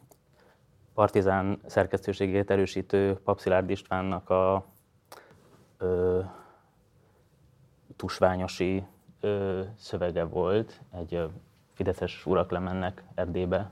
Partizán szerkesztőségét erősítő Pap Szilárd Istvánnak a ö, tusványosi ö, szövege volt, egy ö, fideszes urak lemennek Erdélybe,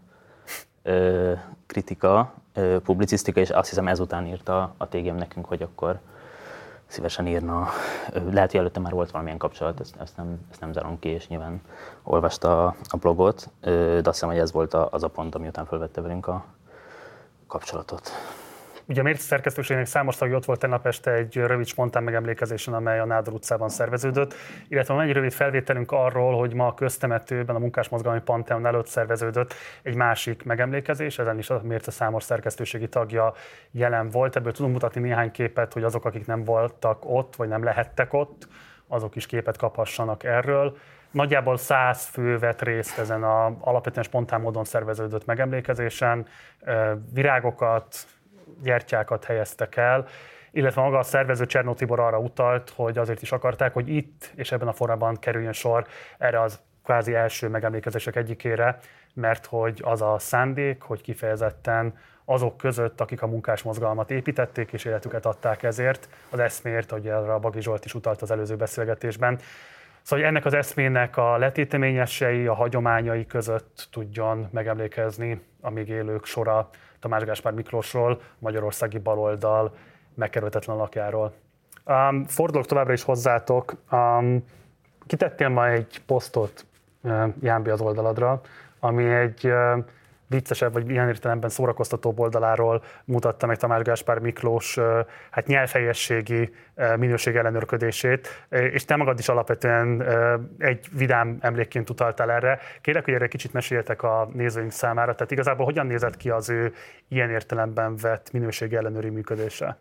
ö, kritika, ö, publicisztika, és azt hiszem ezután írta a té gé em nekünk, hogy akkor szívesen írna. Lehet, hogy előtte már volt valamilyen kapcsolat, ezt, ezt, nem, ezt nem zárom ki, és nyilván olvasta a blogot, de azt hiszem, hogy ez volt az a pont, ami után felvette velünk a kapcsolatot. Ugye a Mérce szerkesztőségnek számos tagja ott volt tegnap este egy rövid spontán megemlékezésen, amely a Nádor utcában szerveződött, illetve van egy rövid felvételünk arról, hogy ma a köztemetőben, a Munkásmozgalmi Pantheon előtt szerveződött egy másik megemlékezés, ezen is a Mérce számos szerkesztőségi tagja jelen volt. Ebből tudunk mutatni néhány képet, hogy azok, akik nem voltak ott, vagy nem lehettek ott, azok is képet kaphassanak erről. Nagyjából száz fő vett részt ezen a alapvetően spontán módon szerveződött megemlékezésen, virágokat, gyertyákat helyeztek el, illetve maga a szervező Csernó Tibor arra utalt, hogy azért is akarták, hogy itt és ebben a formában kerüljön sor erre az kvázi első megemlékezések egyikére, mert hogy az a szándék, hogy kifejezetten azok között, akik a munkásmozgalmat építették és életüket adták ezért, az eszméért, ahogy erre a Bagi Zsolt is utalt az előző beszélgetésben. Szóval, hogy ennek az eszmének a letéteményesei, a hagyományai között tudjon megemlékezni a még élők sora Tamás Gáspár Miklósról, magyarországi baloldal megkerülhetetlen alakjáról. Um, fordulok továbbra is hozzátok. Um, kitettél ma egy posztot uh, Jámbi az oldaladra, ami egy uh, viccesebb, vagy ilyen értelemben szórakoztatóbb oldaláról mutatta meg Tamás Gáspár Miklós uh, hát nyelvhelyességi uh, minőség ellenőrködését, uh, és te magad is alapvetően uh, egy vidám emlékként utaltál erre. Kérlek, hogy erre kicsit meséljetek a nézőink számára, tehát igazából hogyan nézett ki az ő ilyen értelemben vett minőség ellenőri működése?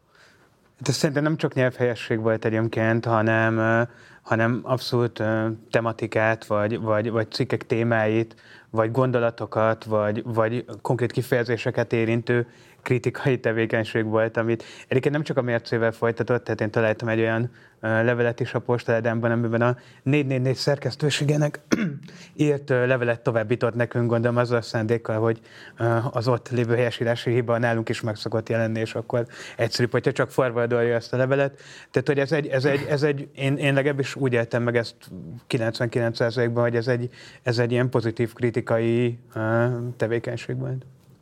Ez szerintem nem csak nyelvhelyesség volt egyébként, hanem, hanem abszolút tematikát, vagy, vagy, vagy cikkek témáit, vagy gondolatokat, vagy, vagy konkrét kifejezéseket érintő kritikai tevékenység volt, amit egyébként nem csak a Mércével folytatott, tehát én találtam egy olyan levelet is a postaládámban, amiben a négy négy négy szerkesztőségének írt levelet továbbított nekünk, gondolom azzal a szándékkal, hogy az ott lévő helyesírási hiba nálunk is meg szokott jelenni, és akkor egyszerűbb, hogyha csak forwardolja ezt a levelet. Tehát, hogy ez egy, ez egy, ez egy én, én legalábbis úgy éltem meg ezt kilencvenkilenc százalékban, hogy ez egy, ez egy ilyen pozitív kritikai tevékenység volt.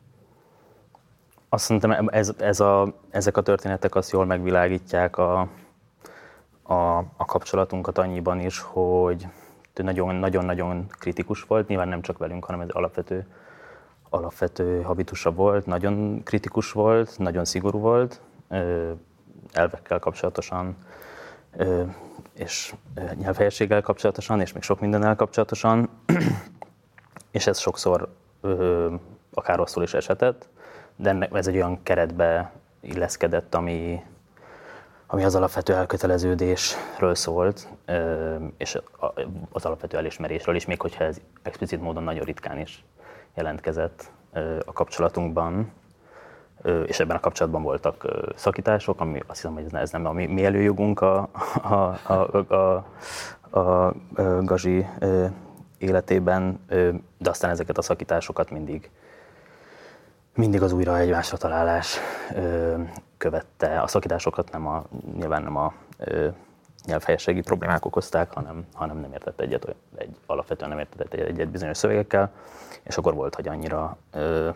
Azt szerintem ez, ez a, ezek a történetek azt jól megvilágítják a, a, a kapcsolatunkat annyiban is, hogy nagyon-nagyon kritikus volt, nyilván nem csak velünk, hanem ez alapvető, alapvető habitusa volt, nagyon kritikus volt, nagyon szigorú volt, elvekkel kapcsolatosan, és nyelvhelyességgel kapcsolatosan, és még sok mindennel kapcsolatosan, és ez sokszor akár rosszul is esetett, de ez egy olyan keretbe illeszkedett, ami, ami az alapvető elköteleződésről szólt, és az alapvető elismerésről is, még hogyha ez explicit módon nagyon ritkán is jelentkezett a kapcsolatunkban. És ebben a kapcsolatban voltak szakítások, ami azt hiszem, hogy ez nem a mi, mi előjogunk a, a, a, a, a, a Gazi életében, de aztán ezeket a szakításokat mindig Mindig az újra egymásra találás ö, követte. A szakításokat nem a, nyilván nem a ö, nyelvhelyességi problémák okozták, hanem, hanem nem értett egyet, egy, alapvetően nem értett egyet, egyet bizonyos szövegekkel, és akkor volt, hogy annyira ö,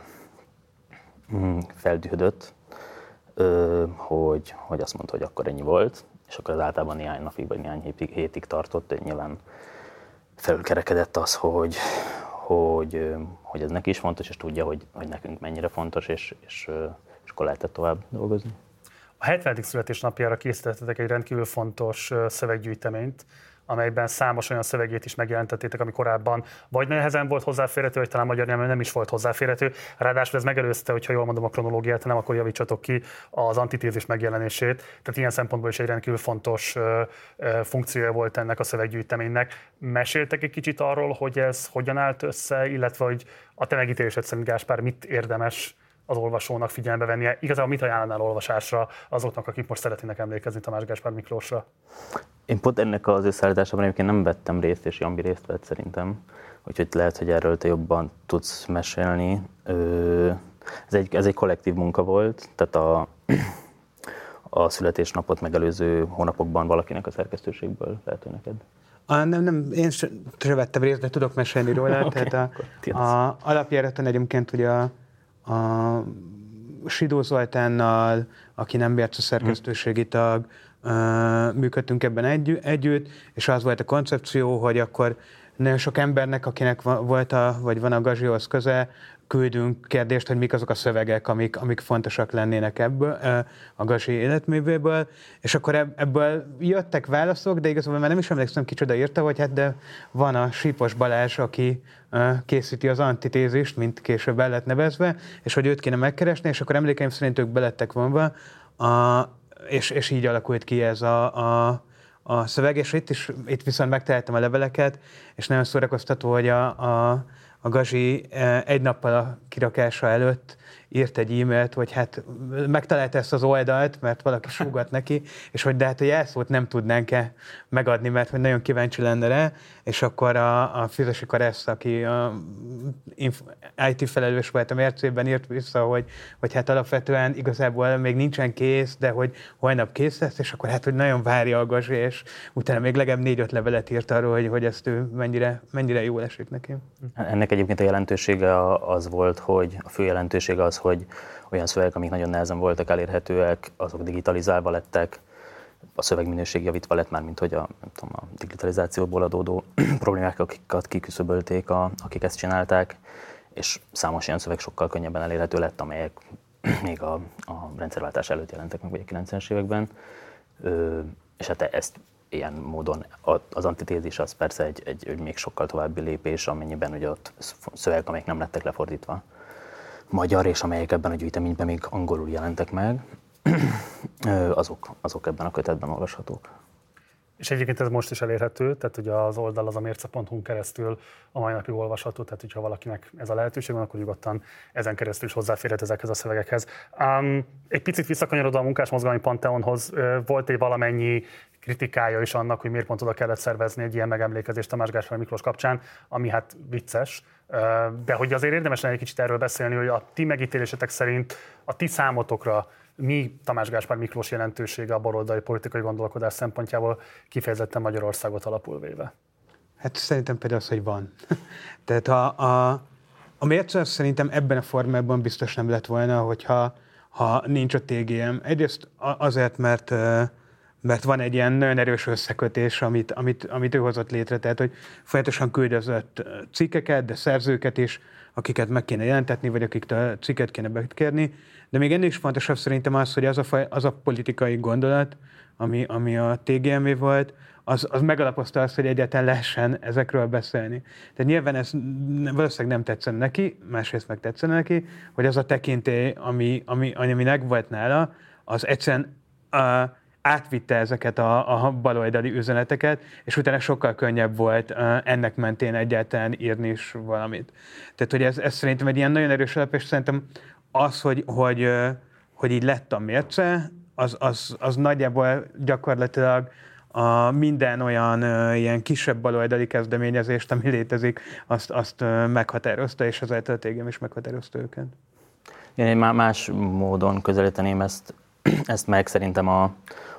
feldühödött, ö, hogy, hogy azt mondta, hogy akkor ennyi volt, és akkor az általában néhány napig vagy néhány hétig, hétig tartott, hogy nyilván felülkerekedett az, hogy, hogy, hogy ez neki is fontos, és tudja, hogy, hogy nekünk mennyire fontos, és, és, és akkor lehetett tovább dolgozni. A hetvenedik születésnapjára készítettetek egy rendkívül fontos szöveggyűjteményt, amelyben számos olyan szövegét is megjelentettétek, ami korábban vagy nehezen volt hozzáférhető, vagy talán magyar nyelven nem is volt hozzáférhető. Ráadásul ez megelőzte, hogyha jól mondom a kronológiát, nem, akkor javítsatok ki az antitézis megjelenését. Tehát ilyen szempontból is egy rendkívül fontos funkciója volt ennek a szöveggyűjteménynek. Meséltek egy kicsit arról, hogy ez hogyan állt össze, illetve hogy a te megítélésed szerint, Gáspár, mit érdemes az olvasónak figyelembe vennie? Igazából mit ajánlanál olvasásra azoknak, akik most szeretnének emlékezni Tamás Gáspár Miklósra? Én pont ennek az összeállításában egyébként nem vettem részt, és Jambi részt vett szerintem. Úgyhogy lehet, hogy erről te jobban tudsz mesélni. Ez egy, ez egy kollektív munka volt, tehát a, a születésnapot megelőző hónapokban valakinek a szerkesztőségből lehet, hogy neked. A, nem, nem, én sem vettem részt, de tudok mesélni róla. Okay, tehát a, a alapjáraton egyébként ugye a a Sidó Zoltánnal, aki nem Bérce szerkesztőségi tag, működtünk ebben egy, együtt, és az volt a koncepció, hogy akkor nagyon sok embernek, akinek volt a, vagy van a Gazsihoz köze, küldünk kérdést, hogy mik azok a szövegek, amik, amik fontosak lennének ebből, a Gazsi életművéből, és akkor ebből jöttek válaszok, de igazából már nem is emlékszem, kicsoda írta, hogy hát de van a Sípos Balázs, aki készíti az antitézist, mint később el lett nevezve, és hogy őt kéne megkeresni, és akkor emlékeim szerint ők belettek vonva, a, és, és így alakult ki ez a, a a szöveg, és itt, is, itt viszont megtaláltam a leveleket, és nagyon szórakoztató, hogy a, a, a Gazsi egy nappal a kirakása előtt írt egy e-mailt, hogy hát megtalálta ezt az oldalt, mert valaki súgat neki, és hogy de hát a jelszót nem tudnánk-e megadni, mert hogy nagyon kíváncsi lenne rá, és akkor a, a Füzesi Karesz, aki a i té felelős volt a Mércében, írt vissza, hogy, hogy hát alapvetően igazából még nincsen kész, de hogy holnap kész lesz, és akkor hát, hogy nagyon várja a Gazsi, és utána még legalább négy-öt levelet írt arról, hogy, hogy ezt ő mennyire, mennyire jól esik neki. Ennek egyébként a jelentősége az volt, hogy a fő jelentősége az, hogy olyan szövegek, amik nagyon nehezen voltak elérhetőek, azok digitalizálva lettek, a szövegminőség javítva lett már, mint hogy a, nem tudom, a digitalizációból adódó problémákat kiküszöbölték, a, akik ezt csinálták, és számos ilyen szöveg sokkal könnyebben elérhető lett, amelyek még a, a rendszerváltás előtt jelentek meg, vagy a kilencvenes években. Ö, és hát ezt ilyen módon az antitézis az persze egy, egy, egy még sokkal további lépés, amennyiben ugye ott szövegek, amelyek nem lettek lefordítva magyar, és amelyek ebben a gyűjteményben még angolul jelentek meg, azok, azok ebben a kötetben olvashatók. És egyébként ez most is elérhető, tehát ugye az oldal az a mérce pont hu-n keresztül a mai napig olvasható, tehát hogyha valakinek ez a lehetőség van, akkor nyugodtan ezen keresztül is hozzáférhet ezekhez a szövegekhez. Um, egy picit visszakanyarodva a munkásmozgalmi Panteonhoz, volt egy valamennyi kritikája is annak, hogy miért pont oda kellett szervezni egy ilyen megemlékezést Tamás Gáspár Miklós kapcsán, ami hát vicces, de hogy azért érdemes lenne egy kicsit erről beszélni, hogy a ti megítélésetek szerint a ti számotokra mi Tamás Gáspár Miklós jelentősége a baloldali politikai gondolkodás szempontjából kifejezetten Magyarországot alapul véve? Hát szerintem például az, hogy van. Tehát a, a, a mérce szerintem ebben a formában biztos nem lett volna, hogyha ha nincs a té gé em. Egyrészt azért, mert mert van egy ilyen nagyon erős összekötés, amit, amit, amit ő hozott létre, tehát hogy folyamatosan küldözött cikkeket, de szerzőket is, akiket meg kéne jelentetni, vagy akik a cikket kéne bekérni. De még ennél is fontosabb szerintem az, hogy az a, faj, az a politikai gondolat, ami, ami a té gé em-é volt, az, az megalapozta azt, hogy egyáltalán lehessen ezekről beszélni. Tehát nyilván ez valószínűleg nem tetszene neki, másrészt meg tetszene neki, hogy az a tekintély, ami, ami, ami megvolt nála, az egyszerűen uh, átvitte ezeket a, a baloldali üzeneteket, és utána sokkal könnyebb volt uh, ennek mentén egyáltalán írni is valamit. Tehát, hogy ez, ez szerintem egy ilyen nagyon erős alap, és szerintem az, hogy, hogy, uh, hogy így lett a mérce, az, az, az nagyjából gyakorlatilag a minden olyan uh, ilyen kisebb baloldali kezdeményezést, ami létezik, azt, azt uh, meghatározta, és ezáltal a té gé em is meghatározta őket. Én egy más módon közelíteném ezt, ezt meg, szerintem a,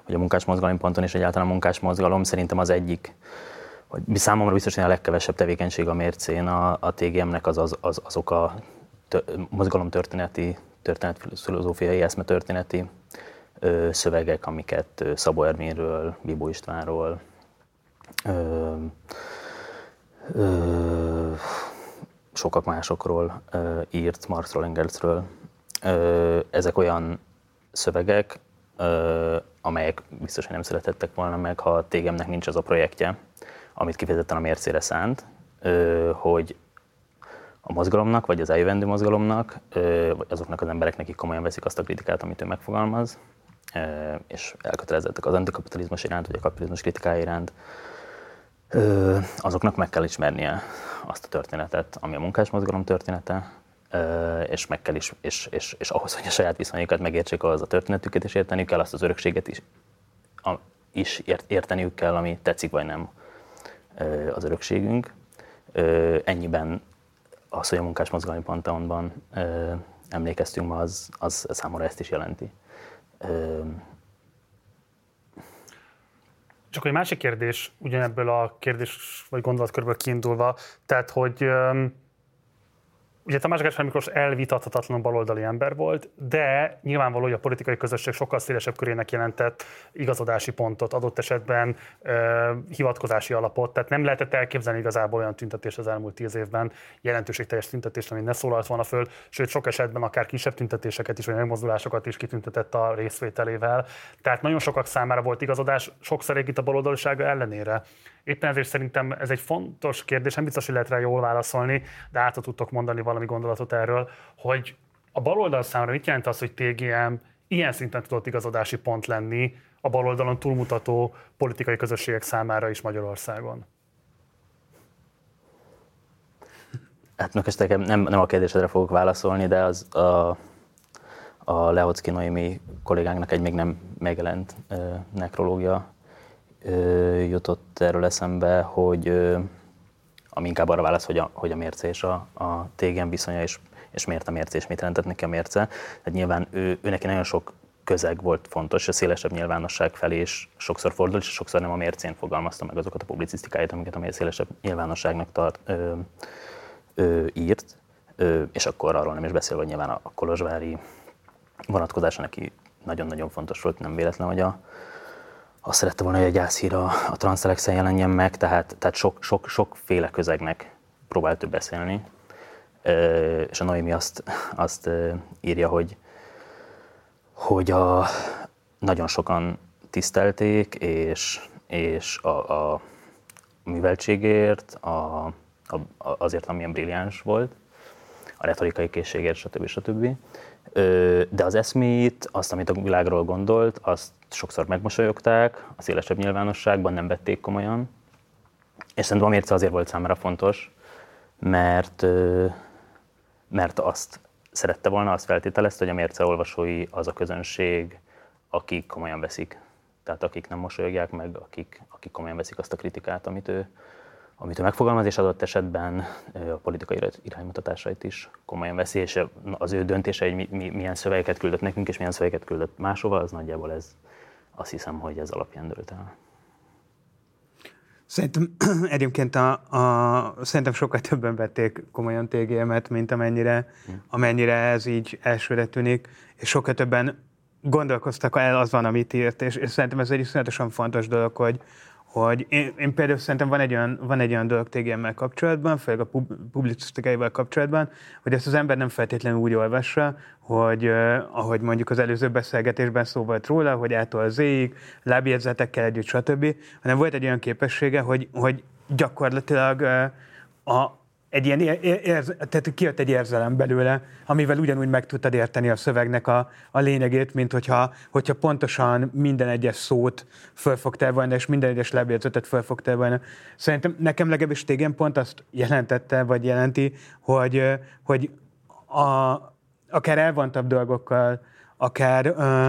hogy a munkásmozgalmi ponton és egyáltalán a munkásmozgalom szerintem az egyik, hogy számomra biztos, hogy a legkevesebb tevékenység a mércén a, a té gé em-nek az, az, az, azok a mozgalomtörténeti, történetfilozófiai, eszmetörténeti ö, szövegek, amiket Szabó Ervinről, Bibó Istvánról, ö, ö, sokak másokról ö, írt, Marxról, Engelsről. Ö, ezek olyan szövegek, ö, amelyek biztos, hogy nem születettek volna meg, ha a té gé em-nek nincs az a projektje, amit kifejezetten a mércére szánt, ö, hogy a mozgalomnak, vagy az eljövendő mozgalomnak, ö, vagy azoknak az embereknek, akik komolyan veszik azt a kritikát, amit ő megfogalmaz, ö, és elkötelezettek az antikapitalizmus iránt, vagy a kapitalizmus kritikája iránt, ö, azoknak meg kell ismernie azt a történetet, ami a munkásmozgalom története, ö, és meg kell is, és, és, és ahhoz, hogy a saját viszonyukat megértsék, ahhoz a történetüket is érteniük kell, azt az örökséget is, a, is ért, érteniük kell, ami tetszik vagy nem ö, az örökségünk. Ö, ennyiben az, hogy a munkásmozgalmi panteonban ö, emlékeztünk ma, az, az számomra ezt is jelenti. Ö, Csak egy másik kérdés, ugyanebből a kérdés vagy gondolatkörből kiindulva, tehát, hogy um, ugye Tamás Gáspár Miklós elvitathatatlanul baloldali ember volt, de nyilvánvaló, hogy a politikai közösség sokkal szélesebb körének jelentett igazodási pontot, adott esetben uh, hivatkozási alapot, tehát nem lehetett elképzelni igazából olyan tüntetést az elmúlt tíz évben, jelentőségteljes tüntetést, ami ne szólalt volna föl, sőt sok esetben akár kisebb tüntetéseket is, vagy megmozdulásokat is kitüntetett a részvételével. Tehát nagyon sokak számára volt igazodás, sokszor itt a baloldalisága ellenére. Éppen ezért szerintem ez egy fontos kérdés, nem biztos, hogy lehet rá jól válaszolni, de át tudtok mondani valami gondolatot erről, hogy a baloldal számára mit jelent az, hogy té gé em ilyen szinten tudott igazodási pont lenni a baloldalon túlmutató politikai közösségek számára is Magyarországon? Hát most nem, nem a kérdésedre fogok válaszolni, de az a, a Lehoczky Noémi kollégánknak egy még nem megjelent uh, nekrológia uh, jutott erről eszembe, hogy uh, ami inkább arra válasz, hogy a, hogy a mérce és a, a té gé em viszonya, és, és miért a mérce, és mit jelentett neki a mérce. Tehát nyilván ő, ő neki nagyon sok közeg volt fontos, a szélesebb nyilvánosság felé is sokszor fordult, és sokszor nem a mércén fogalmazta meg azokat a publicisztikáit, amiket a szélesebb nyilvánosságnak tart, ö, ö, írt, ö, és akkor arról nem is beszélve, hogy nyilván a, a kolozsvári vonatkozása neki nagyon-nagyon fontos volt, nem véletlen, hogy a azt szerette volna, hogy a gyászhír a, a Transtelexen jelenjen meg, tehát, tehát sok, sok, sokféle közegnek próbált ő beszélni. Ö, és a Noémi azt, azt ö, írja, hogy, hogy a, nagyon sokan tisztelték, és, és a, a műveltségért, a, a, azért, amilyen brilliáns volt, a retorikai készségért, stb. stb. Ö, de az eszmét, azt, amit a világról gondolt, azt sokszor megmosolyogták, a szélesebb nyilvánosságban nem vették komolyan. És szerintem a mérce azért volt számára fontos, mert, mert azt szerette volna, azt feltételezte, hogy a mérce olvasói az a közönség, akik komolyan veszik. Tehát akik nem mosolyogják meg, akik, akik komolyan veszik azt a kritikát, amit ő, amit ő megfogalmaz, és adott esetben a politikai iránymutatásait is komolyan veszi, és az ő döntése, hogy mi, mi, milyen szövegeket küldött nekünk, és milyen szövegeket küldött máshova, az nagyjából ez, azt hiszem, hogy ez alapján dőlt el. Szerintem egyébként a, a, szerintem sokkal többen vették komolyan té gé em-et, mint amennyire, amennyire ez így elsőre tűnik, és sokkal többen gondolkoztak el azon, amit írt, és, és szerintem ez egy iszonyatosan fontos dolog, hogy, hogy én, én például szerintem van egy olyan, van egy olyan dolog té gé em-mel kapcsolatban, főleg a publicisztikáival kapcsolatban, hogy ezt az ember nem feltétlenül úgy olvassa, hogy uh, ahogy mondjuk az előző beszélgetésben szó volt róla, hogy A-tól Z-ig, lábjegyzetekkel együtt, stb., hanem volt egy olyan képessége, hogy, hogy gyakorlatilag uh, a egy ilyen érz, tehát kijött egy érzelem belőle, amivel ugyanúgy meg tudtad érteni a szövegnek a, a lényegét, mint hogyha, hogyha pontosan minden egyes szót fölfogtál volna, és minden egyes lábjegyzetet fölfogtál volna. Szerintem nekem legalábbis té gé em pont azt jelentette, vagy jelenti, hogy, hogy a, akár elvontabb dolgokkal, akár uh,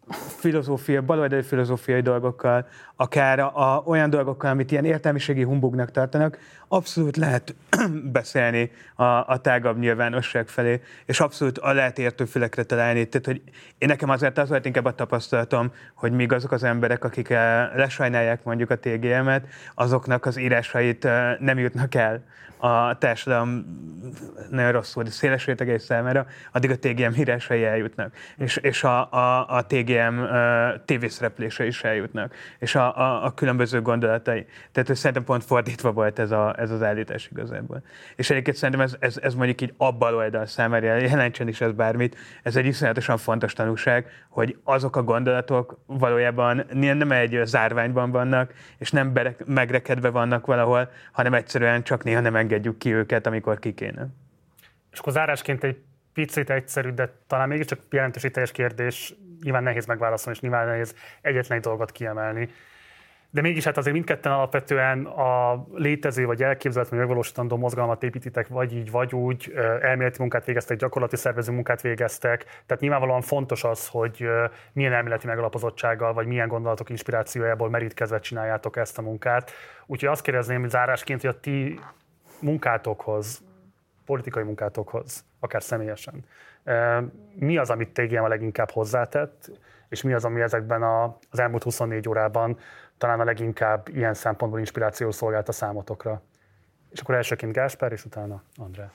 filozófia, baloldali filozófiai dolgokkal, akár a, a, olyan dolgokkal, amit ilyen értelmiségi humbugnak tartanak, abszolút lehet beszélni a, a tágabb nyilvánosság felé, és abszolút a lehet értő fülekre találni. Tehát, hogy én nekem azért az volt inkább a tapasztalatom, hogy míg azok az emberek, akik lesajnálják mondjuk a té gé em-et, azoknak az írásait nem jutnak el a társadalom nagyon rosszul, de széles rétegei számára, addig a té gé em írásai eljutnak. És, és a, a, a té gé em uh, tévészereplése is eljutnak. És a, a, a különböző gondolatai. Tehát szerintem pont fordítva volt ez, a, ez az állítás igazából. És egyébként szerintem ez, ez, ez mondjuk így a baloldal számára jelentsen is ez bármit. Ez egy iszonyatosan fontos tanúság, hogy azok a gondolatok valójában nem egy zárványban vannak, és nem berek, megrekedve vannak valahol, hanem egyszerűen csak néha nem engedjük ki őket, amikor ki kéne. És akkor zárásként egy picit egyszerű, de talán mégiscsak jelentőségteljes kérdés, nyilván nehéz megválaszolni, és nyilván nehéz egyetlen egy dolgot kiemelni. De mégis hát azért mindketten alapvetően a létező vagy elképzelt vagy megvalósítandó mozgalmat építitek, vagy így, vagy úgy, elméleti munkát végeztek, gyakorlati szervező munkát végeztek. Tehát nyilvánvalóan fontos az, hogy milyen elméleti megalapozottsággal, vagy milyen gondolatok inspirációjából merítkezve csináljátok ezt a munkát. Úgyhogy azt kérdezném, hogy zárásként, hogy a ti munkátokhoz, politikai munkátokhoz, akár személyesen, mi az, amit té gé em a leginkább hozzátett, és mi az, ami ezekben a, az elmúlt huszonnégy órában talán a leginkább ilyen szempontból inspirációt szolgált a számotokra? És akkor elsőként Gáspár, és utána András.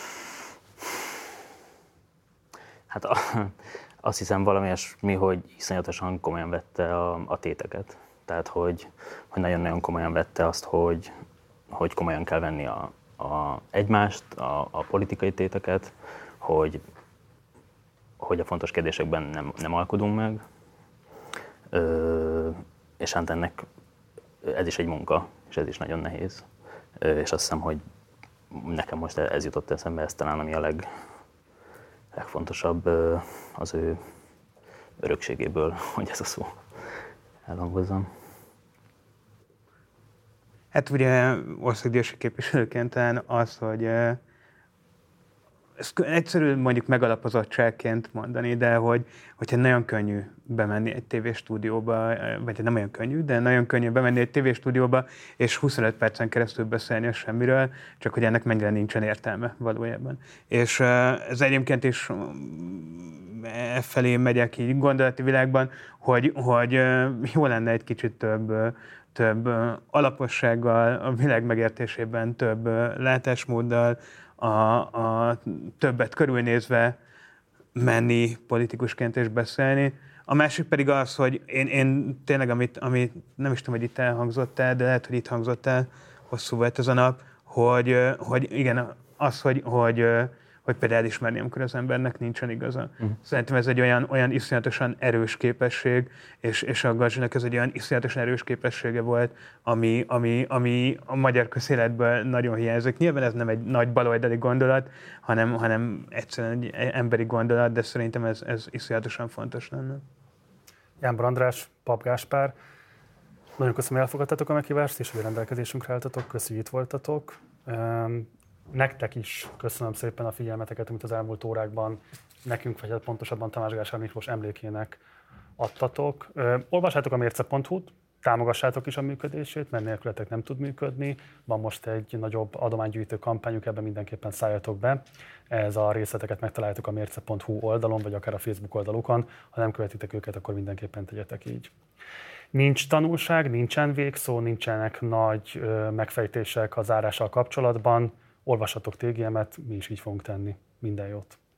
Hát a, azt hiszem valami ilyesmi, hogy iszonyatosan komolyan vette a, a téteket. Tehát, hogy, hogy nagyon-nagyon komolyan vette azt, hogy, hogy komolyan kell venni a, a egymást, a, a politikai téteket, hogy, hogy a fontos kérdésekben nem, nem alkudunk meg. Ö, és hát ennek ez is egy munka, és ez is nagyon nehéz. Ö, és azt hiszem, hogy nekem most ez jutott eszembe, ez talán ami a leg, legfontosabb ö, az ő örökségéből, hogy ez a szó elhangozzam. Hát ugye országgyűlési képviselőként talán az, hogy ez egyszerű mondjuk megalapozottságként mondani, de hogy, hogyha nagyon könnyű bemenni egy tévéstúdióba, vagy nem olyan könnyű, de nagyon könnyű bemenni egy tévéstúdióba, és huszonöt percen keresztül beszélni a semmiről, csak hogy ennek mennyire nincsen értelme valójában. És ez egyébként is e felé megyek így gondolati világban, hogy, hogy jó lenne egy kicsit több több alapossággal, a világ megértésében több látásmóddal, a, a többet körülnézve menni politikusként és beszélni. A másik pedig az, hogy én, én tényleg, amit, amit nem is tudom, hogy itt elhangzott el, de lehet, hogy itt hangzott el, hosszú volt ez a nap, hogy, hogy igen, az, hogy, hogy, hogy például elismerni, amikor az embernek nincsen igaza. Uh-huh. Szerintem ez egy olyan, olyan iszonyatosan erős képesség, és, és a Gazsinak ez egy olyan iszonyatosan erős képessége volt, ami, ami, ami a magyar közéletből nagyon hiányzik. Nyilván ez nem egy nagy baloldali gondolat, hanem, hanem egyszerűen egy emberi gondolat, de szerintem ez, ez iszonyatosan fontos lenne. Jánbor András, Pap Gáspár, nagyon köszönöm, hogy elfogadtatok a meghívást, és hogy rendelkezésünkre álltatok, köszönjük, itt voltatok. Nektek is köszönöm szépen a figyelmeteket, amit az elmúlt órákban nekünk, vagy pontosabban Tamás Gáspár Miklós emlékének adtatok. Olvassátok a mérce pont hu-t, támogassátok is a működését, mert nélkületek nem tud működni. Van most egy nagyobb adománygyűjtő kampányuk, ebben mindenképpen szálljatok be. Ez a részleteket megtaláljátok a mérce pont hu oldalon, vagy akár a Facebook oldalukon. Ha nem követitek őket, akkor mindenképpen tegyetek így. Nincs tanulság, nincsen végszó, nincsenek nagy megfejtések a zárással kapcsolatban. Olvassatok té gé em-et, mi is így fogunk tenni. Minden jót!